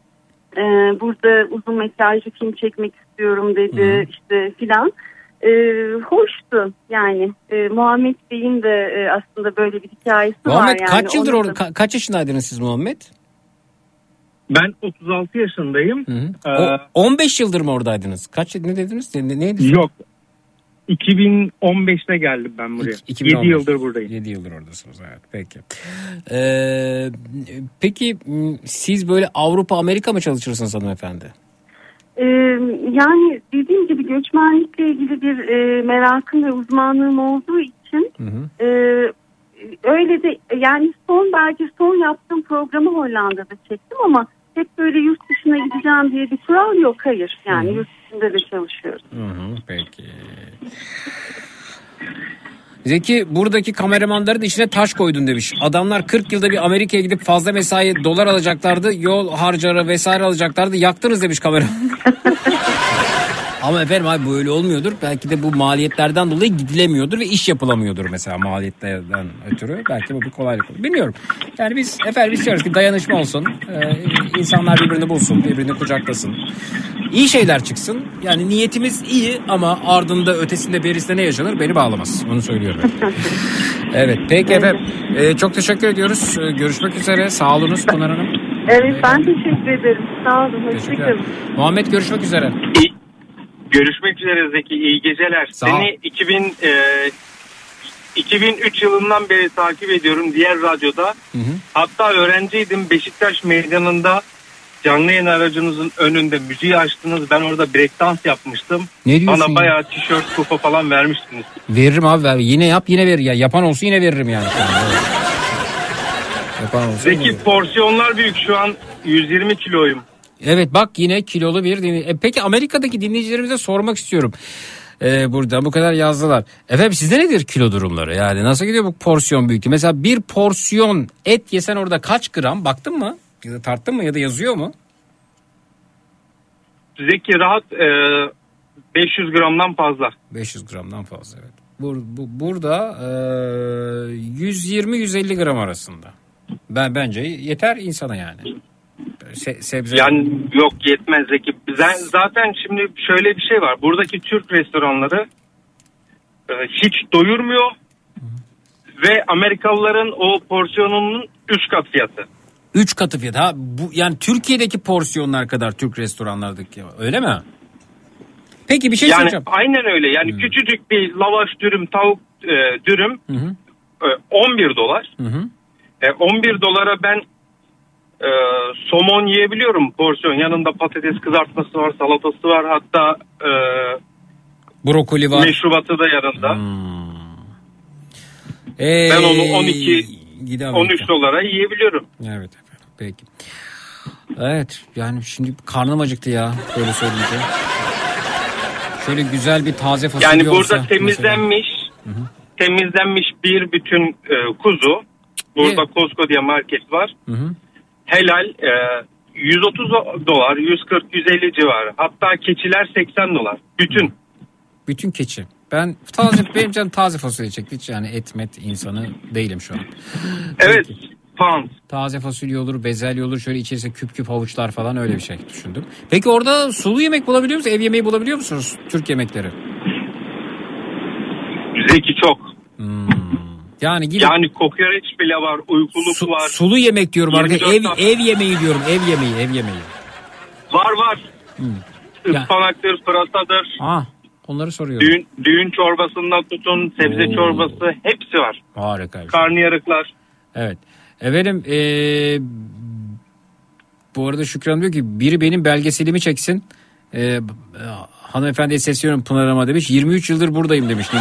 Ee, burada uzun metrajlı film çekmek istiyorum dedi Hı. işte filan. Ee, hoştu yani. Ee, Muhammed Bey'in de e, aslında böyle bir hikayesi Muhammed, var. Yani. Kaç yıldır Onu orada, da... ka- kaç yaşındaydınız siz Muhammed? Ben otuz altı yaşındayım. Hı hı. Ee, o, on beş yıldır mı oradaydınız? Kaç ne dediniz? Ne, neydi? Yok. iki bin on beşte geldim ben buraya. iki bin on beş. yedi yıldır buradayım. yedi yıldır oradasınız, evet. Peki. Ee, peki siz böyle Avrupa, Amerika mı çalışırsınız hanımefendi? Ee, yani dediğim gibi göçmenlikle ilgili bir e, merakım ve uzmanlığım olduğu için hı hı. E, öyle de yani son belki son yaptığım programı Hollanda'da çektim ama hep böyle yurt dışına gideceğim diye bir kural yok, hayır. Yani hı. yurt dışında da çalışıyoruz. Hı hı, peki. Zeki, buradaki kameramanların içine taş koydun demiş. Adamlar kırk yılda bir Amerika'ya gidip fazla mesai dolar alacaklardı. Yol harcarı vesaire alacaklardı. Yaktınız demiş kameraman. Ama efendim abi bu öyle olmuyordur. Belki de bu maliyetlerden dolayı gidilemiyordur ve iş yapılamıyordur mesela maliyetlerden ötürü. Belki bu bir kolaylık olur. Bilmiyorum. Yani biz efendim istiyoruz ki dayanışma olsun. Ee, insanlar birbirini bulsun, birbirini kucaklasın. İyi şeyler çıksın. Yani niyetimiz iyi ama ardında ötesinde berisinde ne yaşanır beni bağlamaz. Onu söylüyorum. Evet, peki efendim. Ee, çok teşekkür ediyoruz. Ee, görüşmek üzere. Sağ olunuz Pınar Hanım. Evet, ben teşekkür ederim. Sağ olun. Hoşçakalın. Muhammed, görüşmek üzere. Görüşmek üzere Zeki. İyi geceler. Sağ Seni iki bin, e, iki bin üç yılından beri takip ediyorum diğer radyoda. Hı hı. Hatta öğrenciydim. Beşiktaş Meydanı'nda canlı yayın aracınızın önünde müziği açtınız. Ben orada breakdance yapmıştım. Ne diyorsun? Bana bayağı tişört, kupa falan vermiştiniz. Veririm abi, ver. Yine yap yine ver. Ya yapan olsun yine veririm yani. Yapan olsun. Zeki, porsiyonlar büyük. Şu an yüz yirmi kiloyum. Evet, bak yine kilolu bir dinleyici. E, peki Amerika'daki dinleyicilerimize sormak istiyorum. Ee, burada bu kadar yazdılar. Efendim sizde nedir kilo durumları? Yani nasıl gidiyor bu porsiyon büyüklüğü? Mesela bir porsiyon et yesen orada kaç gram? Baktın mı? Ya da tarttın mı ya da yazıyor mu? Zeki, rahat e, beş yüz gramdan fazla. beş yüz gramdan fazla, evet. Bur, bu, burada e, yüz yirmi yüz elli gram arasında. Ben bence yeter insana yani. Se, sebze. Yani yok, yetmez Zeki. Zaten şimdi şöyle bir şey var. Buradaki Türk restoranları e, hiç doyurmuyor. Hı. Ve Amerikalıların o porsiyonunun üç kat fiyatı. üç katı fiyatı. Ha, bu, yani Türkiye'deki porsiyonlar kadar Türk restoranlardaki, öyle mi? Peki bir şey yani soracağım. Aynen öyle. Yani hmm. küçücük bir lavaş dürüm, tavuk e, dürüm hı hı. E, on bir dolar. Hı hı. E, on bir dolara ben e, somon yiyebiliyorum porsiyon. Yanında patates kızartması var, salatası var. Hatta e, brokoli var. Meşrubatı da yanında. Hmm. Ee, ben onu on iki on üç dolara yiyebiliyorum. Evet efendim. Peki. Evet, yani şimdi karnım acıktı ya böyle söyleyince. Şöyle güzel bir taze fasulye yani olsa. Yani burada temizlenmiş mesela. temizlenmiş bir bütün e, kuzu. Burada evet. Costco diye market var. Hı hı. Helal e, yüz otuz dolar, yüz kırk yüz elli civarı. Hatta keçiler seksen dolar. Bütün. Bütün keçi. Ben taze benim canım taze fasulye çekti. Hiç yani et met insanı değilim şu an. Evet. Pound. Taze fasulye olur, bezelye olur. Şöyle içerisinde küp küp havuçlar falan, öyle bir şey düşündüm. Peki orada sulu yemek bulabiliyor musunuz? Ev yemeği bulabiliyor musunuz? Türk yemekleri. Zeki çok. Hmm. Yani gidip, yani kokoreç bile var, uykuluk su, var. Sulu yemek diyorum arkadaşlar. Ev, ev yemeği diyorum. Ev yemeği, ev yemeği. Var var. Hmm. Ispanaktır, pırasadır. Ah, onları soruyorum. Düğün, düğün çorbasından tutun, sebze Oo. çorbası hepsi var. Harika. Karnıyarıklar. Evet. Efendim ee, bu arada Şükran diyor ki biri benim belgeselimi çeksin. E, hanımefendiye sesleniyorum Pınar Hanım'a demiş. yirmi üç yıldır buradayım demiş.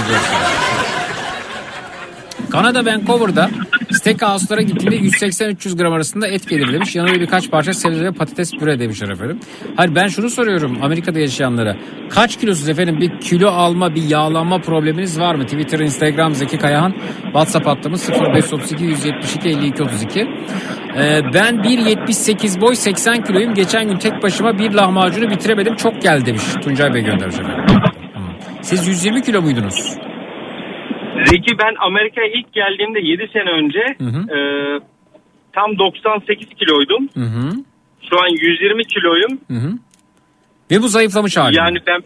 Kanada Vancouver'da steakhouse'lara gittiğimde yüz seksen üç yüz gram arasında et gelir demiş. Yanında birkaç parça sebze ve patates püre demişler efendim. Hayır, ben şunu soruyorum Amerika'da yaşayanlara. Kaç kilosunuz efendim? Bir kilo alma, bir yağlanma probleminiz var mı? Twitter, Instagram Zeki Kayahan. WhatsApp hattımız sıfır beş otuz iki yüz yetmiş iki elli iki otuz iki. Ee, ben bir yetmiş sekiz boy seksen kiloyum. Geçen gün tek başıma bir lahmacunu bitiremedim. Çok geldi demiş. Tuncay Bey göndermiş efendim. Siz yüz yirmi kilo muydunuz? Zeki, ben Amerika'ya ilk geldiğimde yedi sene önce hı hı. E, tam doksan sekiz kiloydum. Hı hı. Şu an yüz yirmi kiloyum. Hı hı. Ve bu zayıflamış hali. Yani ben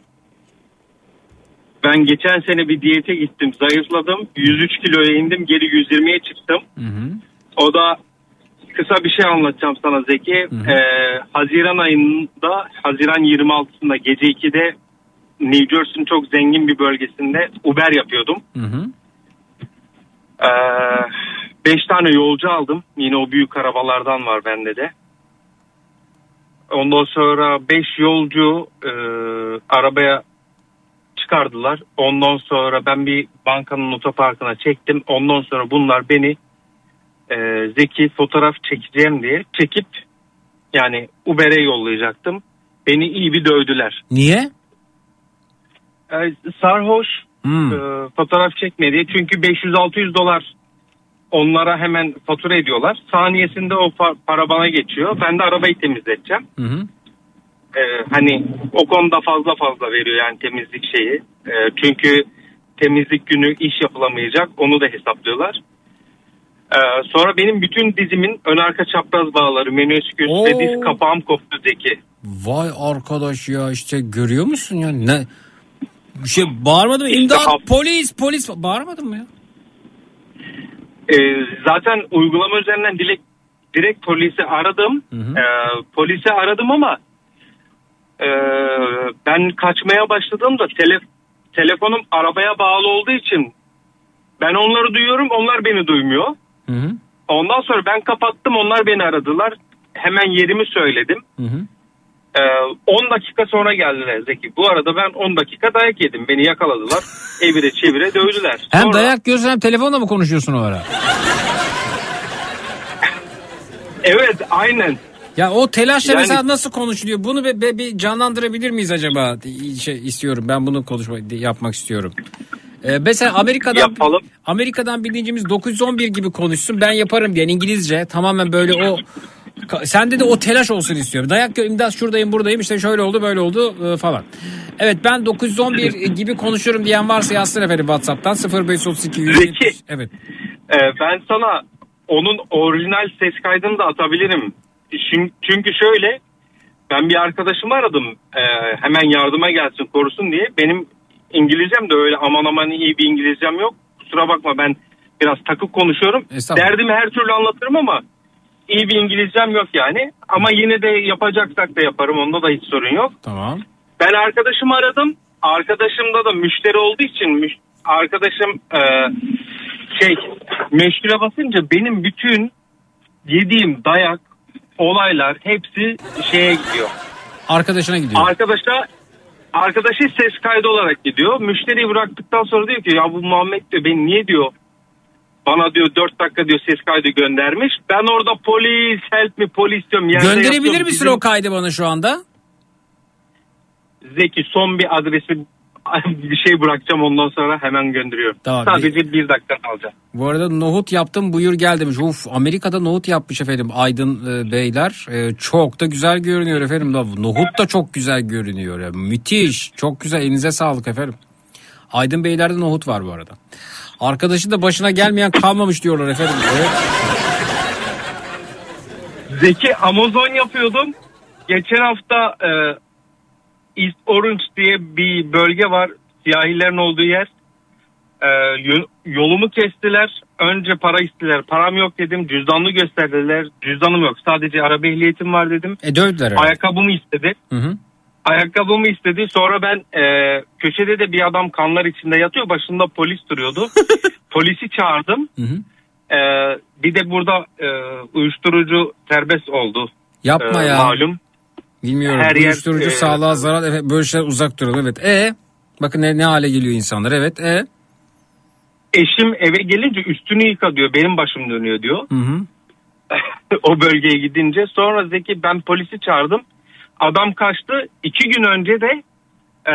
ben geçen sene bir diyete gittim, zayıfladım. yüz üç kiloya indim, geri yüz yirmiye çıktım. Hı hı. O da kısa bir şey anlatacağım sana Zeki. Ee, Haziran ayında, Haziran yirmi altısında gece ikide New Jersey'nin çok zengin bir bölgesinde Uber yapıyordum. Hı hı. Ee, beş tane yolcu aldım. Yine o büyük arabalardan var bende de. Ondan sonra beş yolcu e, arabaya çıkardılar. Ondan sonra ben bir bankanın otoparkına çektim. Ondan sonra bunlar beni e, Zeki fotoğraf çekeceğim diye çekip yani Uber'e yollayacaktım. Beni iyi bir dövdüler. Niye? E, sarhoş hmm. e, fotoğraf çekme diye. Çünkü beş yüz altı yüz dolar onlara hemen fatura ediyorlar. Saniyesinde o fa- para bana geçiyor. Ben de arabayı temizleteceğim. Hı hı. Ee, hani o konuda fazla fazla veriyor yani temizlik şeyi. Ee, çünkü temizlik günü iş yapılamayacak. Onu da hesaplıyorlar. Ee, sonra benim bütün dizimin ön arka çapraz bağları, menüsküs Oo. ve diz kapağım koptu Zeki. Vay arkadaş ya, işte görüyor musun ya? Ne? Bir şey bağırmadın mı? İmdat, İşte, polis, polis bağırmadın mı ya? Ee, zaten uygulama üzerinden direkt, direkt polisi aradım. Hı hı. Ee, polisi aradım ama e, ben kaçmaya başladığımda tele, telefonum arabaya bağlı olduğu için ben onları duyuyorum, onlar beni duymuyor. Hı hı. Ondan sonra ben kapattım, onlar beni aradılar. Hemen yerimi söyledim. Hı hı. Ee, on dakika sonra geldiler Zeki. Bu arada ben on dakika dayak yedim. Beni yakaladılar. Evire çevire dövdüler. Hem Sonra... dayak yiyorsun hem telefonla mı konuşuyorsun o ara? Evet, aynen. Ya o telaşla yani... mesela nasıl konuşuluyor? Bunu bir, bir, bir canlandırabilir miyiz acaba? Şey istiyorum. Ben bunu konuşmak yapmak istiyorum. Ee, mesela Amerika'dan Yapalım. Amerika'dan bildiğimiz dokuz yüz on bir gibi konuşsun. Ben yaparım diyen İngilizce tamamen böyle o sende de o telaş olsun istiyorum. Dayak imdat şuradayım buradayım işte şöyle oldu böyle oldu e, falan. Evet ben dokuz yüz on bir gibi konuşurum diyen varsa yazsın efendim WhatsApp'tan sıfır beş otuz iki yüz Zeki. Evet. Ee, ben sana onun orijinal ses kaydını da atabilirim. Çünkü şöyle ben bir arkadaşımı aradım. Ee, hemen yardıma gelsin korusun diye. Benim İngilizcem de öyle aman aman iyi bir İngilizcem yok. Kusura bakma ben biraz takık konuşuyorum. Derdimi her türlü anlatırım ama iyi bir İngilizcem yok yani. Ama yine de yapacaksak da yaparım. Onda da hiç sorun yok. Tamam. Ben arkadaşımı aradım. Arkadaşımda da müşteri olduğu için müş- arkadaşım e, şey meşgule basınca benim bütün yediğim dayak olaylar hepsi şeye gidiyor. Arkadaşına gidiyor. Arkadaşa Arkadaşı ses kaydı olarak gidiyor. Müşteriyi bıraktıktan sonra diyor ki ya bu Muhammed diyor beni niye diyor bana diyor dört dakika diyor ses kaydı göndermiş. Ben orada polis help me polis diyorum. Gönderebilir misin bizim... o kaydı bana şu anda? Zeki son bir adresi bir şey bırakacağım ondan sonra hemen gönderiyorum. Tamam, sadece bir, bir dakika alacağım. Bu arada nohut yaptım buyur gel demiş. Uf Amerika'da nohut yapmış efendim Aydın e, beyler. E, çok da güzel görünüyor efendim. Nohut da çok güzel görünüyor. Yani. Müthiş çok güzel elinize sağlık efendim. Aydın beylerde nohut var bu arada. Arkadaşı da başına gelmeyen kalmamış diyorlar efendim. Evet. Zeki Amazon yapıyordum. Geçen hafta e, East Orange diye bir bölge var. Siyahilerin olduğu yer. Ee, yolumu kestiler. Önce para istediler. Param yok dedim. Cüzdanını gösterdiler. Cüzdanım yok. Sadece araba ehliyetim var dedim. E dövdüler. Ayakkabımı istedi. Hı hı. Ayakkabımı istedi. Sonra ben e, köşede de bir adam kanlar içinde yatıyor. Başında polis duruyordu. Polisi çağırdım. Hı hı. E, bir de burada e, uyuşturucu serbest oldu. Yapma e, ya. Malum. Bilmiyorum. Her uyuşturucu yer, sağlığa e, zarar. Evet, böyle şeyler uzak duralım. Evet. E bakın ne, ne hale geliyor insanlar. Evet. E eşim eve gelince üstünü yıka diyor. Benim başım dönüyor diyor. Hı hı. O bölgeye gidince. Sonra Zeki ben polisi çağırdım. Adam kaçtı. İki gün önce de e,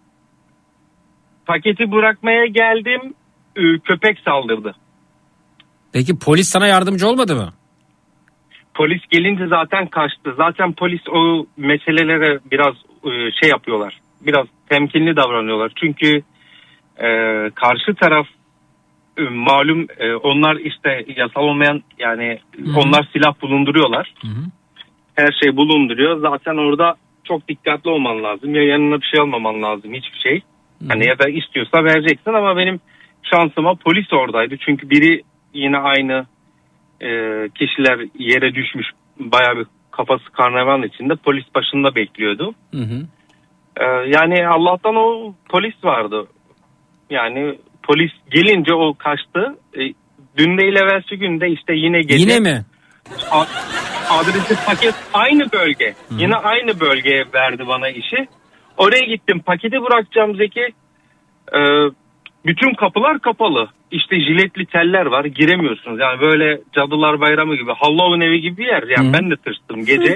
paketi bırakmaya geldim. E, köpek saldırdı. Peki polis sana yardımcı olmadı mı? Polis gelince zaten kaçtı. Zaten polis o meselelere biraz e, şey yapıyorlar. Biraz temkinli davranıyorlar. Çünkü e, karşı taraf e, malum e, onlar işte yasal olmayan yani Hı-hı. onlar silah bulunduruyorlar. Hı-hı. her şey bulunduruyor. Zaten orada çok dikkatli olman lazım. Ya yanına bir şey almaman lazım, hiçbir şey. Hani ya da istiyorsa vereceksin ama benim şansıma polis oradaydı. Çünkü biri yine aynı e, kişiler yere düşmüş, bayağı bir kafası karnavalın içinde, polis başında bekliyordu. Hı hı. E, yani Allah'tan o polis vardı. Yani polis gelince o kaçtı. E, dün de evvelsi günde işte yine gece. Yine mi? A- adresi paket aynı bölge. Hı. Yine aynı bölgeye verdi bana işi. Oraya gittim, paketi bırakacağım Zeki. Ee, bütün kapılar kapalı. İşte jiletli teller var, giremiyorsunuz. Yani böyle Cadılar Bayramı gibi, Halloween evi gibi bir yer. Yani Hı. ben de tırstım gece.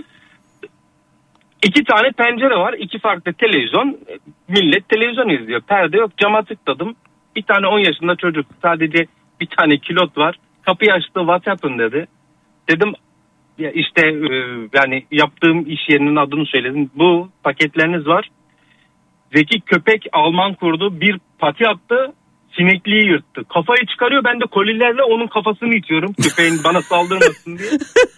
İki tane pencere var, iki farklı televizyon. Millet televizyon izliyor. Perde yok, cama tıkladım. Bir tane on yaşında çocuk, sadece bir tane kilot var. Kapıyı açtı, what happened dedi. Dedim ya işte e, yani yaptığım iş yerinin adını söyledim. Bu paketleriniz var. Zeki, köpek Alman kurdu, bir pati attı, sinekliği yırttı. Kafayı çıkarıyor, ben de kolilerle onun kafasını itiyorum. Köpeğin bana saldırmasın diye.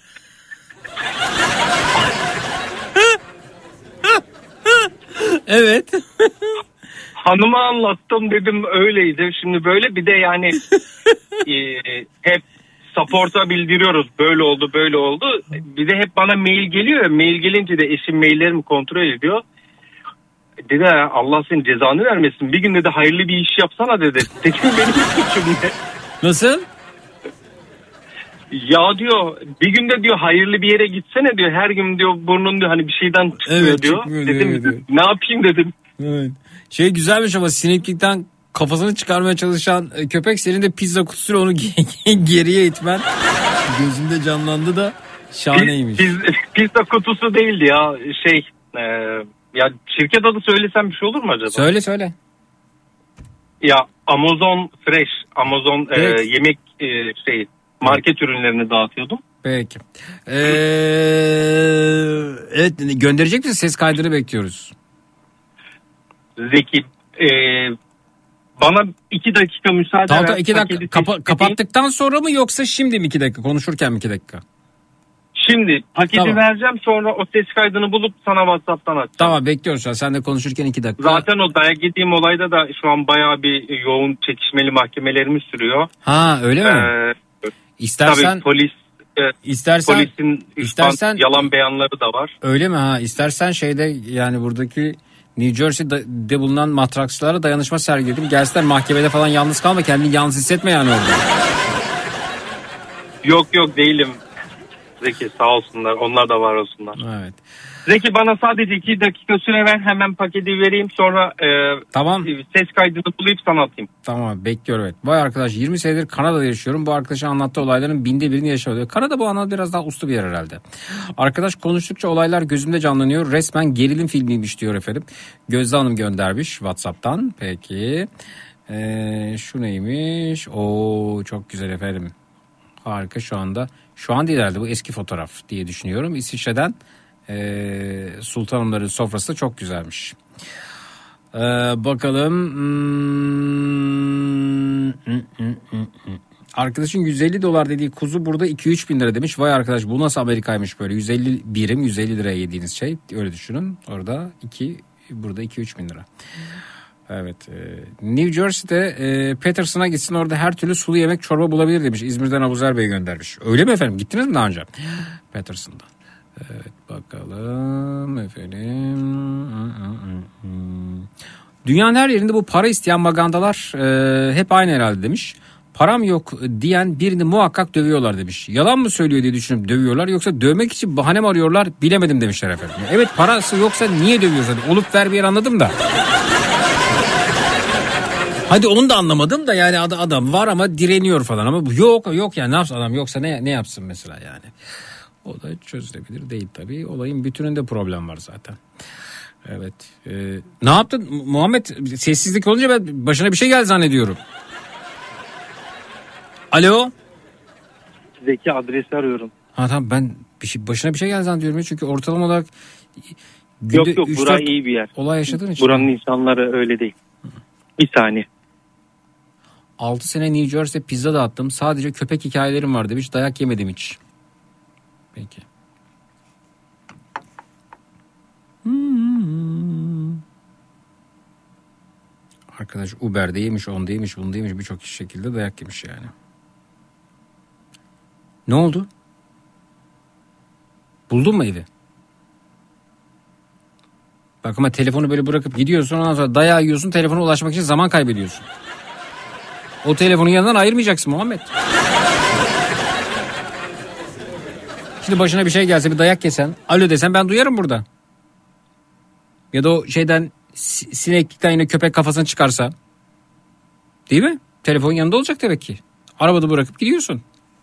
Evet. Hanıma anlattım, dedim öyleydi. Şimdi böyle bir de yani e, hep support'a bildiriyoruz. Böyle oldu, böyle oldu. Bir de hep bana mail geliyor ya. Mail gelince de eşim maillerimi kontrol ediyor. Dedi Allah senin cezanı vermesin. Bir gün dedi hayırlı bir iş yapsana dedi. Dedim benim suçum ne? Nasıl? Ya diyor bir günde diyor hayırlı bir yere gitsene diyor. Her gün diyor burnun diyor hani bir şeyden çıkıyor evet, diyor. Çıkmıyor, dedim evet, evet. ne yapayım dedim. Evet. Şey güzelmiş ama sineklikten kafasını çıkarmaya çalışan köpek, senin de pizza kutusuyla onu geriye itmen gözümde canlandı da şahaneymiş. Piz, piz, pizza kutusu değildi ya şey e, ya şirket adı söylesem bir şey olur mu acaba? Söyle söyle. Ya Amazon Fresh, Amazon evet. e, yemek e, şey market ürünlerini dağıtıyordum. Peki. Ee, evet, gönderecek misin? Ses kaydını bekliyoruz. Zeki e, bana iki dakika müsaade tamam, ver. iki dakika kapa- kapattıktan sonra mı yoksa şimdi mi iki dakika? Konuşurken mi iki dakika? Şimdi paketi tamam. vereceğim, sonra o ses kaydını bulup sana WhatsApp'tan atacağım. Tamam, bekliyoruz şu an. Sen de konuşurken iki dakika. Zaten o dayak yediğim olayda da şu an bayağı bir yoğun çekişmeli mahkemelerimiz sürüyor. Ha öyle mi? Ee, İstersen tabii polis e, istersen polisin istersen yalan beyanları da var. Öyle mi ha? İstersen şeyde yani buradaki New Jersey'de bulunan matraksçılara dayanışma sergiledim. Gelsinler mahkemede falan, yalnız kalma, kendini yalnız hissetme yani orada. Yok yok değilim. Zeki sağ olsunlar, onlar da var olsunlar. Evet. Zeki bana sadece iki dakika süre ver, hemen paketi vereyim, sonra e, tamam. ses kaydını bulayıp sana atayım. Tamam, bekliyorum evet. Vay arkadaş, yirmi senedir Kanada'da yaşıyorum. Bu arkadaşın anlattığı olayların binde birini yaşadı. Kanada bu anlamda biraz daha uslu bir yer herhalde. Arkadaş konuştukça olaylar gözümde canlanıyor. Resmen gerilim filmiymiş diyor efendim. Gözde Hanım göndermiş WhatsApp'tan. Peki. Ee, şu neymiş? Oo çok güzel efendim. Harika şu anda. Şu an değil herhalde, bu eski fotoğraf diye düşünüyorum. İsviçre'den e, Sultan Hanımların sofrası da çok güzelmiş. Ee, bakalım. Hmm. Arkadaşın yüz elli dolar dediği kuzu burada iki üç bin lira demiş. Vay arkadaş, bu nasıl Amerika'ymış böyle. yüz elli birim, yüz elli liraya yediğiniz şey. Öyle düşünün. Orada iki, burada iki üç bin lira. Evet. E, New Jersey'de e, Peterson'a gitsin, orada her türlü sulu yemek çorba bulabilir demiş. İzmir'den Abuzer Bey göndermiş. Öyle mi efendim? Gittiniz mi daha önce? Peterson'da. Evet bakalım efendim. Dünyanın her yerinde bu para isteyen magandalar e, hep aynı herhalde demiş. Param yok diyen birini muhakkak dövüyorlar demiş. Yalan mı söylüyor diye düşünüp dövüyorlar, yoksa dövmek için bahane mi arıyorlar bilemedim demişler efendim. Evet, parası yoksa niye dövüyoruz? Hadi olup ver bir yer anladım da. Hadi onu da anlamadım da yani adam var ama direniyor falan, ama yok yok yani ne yapsın adam, yoksa ne ne yapsın mesela yani. O da çözülebilir değil tabii. Olayın bütününde problem var zaten. Evet. Ee, ne yaptın Muhammed? Sessizlik olunca ben başına bir şey geldi zannediyorum. Alo. Zeki adresi arıyorum. Ha tamam, ben bir şey, başına bir şey geldi zannediyorum. Çünkü ortalama olarak günde yok yok bura iyi bir yer. Olay yaşadığın için. Buranın insanları öyle değil. Bir saniye. altı sene New Jersey'de pizza dağıttım. Sadece köpek hikayelerim var demiş. Dayak yemedim hiç. Peki. Arkadaş Uber'de yemiş, onda yemiş, bunda yemiş, birçok şekilde dayak yemiş yani. Ne oldu? Buldun mu evi? Bak ama telefonu böyle bırakıp gidiyorsun, ondan sonra dayağı yiyorsun, telefona ulaşmak için zaman kaybediyorsun. O telefonun yanından ayırmayacaksın Muhammed. Şimdi başına bir şey gelse, bir dayak yesen, alo desen ben duyarım burada. Ya da o şeyden sineklikten yine köpek kafasını çıkarsa. Değil mi? Telefon yanında olacak demek ki. Arabada bırakıp gidiyorsun.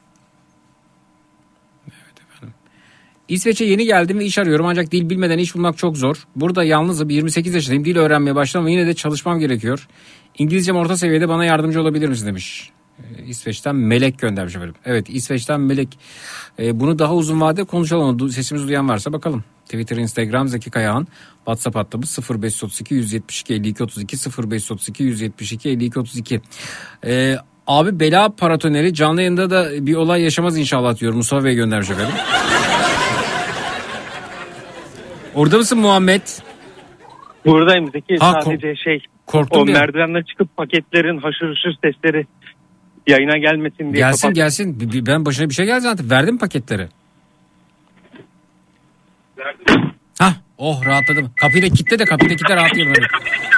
Evet efendim. İsveç'e yeni geldim ve iş arıyorum ancak dil bilmeden iş bulmak çok zor. Burada yalnızım, yirmi sekiz yaşındayım, dil öğrenmeye başladım ama yine de çalışmam gerekiyor. İngilizcem orta seviyede, bana yardımcı olabilir misin demiş. İsveç'ten Melek göndermiş efendim. Evet, İsveç'ten Melek. Ee, bunu daha uzun vade konuşalım. Sesimizi duyan varsa bakalım. Twitter, Instagram Zeki Kayağan. WhatsApp hattımız sıfır beş otuz iki yüz yetmiş iki elli iki otuz iki sıfır beş otuz iki yüz yetmiş iki elli iki otuz iki. Ee, abi bela paratoneri canlı yayında da bir olay yaşamaz inşallah diyor. Mustafa Bey göndermiş efendim. Orada mısın Muhammed? Buradayım Zeki. Ha, sadece kork- şey korktum o ya. merdivenle çıkıp paketlerin haşır huşur sesleri yayına gelmesin diye Gelsin kapat- gelsin. B- b- Ben başına bir şey geldi zaten. Verdim paketleri. Hah, oh rahatladım. Kapıyı da kilitle de kapıyı da kilitle rahatlayalım. Evet.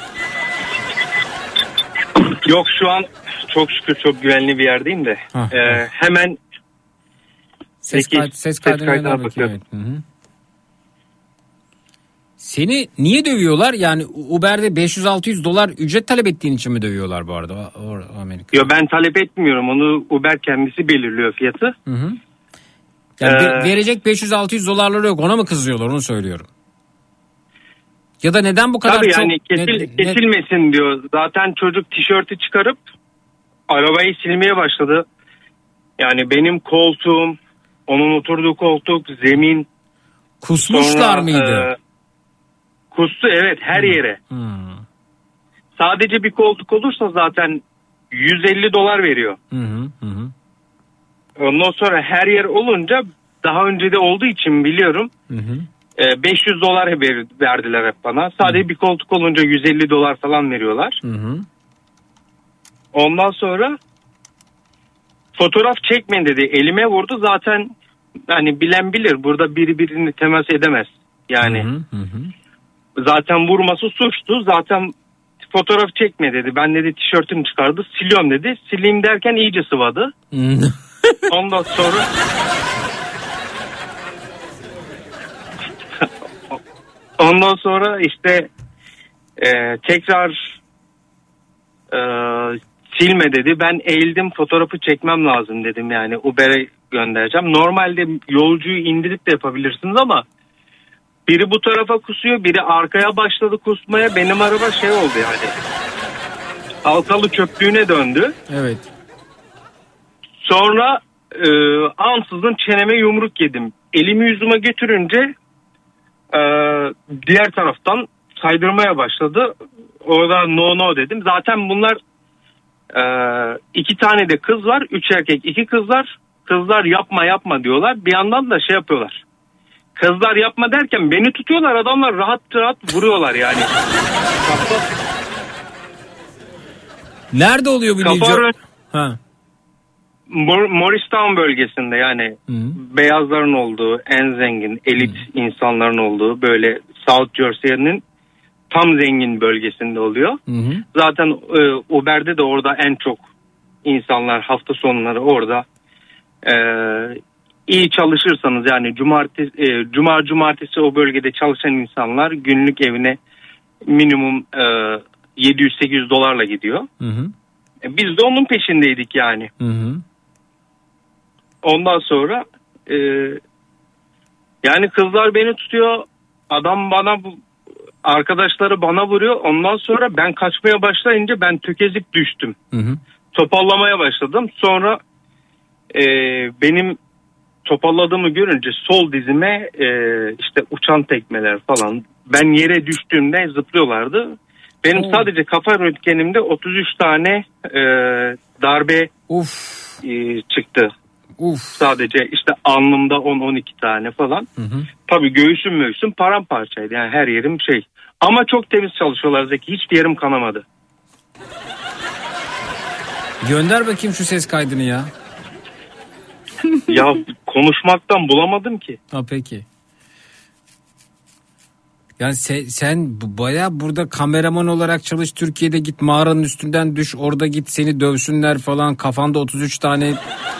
Yok şu an çok şükür çok güvenli bir yerdeyim de. Hah, Ee, hemen Ses, Zeki, kaydı, ses kaydına kaydına bakayım. bakıyorum. Evet. Hı hı. Seni niye dövüyorlar? Yani Uber'de beş yüz altı yüz dolar ücret talep ettiğin için mi dövüyorlar bu arada? O, o, Amerika. Yo, ben talep etmiyorum. Onu Uber kendisi belirliyor fiyatı. Hı hı. Yani Ee, be- verecek beş yüz altı yüz dolarları yok, ona mı kızıyorlar, onu söylüyorum. Ya da neden bu kadar Tabii çok... yani kesil, ne- ne- kesilmesin diyor. Zaten çocuk tişörtü çıkarıp arabayı silmeye başladı. Yani benim koltuğum, onun oturduğu koltuk, zemin. Kusmuşlar sonra, mıydı? E, kustu evet, her yere. Hmm. Sadece bir koltuk olursa zaten yüz elli dolar veriyor. Hı hı hı. hı. Ondan sonra her yer olunca, daha önce de olduğu için biliyorum. Hı hı. e, beş yüz dolar ver- verdiler hep bana. Sadece bir koltuk olunca yüz elli dolar falan veriyorlar. Hı hı. Ondan sonra fotoğraf çekmeyin dedi. Elime vurdu zaten, hani bilen bilir, burada biri birini temas edemez. Yani Hı hı hı. zaten vurması suçtu. Zaten fotoğraf çekme dedi. Ben dedi tişörtümü çıkardı. Siliyorum dedi. Sileyim derken iyice sıvadı. Ondan sonra ondan sonra işte e, tekrar e, silme dedi. Ben eğildim, fotoğrafı çekmem lazım dedim, yani Uber'e göndereceğim. Normalde yolcuyu indirip de yapabilirsiniz ama biri bu tarafa kusuyor, biri arkaya başladı kusmaya. Benim araba şey oldu yani, halkalı çöplüğüne döndü. Evet. Sonra e, ansızın çeneme yumruk yedim. Elimi yüzüme götürünce e, diğer taraftan saydırmaya başladı. Orada no no dedim. Zaten bunlar e, iki tane de kız var. Üç erkek, iki kızlar. Kızlar yapma yapma diyorlar. Bir yandan da şey yapıyorlar. Kızlar yapma derken beni tutuyorlar. Adamlar rahat rahat vuruyorlar yani. Nerede oluyor bu Kafa New Ha. Mor- Morristown bölgesinde, yani beyazların olduğu, en zengin, elit insanların olduğu, böyle South Jersey'nin tam zengin bölgesinde oluyor. Hı hı. Zaten e, Uber'de de orada en çok insanlar hafta sonları orada. E, iyi çalışırsanız, yani cumartesi, e, cuma cumartesi o bölgede çalışan insanlar günlük evine minimum e, yedi yüz sekiz yüz dolarla gidiyor. Hı hı. E, biz de onun peşindeydik yani. Hı hı. Ondan sonra e, yani kızlar beni tutuyor, adam bana, arkadaşları bana vuruyor. Ondan sonra ben kaçmaya başlayınca ben tökezip düştüm. Hı hı. Topallamaya başladım. Sonra e, benim topalladığımı görünce sol dizime e, işte uçan tekmeler falan. Ben yere düştüğümde zıplıyorlardı. Benim Oo. sadece kafa röntgenimde otuz üç tane e, darbe Uf. e, çıktı. Uf. Sadece işte alnımda on on iki tane falan. Hı hı. Tabii göğsüm möğsüm paramparçaydı. Yani her yerim şey. Ama çok temiz çalışıyorlar Zeki. Hiçbir yerim kanamadı. Gönder bakayım şu ses kaydını ya. Ya konuşmaktan bulamadım ki. Ha peki. Yani sen, sen baya burada kameraman olarak çalış, Türkiye'de git mağaranın üstünden düş, orada git seni dövsünler falan, kafanda otuz üç tane.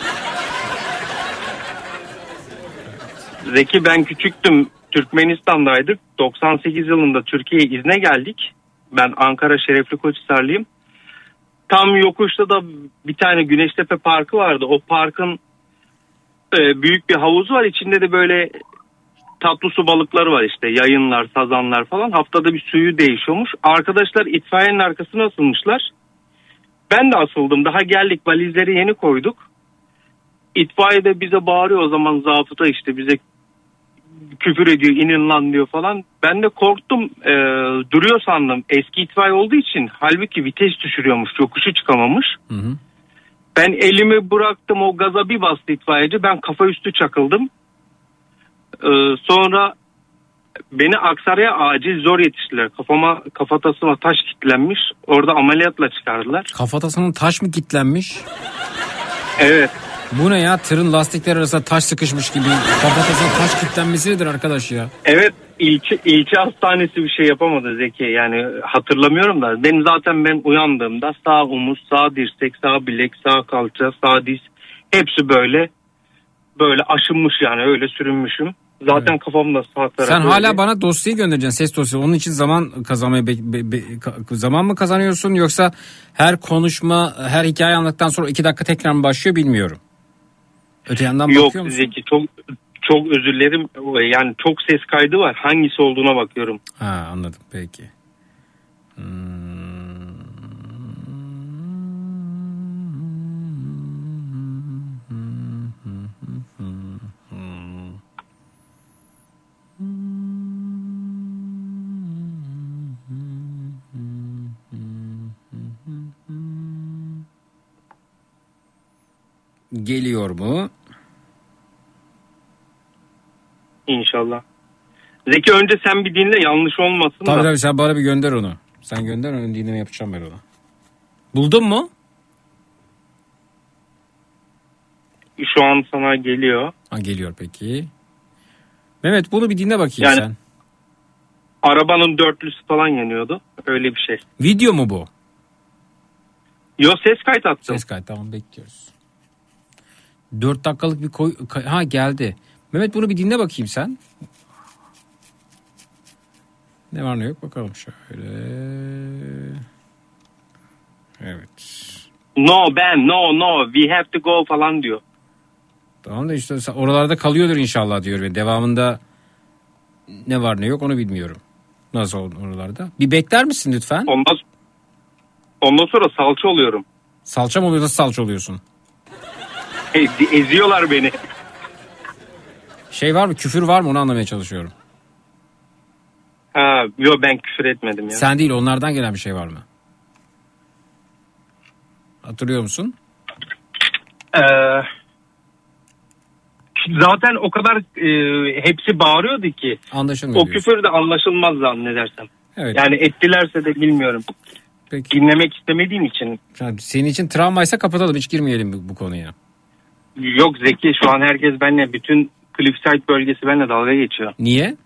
Zeki, ben küçüktüm, Türkmenistan'daydık, doksan sekiz yılında Türkiye'ye izne geldik. Ben Ankara Şerefli Koçhisarlıyım. Tam yokuşta da bir tane Güneştepe Parkı vardı. O parkın e, büyük bir havuzu var, içinde de böyle tatlı su balıkları var, işte yayınlar, sazanlar falan. Haftada bir suyu değişiyormuş. Arkadaşlar itfaiyenin arkasına asılmışlar. Ben de asıldım. Daha geldik, valizleri yeni koyduk. İtfaiye de bize bağırıyor o zaman, zabıta işte bize küfür ediyor, inin lan diyor falan. Ben de korktum, ee, duruyor sandım. Eski itfaiye olduğu için, halbuki vites düşürüyormuş, yokuşu çıkamamış. Hı hı. Ben elimi bıraktım, o gaza bir bastı itfaiyeci, ben kafa üstü çakıldım. Ee, sonra beni Aksaray'a acil zor yetiştiler. Kafama, kafatasıma taş kilitlenmiş, orada ameliyatla çıkardılar. Kafatasının taş mı kilitlenmiş? Evet. Bu ne ya, tırın lastikleri arasında taş sıkışmış gibi. Kafatasına taş kilitlenmesi nedir arkadaş ya? Evet, ilçe, ilçe hastanesi bir şey yapamadı Zeki, yani hatırlamıyorum da. Benim zaten ben uyandığımda sağ omuz, sağ dirsek, sağ bilek, sağ kalça, sağ diz, hepsi böyle böyle aşınmış, yani öyle sürünmüşüm. Zaten evet. Kafamda sağ tarafı. Sen öyle. Hala bana dosyayı göndereceksin, ses dosyası. Onun için zaman kazanmaya be, be, be, zaman mı kazanıyorsun, yoksa her konuşma, her hikaye anlattıktan sonra iki dakika tekrar mı başlıyor bilmiyorum. Öte yandan Yok, bakıyor musun? Zeki, çok çok özür dilerim. Yani çok ses kaydı var. Hangisi olduğuna bakıyorum. Ha, anladım peki. Hmm. Geliyor mu? İnşallah. Zeki, önce sen bir dinle, yanlış olmasın. Tabii da. tabii, sen bana bir gönder onu. Sen gönder, ön dinleme yapacağım ben ona. Buldun mu? Şu an sana geliyor. Ha, geliyor peki. Mehmet, bunu bir dinle bakayım yani, sen. Arabanın dörtlüsü falan yanıyordu. Öyle bir şey. Video mu bu? Yo, ses kayıt attım. Ses kayıt, tamam, bekliyoruz. Dört dakikalık bir koy... Ha, geldi. Mehmet, bunu bir dinle bakayım sen. Ne var ne yok bakalım şöyle. Evet. No ben, no no, we have to go falan diyor. Tamam da işte oralarda kalıyordur inşallah diyor. Devamında ne var ne yok onu bilmiyorum. Nasıl oldu oralarda? Bir bekler misin lütfen? Ondan, ondan sonra salça oluyorum. Salça mı oluyor, nasıl salça oluyorsun? Hey, eziyorlar beni. Şey var mı, küfür var mı, onu anlamaya çalışıyorum. Ha, yok, ben küfür etmedim ya. Sen değil, onlardan gelen bir şey var mı? Hatırlıyor musun? Ee, zaten o kadar e, hepsi bağırıyordu ki. Anlaşılmıyor. O küfür de anlaşılmaz zannedersem. Evet. Yani ettilerse de bilmiyorum. Peki. Dinlemek istemediğim için. Yani senin için travmaysa kapatalım, hiç girmeyelim bu, bu konuya. Yok Zeki, şu an herkes benimle, bütün Cliffside bölgesi benimle dalga geçiyor. Niye?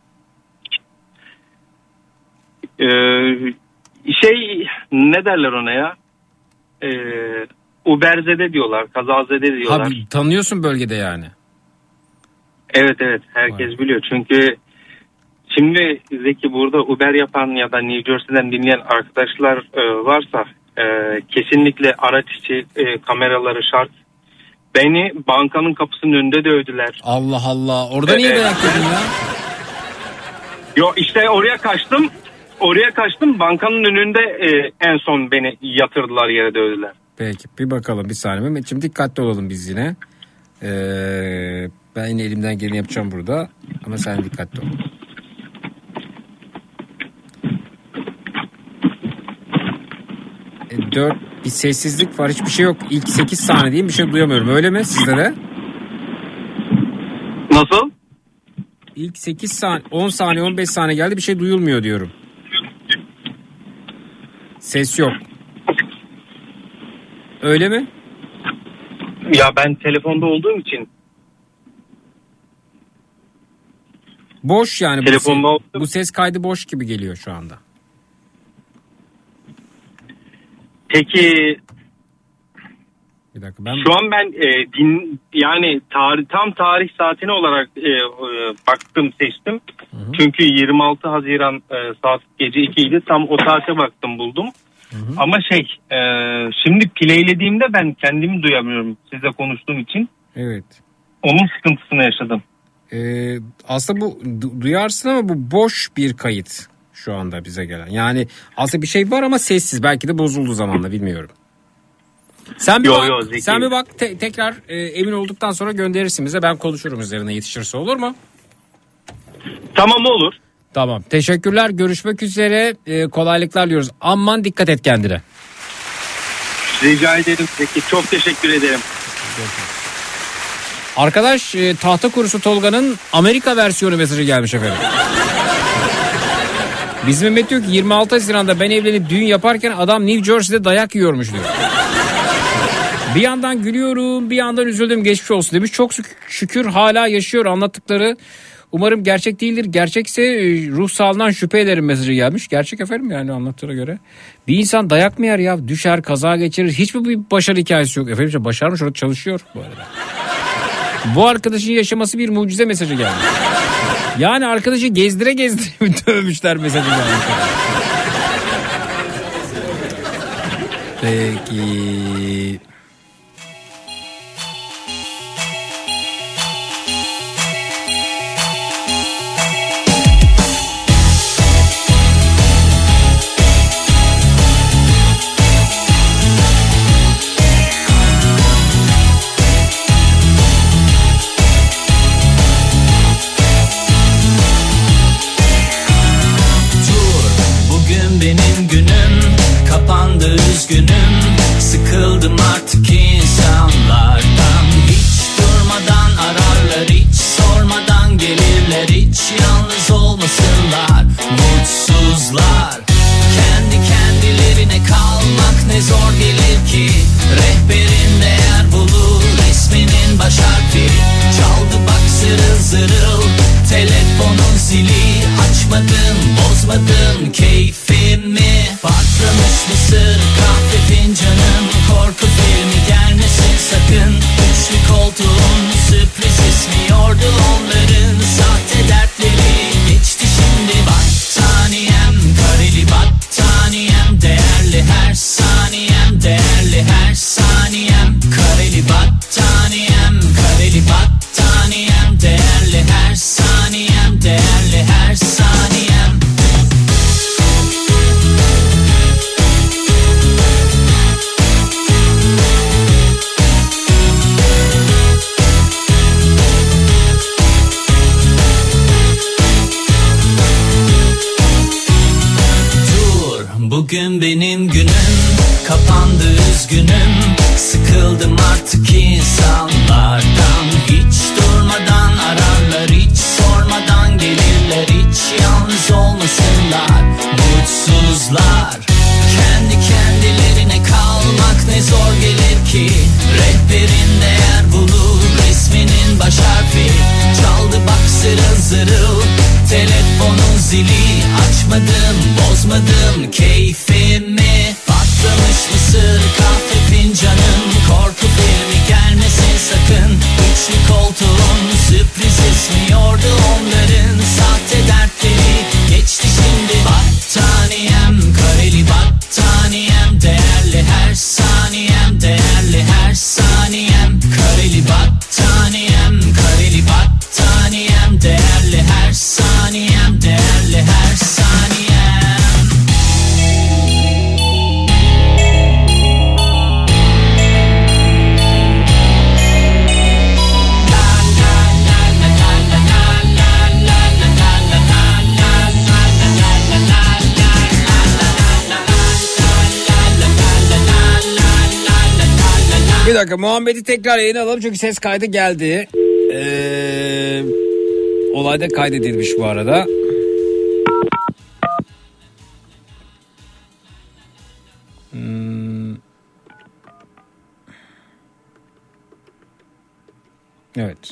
Ee, şey ne derler ona ya? Ee, Uberzede diyorlar, kazazede diyorlar. Abi, tanıyorsun bölgede yani. Evet evet, herkes Vay. biliyor. Çünkü şimdi Zeki, burada Uber yapan ya da New Jersey'den dinleyen arkadaşlar e, varsa e, kesinlikle araç içi e, kameraları şart. Beni bankanın kapısının önünde dövdüler. Allah Allah, orada niye dayak yedin ya? Yo, işte oraya kaçtım. Oraya kaçtım, bankanın önünde e, en son beni yatırdılar, yere dövdüler. Peki, bir bakalım bir saniye Mehmetciğim, dikkatli olalım biz yine. Ee, ben yine elimden geleni yapacağım burada ama sen dikkatli ol. E, dört bir sessizlik var, hiçbir şey yok. İlk sekiz saniye diyeyim, bir şey duyamıyorum, öyle mi sizde de? Nasıl? İlk sekiz saniye, on saniye, on beş saniye geldi, bir şey duyulmuyor diyorum. Ses yok. Öyle mi? Ya ben telefonda olduğum için. Boş yani. Telefonda bu, ses, bu ses kaydı boş gibi geliyor şu anda. Peki bir dakika ben şu an ben e, din yani tarih tam tarih saatini olarak e, e, baktım seçtim. Hı hı. Çünkü yirmi altı Haziran e, saat gece iki idi. Tam o saate baktım buldum. Hı hı. Ama şey e, şimdi playlediğimde ben kendimi duyamıyorum sizle konuştuğum için. Evet. Onun sıkıntısını yaşadım. Ee, aslında bu du- duyarsın ama bu boş bir kayıt şu anda bize gelen. Yani aslında bir şey var ama sessiz. Belki de bozuldu zamanla, bilmiyorum. Sen bir yo, bak, yo, sen bir bak te- tekrar e, emin olduktan sonra gönderirsin bize. Ben konuşurum üzerine, yetişirse, olur mu? Tamam, olur. Tamam. Teşekkürler. Görüşmek üzere. E, kolaylıklar diliyoruz. Aman dikkat et kendine. Rica ederim. Peki, çok teşekkür ederim. Arkadaş e, Tahta Kurusu Tolga'nın Amerika versiyonu mesajı gelmiş efendim. Bizim Mehmet diyor ki yirmi altı Haziran'da ben evlenip düğün yaparken adam New Jersey'de dayak yiyormuş diyor. Bir yandan gülüyorum, bir yandan üzüldüm, geçmiş olsun demiş. Çok şükür hala yaşıyor anlattıkları. Umarım gerçek değildir. Gerçekse ruh sağlığından şüphe ederim mesajı gelmiş. Gerçek efendim, yani anlattığına göre. Bir insan dayak mı yer ya? Düşer, kaza geçirir. Hiçbir bir başarı hikayesi yok. Efendim başarmış, orada çalışıyor bu arada. Bu arkadaşın yaşaması bir mucize mesajı gelmiş. Yani arkadaşı gezdire gezdire dövmüşler mesajı gelmiş. Peki. Benim günüm kapandı, üzgünüm. Sıkıldım artık insanlardan. Hiç durmadan ararlar, hiç sormadan gelirler. Hiç yalnız olmasınlar mutsuzlar. Kendi kendilerine kalmak ne zor gelir ki. Rehberin değer bulur, resminin baş harfi. Çaldı bak zırıl zırıl telefonun zili. Açmadım, bozmadım keyfimi. Patlamış mısır kahve fincanım. Korku filmi gelmesin sakın. Üçlü koltuğun sürpriz ismiyordu onların. Sahte dertleri geçti şimdi. Battaniyem, kareli battaniyem. Değerli her saniyem, değerli her saniyem. Kareli battaniyem, kareli battaniyem. Değerli her saniyem, değerli her saniyem. Dur, bugün benim günüm kapandı, üzgünüm. Sıkıldım artık insanlardan. Hiç durmadan ararlar, hiç sormadan gelirler. Hiç yalnız olmasınlar mutsuzlar. Kendi kendilerine kalmak ne zor gelir ki. Rehberin değer bulur, resminin baş harfi. Çaldı bak zırıl zırıl telefonun zili. Açmadım, bozmadım keyfimi. Patlamış mısır kahve fincanım. Korku filmi gelmesin sakın. Üçlü koltuğun sürpriz ismiyordu onların. Sahte dertleri geçti şimdi. Battaniyem, kareli battaniyem. Değerli her saniyem, değerli her saniyem. Kareli battaniyem, kareli battaniyem. Değerli her saniyem, değerli her saniyem. Bir dakika, Muhammed'i tekrar yayına alalım çünkü ses kaydı geldi. Ee, olayda kaydedilmiş bu arada. Hmm. Evet.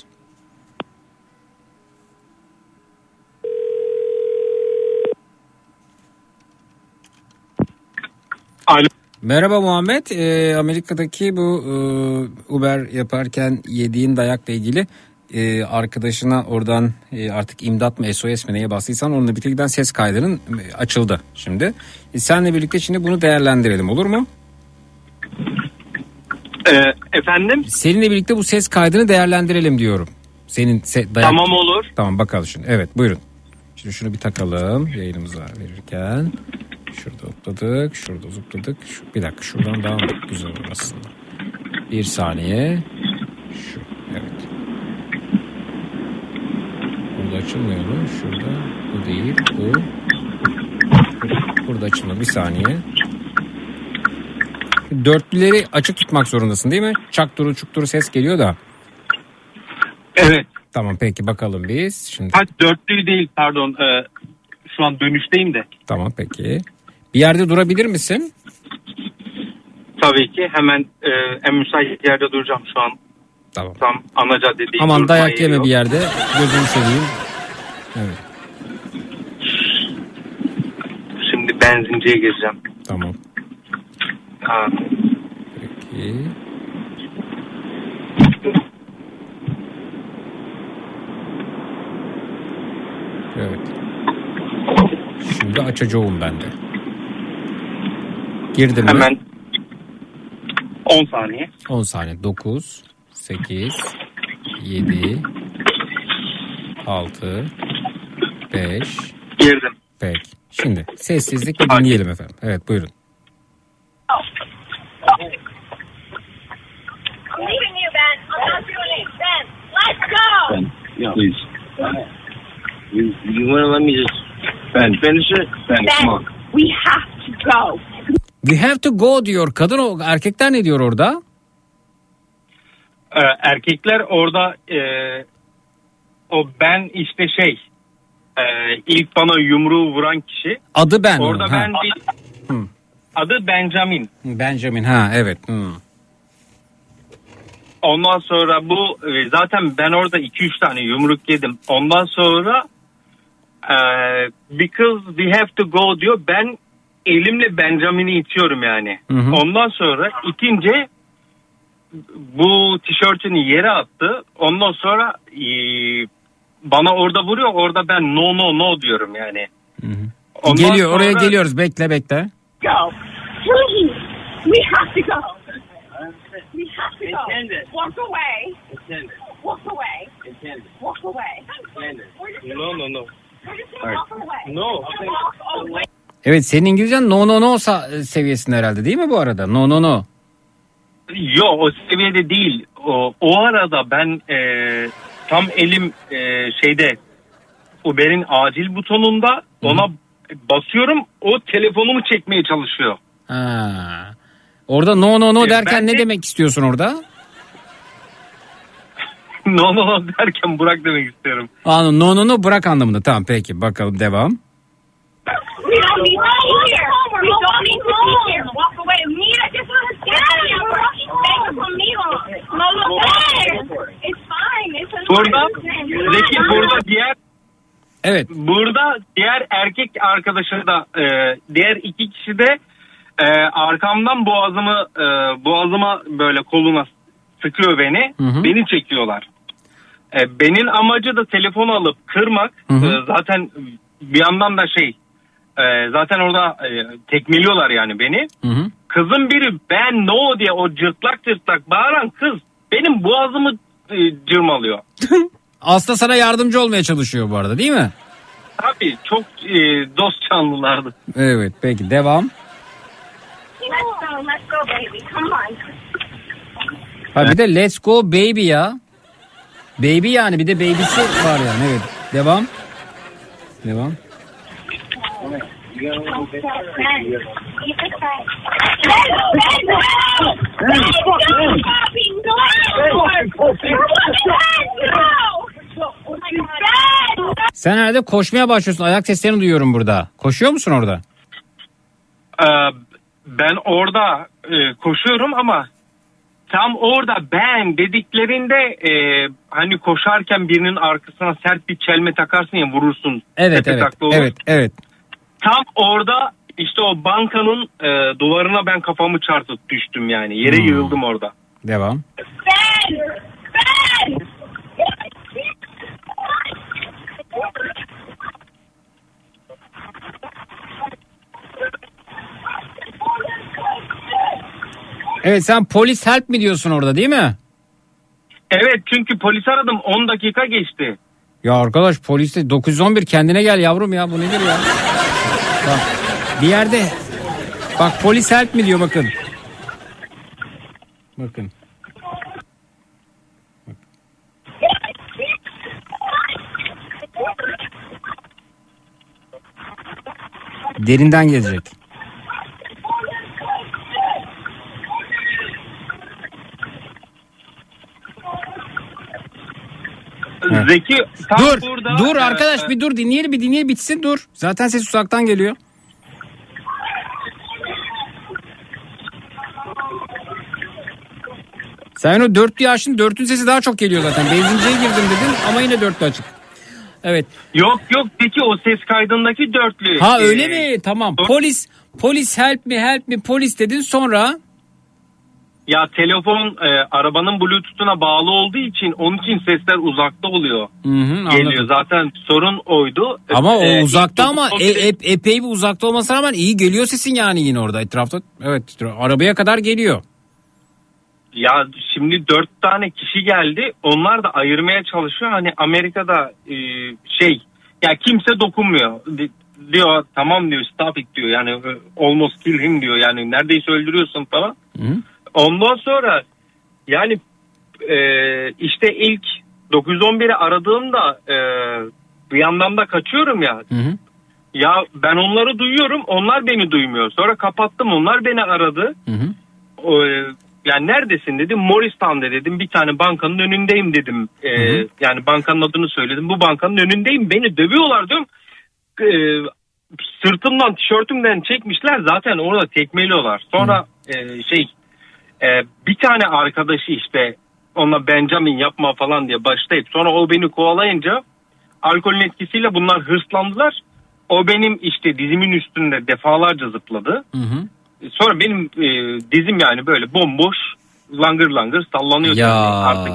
Alo. Merhaba Muhammed. Ee, Amerika'daki bu e, Uber yaparken yediğin dayakla ilgili e, arkadaşına oradan e, artık imdat mı S O S mi neye bastıysan onunla birlikte giden ses kaydının e, açıldı şimdi. E, senle birlikte şimdi bunu değerlendirelim, olur mu? Ee, efendim? Seninle birlikte bu ses kaydını değerlendirelim diyorum. Senin se- dayak... Tamam, olur. Tamam, bakalım şimdi. Evet, buyurun. Şimdi şunu bir takalım yayınımıza verirken. Şurada hopladık, şurada zıpladık. Şu, bir dakika, şuradan daha güzel olur aslında. Bir saniye. Şu, evet. Burada açılmıyor mu? Şurada, bu değil, bu. Burada açılmıyor, bir saniye. Dörtlüleri açık tutmak zorundasın değil mi? Çakturu çukturu ses geliyor da. Evet. Tamam, peki bakalım biz. Şimdi. Ha, dörtlü değil, pardon. Ee, şu an dönüşteyim de. Tamam, peki. Bir yerde durabilir misin? Tabii ki. Hemen e, en müsait yerde duracağım şu an. Tamam. Tam ana caddedeyim. Aman dayak yeme bir yerde. Gözünü seveyim. Evet. Şimdi benzinciye gireceğim. Tamam. Ha. Peki. Evet. Şimdi açacağım ben de. Girdim mi? Hemen on saniye. on saniye. dokuz, sekiz, yedi, altı, beş. Girdim. Peki. Şimdi sessizlik ve dinleyelim efendim. Evet, buyurun. Ben, yeah, please. You, you want to let me just Ben, finish it? Ben, Ben, come on. we have to go. We have to go diyor. Kadın o erkekler ne diyor orada? Ee, erkekler orada e, o ben işte şey e, ilk bana yumruğu vuran kişi. Adı ben. Orada ha. ben değil. Hı. Adı Benjamin. Benjamin, ha evet. Hı. Ondan sonra bu e, zaten ben orada iki üç tane yumruk yedim. Ondan sonra e, because we have to go diyor. Ben elimle Benjamin'i itiyorum yani. Hı hı. Ondan sonra itince bu tişörtünü yere attı. Ondan sonra e, bana orada vuruyor. Orada ben no no no diyorum yani. Hı hı. Ondan Geliyor, oraya sonra- geliyoruz. Bekle bekle. Go. Please. We have to go. We have to go. Walk away. Walk away. Walk away. No no no. We're just gonna walk away. No. Walk away. Evet, senin İngilizcen no no no sa- seviyesinde herhalde değil mi bu arada? No no no. Yok, o seviyede değil. O, o arada ben e, tam elim e, şeyde Uber'in acil butonunda ona basıyorum. O telefonumu çekmeye çalışıyor. Ha. Orada no no no E, derken ben ne de- demek istiyorsun orada? no no no derken bırak demek istiyorum. Anladım. No no no bırak anlamında. Tamam, peki bakalım devam. We don't need to be here. We don't need to be here. Walk away. Mira, que eso es serio. Venga conmigo. No lo sé. It's fine. It's a Burada Zeki burada diğer Evet. burada diğer erkek arkadaşım da e, diğer iki kişi de e, arkamdan boğazımı e, boğazıma böyle koluna sıkıyor beni. Hı hı. Beni çekiyorlar. E, benim amacı da telefonu alıp kırmak. Hı hı. E, zaten bir yandan da şey e, zaten orada e, tekmeliyorlar yani beni. Hı hı. Kızın biri ben no diye o cırtlak cırtlak bağıran kız benim boğazımı e, cırmalıyor. Aslında sana yardımcı olmaya çalışıyor bu arada değil mi? Tabii çok e, dost canlılardı. Evet, peki devam. Let's go. Let's go, baby. Come on. Ha bir de let's go baby ya. Baby yani, bir de baby'si var yani. Evet, devam. Devam. Sen herhalde koşmaya başlıyorsun. Ayak seslerini duyuyorum burada. Koşuyor musun orada? Ee, ben orada e, koşuyorum ama tam orada ben dediklerinde e, hani koşarken birinin arkasına sert bir çelme takarsın ya, vurursun. Evet evet evet evet. Tam orada işte o bankanın e, duvarına ben kafamı çarpıp düştüm yani. Yere hmm. yığıldım orada. Devam. Ben! Ben! Evet, sen polis help mi diyorsun orada, değil mi? Evet, çünkü polis aradım, on dakika geçti. Ya arkadaş, polis de dokuz yüz on bir, kendine gel yavrum ya, bu nedir ya? Bak, bir yerde bak, polis help mi diyor, bakın. Bakın. Derinden gelecek. Zeki tam dur, burada. Dur arkadaş e, bir dur dinleyelim bir dinleyelim bitsin dur. Zaten ses uzaktan geliyor. Sen o dörtlüyü açtın, dörtün sesi daha çok geliyor zaten. Benzinciye girdim dedin ama yine dörtlü açık. Evet. Yok yok peki o ses kaydındaki dörtlü. Ha öyle ee, mi? Tamam. Polis polis help mi help mi polis dedin, sonra? Ya telefon e, arabanın bluetooth'una bağlı olduğu için onun için sesler uzakta oluyor. Hı hı, geliyor. Zaten sorun oydu. Ama o e, uzakta ama e, e, epey bir uzakta olmasına rağmen iyi geliyor sesin yani yine orada etrafta. Evet, arabaya kadar geliyor. Ya şimdi dört tane kişi geldi. Onlar da ayırmaya çalışıyor. Hani Amerika'da e, şey ya kimse dokunmuyor. Diyor tamam diyor, stop it diyor. Yani almost kill him diyor. Yani neredeyse öldürüyorsun falan. Hı. Ondan sonra yani e, işte ilk dokuz yüz on biri aradığımda e, bir yandan da kaçıyorum ya. Hı hı. Ya ben onları duyuyorum, onlar beni duymuyor. Sonra kapattım, onlar beni aradı. Hı hı. O, yani neredesin dedim, Morristown'da dedim, bir tane bankanın önündeyim dedim. E, hı hı. Yani bankanın adını söyledim, bu bankanın önündeyim, beni dövüyorlar diyorum. E, sırtımdan, tişörtümden çekmişler, zaten orada tekmeliyorlar. Sonra e, şey Ee, bir tane arkadaşı işte onunla Benjamin yapma falan diye başlayıp sonra o beni kovalayınca alkolün etkisiyle bunlar hırslandılar. O benim işte dizimin üstünde defalarca zıpladı. Hı hı. Sonra benim e, dizim yani böyle bomboş langır langır sallanıyor. Ya. Artık.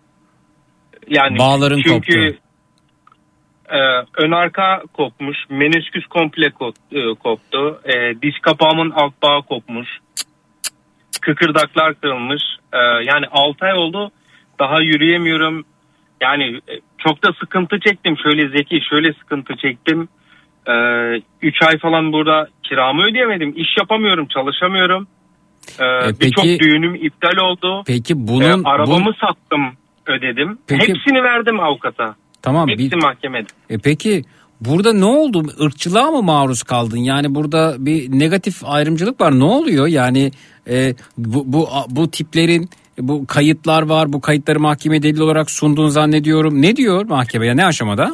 Yani bağların çünkü, koptu. E, ön arka kopmuş, menisküs komple koptu, e, diz kapağımın alt bağı kopmuş. Kıkırdaklar kırılmış. Ee, yani altı ay oldu. Daha yürüyemiyorum. Yani çok da sıkıntı çektim. Şöyle Zeki, şöyle sıkıntı çektim. üç ee, ay falan burada kiramı ödeyemedim. İş yapamıyorum, çalışamıyorum. Ee, e, Birçok düğünüm iptal oldu. Peki bunun... Ee, arabamı bu... sattım, ödedim. Peki... Hepsini verdim avukata. Tamam. Hepsi bir... mahkemede. E peki... Burada ne oldu? Irkçılığa mı maruz kaldın? Yani burada bir negatif ayrımcılık var. Ne oluyor? Yani e, bu, bu bu tiplerin bu kayıtlar var. Bu kayıtları mahkeme delil olarak sunduğunu zannediyorum. Ne diyor mahkemeye? Ne aşamada?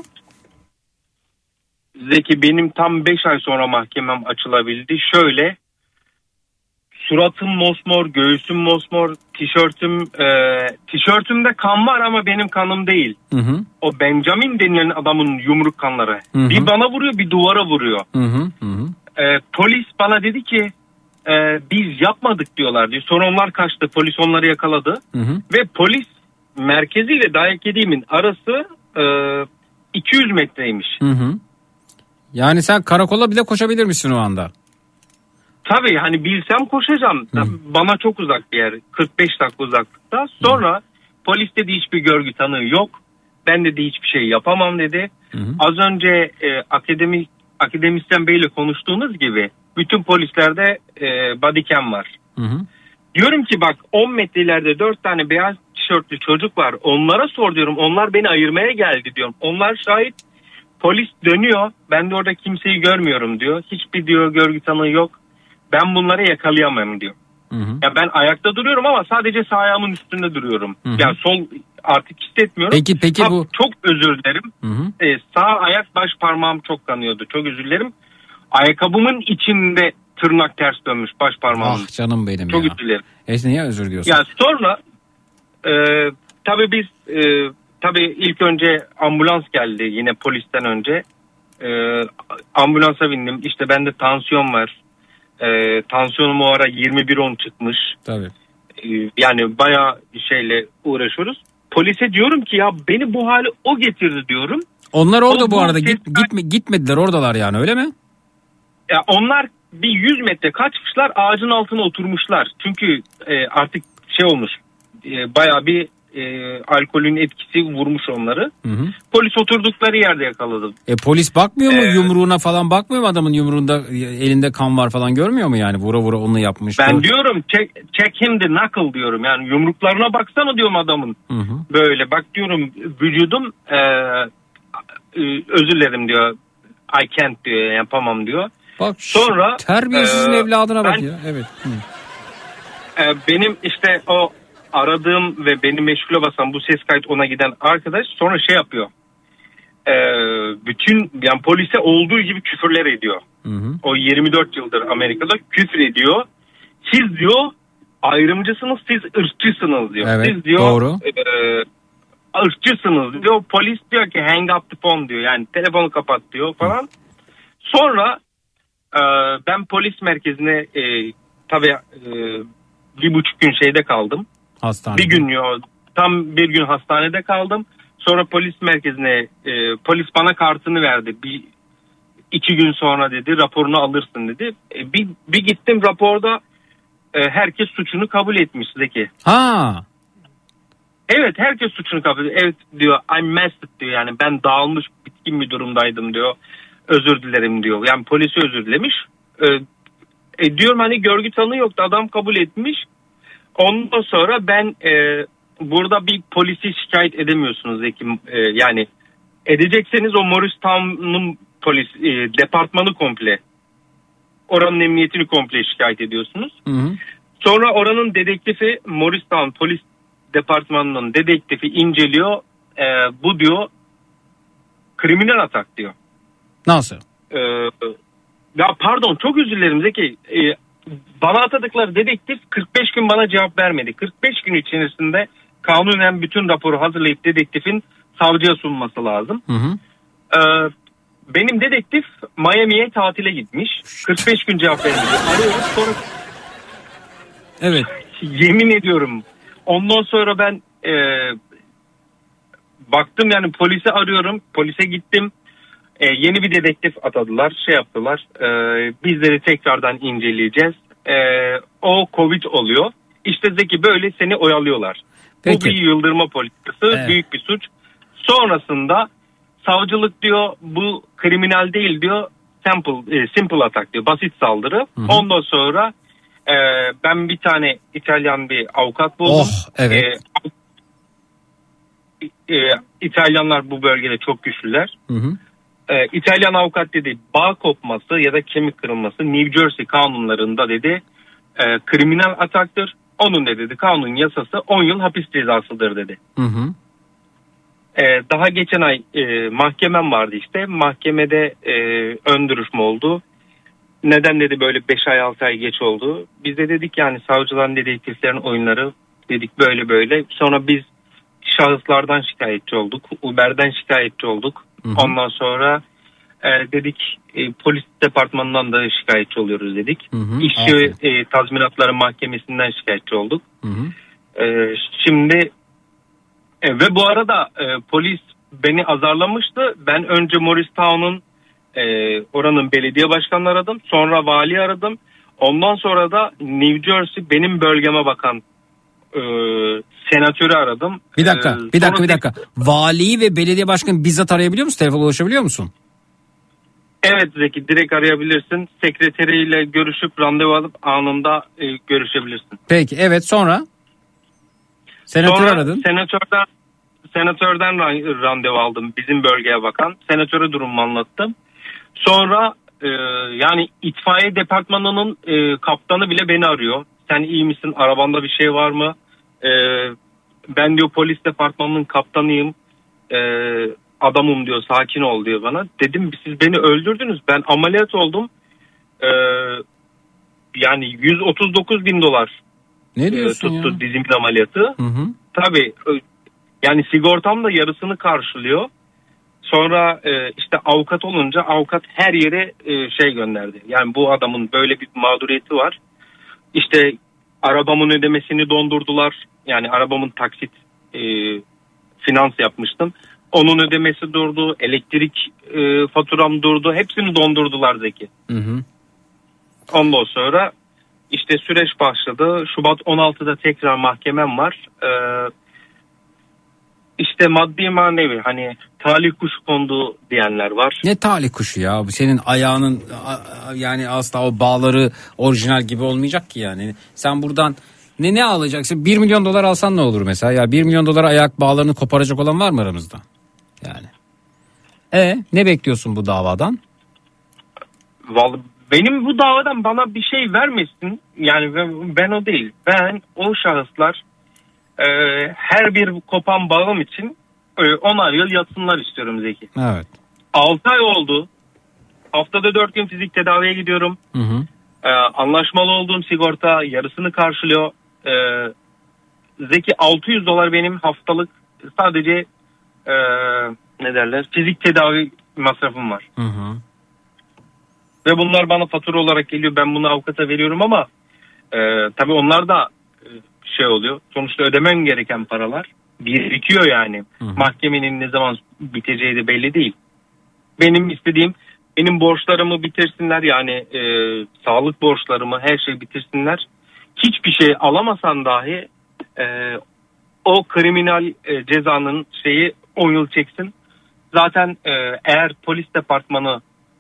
Zeki, benim tam beş ay sonra mahkemem açılabildi. Şöyle, suratım mosmor, göğsüm mosmor, tişörtüm e, tişörtümde kan var ama benim kanım değil. Hı hı. O Benjamin denilen adamın yumruk kanları. Hı hı. Bir bana vuruyor, bir duvara vuruyor. Hı hı. Hı. E, polis bana dedi ki e, biz yapmadık diyorlar diyor. Sonra onlar kaçtı, polis onları yakaladı. Hı hı. Ve polis merkeziyle dayak yediğimin arası e, iki yüz metreymiş. Hı hı. Yani sen karakola bile koşabilir misin o anda? Tabii hani bilsem koşacağım. Hı. Bana çok uzak bir yer. kırk beş dakika uzaklıkta. Sonra hı. polis dedi hiçbir görgü tanığı yok. Ben dedi hiçbir şey yapamam dedi. Hı hı. Az önce e, akademik akademisyen beyle konuştuğunuz gibi bütün polislerde e, bodycam var. Hı hı. Diyorum ki bak on metre ileride dört tane beyaz tişörtlü çocuk var. Onlara sor diyorum. Onlar beni ayırmaya geldi diyorum. Onlar şahit. Polis dönüyor. Ben de orada kimseyi görmüyorum diyor. Hiçbir diyor görgü tanığı yok. Ben bunları yakalayamam diyor. Hı hı. Ya ben ayakta duruyorum ama sadece sağ ayağımın üstünde duruyorum. Hı hı. Yani sol artık hissetmiyorum. Peki peki ha, bu çok özür dilerim. Hı hı. Ee, sağ ayak baş parmağım çok kanıyordu. Çok özür dilerim. Ayakkabımın içinde tırnak ters dönmüş baş parmağım. Ah canım benim Çok ya. Çok üzüldüm. E niye özür diliyorsun? Ya sonra e, tabii biz e, tabii ilk önce ambulans geldi yine polisten önce. E, ambulansa bindim. İşte bende tansiyon var. E, tansiyonum o ara yirmi bir on çıkmış. Tabii. E, yani bayağı şeyle uğraşıyoruz. Polise diyorum ki ya beni bu hale o getirdi diyorum. Onlar orada o, bu arada ses... git, gitme, gitmediler oradalar yani öyle mi? Ya onlar bir yüz metre kaçmışlar ağacın altına oturmuşlar. Çünkü e, artık şey olmuş e, bayağı bir e, alkolün etkisi vurmuş onları. Hı hı. Polis oturdukları yerde yakaladı. E polis bakmıyor mu ee, yumruğuna falan bakmıyor mu adamın yumruğunda elinde kan var falan görmüyor mu yani vura vura onu yapmış. Ben diyor. diyorum check, check him the knuckle diyorum yani yumruklarına baksana diyorum adamın. Hı hı. Böyle bak diyorum vücudum e, e, özür dilerim diyor I can't diyor yapamam diyor. Bak sonra terbiyesizin e, evladına bak ben, ya evet. Hı. E, benim işte o aradığım ve beni meşgule basan bu ses kayıt ona giden arkadaş sonra şey yapıyor. Ee, bütün yani polise olduğu gibi küfürler ediyor. Hı hı. O yirmi dört yıldır Amerika'da küfür ediyor. Siz diyor ayrımcısınız, siz ırkçısınız diyor. Evet, siz diyor doğru. E, ırkçısınız diyor. Polis diyor ki hang up the phone diyor. Yani telefonu kapat diyor falan. Hı. Sonra e, ben polis merkezine e, tabii e, bir buçuk gün şeyde kaldım. Hastanede. Bir gün yo, tam bir gün hastanede kaldım. Sonra polis merkezine e, polis bana kartını verdi. Bir iki gün sonra dedi raporunu alırsın dedi. E, bir, bir gittim raporda e, herkes suçunu kabul etmiş Zeki. Ha. Evet herkes suçunu kabul ediyor. Evet diyor I'm messed diyor yani ben dağılmış bitkin bir durumdaydım diyor. Özür dilerim diyor. Yani polisi özür dilemiş. E, e, diyorum hani görgü tanığı yoktu adam kabul etmiş. Ondan sonra ben e, burada bir polisi şikayet edemiyorsunuz Zeki. E, yani edecekseniz o Morristown'un polis e, departmanı komple. Oranın emniyetini komple şikayet ediyorsunuz. Hı hı. Sonra oranın dedektifi Morristown polis departmanının dedektifi inceliyor. E, bu diyor kriminal atak diyor. Nasıl? E, ya pardon çok özür dilerim Zeki. E, Bana atadıkları dedektif kırk beş gün bana cevap vermedi. kırk beş gün içerisinde kanunen bütün raporu hazırlayıp dedektifin savcıya sunması lazım. Hı hı. Ee, benim dedektif Miami'ye tatile gitmiş. kırk beş gün cevap vermedi. Arıyoruz sonra... Evet. Yemin ediyorum. Ondan sonra ben e, baktım yani polise arıyorum. Polise gittim. E, yeni bir dedektif atadılar. Şey yaptılar. E, bizleri tekrardan inceleyeceğiz. E, o Covid oluyor. İşte Zeki böyle seni oyalıyorlar. Peki. Bu bir yıldırma politikası. Evet. Büyük bir suç. Sonrasında savcılık diyor bu kriminal değil diyor. Simple, e, simple atak diyor. Basit saldırı. Hı hı. Ondan sonra e, ben bir tane İtalyan bir avukat buldum. Oh evet. E, e, İtalyanlar bu bölgede çok güçlüler. Hı hı. Ee, İtalyan avukat dedi bağ kopması ya da kemik kırılması New Jersey kanunlarında dedi e, kriminal ataktır. Onun de dedi kanun yasası on yıl hapis cezasıdır dedi. Hı hı. Ee, daha geçen ay e, mahkemem vardı işte. Mahkemede e, ön duruşma oldu. Neden dedi böyle beş ay altı ay geç oldu. Biz de dedik yani savcıların dedektiflerin oyunları dedik böyle böyle. Sonra biz şahıslardan şikayetçi olduk. Uber'den şikayetçi olduk. Hı hı. Ondan sonra e, dedik e, polis departmanından da şikayetçi oluyoruz dedik. Hı hı. İşçi e, tazminatları mahkemesinden şikayetçi olduk. Hı hı. E, şimdi e, ve bu arada e, polis beni azarlamıştı. Ben önce Morristown'un e, oranın belediye başkanını aradım. Sonra vali aradım. Ondan sonra da New Jersey benim bölgeme bakan e, senatörü aradım. Bir dakika, ee, bir dakika, bir dakika. Valiyi ve belediye başkanı bizzat arayabiliyor musun? Telefona ulaşabiliyor musun? Evet Zeki, direkt arayabilirsin. Sekreteriyle görüşüp randevu alıp anında e, görüşebilirsin. Peki, evet sonra? Senatör sonra aradın. Senatörden, senatörden randevu aldım bizim bölgeye bakan. Senatöre durumu anlattım. Sonra e, yani itfaiye departmanının e, kaptanı bile beni arıyor. Sen iyi misin? Arabanda bir şey var mı? E, ben diyor polis departmanının kaptanıyım. E, adamım diyor, sakin ol diyor bana. Dedim siz beni öldürdünüz. Ben ameliyat oldum. E, yani yüz otuz dokuz bin dolar ne diyorsun e, tuttu ya? dizimin ameliyatı. Hı hı. Tabii yani sigortam da yarısını karşılıyor. Sonra e, işte avukat olunca avukat her yere e, şey gönderdi. Yani bu adamın böyle bir mağduriyeti var. İşte arabamın ödemesini dondurdular. Yani arabamın taksit e, finans yapmıştım. Onun ödemesi durdu. Elektrik e, faturam durdu. Hepsini dondurdular Zeki. Hı hı. Ondan sonra işte süreç başladı. Şubat on altıda tekrar mahkemem var. Ee, işte maddi manevi hani talih kuşu kondu diyenler var. Ne talih kuşu ya? Bu senin ayağının yani asla o bağları orijinal gibi olmayacak ki yani. Sen buradan ne ne alacaksın? bir milyon dolar alsan ne olur mesela? Ya bir milyon dolar ayak bağlarını koparacak olan var mı aramızda? Yani. E ne bekliyorsun bu davadan? Vallahi benim bu davadan bana bir şey vermesin. Yani ben o değil. Ben o şahıslar e, her bir kopan bağım için e, onar yıl yatsınlar istiyorum Zeki. Evet. altı ay oldu. Haftada dört gün fizik tedaviye gidiyorum. Hı hı. E, anlaşmalı olduğum sigorta yarısını karşılıyor. E, Zeki altı yüz dolar benim haftalık sadece e, ne derler fizik tedavi masrafım var. Hı hı. Ve bunlar bana fatura olarak geliyor. Ben bunu avukata veriyorum ama e, tabii onlar da e, şey oluyor. Sonuçta ödemem gereken paralar birikiyor yani. Hı hı. Mahkemenin ne zaman biteceği de belli değil. Benim istediğim benim borçlarımı bitirsinler yani e, sağlık borçlarımı her şeyi bitirsinler. Hiçbir şey alamasan dahi e, o kriminal e, cezanın şeyi on yıl çeksin. Zaten e, eğer polis departmanı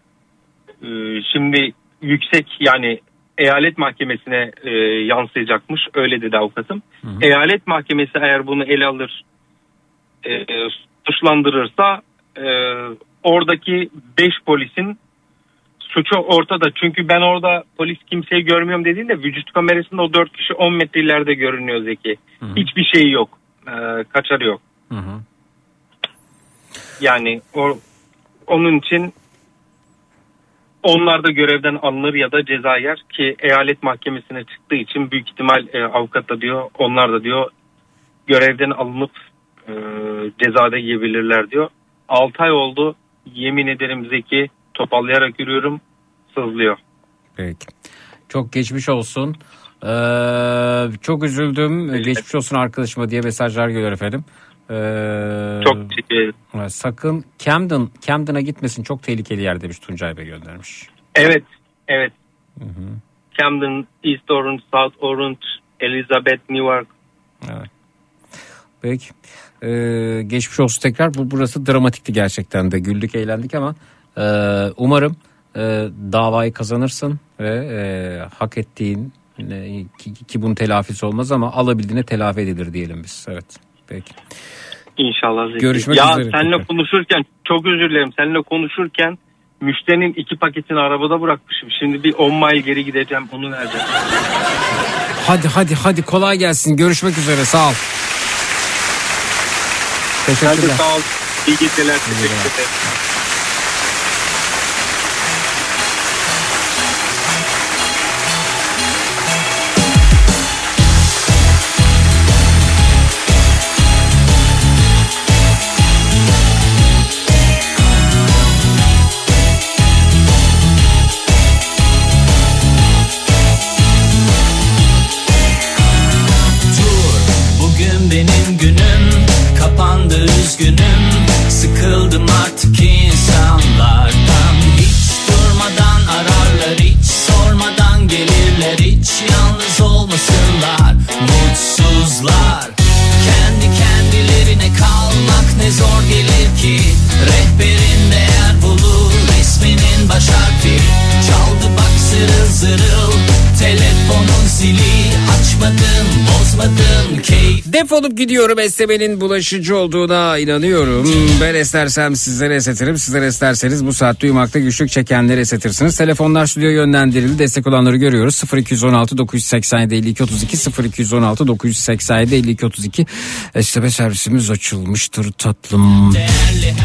şimdi yüksek yani eyalet mahkemesine e, yansıyacakmış. Öyle dedi avukatım. Hı hı. Eyalet mahkemesi eğer bunu ele alır e, suçlandırırsa e, oradaki beş polisin suçu ortada. Çünkü ben orada polis kimseyi görmüyorum dediğinde vücut kamerasında o dört kişi on metre ileride görünüyor Zeki. Hı hı. Hiçbir şey yok. E, kaçarı yok. Hı hı. Yani o, onun için onlar da görevden alınır ya da ceza yer ki eyalet mahkemesine çıktığı için büyük ihtimal e, avukat da diyor onlar da diyor görevden alınıp e, cezada yiyebilirler diyor. altı ay oldu yemin ederim Zeki topallayarak yürüyorum sızlıyor. Peki çok geçmiş olsun. Ee, çok üzüldüm evet. Geçmiş olsun arkadaşıma diye mesajlar geliyor efendim. Ee, çok teşekkür ederim. Sakın Camden, Camden'a gitmesin çok tehlikeli yer demiş Tuncay Bey göndermiş. Evet, evet. Hı hı. Camden, East Orange, South Orange, Elizabeth, Newark. Evet. Peki. Ee, geçmiş olsun tekrar. Bu burası dramatikti gerçekten de. Güldük, eğlendik ama e, umarım e, davayı kazanırsın ve e, hak ettiğin e, ki, ki bunun telafisi olmaz ama alabildiğine telafi edilir diyelim biz. Evet. Peki. İnşallah Zeki. Görüşmek ya üzere. Seninle tekrar konuşurken çok özür dilerim. Seninle konuşurken müşterinin iki paketini arabada bırakmışım. Şimdi bir on mile geri gideceğim onu vereceğim. Hadi hadi hadi kolay gelsin. Görüşmek üzere sağ ol. Teşekkürler. Hadi sağ ol. İyi geceler. Teşekkür ederim. Benim günüm kapandı üzgünüm. Sıkıldım artık insanlardan. Hiç durmadan ararlar, hiç sormadan gelirler. Hiç yalnız olmasınlar mutsuzlar. Kendi kendilerine kalmak ne zor gelir ki. Rehberin değer bulur resminin baş harfi. Çaldı bak zırıl zırıl telefonun zili. Açmadım bozmadım keyif. Defolup gidiyorum, esnemenin bulaşıcı olduğuna inanıyorum. Ben esnersem sizlere esnetirim. Sizler esnerseniz bu saatte uyumakta güçlük çekenleri esnetirsiniz. Telefonlar stüdyoya yönlendirildi. Destek olanları görüyoruz. sıfır iki on altı dokuz seksen yedi elli iki otuz iki sıfır iki on altı dokuz seksen yedi elli iki otuz iki S M S servisimiz açılmıştır tatlım. Değerli.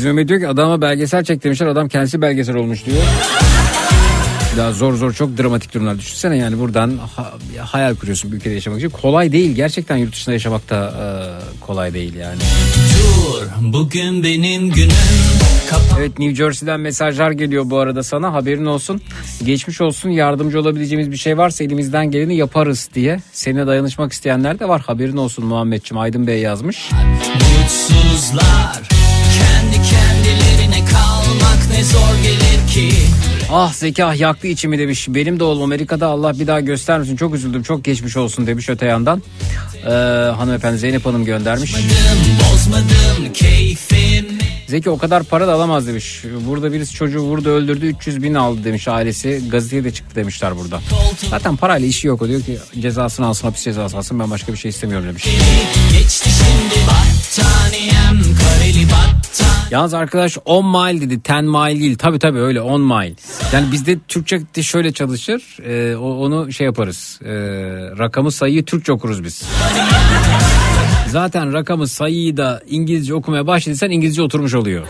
Bizim diyor ki adama belgesel çektirmişler, adam kendisi belgesel olmuş diyor. Daha zor zor çok dramatik durumlar. Düşünsene yani buradan ha, hayal kuruyorsun bir ülkede yaşamak için. Kolay değil. Gerçekten yurt dışında yaşamak da e, kolay değil yani. Dur, bugün benim günüm. Kapa- Evet, New Jersey'den mesajlar geliyor bu arada sana, haberin olsun. Geçmiş olsun, yardımcı olabileceğimiz bir şey varsa elimizden geleni yaparız diye. Seninle dayanışmak isteyenler de var, haberin olsun Muhammedciğim. Aydın Bey yazmış. Mutsuzlar kendi kendilerine kalmak ne zor gelir ki. Ah Zeki ah yaktı içimi demiş. Benim de oğlum Amerika'da, Allah bir daha göstermesin, çok üzüldüm, çok geçmiş olsun demiş öte yandan. Ee, hanımefendi Zeynep Hanım göndermiş. Bozmadım keyfimi. Zeki o kadar para da alamaz demiş. Burada birisi çocuğu vurdu öldürdü, üç yüz bin aldı demiş ailesi. Gazeteye de çıktı demişler burada. Zaten parayla işi yok, o diyor ki cezasını alsın, hapis cezası alsın, ben başka bir şey istemiyorum demiş. Geçti şimdi battaniyem kareli battan. Yalnız arkadaş on mile dedi, ten mile değil. Tabii tabii öyle on mile. Yani bizde Türkçe de şöyle çalışır. E, onu şey yaparız. E, rakamı sayıyı Türkçe okuruz biz. Zaten rakamı sayıyı da İngilizce okumaya başladıysan İngilizce oturmuş oluyor.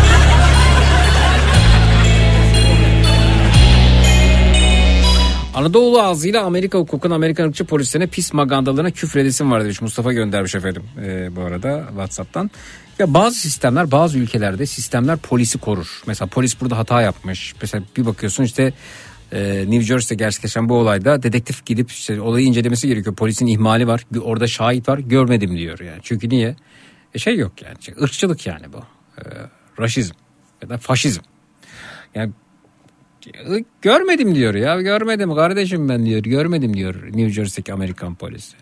Anadolu ağzıyla Amerika hukukuna, Amerikan ırkçı polislerine, pis magandalarına küfredesim var demiş. Mustafa göndermiş efendim e, bu arada WhatsApp'tan. Ya bazı sistemler, bazı ülkelerde sistemler polisi korur. Mesela polis burada hata yapmış. Mesela bir bakıyorsun işte e, New Jersey'de gerçekleşen bu olayda dedektif gidip işte olayı incelemesi gerekiyor. Polisin ihmali var. Orada şahit var. Görmedim diyor yani. Çünkü niye? E şey yok yani. İşte ırkçılık yani bu. E, raşizm ya da faşizm. Yani görmedim diyor ya. Görmedim kardeşim ben diyor. Görmedim diyor New Jersey'deki Amerikan polisi.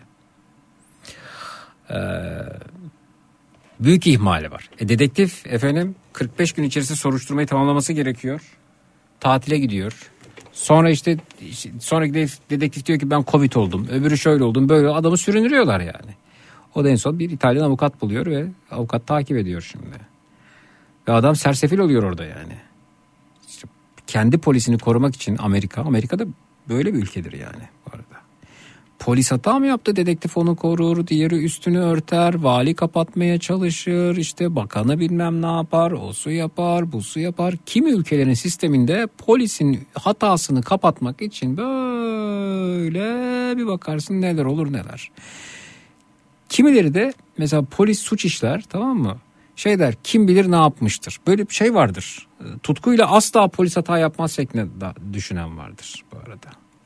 Eee Büyük ihmali var. E, dedektif efendim kırk beş gün içerisinde soruşturmayı tamamlaması gerekiyor. Tatile gidiyor. Sonra işte sonraki dedektif diyor ki ben Covid oldum. Öbürü şöyle oldum, böyle, adamı süründürüyorlar yani. O da en son bir İtalyan avukat buluyor ve avukat takip ediyor şimdi. Ve adam sersefil oluyor orada yani. İşte kendi polisini korumak için Amerika, Amerika'da böyle bir ülkedir yani bu arada. Polis hata mı yaptı? Dedektif onu korur, diğeri üstünü örter, vali kapatmaya çalışır, işte bakanı bilmem ne yapar, o su yapar, bu su yapar. Kimi ülkelerin sisteminde polisin hatasını kapatmak için böyle bir bakarsın neler olur neler. Kimileri de mesela polis suç işler, tamam mı? Şey der, kim bilir ne yapmıştır. Böyle bir şey vardır. Tutkuyla asla polis hata yapmaz şeklinde düşünen vardır bu arada.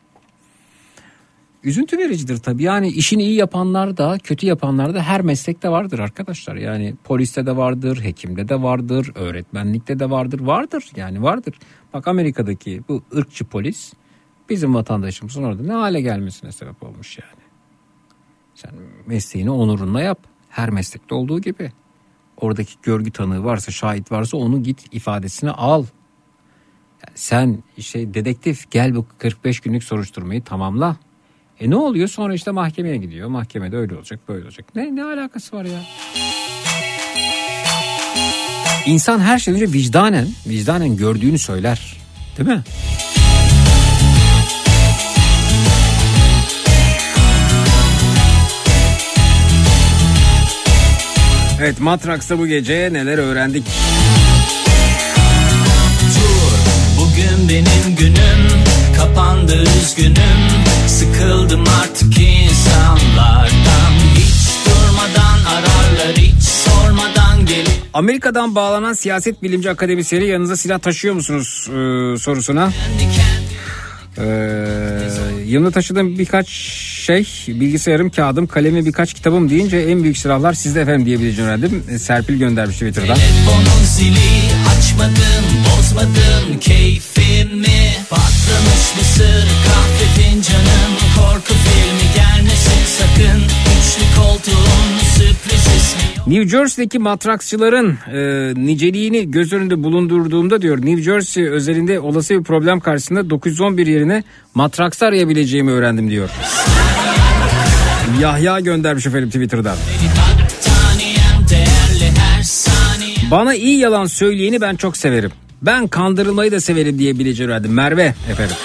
Üzüntü vericidir tabii. Yani işini iyi yapanlar da kötü yapanlar da her meslekte vardır arkadaşlar. Yani poliste de vardır, hekimde de vardır, öğretmenlikte de vardır. Vardır yani vardır. Bak Amerika'daki bu ırkçı polis bizim vatandaşımızın orada ne hale gelmesine sebep olmuş yani. Sen mesleğini onurunla yap. Her meslekte olduğu gibi. Oradaki görgü tanığı varsa, şahit varsa onu git ifadesini al. Yani sen işte dedektif gel bu kırk beş günlük soruşturmayı tamamla. E ne oluyor? Sonra işte mahkemeye gidiyor. Mahkemede öyle olacak, böyle olacak. Ne ne alakası var ya? İnsan her şeyden önce vicdanen, vicdanen gördüğünü söyler. Değil mi? Evet, Matraks'ta bu gece neler öğrendik? Dur, bugün benim günüm, kapandı üzgünüm. Sıkıldım artık insanlardan. Hiç durmadan ararlar, hiç sormadan gelir. Amerika'dan bağlanan siyaset bilimci akademisyeni yanınıza silah taşıyor musunuz ee, sorusuna. Ee, yanımda taşıdığım birkaç şey, bilgisayarım, kağıdım, kalemi, birkaç kitabım deyince en büyük silahlar sizde efendim diyebileceğim öğrendim. Serpil göndermiş Twitter'dan. Telefonun zili açmadım, bozmadım keyfimi. Patlamış mısır kahve fincanım, korku filmi gelmesin sakın. Üçlü koltuğun sürpriz ismi. New Jersey'deki matraksçıların e, niceliğini göz önünde bulundurduğumda diyor, New Jersey özelinde olası bir problem karşısında dokuz yüz on bir yerine matraksı arayabileceğimi öğrendim diyor. Yahya göndermiş efendim Twitter'dan. Bana iyi yalan söyleyeni ben çok severim. Ben kandırılmayı da severim diyebileceğim öğrendim. Merve efendim.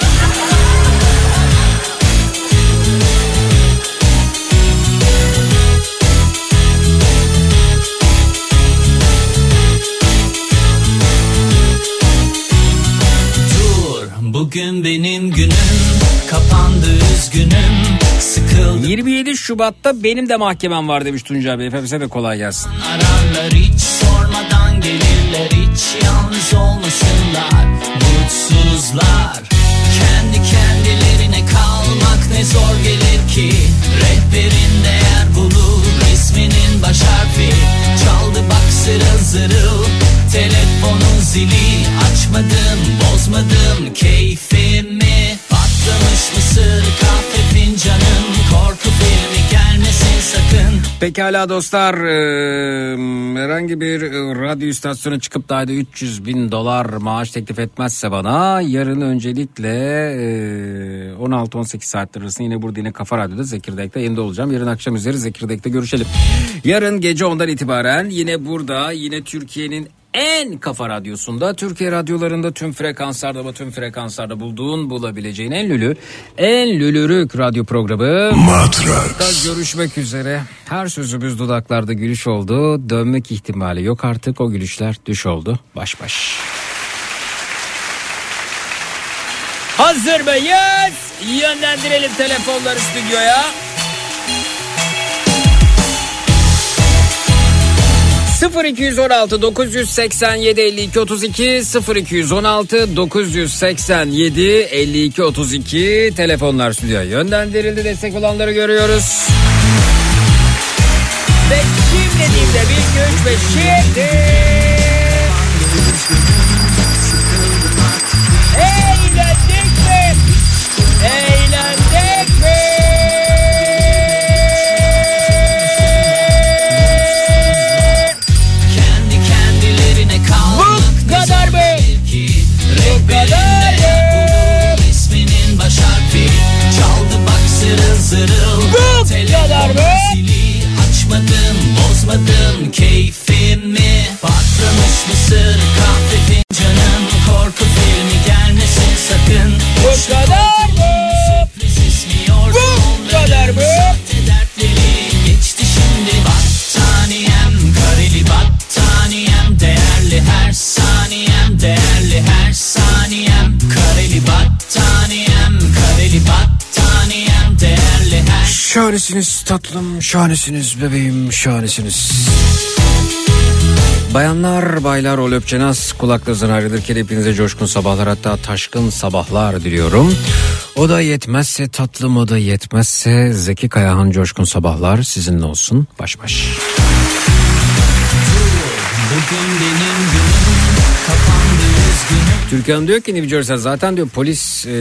Bugün benim günüm, kapandı üzgünüm, sıkıldım. yirmi yedi Şubat'ta benim de mahkemem var demiş Tuncay Bey. Efendim size de kolay gelsin. Ararlar hiç sormadan gelirler, hiç yalnız olmasınlar. Mutsuzlar, kendi kendilerine kalmak ne zor gelir ki. Rehberin değer bulur, resminin baş harfi. Çaldı bak zırıl zırıl, telefonun zili. Açmadım, bozmadım keyfimi. Patlamış mısır kahve fincanım, korku filmi gelmesin sakın. Pekala dostlar, e, herhangi bir radyo istasyonu çıkıp da ayda üç yüz bin dolar maaş teklif etmezse bana, yarın öncelikle e, on altı on sekiz saatler arasında yine burada yine Kafa Radyo'da Zekirdek'te yayında olacağım. Yarın akşam üzeri Zekirdek'te görüşelim. Yarın gece ondan itibaren yine burada, yine Türkiye'nin en kafa radyosunda, Türkiye radyolarında tüm frekanslarda ve tüm frekanslarda bulduğun, bulabileceğin en lülü, en lülürük radyo programı Matrax. Görüşmek üzere. Her sözümüz dudaklarda gülüş oldu. Dönmek ihtimali yok artık, o gülüşler düş oldu. Baş baş. Hazır mıyız? Yönlendirelim telefonları stüdyoya. sıfır iki on altı dokuz seksen yedi elli iki otuz iki sıfır iki on altı dokuz seksen yedi elli iki otuz iki telefonlar stüdyoya yönlendirildi. Destek olanları görüyoruz. Ve şimdi dediğimde bir güç ve şimdi eğlendik mi? Eğlendik mi? Bu kadar mı? Bu kadar mı? İsminin baş harfi çaldı bak zırıl zırıl. Bu kadar mı? Zili açmadım, bozmadım keyfimi. Patlamış mısır kahve fincanım, korku filmi gelmesin sakın. Bu kadar mı? Sürpriz ismiyor. Bu kadar mı? Dertleri geçti şimdi. Battaniyem, kareli battaniyem, değerli her saniyem, değerli her saniyem. Kareli battaniyem, kareli battaniyem, değerli her. Şahanesiniz tatlım, şahanesiniz bebeğim, şahanesiniz. Bayanlar, baylar, ol öpçenaz, kulaklarınızdan ayrılırken hepinize coşkun sabahlar, hatta taşkın sabahlar diliyorum. O da yetmezse tatlım, o da yetmezse Zeki Kayahan coşkun sabahlar sizinle olsun. Baş baş. Bugün benim günüm, kapandı üzgünüm. Türkan diyor ki New Jersey zaten diyor polis ee,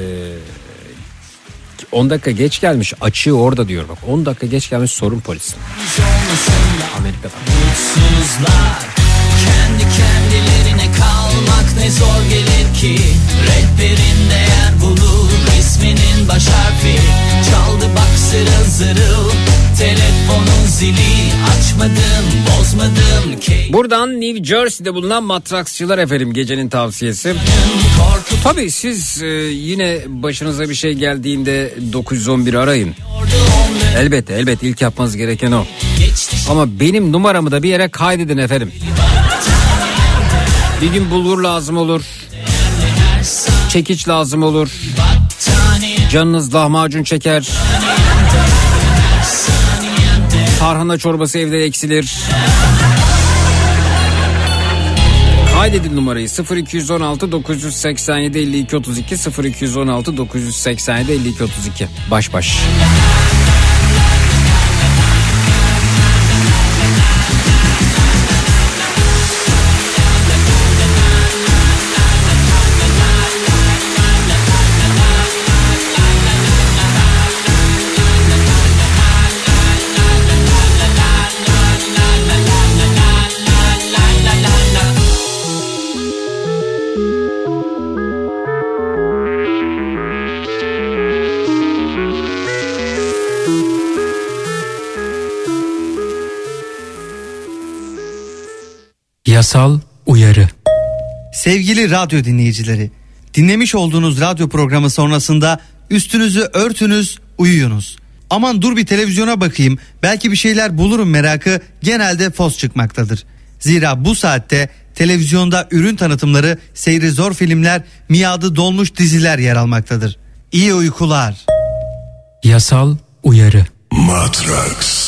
on dakika geç gelmiş, açığı orada diyor. Bak on dakika geç gelmiş, sorun polisin. Amerika'da. Mutsuzlar, kendi kendilerine kalmak ne zor gelir ki. Rehberin değer bulur, isminin baş harfi. Çaldı bak zırıl zırıl, telefonun zili. Açmadım, bozmadım key. Buradan New Jersey'de bulunan matraksçılar efendim, gecenin tavsiyesi. Tabii siz e, yine başınıza bir şey geldiğinde dokuz yüz on bir arayın. Elbette elbette ilk yapmanız gereken o. Ama benim numaramı da bir yere kaydedin efendim. Bir gün bulgur lazım olur. Çekiç lazım olur. Canınız lahmacun çeker. Tarhana çorbası evde eksilir. Kaydedin numarayı sıfır iki on altı dokuz seksen yedi elli iki otuz iki sıfır iki on altı dokuz seksen yedi elli iki otuz iki. Baş baş. Yasal uyarı. Sevgili radyo dinleyicileri, dinlemiş olduğunuz radyo programı sonrasında üstünüzü örtünüz, uyuyunuz. Aman dur bir televizyona bakayım, belki bir şeyler bulurum merakı genelde fos çıkmaktadır. Zira bu saatte televizyonda ürün tanıtımları, seyri zor filmler, miadı dolmuş diziler yer almaktadır. İyi uykular. Yasal uyarı. Matrax.